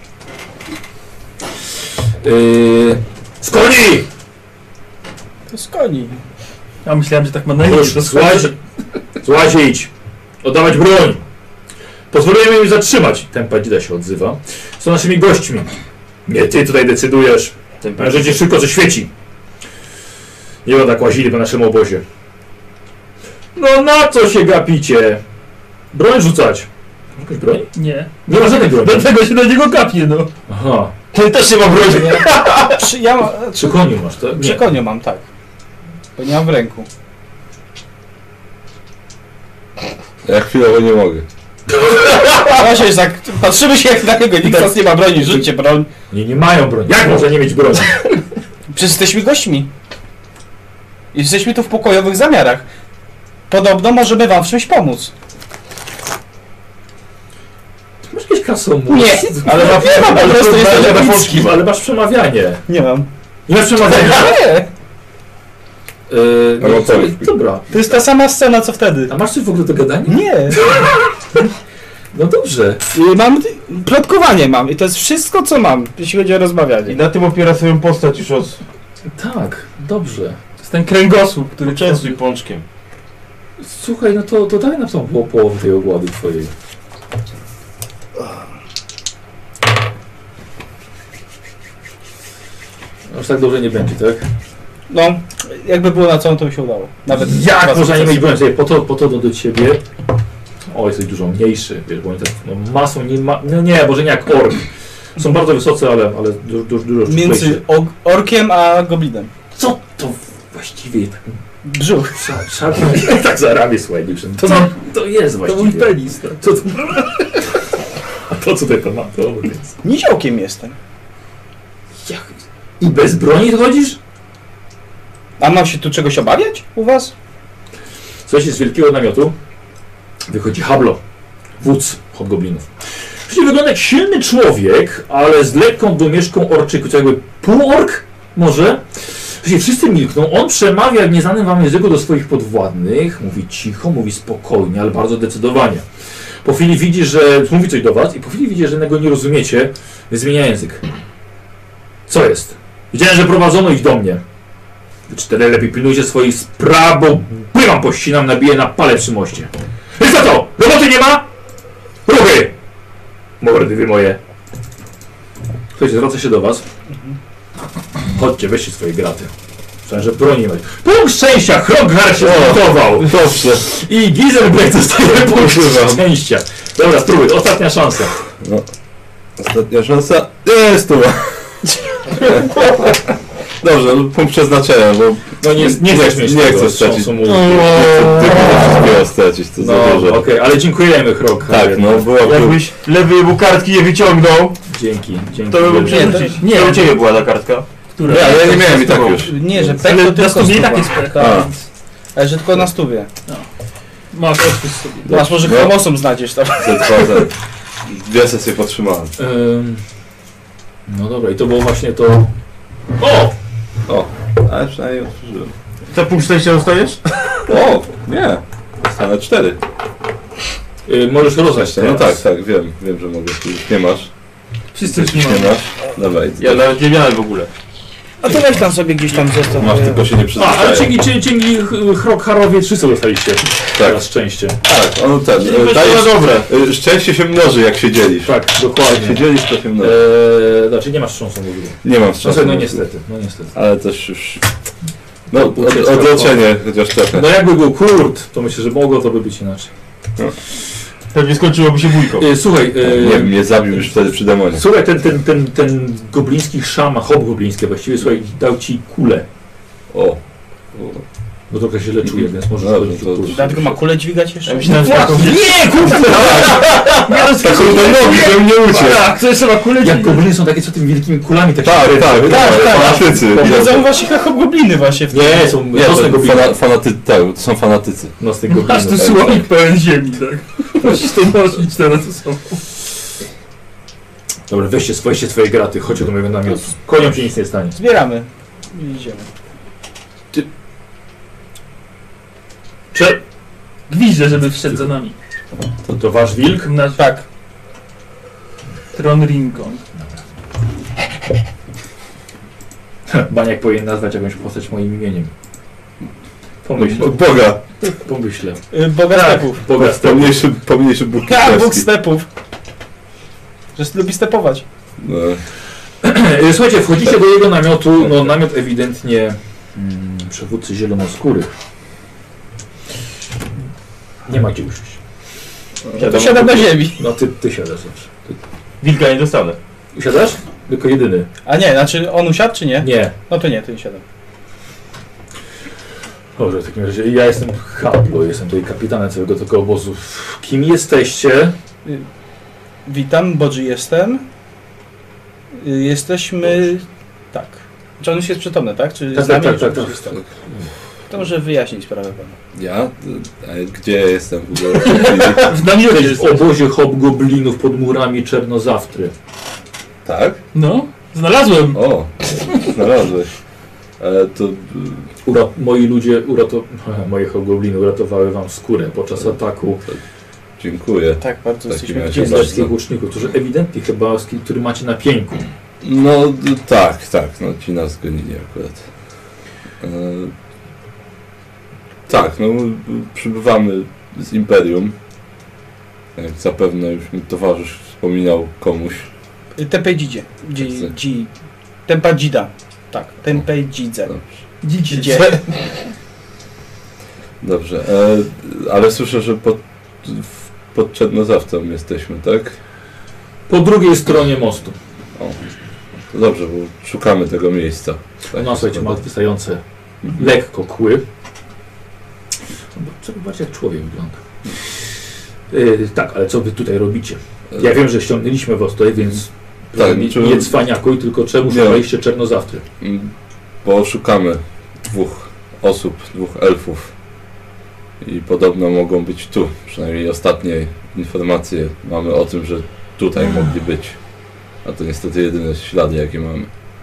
Yy, z koni! To z koni. Ja myślałem, że tak ma na imię. Proszę, to słuchajcie, słuchajcie, idź. Oddawać broń. Pozwolimy im zatrzymać. Tempadzida się odzywa. Są naszymi gośćmi. Nie ty tutaj decydujesz. Należycie szybko, co świeci. Nie będą tak łazili po naszym obozie. No na co się gapicie? Broń rzucać. Jakaś broń? Nie. Nie ma żadnej broni. Dlatego się do niego kapie, no. Aha. Ty też nie ma broni. Przy, ja ma, Przy koniu masz, tak? przy koniu mam, tak. Bo nie mam w ręku. Ja chwilowo nie mogę. Właśnie jest tak, patrzymy się jak na niego, nikt z nas nie ma broni, rzućcie broń. Nie, nie mają broni. Jak można nie mieć broni? Przecież jesteśmy gośćmi. Jesteśmy tu w pokojowych zamiarach. Podobno możemy wam w czymś pomóc. Masz jakieś kasomów? Nie, ale ma, nie mam, po prostu jestem epicki. Ale masz przemawianie. Nie mam. Nie masz przemawiania? Nie! Yy, No, no, to- dobra. To jest ta sama scena co wtedy. A masz coś w ogóle do gadania? Nie. No dobrze. Y, Mam, plotkowanie mam i to jest wszystko co mam, jeśli chodzi o I rozmawianie. na tym opiera swoją postać już od... Tak, dobrze. To jest ten kręgosłup, który Częstuj pączkiem. Słuchaj, no to, to daj nam tą po, połowę tej ogłady twojej. Aż tak dobrze nie będzie, tak? No, jakby było na całą to by się udało. Nawet Jak dwa można nie sukcesy. mieć broni? Słuchaj, Po to, po to do, do ciebie. O, jesteś dużo mniejszy, wiesz, bo oni tak no, masą nie ma. No nie, może nie jak ork. Są bardzo wysocy, ale, ale dużo, dużo, dużo Między szczuplejsi. og- orkiem a goblinem. Co to właściwie tak Brzuch. szarpie tak za ramię, słuchaj, dziewczyn. To Co mam- to jest To właściwie? mój penis, tak. Co to... A to co tutaj to ma? To jest... Niziołkiem jestem. Jak? I bez broni chodzisz? A mam się tu czegoś obawiać u was? Słuchajcie, z wielkiego namiotu wychodzi Hablo, wódz hobgoblinów. Przecież wygląda jak silny człowiek, ale z lekką domieszką orczyku, to jakby półork może. Słuchajcie, wszyscy milkną, on przemawia w nieznanym wam języku do swoich podwładnych, mówi cicho, mówi spokojnie, ale bardzo zdecydowanie. Po chwili widzi, że mówi coś do was i po chwili widzi, że tego nie rozumiecie, więc zmienia język. Co jest? Widziałem, że prowadzono ich do mnie. Wy cztery lepiej pilnujcie swoich spraw, bo pływam po ścinam, nabiję na palec przy moście. Więc co to? Roboty nie ma? Ruchy! Mordy wy moje. Słuchajcie, zwraca się do was. Chodźcie, weźcie swoje graty. Myślałem, że broni macie. Punkt szczęścia! Hroggar się zmontował! Dobrze. I Giselbrecht dostaje punkt szczęścia. Dobra, spróbuj, ostatnia szansa. No. Ostatnia szansa. Jest tu. Dobrze, no, punkt przeznaczenia, bo No nie, nie chcesz mieć nie tego chcę z stracić. szansą Nie mózgu. chcę stracić, to za No, dużo. okej, ale dziękujemy, Hrog. Tak, no była Jakbyś lewy mu kartki nie wyciągnął, Dzięki, dzięki. to bym wielkie. przerzucić. Nie, Nie, to- u Ciebie była ta kartka. Która? Nie, ale ja nie miałem i tak już. Nie, że Ale pek to Na tylko stuwie i stuwa. tak jest pech, A. więc Ale że tylko na stówie. masz odpuść sobie. Masz może No. chromosom znajdziesz tam. Te dwa, te dwie sesje potrzymałem. Ym, no dobra, i to było właśnie to... O! O, ale przynajmniej otworzyłem. To punkt szczęścia dostajesz? O, nie. Dostanę cztery. Y, możesz rozdać No teraz. tak, tak, wiem, wiem, że mogę. Ty już nie masz. Wszyscy Już już nie nie mamy. masz. Dawaj. Ja nawet nie miałem w ogóle. A to weź tam sobie gdzieś tam zostaw. Masz, tylko się nie A, ale przyzwyczaja. dzięki, dzięki, dzięki Hrog Harowie wszyscy dostaliście. Tak, Teraz szczęście. tak, on ten. Czyli e, to Dajesz, dobre. e, szczęście się mnoży, jak się dzielisz. Tak, Jak dokładnie. się dzielisz, to się mnoży. Eee, znaczy nie masz szansu mózgu. Nie mam No, szczęścia. no niestety, no niestety. Ale też już... No, od, Ucieczka. odroczenie chociaż trochę. No jakby był Kurt, to myślę, że mogło to by być inaczej. Pewnie skończyłoby się bójką. E, słuchaj, e, Nie wiem, mnie zabił już wtedy przy demonie. słuchaj, ten, ten, ten, ten gobliński szama, hobgobliński właściwie, słuchaj, dał ci kulę. O. O. Bo trochę się źle czuję, więc możesz Dobrze, chodzić to- w kurs. Dlatego ma kulę dźwigać jeszcze? Ja myślałem, że taką... Nie, kurde! Tak kurde nogi, żebym nie uciekł. Tak, to jest chyba kulę. Jak gobliny są takie, co tymi wielkimi kulami takie Tak, szprychy. tak, tak, tak. fanatycy. Ja zauważ ich hobgobliny właśnie w tym. Nie, są Nie, nocne to gobliny. fana, fanaty, tak, to są fanatycy. Nocnych Masz goblinów. tu tak. słowik pełen ziemi, tak? Musisz to nosić teraz ze sobą. Dobra, weźcie, weźcie swoje graty, chodźcie do mojego namiotu. Koniom się nic nie stanie. Zbieramy. I idziemy. Cze... Gwizdże, żeby wszedł za nami. To, to wasz wilk? Nasz Tak. Tron Rincon. Baniak powinien nazwać jakąś postać moim imieniem. Pomyśl. Od Boga. Pomyślę. Y, Boga stepów. Boga stepów. Pomniejszy, pomniejszy Bóg Tak, Bóg królewski. stepów. Że lubi stepować. No. Słuchajcie, wchodzicie do jego namiotu. No, namiot ewidentnie mm, przywódcy zielonoskórych. Nie ma gdzie usiąść. Ja to siadam na ziemi. No ty, ty siadasz zawsze. Ty... Wilka nie dostanę. Usiadasz? Tylko jedyny. A nie, znaczy on usiadł czy nie? Nie. No to nie, to nie siadam. Dobrze, w takim razie ja jestem Hablo, jestem tutaj kapitanem całego tego obozu. Kim jesteście? Y, Witam, Bodży jestem. Y, Jesteśmy... Tak. Czy on już jest przytomny, tak? Czy Tak, z tak, nami tak, tak, już tak. jest? To może wyjaśnić sprawę panu. Ja? A gdzie ja jestem w ogóle? W namiocie W jesteś. obozie hobgoblinów pod murami Czernozawtry. Tak? No, znalazłem. O, znalazłeś. Ale to... Ura moi ludzie, urato moje hobgobliny uratowały wam skórę podczas ataku Dziękuję. Tak, bardzo Taki jesteśmy miałeś wdzięczni. bardzo. wszystkich łuczników, którzy ewidentnie chyba, który macie na pięku. No d- tak, tak, no ci nas gonili akurat. E, tak, no przybywamy z Imperium. Jak zapewne już mi towarzysz wspominał komuś. Tempedzidzie. Dzi, Chcę. dzi, Tempadzida. Tak, Tempedzidze. Dobrze. Dzidzie. Gdzie? Dobrze, e, ale słyszę, że pod, w- pod Czernozawcą jesteśmy, tak? Po drugiej stronie mostu. O, to dobrze, bo szukamy tego miejsca. Tak? No słuchajcie, ma wystające lekko kły. Co bardziej jak człowiek wygląda. Yy, tak, ale co wy tutaj robicie? Ja wiem, że ściągnęliśmy was tutaj, więc Tak, nie, czy- nie cwaniakuj, tylko czemu Nie. szukaliście Czernozawtry? Mm, Bo szukamy dwóch osób, dwóch elfów i podobno mogą być tu. Przynajmniej ostatnie informacje mamy o tym, że tutaj mogli być. A to niestety jedyne ślady, jakie mamy.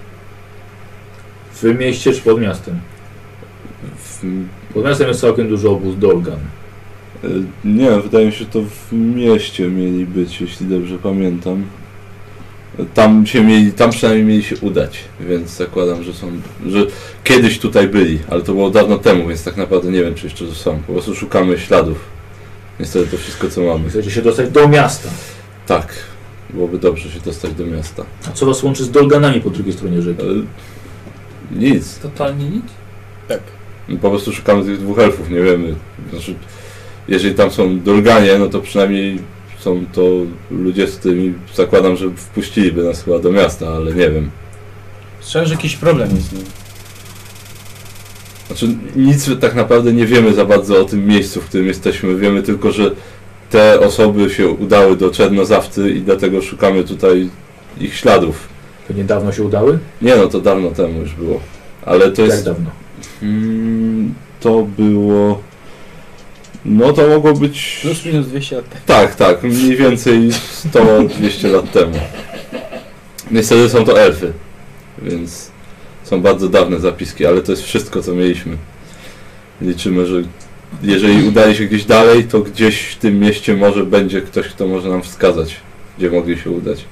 W mieście czy pod miastem? W, Pod miastem jest całkiem duży obóz Dolgan. e, nie, wydaje mi się, że to w mieście mieli być, jeśli dobrze pamiętam. Tam się mieli, tam przynajmniej mieli się udać, więc zakładam, że są, że kiedyś tutaj byli, ale to było dawno temu, więc tak naprawdę nie wiem, czy jeszcze tu są. Po prostu szukamy śladów. Niestety to wszystko, co mamy. Chcecie się dostać do miasta. Tak, byłoby dobrze się dostać do miasta. A co was łączy z Dolganami po drugiej stronie rzeki? Ale nic. Totalnie nic. Tak. My po prostu szukamy tych dwóch elfów, nie wiemy. Znaczy, jeżeli tam są Dolganie, no to przynajmniej są to ludzie, z którymi zakładam, że wpuściliby nas chyba do miasta, ale nie wiem. Słyszałem, że jakiś problem jest z nim. Znaczy, nic tak naprawdę nie wiemy za bardzo o tym miejscu, w którym jesteśmy. Wiemy tylko, że te osoby się udały do Czernozawcy i dlatego szukamy tutaj ich śladów. To niedawno się udały? Nie no, to dawno temu już było. Ale to Jak jest... dawno? Mm, to było... No to mogło być... Plus minus dwieście lat. Tak, tak, mniej więcej sto dwieście lat temu. Niestety są to elfy, więc są bardzo dawne zapiski, ale to jest wszystko, co mieliśmy. Liczymy, że jeżeli udaje się gdzieś dalej, to gdzieś w tym mieście może będzie ktoś, kto może nam wskazać, gdzie mogli się udać.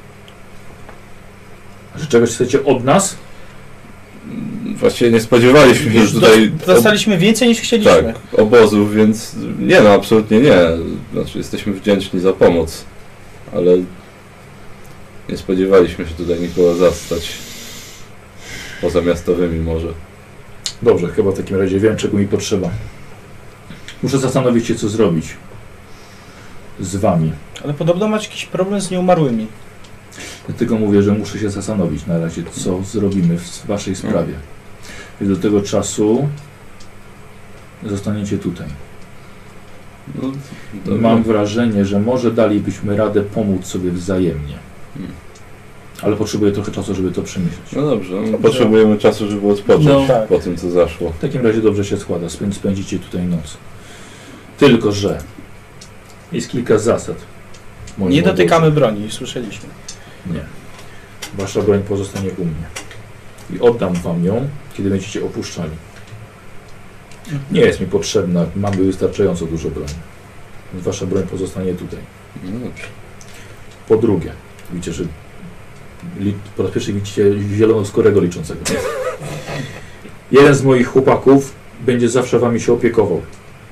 Że czegoś chcecie od nas? Właściwie nie spodziewaliśmy się, Już że tutaj... dos- dostaliśmy więcej niż chcieliśmy. Tak, obozów, więc nie no, absolutnie nie. Znaczy jesteśmy wdzięczni za pomoc, ale nie spodziewaliśmy się tutaj nikogo zastać. Poza miastowymi może. Dobrze, chyba w takim razie wiem, czego mi potrzeba. Muszę zastanowić się, co zrobić z wami. Ale podobno macie jakiś problem z nieumarłymi. Dlatego mówię, że muszę się zastanowić na razie, co zrobimy w waszej sprawie. I do tego czasu zostaniecie tutaj. No, dobra. Mam wrażenie, że może dalibyśmy radę pomóc sobie wzajemnie. Hmm. Ale potrzebuję trochę czasu, żeby to przemyśleć. No dobrze, no, potrzebujemy czasu, żeby odpocząć No. Tak. po tym, co zaszło. W takim razie dobrze się składa, Spę- spędzicie tutaj noc. Tylko, że jest kilka zasad. w moim Nie dotykamy obozie. broni, słyszeliśmy. Nie. Wasza broń pozostanie u mnie. I oddam wam ją, kiedy będziecie opuszczali. Nie jest mi potrzebna, mamy wystarczająco dużo broni. Więc wasza broń pozostanie tutaj. No dobrze. Po drugie, widzicie, że li, po raz pierwszy widzicie zielonoskórego liczącego. Jeden z moich chłopaków będzie zawsze wami się opiekował.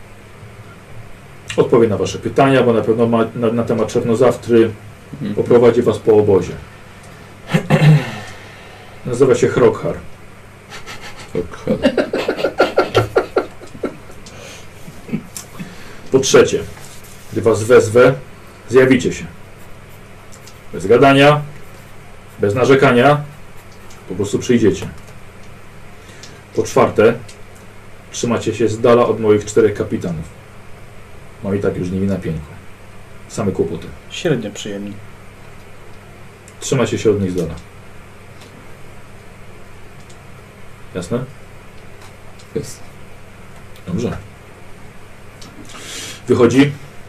Odpowie na wasze pytania, bo na pewno ma, na, na temat Czernozawtry poprowadzi was po obozie. Nazywa się Hrokhar. Hrokhar. Po trzecie, gdy was wezwę, zjawicie się. Bez gadania, bez narzekania, po prostu przyjdziecie. Po czwarte, trzymacie się z dala od moich czterech kapitanów. Mam i tak już z nimi na pieńku. Same kłopoty. Średnio przyjemnie. Trzymacie się od nich z dala. Jasne? Jest. Dobrze. Wychodzi.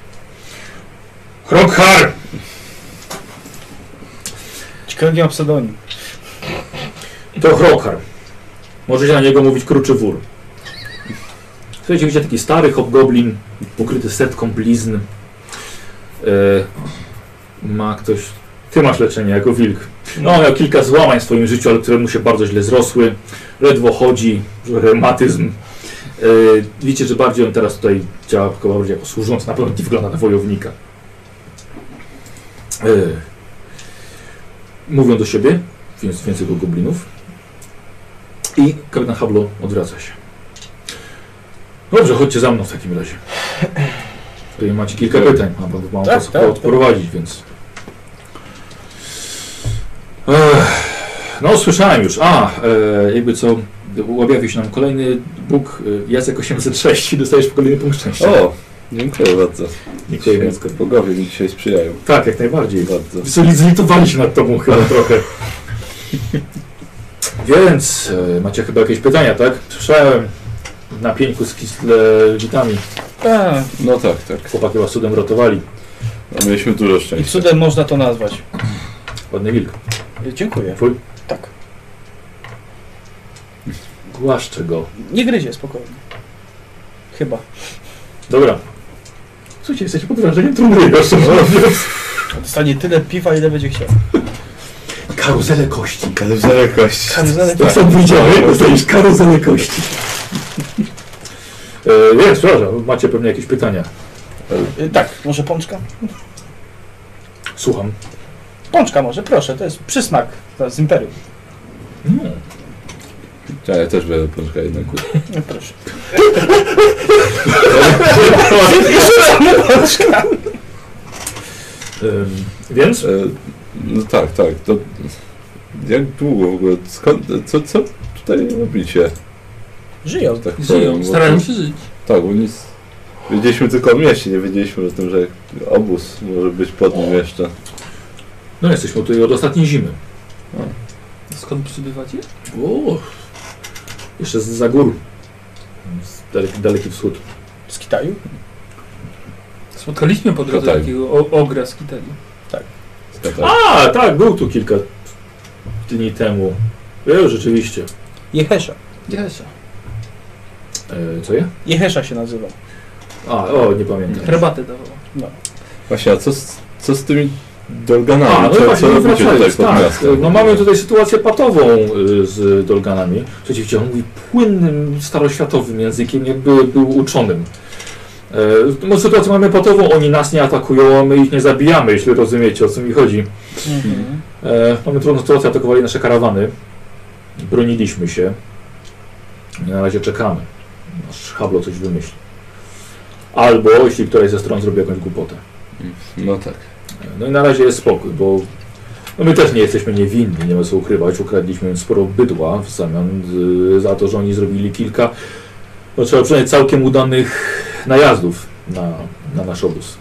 Hrokhar! Ciekawe, jaki ma pseudonim. To Hrokhar. Możecie na niego mówić Kruczy Wór. Słuchajcie, widzicie taki stary hobgoblin, pokryty setką blizn. E, ma ktoś... Ty masz leczenie jako wilk. No, miał kilka złamań w swoim życiu, ale które mu się bardzo źle zrosły. Ledwo chodzi, reumatyzm. E, widzicie, że bardziej on teraz tutaj działa bardziej jako służący. Na pewno nie wygląda na wojownika. E, mówią do siebie, więc w języku goblinów. I kapitan Hablo odwraca się. Dobrze, chodźcie za mną w takim razie. Tutaj macie kilka pytań, mam, mam Tak, was tak, odprowadzić, więc... Ech, no, słyszałem już. A, e, jakby co, objawił się nam kolejny Bóg, e, Jacek osiemset sześć i dostajesz kolejny punkt szczęścia. O! Dziękuję bardzo. Dziękuję Dzisiaj bardzo. Bogowie mi dzisiaj sprzyjają. Tak, jak najbardziej. Bardzo. Zlitowali się nad tobą chyba trochę. Więc e, macie chyba jakieś pytania, tak? Słyszałem na pieńku z kislewitami. Tak. No tak, tak. Chłopaki was cudem ratowali. No, mieliśmy dużo I szczęścia. cudem można to nazwać. Ładny wilk. Dziękuję. Twój? Tak. Głaszczę go. Nie gryzie, spokojnie. Chyba. Dobra. Słuchajcie, jesteście pod wrażeniem trudnego, szczerze mówiąc. Dostanie tyle piwa, ile będzie chciał. Karuzelę kości. Karuzelę kości. Karuzelę Jak sam widziałem, dostajesz karuzelę kości. E, więc, przepraszam, macie pewnie jakieś pytania. Y, Tak, może pączka? Słucham. Pączka może, proszę, to jest przysmak z Imperium. No. Ja, ja też będę pączka jednak. No, proszę. Jeszcze pączka! Ym, więc? E, no tak, tak. To jak długo w ogóle? Skąd, co, co tutaj robicie? Żyją. Tak Żyją, powiem, bo starają to- się żyć. Tak, bo nic. Wiedzieliśmy tylko o mieście, nie wiedzieliśmy o tym, że obóz może być pod nim jeszcze. No jesteśmy tutaj od ostatniej zimy. Skąd przybywacie? O, jeszcze z za gór. Z daleki, daleki wschód. Z Kitaju? Spotkaliśmy po drodze Kataj. takiego o- ogra z Kitali. Skata. A, tak, był tu kilka dni temu. Jo, rzeczywiście. Jehesza. Jesza. E, co je? Jehesza się nazywa. A, o, nie pamiętam. Herbatę dawała. No. Właśnie, a co z, co z tymi dolganami? A, no co, właśnie, co no robicie tutaj wracając, pod tak. miastem? No mamy tutaj sytuację patową y, z Dolganami. Przeciwnie, on mówi płynnym, staroświatowym językiem, jakby był uczonym. E, no, sytuację mamy patową, oni nas nie atakują, a my ich nie zabijamy, jeśli rozumiecie, o co mi chodzi. Mhm. E, mamy trudną sytuację, atakowali nasze karawany. Broniliśmy się. I na razie czekamy, aż Hablo coś wymyśli. Albo jeśli któraś ze stron zrobi jakąś głupotę. No tak. No i na razie jest spokój, bo no my też nie jesteśmy niewinni, nie ma co ukrywać. Ukradliśmy im sporo bydła w zamian y, za to, że oni zrobili kilka, no trzeba przyznać, całkiem udanych najazdów na, na nasz obóz.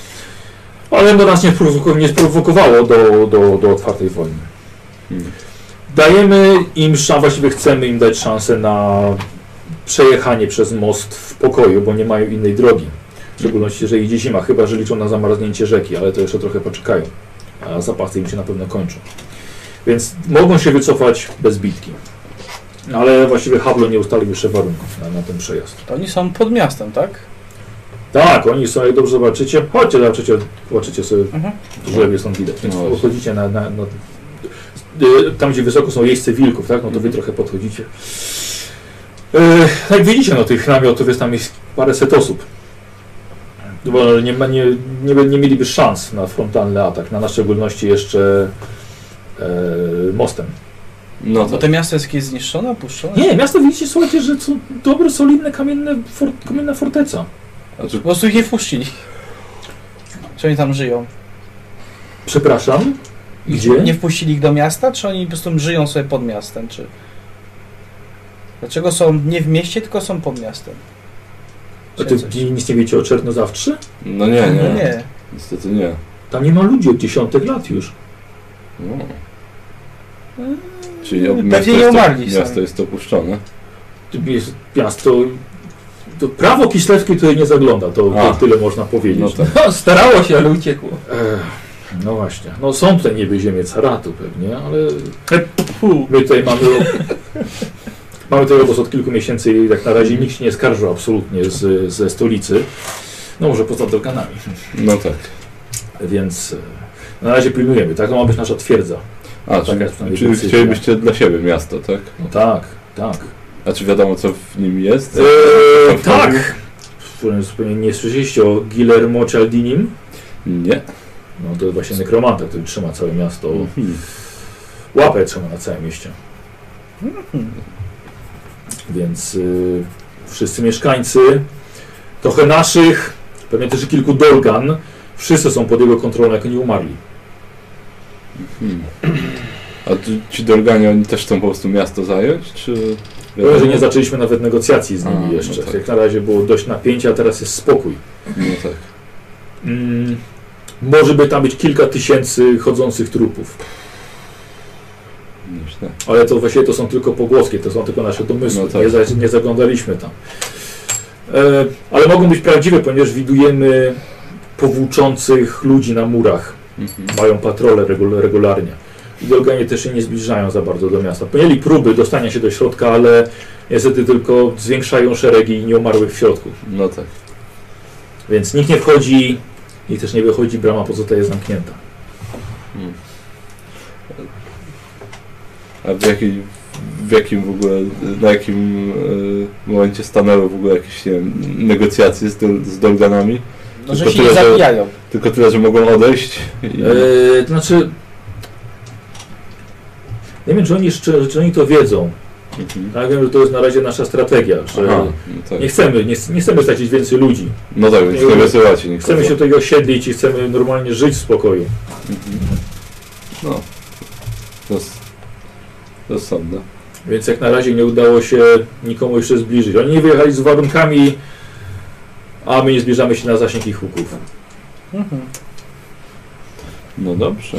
Ale to nas nie, sprowoku- nie sprowokowało do, do, do otwartej wojny. Hmm. Dajemy im, a właściwie chcemy im dać szansę na przejechanie przez most w pokoju, bo nie mają innej drogi. W szczególności, że idzie zima, chyba że liczą na zamarznięcie rzeki, ale to jeszcze trochę poczekają. A zapasy im się na pewno kończą. Więc mogą się wycofać bez bitki. Ale właściwie Hablo nie ustalił jeszcze warunków na, na ten przejazd. To oni są pod miastem, tak? Tak, oni są, jak dobrze zobaczycie, chodźcie, zobaczycie, zobaczycie sobie, Mhm. że stąd widać. Więc No. podchodzicie na, na, na... y, tam, gdzie wysoko są jeźdźcy wilków, tak? No to wy trochę podchodzicie. Yy, jak widzicie, no tych namiotów jest tam jest paręset osób. Bo nie, ma- nie, nie, nie mieliby szans na frontalny atak, na, na szczególności jeszcze e, mostem. No Bo tak. to miasto jest jakieś zniszczone, opuszczone? Nie, miasto widzicie, słuchajcie, że to dobre, solidne, kamienne fort, kamienna forteca. Znaczy, Po prostu ich nie wpuścili. Czy oni tam żyją? Przepraszam, gdzie? Nie wpuścili ich do miasta, czy oni po prostu żyją sobie pod miastem, czy... Dlaczego są nie w mieście, tylko są pod miastem? A ty nic nie wiecie o Czernozawczy? no nie, nie. No nie. Niestety nie. Tam nie ma ludzi od dziesiątek lat już. No. Czyli Pewnie miasto nie jest, umarli miasto sami. jest opuszczone. Jest miasto... To prawo kislewskie tutaj nie zagląda, to, to A. tyle można powiedzieć. No tak. No, starało się, ale uciekło. Ech, no właśnie. No są tutaj niby ziemie caratu pewnie, ale Fu. my tutaj mamy... mamy tutaj obóz od kilku miesięcy i jak na razie nikt się nie skarżył absolutnie z, ze stolicy. No może poza doganami. No tak. Więc e, na razie pilnujemy, tak? To ma być nasza twierdza. A, Taka czyli, jest przynajmniej czyli decyzja. chcielibyście dla siebie miasto, tak? No tak, tak. A czy wiadomo co w nim jest? Eee, w tak! Zupełnie nie słyszeliście o Guillermo Cialdinim? Nie. No to właśnie nekromanta, który trzyma całe miasto. Mhm. Łapę trzyma na całym mieście. Więc y, wszyscy mieszkańcy, trochę naszych, pewnie też i kilku Dolgan, wszyscy są pod jego kontrolą, jak nie umarli. Hmm. A ci- ci Dolganie, oni też chcą po prostu miasto zająć, czy... Wiem, że nie zaczęliśmy nawet negocjacji z nimi A, no jeszcze. tak. Jak na razie było dość napięcia, a teraz jest spokój. No tak. Mm, może by tam być kilka tysięcy chodzących trupów. Nieźle. Ale to właściwie to są tylko pogłoski, to są tylko nasze domysły. No tak. nie, za, nie zaglądaliśmy tam. E, ale mogą być prawdziwe, ponieważ widujemy powłóczących ludzi na murach. Mhm. Mają patrole regul regularnie. I Dolganie też się nie zbliżają za bardzo do miasta. Mieli próby dostania się do środka, ale niestety tylko zwiększają szeregi nieumarłych w środku. No tak. Więc nikt nie wchodzi, nikt też nie wychodzi, brama pozostaje zamknięta. Hmm. A w, jakiej, w jakim w ogóle, na jakim e, momencie stanęły w ogóle jakieś, nie wiem, negocjacje z, dol, z Dolganami? No, że Tylko się nie tyle, że- zabijają. Tylko tyle, że mogą odejść? I... Eee, to znaczy... Nie wiem, czy oni, czy, czy oni to wiedzą. Mhm. Ja wiem, że to jest na razie nasza strategia, że Aha, no tak. nie chcemy, nie, nie chcemy stracić więcej ludzi. No tak, więc nie wysyłacie nikogo. Chcemy się tutaj osiedlić i chcemy normalnie żyć w spokoju. Mhm. No. To jest rozsądne. Więc jak na razie nie udało się nikomu jeszcze zbliżyć. Oni nie wyjechali z warunkami, a my nie zbliżamy się na zasięg ich łuków. Mhm. No dobrze.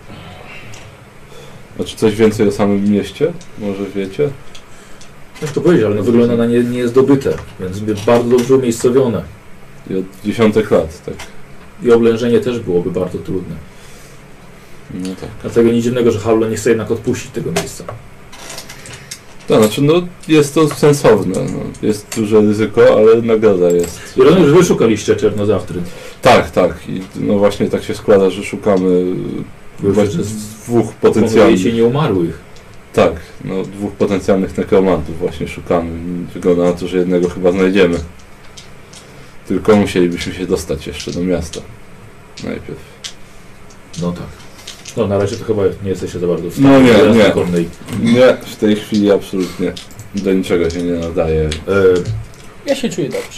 A czy coś więcej o samym mieście? Może wiecie? Ciężko powiedzieć, ale no wygląda na nie, nie zdobyte, więc bardzo dobrze umiejscowione. I od dziesiątek lat, tak. I oblężenie też byłoby bardzo trudne. No tak. Dlatego nic dziwnego, że Haulo nie chce jednak odpuścić tego miejsca. To znaczy, no jest to sensowne. No. Jest duże ryzyko, ale nagroda jest. I rozumiem, że wy szukaliście Czernozawtry. Tak, tak. I no właśnie tak się składa, że szukamy Wy właśnie już dwóch Potencjalnie potencjalnych. nieumarłych. Tak, no dwóch potencjalnych nekromantów właśnie szukamy. Wygląda na to, że jednego chyba znajdziemy. Tylko musielibyśmy się dostać jeszcze do miasta. Najpierw. No tak. No na razie to chyba nie jesteście za bardzo w No nie, jazdy nie. konnej. Nie, w tej chwili absolutnie do niczego się nie nadaje. E, Ja się czuję dobrze.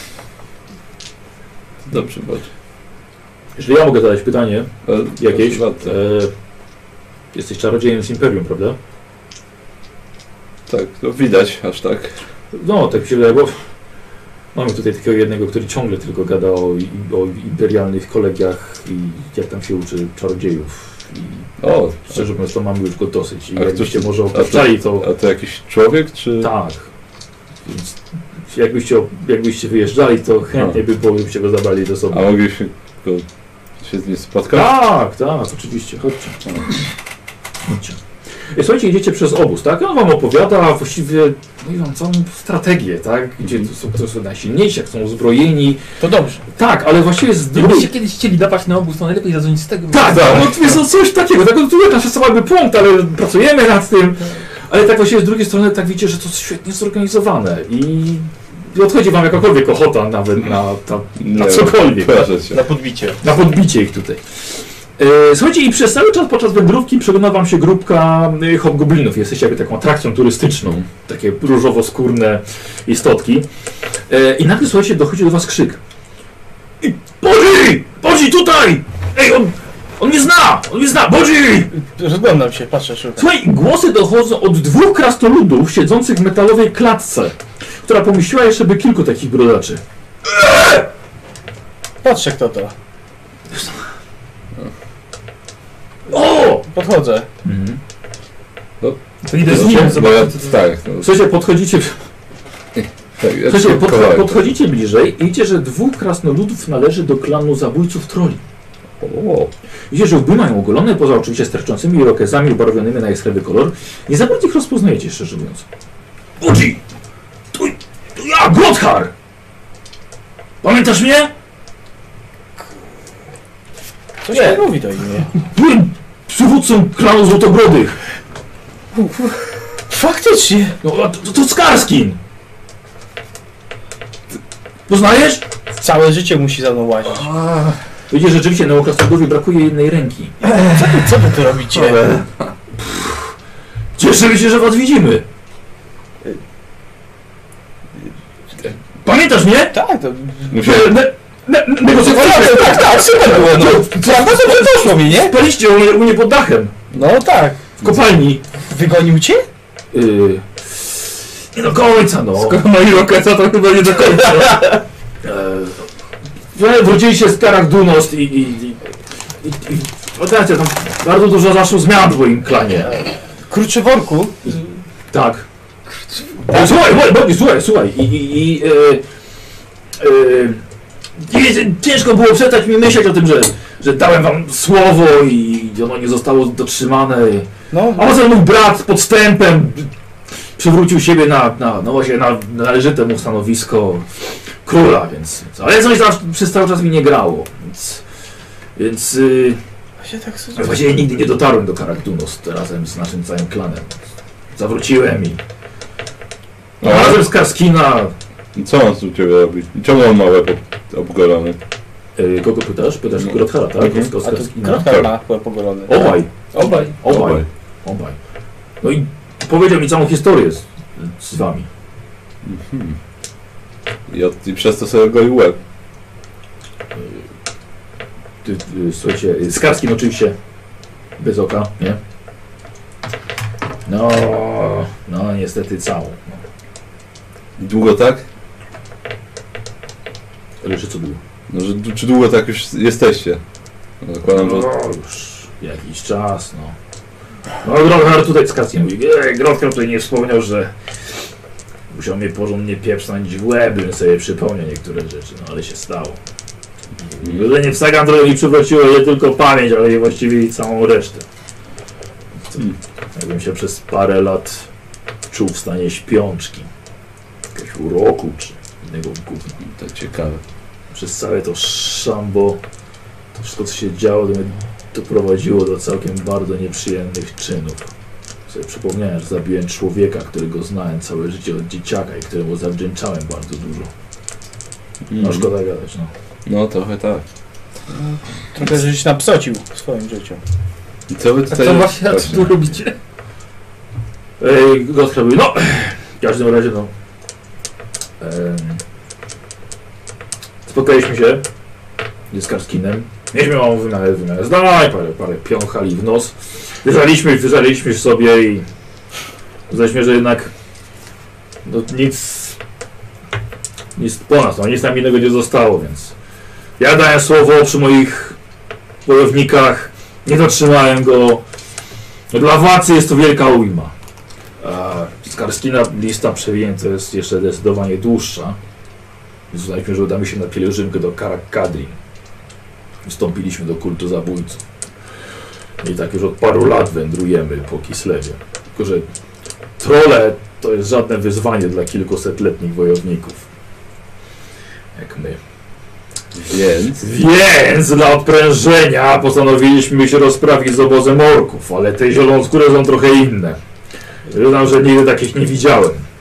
Dobrze, bardzo. jeżeli ja mogę zadać pytanie E, jakieś. proszę E, bardzo. jesteś czarodziejem z Imperium, prawda? Tak, to widać aż tak. No, tak mi się wydaje, bo mamy tutaj takiego jednego, który ciągle tylko gada o, o imperialnych kolegiach i jak tam się uczy czarodziejów. I O, szczerze mówiąc, to mamy już go dosyć. I A jakbyście ktoś- może a to- opuszczali to... a to jakiś człowiek, czy... Tak. Więc jakbyście, jakbyście wyjeżdżali, to chętnie by było, gdybyście go zabrali do A sobą. mogliśmy go się z nim spotkać? Tak, tak, oczywiście. Chodźcie. Chodźcie. I słuchajcie, idziecie przez obóz, tak? On wam opowiada właściwie, mówi wam całą strategię, tak? Gdzie to są, to są najsilniejsi, jak są uzbrojeni. To dobrze. Tak, ale właściwie z drugiej... Gdybyście kiedyś chcieli dawać na obóz, to najlepiej zadzwonić z tego. Tak, tak, no to jest coś takiego, tak, tu jest nasz cały punkt, ale pracujemy nad tym. Ale tak właściwie z drugiej strony tak widzicie, że to jest świetnie zorganizowane i odchodzi wam jakakolwiek ochota nawet na, na, na Nie, cokolwiek. Proszę cię. Na podbicie. Na podbicie ich tutaj. E, słuchajcie, i przez cały czas podczas wędrówki przegląda wam się grupka y, hobgoblinów. Jesteście jakby taką atrakcją turystyczną. Takie różowo-skórne istotki. E, I nagle, słuchajcie, dochodzi do was krzyk. I Bodzi! Bodzi, tutaj! Ej, on, on mnie zna! On mnie zna! Bodzi! Rozglądam się, patrzę, szukam. Słuchaj, głosy dochodzą od dwóch krasnoludów siedzących w metalowej klatce, która pomieściła jeszcze by kilku takich brodaczy. Patrzę, kto to. O! Podchodzę. Mhm. To idę z No, nim, no, zobaczę ja- co to tak, no, Słuchajcie, podchodzicie, tak, ja słuchajcie się pod, kawałek. podchodzicie bliżej i widzicie, że dwóch krasnoludów należy do klanu zabójców troli. O, Widzicie, że łby mają ogolone, poza oczywiście sterczącymi irokezami ubarwionymi na jaskrawy kolor. Nie za bardzo ich rozpoznajecie, szczerze mówiąc. Budzi! To, to ja, Grothar! Pamiętasz mnie? Coś Nie. mi mówi to imię. Byłem przywódcą klanu Złotobrodych. Faktycznie. No, a to, to Skarskin! Poznajesz? Całe życie musi za mną łazić. Widzicie, że rzeczywiście Neokrasnoludowi brakuje jednej ręki. Co wy, co wy tu robicie? Cieszymy się, że was widzimy. Pamiętasz mnie? Tak, to... musiałem, Ne, ne, ne, negocjowaliśmy. Tak, tak, super było, no. Prawda, dobrze poszło mi, nie? Spaliście u mnie, u mnie pod dachem. No tak. W kopalni. Wygonił cię? Yy, nie do końca, no. Skoro ma irokeza, to chyba nie do końca. E, wróciliście z Karak Dunost i... i, i, i, i pamiętacie, tam bardzo dużo zaszło zmian w moim klanie. Kruczyworku? Tak. Ale słuchaj, słuchaj, słuchaj, słuchaj, słuchaj. I, i, i, e, e, i ciężko było przestać mi myśleć o tym, że, że dałem wam słowo i ono nie zostało dotrzymane. No, A poza tym mój brat podstępem przywrócił siebie na, na, no właśnie na należyte mu stanowisko króla, więc... Ale coś tam przez cały czas mi nie grało, więc... Więc... Yy, się tak ale właściwie nigdy nie dotarłem do Karak Dunost razem z naszym całym klanem. Zawróciłem i... No, Ale- razem z Karskina... co on tu u ciebie robi? Czemu on ma łeb ob- obgolony? Yy, kogo pytasz? Pytasz No. Grothara, tak? Mhm. Z, z A to Karskina. Grothar ma łeb pogolony. Obaj, Obaj. obaj, obaj. No i powiedział mi całą historię z, z wami. Mhm. I, od, I przez to sobie golił łeb. Ty, ty, słuchajcie, y, Skarskin oczywiście bez oka, nie? No, no niestety całą. No. I długo tak? Ale jeszcze co było? No, że, d- czy długo tak już jesteście? No, zakładam, że... No, już jakiś czas, no. No, Grothar tutaj Skarskin mówi, ej, Grothar tutaj nie wspomniał, że musiał mnie porządnie pieprznąć w łeb, bym sobie przypomniał niektóre rzeczy, no ale się stało. Wylenie w Sagandroju mi przywróciło nie tylko pamięć, ale i właściwie i całą resztę. Hmm. Jakbym się przez parę lat czuł w stanie śpiączki, jakiegoś uroku czy innego gówna. To ciekawe. Przez całe to szambo, to wszystko co się działo, to mnie doprowadziło do całkiem bardzo nieprzyjemnych czynów. Sobie przypomniałem, że zabiłem człowieka, którego znałem całe życie od dzieciaka i któremu zawdzięczałem bardzo dużo. No Mhm. szkoda gadać, no. No trochę tak. Trochę żeś napsocił w swoim życiu. I co wy A tutaj... co właśnie, a co tu robicie? Ej, Grothar mówi, no, w każdym razie, no. Em, spotkaliśmy się z Karskinem. Mieliśmy małą wymianę, wymianę zdań, parę, parę piąchali w nos. Wyżaliśmy, wyżaliśmy sobie i uznaliśmy, że jednak no, nic, nic po nas, no, nic nam innego nie zostało, więc ja dałem słowo przy moich wojownikach, nie dotrzymałem go. Dla władcy jest to wielka ujma. A z Karskina lista przewinięta jest jeszcze zdecydowanie dłuższa. Więc uznaliśmy, że udamy się na pielgrzymkę do Karak Kadrin. Wstąpiliśmy do kultu zabójców. I tak już od paru lat wędrujemy po Kislewie. Tylko, że trolle to jest żadne wyzwanie dla kilkusetletnich wojowników. Jak my. Więc... Więc dla odprężenia postanowiliśmy się rozprawić z obozem orków, ale te zielonoskóre są trochę inne. Przyznam, że nigdy takich nie widziałem.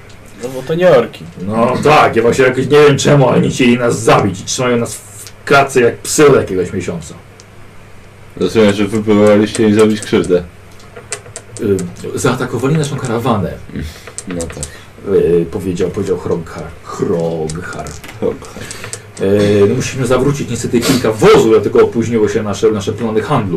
No bo to nie orki. No tak, ja właśnie jakoś nie wiem czemu, ale nie chcieli nas zabić i trzymają nas w klatce jak psy od jakiegoś miesiąca. Rozumiem, że wy próbowaliście im zrobić krzywdę. Yy, zaatakowali naszą karawanę, No tak. yy, powiedział, powiedział Hroghar. Hroghar. Yy, no musimy zawrócić niestety kilka wozów, dlatego opóźniło się nasze, nasze plany handlu.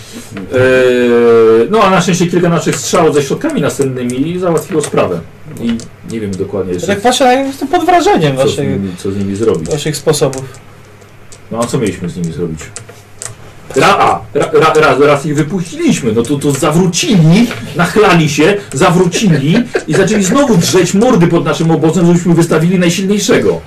Yy, no a na szczęście kilka naszych strzałów ze środkami następnymi załatwiło sprawę. I nie wiem dokładnie Ja jeszcze, tak patrzę, jak jestem pod wrażeniem co z, waszych, nimi, co z nimi zrobić. waszych sposobów. No a co mieliśmy z nimi zrobić? Ra, a, ra, ra, raz, raz ich wypuściliśmy, no to, to zawrócili, nachlali się, zawrócili i zaczęli znowu drzeć mordy pod naszym obozem, żebyśmy wystawili najsilniejszego.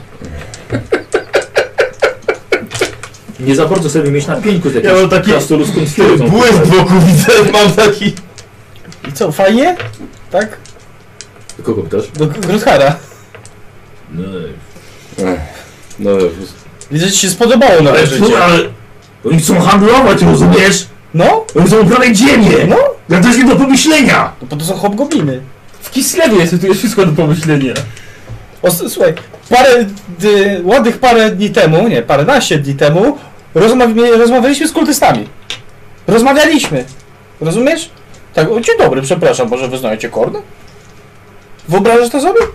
Nie za bardzo sobie mieć na pieńku z Ja jakimś mam taki krasnoludzką twierdzą. błysk wokół widzę, mam taki... I co, fajnie? Tak? Kogo pytasz? Do Grothara. No, Ech, no, Widzę, że ci się spodobało na ale, życie. ale oni chcą handlować, rozumiesz? No? Oni chcą uprawiać ziemię! No? Ja to jest nie do pomyślenia! No bo to są hobgobliny. W Kislewie jest, tu jest wszystko do pomyślenia. O, s- słuchaj, parę, dy, ładnych parę dni temu, nie, paręnaście dni temu, rozmawi- rozmawialiśmy z kultystami. Rozmawialiśmy. Rozumiesz? Tak, o, dzień dobry, przepraszam, może wyznajecie korny? Wyobrażasz to sobie?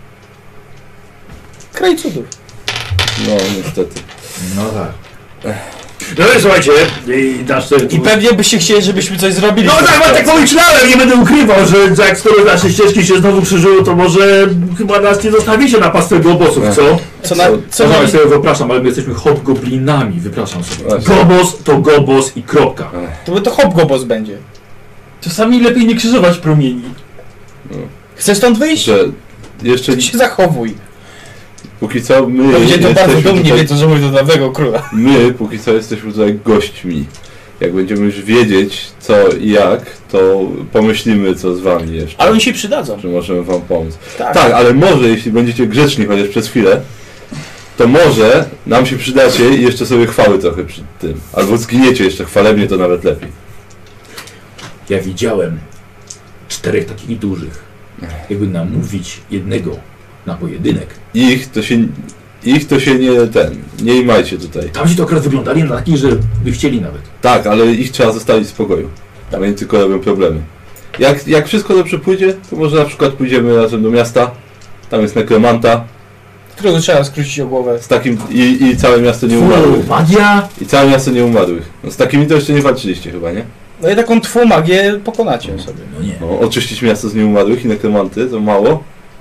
Kraj cudów. no niestety. No tak. No i słuchajcie, i nasz... I pewnie byście chcieli, żebyśmy coś zrobili. No tak, ja tak pomyślałem, nie będę ukrywał, że jak skoro nasze ścieżki się znowu krzyżują, to może chyba nas nie zostawicie na pastwę obozów, co? Co na... Co- Co Co na... ja sobie wypraszam, ale my jesteśmy hobgoblinami, wypraszam sobie. Właśnie. Gobos to gobos i kropka. To, to hobgobos będzie. Czasami lepiej nie krzyżować promieni. Chcesz stąd wyjść? Że jeszcze To się zachowuj. póki co my Ludzie to bardzo jesteśmy dumnie tutaj, wiedzą, że mówię do dawnego króla. my póki co jesteśmy tutaj gośćmi. Jak będziemy już wiedzieć co i jak, to pomyślimy co z wami jeszcze. Ale oni się przydadzą. Że możemy wam pomóc. Tak. Tak, ale może jeśli będziecie grzeczni chociaż przez chwilę, to może nam się przydacie i jeszcze sobie chwały trochę przy tym. Albo zginiecie jeszcze chwalebnie, to nawet lepiej. Ja widziałem czterech takich dużych. Jakby namówić jednego na pojedynek. Ich to się, ich to się nie ten, nie imajcie tutaj. Tamci to akurat wyglądali na takich, że by chcieli nawet. Tak, ale ich trzeba zostawić w spokoju. Tam oni tylko robią problemy. Jak, jak wszystko dobrze pójdzie, to może na przykład pójdziemy razem do miasta. Tam jest nekromanta. Którego trzeba skrócić o głowę. Z takim i, i całe miasto nie umarłych. Magia! I całe miasto nie umarłych. No z takimi to jeszcze nie walczyliście chyba, nie? No i taką twą magię pokonacie sobie. No nie. No, oczyścić miasto z nieumarłych i nekromanty, to mało.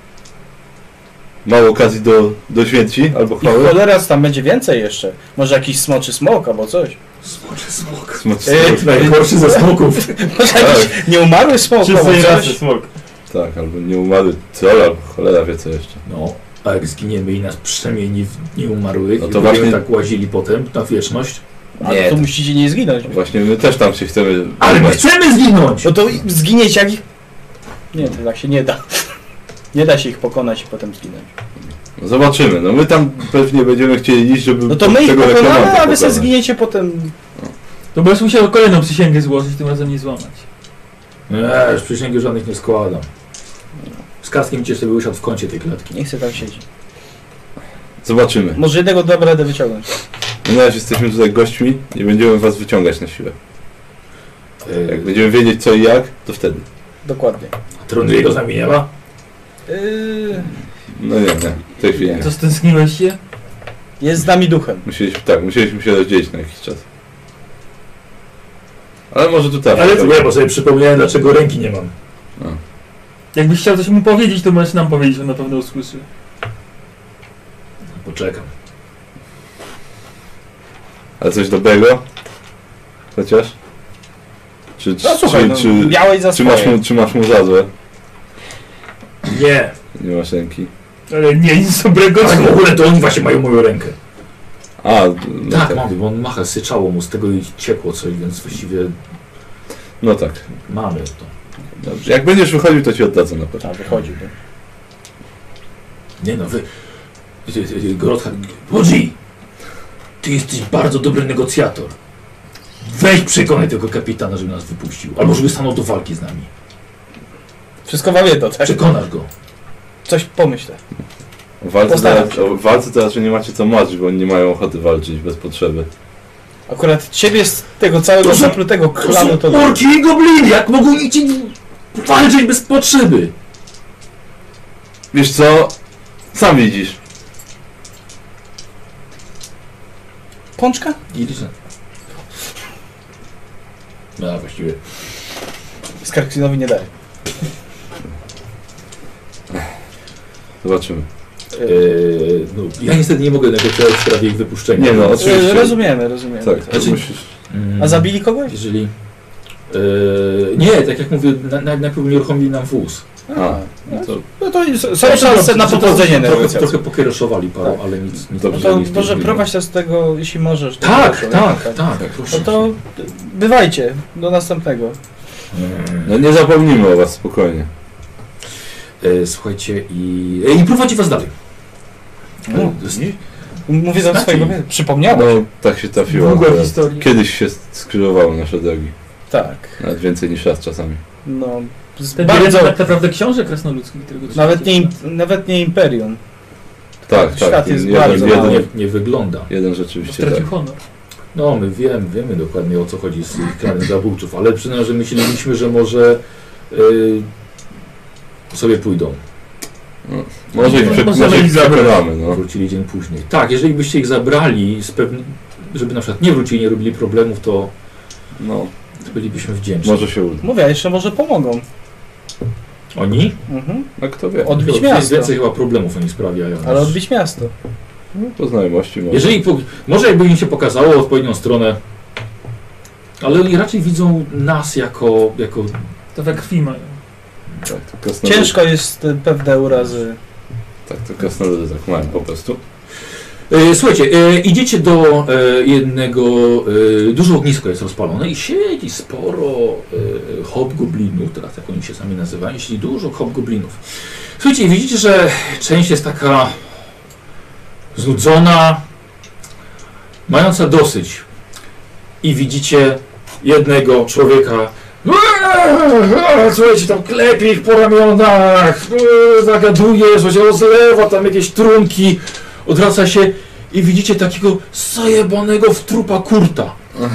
Mało okazji do, do święci albo I chwały. cholera, tam będzie więcej jeszcze. Może jakiś smoczy smok albo coś. Smoczy smok. Smocz- Ej, Najgorszy ze smoków. Może jakiś nieumarły smok albo Czystej rasy coś. smok. Tak, albo nieumarły troll, albo cholera wie co jeszcze. No, a jak zginiemy i nas przemieni w nieumarłych, No no to to będziemy właśnie- tak łazili potem na wieczność. Ale Nie. to musicie nie zginąć. Właśnie my też tam się chcemy... Ale my wybrać. chcemy zginąć! No to zginiecie jak ich... Nie, to tak się nie da. Nie da się ich pokonać i potem zginąć. No zobaczymy, no my tam pewnie będziemy chcieli iść, żeby... No to my ich tego pokonamy, nekromanta a wy sobie pokonać. zginiecie potem... To będziesz musiał kolejną przysięgę złożyć, tym razem nie złamać. Nie, już przysięgi żadnych nie składam. Z kaskiem cię sobie usiadł w kącie tej klatki. Nie chcę tam siedzieć. Zobaczymy. Może jednego dobra radę wyciągnąć. My na razie jesteśmy tutaj gośćmi, nie będziemy was wyciągać na siłę. Jak Yy, będziemy wiedzieć co i jak, to wtedy. Dokładnie. Tronu jego z nami nie ma? Yy, No nie, nie, w tej chwili nie. Co, stęskniłeś się? jest z nami duchem. Musieliśmy, tak, musieliśmy się rozdzielić na jakiś czas. Ale może tu tak. Ale to nie, bo sobie przypomniałem, dlaczego ręki nie mam. Jakbyś chciał coś mu powiedzieć, to możesz nam powiedzieć, on na pewno usłyszy. Poczekam. Ale coś dobrego? Chociaż? Czy, czy, No słuchaj, czy, no, czy, miałeś za czy, masz swoje. mu, czy masz mu za złe? Nie. Nie masz ręki. Ale nie, nic dobrego. Tak w ogóle to oni właśnie mają moją rękę. A, no tak, tak. mamy, bo on macha, syczało mu z tego i ciekło coś, więc właściwie No tak. mamy to. Dobrze. Jak będziesz wychodził, to ci oddadzę na pewno. Tak, wychodzi. No. Nie no, wy... ty- ty- ty- Grothar... Bodzi! Ty jesteś bardzo dobry negocjator. Weź przekonaj tego kapitana, żeby nas wypuścił. Albo żeby stanął do walki z nami. Wszystko wam jedno, tak? Przekonasz go. Coś pomyślę. O walce, Postaram teraz, się. o walce to raczej nie macie co marzyć, bo oni nie mają ochoty walczyć bez potrzeby. Akurat ciebie z tego całego To są- zaplutego To klanu są to... orki i gobliny! Jak mogą iść walczyć bez potrzeby? Wiesz co? Sam widzisz. Pączka? Idziecie. No właściwie. Skarksinowi nie daje. Zobaczymy. Eee, no, ja niestety nie mogę negocjować w sprawie ich wypuszczenia. Nie no, E, oczywiście. Rozumiemy, rozumiemy. Tak, to Znaczy- musisz... Mm, A zabili kogoś? Jeżeli... Eee, nie, tak jak mówię, na, na, najpierw unieruchomili nam wóz. A, no to No to jest- są szanse na powodzenie trochę, negocjacji. trochę pokieroszowali paru, Tak. ale nic, nic No bardziej to nic nie może zrobili. prowadź nas z tego, jeśli możesz. do Tak, tego, tak, nie? tak, proszę. No to bywajcie, do następnego. Mm. No nie zapomnimy o was, spokojnie. E, słuchajcie i... E, i prowadzi was dalej. No, E, to jest- Mówię za Znaczy- swojego, przypomniałem. No, tak się trafiło. Długa że historia. Kiedyś się skrzyżowały nasze drogi. Tak, Nawet więcej niż raz czasami. no. z Ten Bardzo, bardzo... tak naprawdę książę krasnoludzkich, którego nawet nie, czytacie. im- nawet nie Imperium. Tak, Świat tak. jest jeden, bardzo jeden, mały. nie, nie wygląda. jeden Bo rzeczywiście stracił tak. honor. No, my wiemy, wiemy dokładnie o co chodzi z tych klanem zabójców, ale przynajmniej, że myśleliśmy, że może y, sobie pójdą. Może ich, prze, Możemy może ich ich zabrać. przekonamy, no. Wrócili dzień później. Tak, jeżeli byście ich zabrali, z pewni- żeby na przykład nie wrócili, nie robili problemów, to, No, to bylibyśmy wdzięczni. może się uda. Mówię, a jeszcze może pomogą. Oni? Mhm. A kto wie? Odbić Więcej- miasto. Więcej chyba problemów oni sprawiają. Ale niż- odbić miasto. No, po znajomości może. Jeżeli po, może jakby im się pokazało odpowiednią stronę, ale oni raczej widzą nas jako, jako To we krwi mają. Tak, to krasnoludy, Ciężko jest e, pewne urazy. tak, to krasnoludy tak mają po prostu. E, Słuchajcie, e, idziecie do e, jednego, e, duże ognisko jest rozpalone i siedzi sporo e, hobgoblinów, teraz jak oni się sami nazywają, siedzi dużo hobgoblinów. Słuchajcie, i widzicie, że część jest taka znudzona, mająca dosyć. I widzicie jednego człowieka, słuchajcie, tam klepie ich po ramionach, zagaduje, że się rozlewa, tam jakieś trunki, odwraca się i widzicie takiego zajebanego w trupa kurta.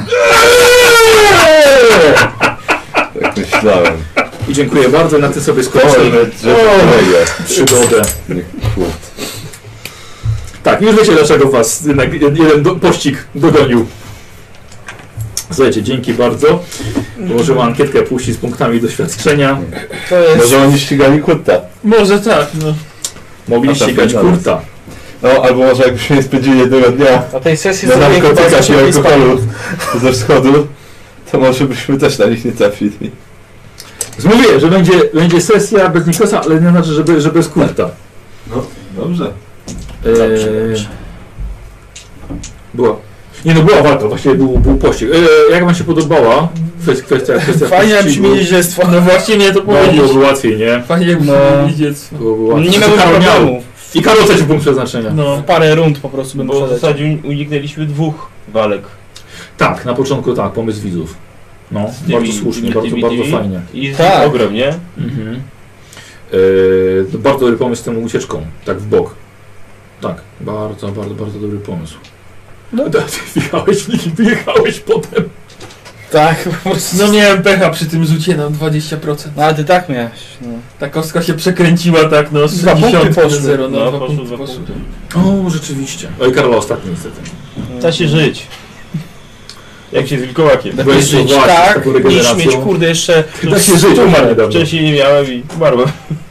Tak myślałem. I dziękuję bardzo, na tym sobie Oj, skończymy że koleje. przygodę. Nie, kurde. Tak, już wiecie dlaczego was jednak jeden do, pościg dogonił. Słuchajcie, dzięki bardzo. Możemy ankietkę puścić z punktami doświadczenia. To jest... Może oni ścigali kurta. Może tak, no. Mogli A ta ścigać finalna. kurta. No, albo może jakbyśmy nie spędzili jednego dnia Na tej sesji na zrobię chyba narkotykach i coś alkoholu ze wschodu, to może byśmy też na nich nie trafili. Mówię, że będzie, będzie sesja bez Nikosa, ale nie znaczy, że, że bez kurta. No, dobrze. Dobrze, Eee, dobrze. Była. Nie no, była walka, właściwie był, był pościg. Eee, jak wam się podobała kwestia, kwestia, kwestia Fajnie nam pościgu? brzmi dziedzictwo. No właśnie mnie to No, powiedzieć. byłoby łatwiej, nie? Fajnie jakby No. no. dziecko. Byłoby łatwiej. Nie Znaczy, miałbym Karol miał. problemu. I Karol tracił punkt przeznaczenia. No. Parę rund po prostu bym Bo w przeleciał. zasadzie uniknęliśmy dwóch walek. Tak, na początku tak, pomysł widzów. No, Z tymi- bardzo słusznie, tymi- bardzo, tymi- bardzo tymi. fajnie. I z Tak. ogrem, nie? Mhm. Eee, to bardzo dobry pomysł z tą ucieczką, tak w bok. Tak, bardzo, bardzo, bardzo dobry pomysł. No. Ty wjechałeś, wyjechałeś potem. Tak, po prostu. No miałem pecha przy tym rzucie na dwadzieścia procent. No, ale ty tak miałeś. No. Ta kostka się przekręciła tak, no z Dwa punkty sześćdziesiąt poszły. na zero, no, No, dwa poszło punkty dwa poszły. punkty. O, rzeczywiście. Oj, Karola ostatni niestety. Da się żyć. Jak się z wilkołakiem. Da Byłeś się żyć właśnie z tak, taką niż regeneracją. mieć kurde jeszcze... Da się żyć, umarł niedawno. Wcześniej nie miałem i umarłem.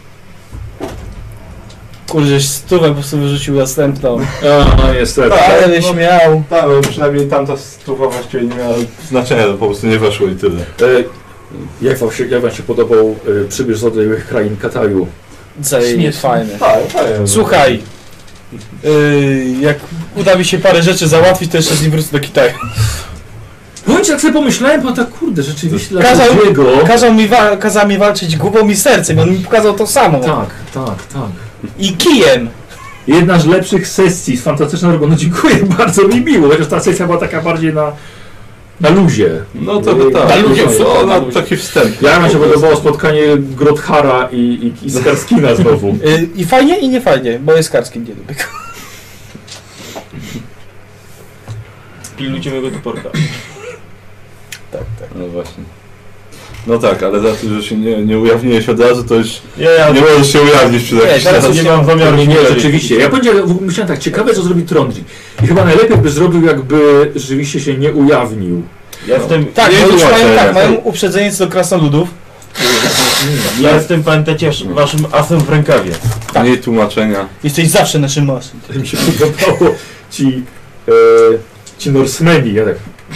Kurde, żeś stówę po prostu wyrzucił następną. A, no niestety. Ale byś no. miał. Tak, bo przynajmniej tamta stuwa właściwie nie miała znaczenia, to po prostu nie weszło i tyle. E, jak, wam się, jak wam się podobał e, przybysz z odległych krain Kataju? Zaj, Śmiesznie. fajny. Tak, tak. Słuchaj, yy, jak uda mi się parę rzeczy załatwić, to jeszcze z nim wrócę do Kitaju. Bądź jak sobie pomyślałem, a tak kurde, rzeczywiście dla Kazał- drugiego. Kazał mi, wa- kazał mi walczyć głową i sercem, on mi pokazał to samo. Tak, tak, tak. I kijem. Jedna z lepszych sesji z Fantastyczną Robą. No dziękuję, bardzo mi miło, chociaż ta sesja była taka bardziej na Na luzie. No to Yy, tak, na ludzie, no, na na luzie. taki wstęp. Ja mi się podobało spotkanie Grothara i, i, i Skarskina znowu. Y, I fajnie, i nie fajnie, bo jest Karskin, nie lubię go. Pilnujcie mojego toporka. Tak, tak. No właśnie. No tak, ale za to, że się nie, nie ujawniłeś od razu, to już Nie, ja nie możesz się ujawnić przy Nie, jakiś teraz czas. już nie mam zamiaru Nie, się nie, ujawnić. rzeczywiście. Ja powiedziałem, myślałem tak, ciekawe co zrobi Trondri. I chyba najlepiej by zrobił, jakby rzeczywiście się nie ujawnił. Ja jestem, Tak, Nie bo już tłumaczę, mają, tak, tak. mają uprzedzenie co do krasnoludów. ja jestem, pamiętacie, waszym asem w rękawie. Tak. Mniej tłumaczenia. Jesteś zawsze naszym masem. To mi się podobało ci, e, ci Norsemeni. Ja tak...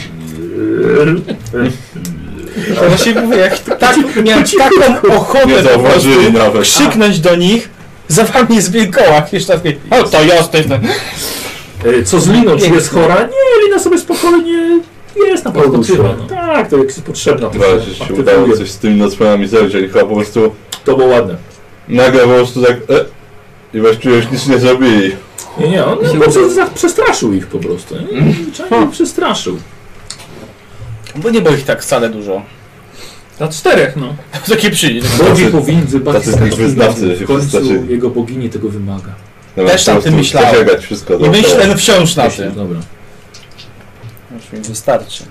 To właśnie mówię, jak tak, miałem taką ochotę Nie po prostu zauważyli nawet. krzyknąć do nich, za wami z wilkoła, Krzysztof, o to jasne, jestem. E, Co z Liną? Czy jest chora? Nie, Lina sobie spokojnie jest na podróży. Odpoczywa, no. Tak, to jak jest potrzebna. to Chyba, się że się aktywuje. udało coś z tymi nocpłynami zrobić, oni chyba po prostu To było ładne. nagle po prostu tak e, i właściwie już nic nie zrobili. Nie, nie, on Się po udało. prostu przestraszył ich po prostu. Nie? Zwyczajnie ich przestraszył. Bo nie było ich tak wcale dużo. Na czterech, no. Takie przyjdzie. Bogi powinny dbać tacy o wyznawcy się w końcu przestraszyli. jego bogini tego wymaga. Dobra, Też po nad tym prostu myślałem. przebiegać wszystko I dookoła. myślę wciąż na Myślę, tym. Dobra. Już mi wystarczy.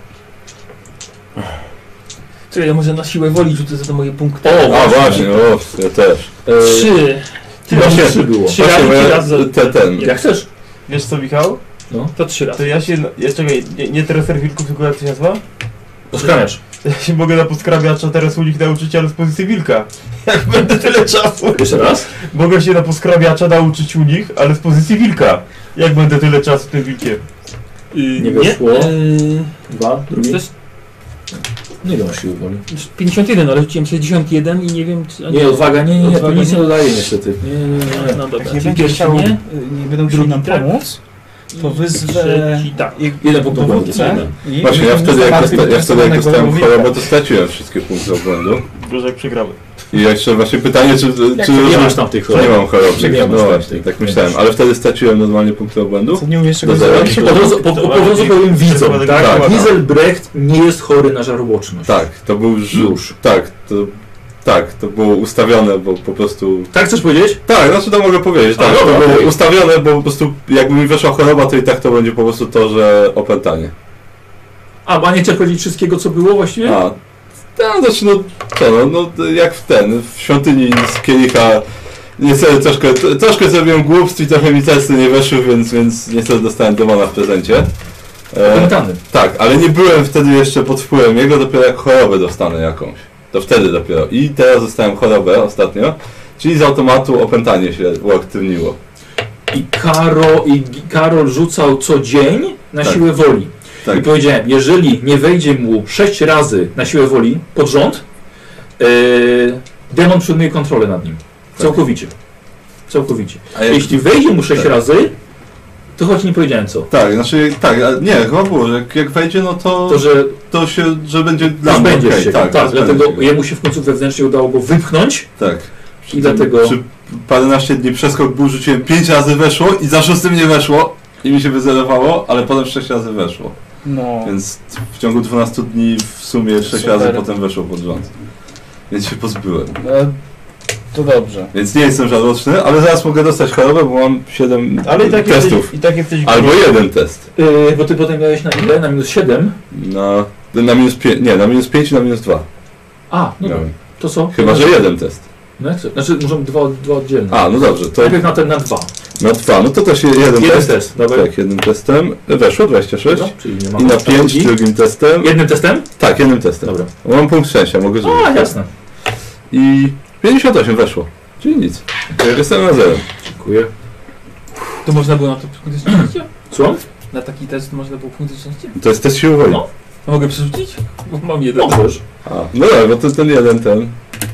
Czekaj, ja może na siłę woli rzucę za te moje punkty. O, A właśnie, o, ja też. E, Trzy. Tyle Właśnie, trzy było. trzy Właśnie, razy, bo trzy ja, razy. te, ten. Jak chcesz. Wiesz co, Michał? To trzy To razy. ja się, ja czekaj, nie, nie treser wilków, tylko jak to się nazywa? Poskramiasz. Ja się mogę na poskrabiacza teraz u nich nauczyć, ale z pozycji wilka. Jak będę tyle czasu. Jeszcze raz. Mogę się na poskrabiacza nauczyć u nich, ale z pozycji wilka. Jak będę tyle czasu tym wilkiem. Yy, Nie wyszło. Yy, Dwa, drugi. to jest Nie wiem, siły woli. pięćdziesiąt jeden, ale rzuciłem sześćdziesiąt jeden i nie wiem czy... a Nie, odwaga, nie, nie, nie, to Odwaga nic nie. nie dodaje niestety. Nie, nie, nie. No, nie. no dobra, Jak nie czyli będzie pierwszy chciał, nie. nie będą chcieli nam tak. pomóc, to wyzwę Trzeci tak. ich Jeden punkt dowódcę. obłędu. i Właśnie, ja będą wtedy jak, zawarty dosta, ja wtedy jak dostałem wilka. chorobę, to straciłem wszystkie punkty obłędu. Gorzej jak przegramy. I jeszcze właśnie pytanie, czy, czy Nie masz tam tej nie choroby. mam choroby. Nie No masz właśnie, tej. tak myślałem, ale wtedy straciłem normalnie punkty obłędu. Co nie umiesz czego Do zrobić? zera. Po prostu, po, po, po prostu powiem widzom, tak? Tak. Giselbrecht nie jest chory na żarłoczność. Tak, to był już. Już. Tak, to, tak, to było ustawione, bo po prostu. Tak chcesz powiedzieć? Tak, znaczy to mogę powiedzieć, tak, A, to dobra, było okej. ustawione, bo po prostu jakby mi weszła choroba, to i tak to będzie po prostu to, że opętanie. A, a nie chcesz powiedzieć wszystkiego, co było właściwie? A, no, znaczy no, co, no, no, jak w ten, w świątyni z kielicha, niestety troszkę, troszkę zrobiłem głupstw i trochę mi testy nie weszły, więc, więc niestety dostałem demona w prezencie. E, Opętany. tak, ale nie byłem wtedy jeszcze pod wpływem jego, dopiero jak chorobę dostanę jakąś. To wtedy dopiero. I teraz dostałem chorobę ostatnio, czyli z automatu opętanie się uaktywniło. I Karo, i Karol rzucał co dzień na Tak. siłę woli. Tak. I powiedziałem, jeżeli nie wejdzie mu sześć razy na siłę woli pod rząd, yy, demon przejmuje kontrolę nad nim. Całkowicie. Całkowicie. A jak, Jeśli wejdzie mu sześć Tak. razy, to choć nie powiedziałem co. tak, znaczy tak, a nie, chyba było, że jak, jak wejdzie, no to, To, że to się, że będzie dla już mnie będzie okej, się. tak, Tak, już dlatego będzie. jemu się w końcu wewnętrznie udało go wypchnąć Tak. i dlatego... Przy paręnaście dni przeskok był, rzuciłem pięć razy weszło i za szóstym nie weszło i mi się wyzerowało, ale potem sześć razy weszło. No. Więc w ciągu dwunastu dni w sumie sześć Super. razy potem weszło pod rząd. Więc się pozbyłem. E, to dobrze. Więc nie jestem żarłoczny, ale zaraz mogę dostać chorobę, bo mam siedem Ale i tak testów. jesteś, i tak jesteś Albo jeden test. Yy, bo ty potem miałeś na ile? Na minus siedem? Na, na minus pięć, nie, na minus pięć i na minus dwa. A, no Miałem. to co? Chyba, że jeden test. No jak chcesz. Znaczy, możemy dwa, dwa oddzielne. A, no dobrze, to Najpierw na ten na dwa. na dwa, no to też jeden, Jeden test. test, dobra. Tak, jednym testem. Weszło dwadzieścia sześć. Dobra, czyli nie ma I na masz pięć drugi. drugim testem. Jednym testem? Tak, jednym testem. Dobra. Mam punkt szczęścia, mogę zrobić. A, jasne. I pięćdziesiąt osiem weszło. Czyli nic. Jestem na zero. Dziękuję. To można było na to punkty szczęścia? Słucham? Na taki test można było punkty szczęścia? To jest test siły woli. No. A mogę przerzucić? Bo mam jeden. Możesz. A, no dobra, bo to ten jeden ten.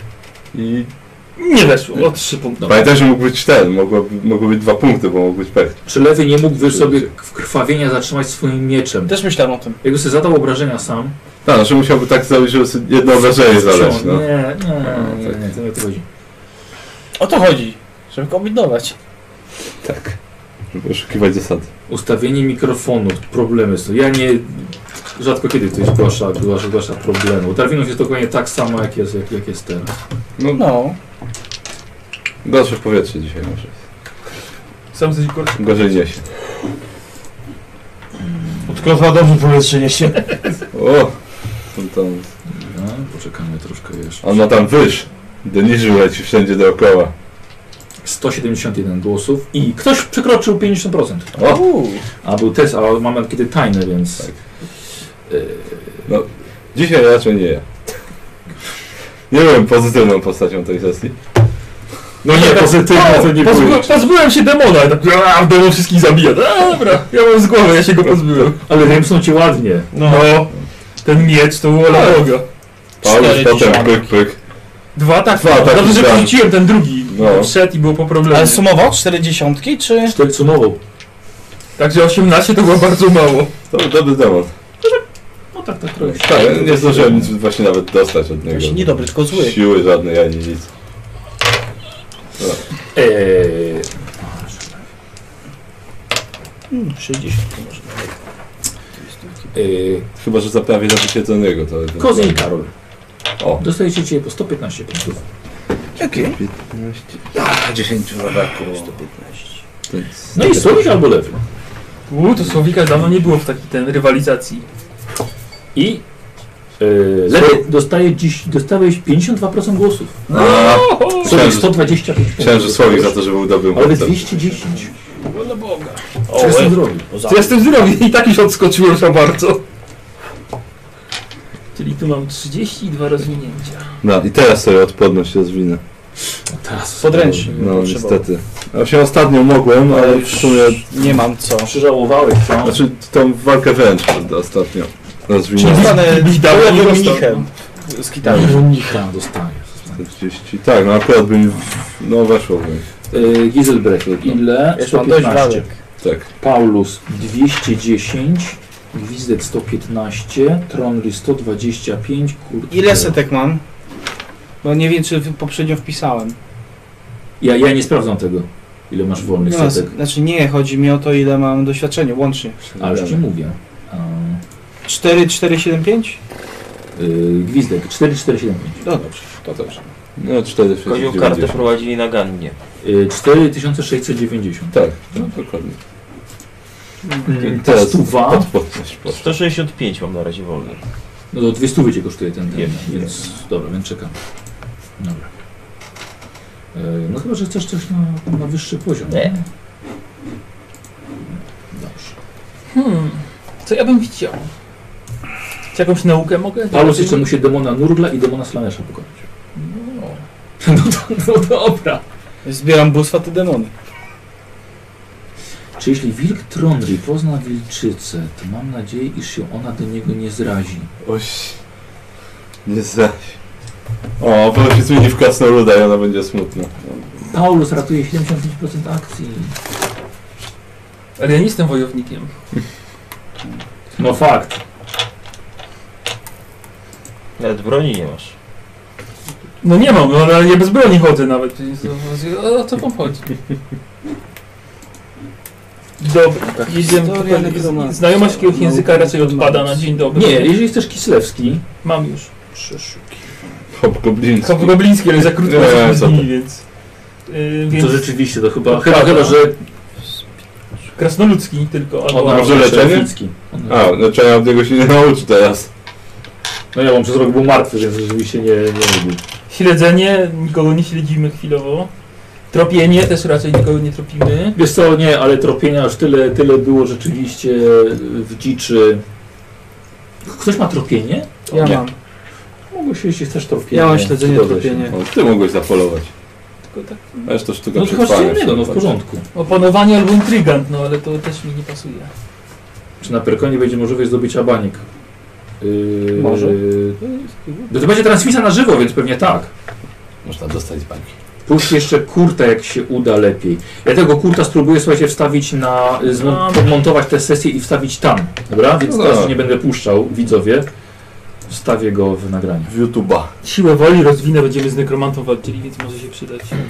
I Nie weszło, o trzy punkty. pamiętaj, że mógł być ten, mogło, mogły być dwa punkty, bo mógł być pech. Czy lewy nie mógłby sobie krwawienia zatrzymać swoim mieczem? Też myślałem o tym. Jakby sobie zadał obrażenia sam. Tak, znaczy musiałby tak zrobić, żeby sobie jedno obrażenie zaleć, no. Nie, nie, No, nie, tak. nie, to nie o to chodzi. O to chodzi. Żeby kombinować. Tak. Żeby oszukiwać zasady. Ustawienie mikrofonu, problemy są. Ja nie... rzadko kiedy ktoś zgłasza, zgłasza, zgłasza problemu. Tarwinów jest dokładnie tak samo, jak jest, jak, jak jest teraz. No, No. gorsze w powietrze dzisiaj może. Sam coś gorszy. Gorzej niesie. Od kozła dobrze powietrze niesie. O! On tam... No, poczekamy troszkę jeszcze. On ma tam wyż. Deniżył leci wszędzie dookoła. sto siedemdziesiąt jeden głosów i ktoś przekroczył pięćdziesiąt procent. O! Uuu. A był test, a mamy kiedy tajny, więc... Tak. Yy, No, dzisiaj raczej nie ja. Nie byłem pozytywną postacią tej sesji. no nie, pozytywnie to nie Pozby, było. pozbyłem się demona. I tak, a, demon wszystkich zabija. A, dobra, ja mam z głowy, ja się go pozbyłem. Ale wiem, są ci ładnie. No, ten miecz to wola Boga. Paulus Cztery potem dziesiątki. pyk pyk. Dwa tak, Dwa ataki dobrze, że zdałem. porzuciłem ten drugi. No. No. Wszedł i było po problemie. Ale sumował cztery dziesiątki, czy... Cztery sumował. Także osiemnaście to było bardzo mało. To był dobry demon. No tak, tak trochę. Tak, nie zdążyłem nic właśnie nawet dostać od niego. Właśnie niedobry, tylko zły. Siły żadnej, ani nic. Eee, Hmm, sześćdziesiąt może. eee, Chyba, że zaprawię za wysiedzonego. To Kozy i Karol. O! Dostajecie dzisiaj po sto piętnaście punktów. Okej. piętnaście. A, dziesięć zabrakło. sto piętnaście. To jest- No i Słowik albo Lewy. Uuu, to Słowika dawno nie było w takiej ten rywalizacji. I yy, Lewy dostaje dziś, dostałeś pięćdziesiąt dwa procent głosów. A, Słowik Myślałem, sto dwadzieścia pięć punktów. Myślałem, że Słowik za to, że był dobrym Ale chłopcem. dwieście dziesięć. Wola Boga. Co ja z tym zrobił? Co ja z tym zrobię? I tak już odskoczyłem za bardzo. Czyli tu mam trzydzieści i dwa rozwinięcia. No i teraz sobie odporność rozwinę. Teraz Podręcznik. No Potrzebował. niestety. Ja się ostatnio mogłem, ale w sumie... Nie mam co. Przyżałowałeś, co? Znaczy tą walkę wręcz ostatnio Czyli rozwinąłem. zostanę Byś dał, nie połowym dostał. mnichem z gitarą. Tam dostaję. czterdzieści. Tak, no akurat bym... No weszło bym. Yy, Giselbrecht, ile? Wiesz, mam dość sto piętnaście. walek. Tak. Paulus dwieście dziesięć. Gwizdek sto piętnaście. Tronry sto dwadzieścia pięć. Kurde. Ile setek mam? Bo nie wiem, czy poprzednio wpisałem. Ja, ja nie sprawdzam tego. Ile masz wolnych No, setek. znaczy nie, chodzi mi o to, ile mam doświadczenia łącznie. A już ci mówię. cztery, cztery, siedem, pięć? Yy, gwizdek cztery cztery siedem pięć. No dobrze, to dobrze. No cztery Kozią kartę prowadzili na Gannie. Yy, cztery tysiące sześćset dziewięćdziesiąt. Tak, no dokładnie. Yy, Teraz stuwa. odporność poszła. sto sześćdziesiąt pięć mam na razie wolny. No to dwie stówy cię kosztuje ten, ten Wiem, więc dobra, więc czekam. Dobra. Yy, no chyba, że chcesz coś na, na wyższy poziom. Nie. Dobrze. Hmm, co ja bym chciał? Czy jakąś naukę mogę? Paulus jeszcze musi demona Nurgla i demona Slanesha pokonać. No. No, to, no dobra. Zbieram bóstwa, te demony. Czy jeśli wilk Tronry pozna wilczycę, to mam nadzieję, iż się ona do niego nie zrazi. Oś. Nie zaś. O, pewnie się zmieni w krasnoluda i ona będzie smutna. Paulus ratuje siedemdziesiąt pięć procent akcji. Ale ja nie jestem wojownikiem. No fakt. Nawet broni nie masz. No nie mam, no ale nie bez broni chodzę nawet. Więc to- O co wam chodzi? Dobra, jedziemy. Historia nekromancji. Znajomość jakiegoś języka raczej odpada na dzień dobry. Nie, jeżeli chcesz Kislewski, Mam już. Hobgobliński. Gobliński, ale za krótko Nie, sobie co dni, ty. więc... Yy, więc to rzeczywiście to chyba, To chyba, prawda. chyba, że krasnoludzki tylko, albo... ona może może leczenie? Elficki. A, leczenia od niego się nie nauczy teraz. No ja, on przez rok był martwy, więc rzeczywiście nie, nie lubił. Śledzenie, nikogo nie śledzimy chwilowo. Tropienie, też raczej nikogo nie tropimy. Wiesz co, nie, ale tropienia aż tyle, tyle było rzeczywiście w dziczy. Ktoś ma tropienie? Ja Nie. mam. Mogło się, jeśli chcesz tropienie. Ja mam śledzenie, Zgodzę się. tropienie. O, ty mogłeś zapolować. Tylko tak. Ależ to sztuka No to chyba co przetrwania. innego, no w porządku. Opanowanie albo intrygant, no ale to też mi nie pasuje. Czy na Perkonie będzie możliwość zdobycia banik? Yy, Może. No to będzie transmisja na żywo, więc pewnie tak. Można dostać z bańki. Plus jeszcze kurta, jak się uda lepiej. Ja tego kurta spróbuję, słuchajcie, wstawić na... No. Zmo- podmontować tę sesję i wstawić tam. Dobra? Więc No teraz tak. już nie będę puszczał, widzowie. Wstawię go w nagraniu. W YouTube'a. Siłę woli rozwinę, będziemy z nekromantą walczyli, więc może się przydać.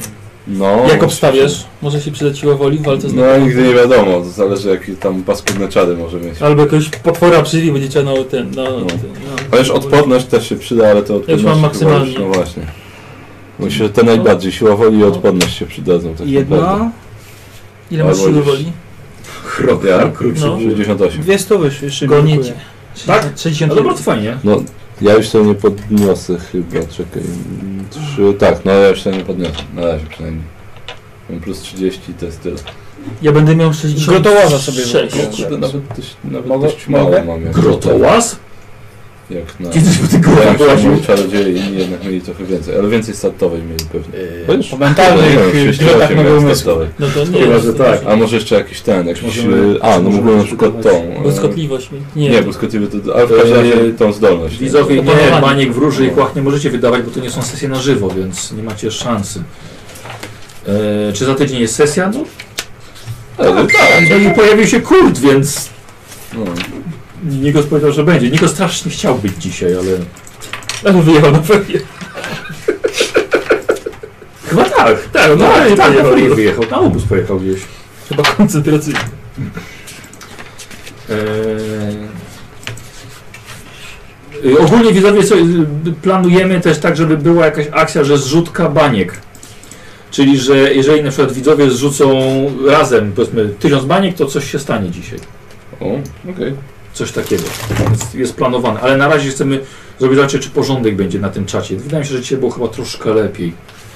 No, Jak obstawiasz? Może się przydać siła woli w walce z No nekromantem? nigdy nie wiadomo, to zależy jakie tam paskudne czary może mieć. Albo jakiegoś potwora przyjdzie, będzie trzeba no, ten, no, No. ten, no. Chociaż odporność też się przyda, ale to odporność mam chyba maksymalnie. już, no właśnie. Myślę, że te najbardziej, siła woli i odporność się przydadzą. Tak Jedno, naprawdę. Ile masz Albo siły już- woli? Chrok, Ja? krótszy. No. sześćdziesiąt osiem. dwie stówy jeszcze mi Gonię brakuje. cię. Tak? sześćdziesiąt No to bardzo fajnie. No, ja już sobie nie podniosę chyba, czekaj. Trzy, tak, no ja już sobie nie podniosę, na razie przynajmniej. Mam plus trzydzieści, to jest tyle. Ja będę miał sześćdziesiąt Grotołaza sobie sześć. wyobrażam. Kurde, nawet dość, nawet Mogę? dość mało Mogę? mam. Jak Grotołaz? Jak na... Kiedy po tych Ja grotach myślałem, byłaś? że czarodzieje inni jednak mieli trochę więcej, ale więcej startowej mieli pewnie. Chociaż- Po mentalnych No, y, trzydzieści grotach osiem mego miałem umysłu. startowej. No to nie Chyba, jest. że tak. A może jeszcze jakiś ten, jakiś... Możemy- A, no możemy mógłbym na przykład tą... przygotować. e, Błyskotliwość mi. Nie. Nie, błyskotliwy to... Ale w każdym razie tą zdolność. nie? Widzowie, nie, Opanowanie. baniek, wróży i kłach nie możecie wydawać, bo to nie są sesje na żywo, więc nie macie szansy. E, czy za tydzień jest sesja? No Ale tak. no i pojawił się Kurt, więc No. Nikos powiedział, że będzie. Nikos strasznie chciał być dzisiaj, ale... Ale wyjechał na ferie. Chyba tak, tak, no, No, tak, tak, pojechał. na wyjechał, na obóz pojechał gdzieś. Chyba koncentracyjny. Eee, ogólnie widzowie co, y, planujemy też tak, żeby była jakaś akcja, że zrzutka baniek. Czyli, że jeżeli na przykład widzowie zrzucą razem, powiedzmy, tysiąc baniek, to coś się stanie dzisiaj. O, okej. Coś takiego. Więc jest planowane. Ale na razie chcemy zrobić raczej, czy porządek będzie na tym czacie. Wydaje mi się, że dzisiaj było chyba troszkę lepiej.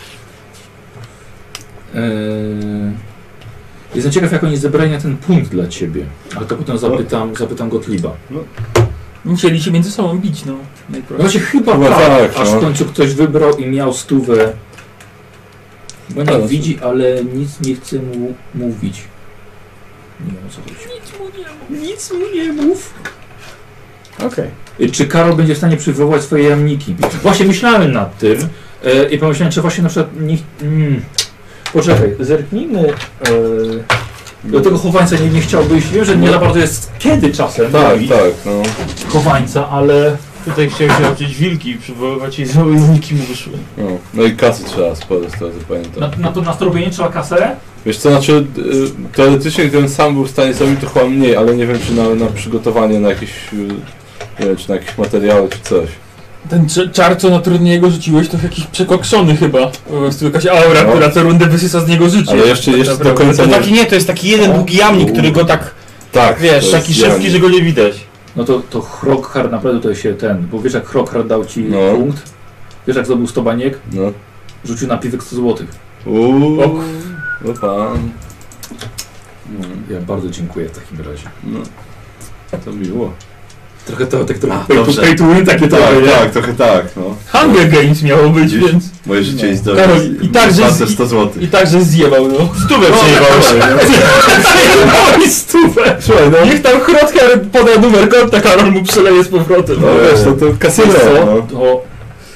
Eee... Jestem ciekaw, jak oni zebrali na ten punkt dla ciebie. Ale to potem zapytam, zapytam Gottlieba. Musieli się między sobą bić, no. Najprościej. Znaczy chyba, Chyba tak, tak, aż no. w końcu ktoś wybrał i miał stówę. Bo Tak. nie widzi, ale nic nie chce mu mówić. Nie wiem, o co chodzi. Nic mu nie mów. Nic mu nie mów. Okej. Y, Czy Karol będzie w stanie przywołać swoje jamniki? Właśnie myślałem nad tym e, i pomyślałem, czy właśnie na przykład nie... Mm, poczekaj, zerknijmy e, do tego chowańca. Nie, nie chciałbyś, wiem, że nie za bardzo jest kiedy czasem Tak, robić tak, no. chowańca, ale... Tutaj chciałem się nauczyć wilki i przywoływać i zawodniki mu wyszły. No, no i kasy trzeba sporo, z tego co pamiętam. Na, na to nastrobienie trzeba kasę? Wiesz co, znaczy y, teoretycznie gdybym sam był w stanie zrobić to chyba mniej, ale nie wiem czy na, na przygotowanie na jakieś, y, nie wiem, czy na jakieś materiały czy coś. Ten cz- czar, co na trudniejego rzuciłeś, to jakiś przekokszony chyba. Po prostu jakaś aura, No. która co rundę wysysa z niego życie. Ale jeszcze, Tak jeszcze do naprawdę. końca To nie... taki nie, to jest taki jeden długi jamnik, który go tak... Tak, wiesz, to Taki jest szybki, jamnik. że go nie widać. No to, to Hrokhar naprawdę to się ten, bo wiesz jak Hrokhar dał ci No. punkt? Wiesz jak zdobył sto baniek? No. Rzucił na piwek sto złotych. Uuu, O. no pan. No, Ja bardzo dziękuję w takim razie. no. To miło. Trochę to, tak trochę A, pay to, dobrze. pay to win takie to, Tak, nie? tak, trochę tak, no. Hunger Games miało być, Widzisz? więc... Moje życie jest Karol, dobre. i tak, że z- sto złotych. I także zjebał, no. Stówę przejebałeś. Oj, stówę! Słuchaj, no. Niech tam Hrothgar poda numer konta, Karol mu przeleje z powrotem. No wiesz, to, to kasyno, Wiesz co? no. To...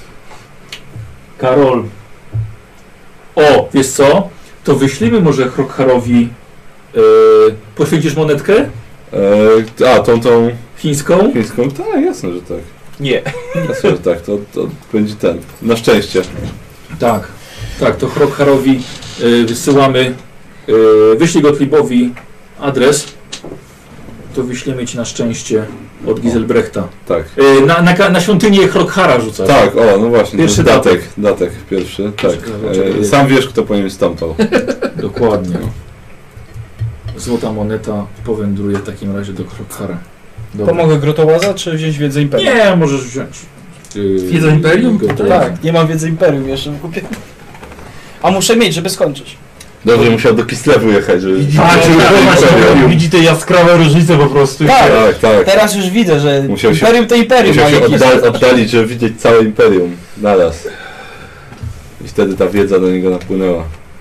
Karol. O, wiesz co? To wyślimy może Hrokharowi... Yy, poświęcisz monetkę E, a, tą, tą chińską? chińską? Tak, jasne, że tak. Nie. Jasne, że tak, to, to będzie ten. Na szczęście. Tak. Tak, to Hrokharowi yy, wysyłamy... Yy, wyślij Gottliebowi adres. To wyślemy ci na szczęście od Giselbrechta. Tak. Yy, na, na, ka- na świątynię Hrokhara rzucasz. Tak, o, no właśnie, Pierwszy to jest datek, datek pierwszy, tak. Czekaj, E, sam wiesz, kto po nim stąpał. Dokładnie. Złota moneta powędruje w takim razie do Hrokhara. Dobra. Pomogę Grotołaza, czy wziąć wiedzę Imperium? Nie, możesz wziąć. Yy, Wiedzę Imperium? Gotowa. Tak, nie mam wiedzy Imperium jeszcze w kupie. A muszę mieć, żeby skończyć. Dobrze, musiał do Kislewu jechać, żeby... Tak, żeby poznać Imperium. Widzi te jaskrawe różnice po prostu. Tak. Tak, tak. Teraz już widzę, że Musiał się- Imperium to Imperium, Musiał a się nie odda oddalić, żeby widzieć całe Imperium naraz. I wtedy ta wiedza do niego napłynęła.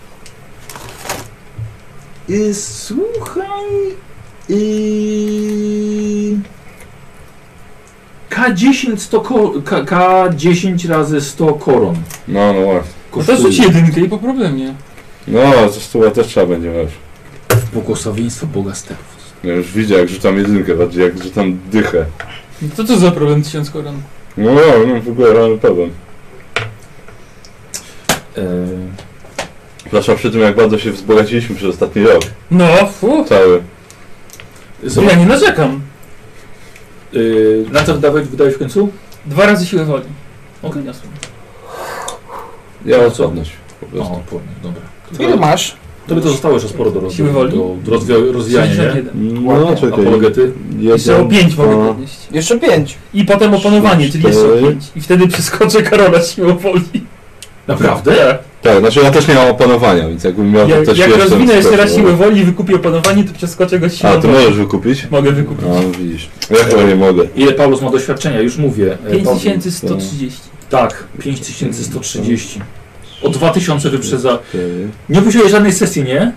Yy, słuchaj... Yy... K dziesięć, sto ko K, K dziesięć razy sto koron. No, no właśnie. No to rzuć jedynkę i po problemie. No, ze stuła też trzeba będzie mieć. Błogosławieństwo bogactwa. Ja już widział, jak rzucam jedynkę, bardziej jak rzucam dychę. No to co za problem tysiąc koron? No, no, no w ogóle mamy problem. Yy... Zwłaszcza przy tym, jak bardzo się wzbogaciliśmy przez ostatni rok. No, fu, Cały. to ja nie narzekam. Yy, na co wydałeś, wydałeś w końcu? Dwa razy siłę woli. Okej. Podniosłem. Ja No mam co? odporność. Po prostu. O, podnieś, dobra. Ile masz? To by to zostało jeszcze sporo do, roz... Siły woli? do, do rozwija- rozwijania, nie? sześćdziesiąt jeden. No, czekaj. Apologety. Jeszcze o pięć mogę dwa, podnieść. Jeszcze pięć. I potem opanowanie, czyli jeszcze o cztery. pięć. I wtedy przeskoczę Karola siłą woli. Naprawdę? Tak, znaczy ja też nie mam opanowania, więc jakbym miał to Jak, też jak jeszcze rozwinę jeszcze raz wskoczył. siłę woli i wykupię opanowanie, to przeskoczę go siłą A, ty woli. możesz wykupić? Mogę wykupić. No, widzisz. Ja chyba nie mogę. Ile Paulus ma doświadczenia? Już mówię. e, pięć Paulus- tysięcy sto trzydzieści. Tak, pięć tysięcy sto trzydzieści. O dwa tysiące wyprzedza. Cztery. Nie opuściłeś żadnej sesji, nie?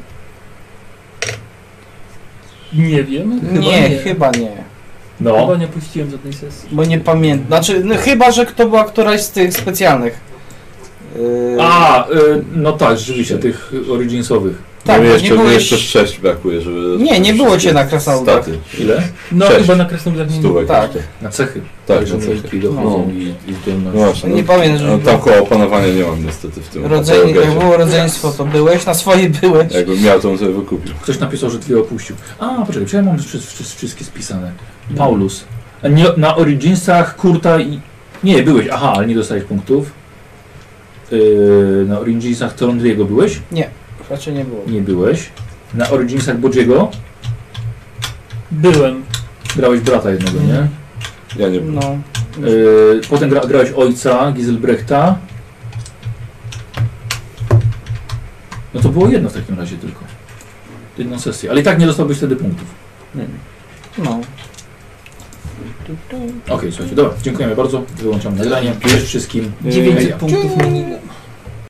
Nie wiem, chyba Nie, nie. chyba nie. No. Chyba nie puściłem żadnej sesji. Bo nie pamiętam. Znaczy, no, chyba, że to była któraś z tych specjalnych. Yy, A, y, no tak, rzeczywiście, tych originsowych. tak, No bo jeszcze, nie byłeś... jeszcze sześć brakuje, żeby... Nie, nie było cię na krasnoludach. Staty. Ile? No Sześć. chyba na Krasnoludach nie było. Stówek Tak. jeszcze. Na cechy. Tak, że na cechy. umiejętności dochodzą No. i, i No zdolności. właśnie. Nie no, pamiętam, no, że tam koło opanowania nie mam niestety w tym. rodzeń, jak apologecie. było rodzeństwo, to byłeś, na swoje byłeś. Jakbym miał, to bym sobie wykupił. Ktoś napisał, że dwie opuścił. A, poczekaj, czy ja mam wszy- wszy- wszystkie spisane? Paulus. A nie, na Originsach, Kurta i... Nie, byłeś, aha, ale nie dostałeś punktów. Yy, na Originsach Trondriego byłeś? Raczej nie było. Nie byłeś. Na Originsach Bodziego Byłem. grałeś brata jednego, nie? Ja nie No. Yy, potem gra, grałeś ojca Giselbrechta. No to było jedno w takim razie tylko. Jedną sesję, ale i tak nie dostałbyś wtedy punktów. No. Okej, słuchajcie, dobra, dziękujemy bardzo. Wyłączam nagranie. Cześć wszystkim. dziewięćset Hejka. punktów minimum.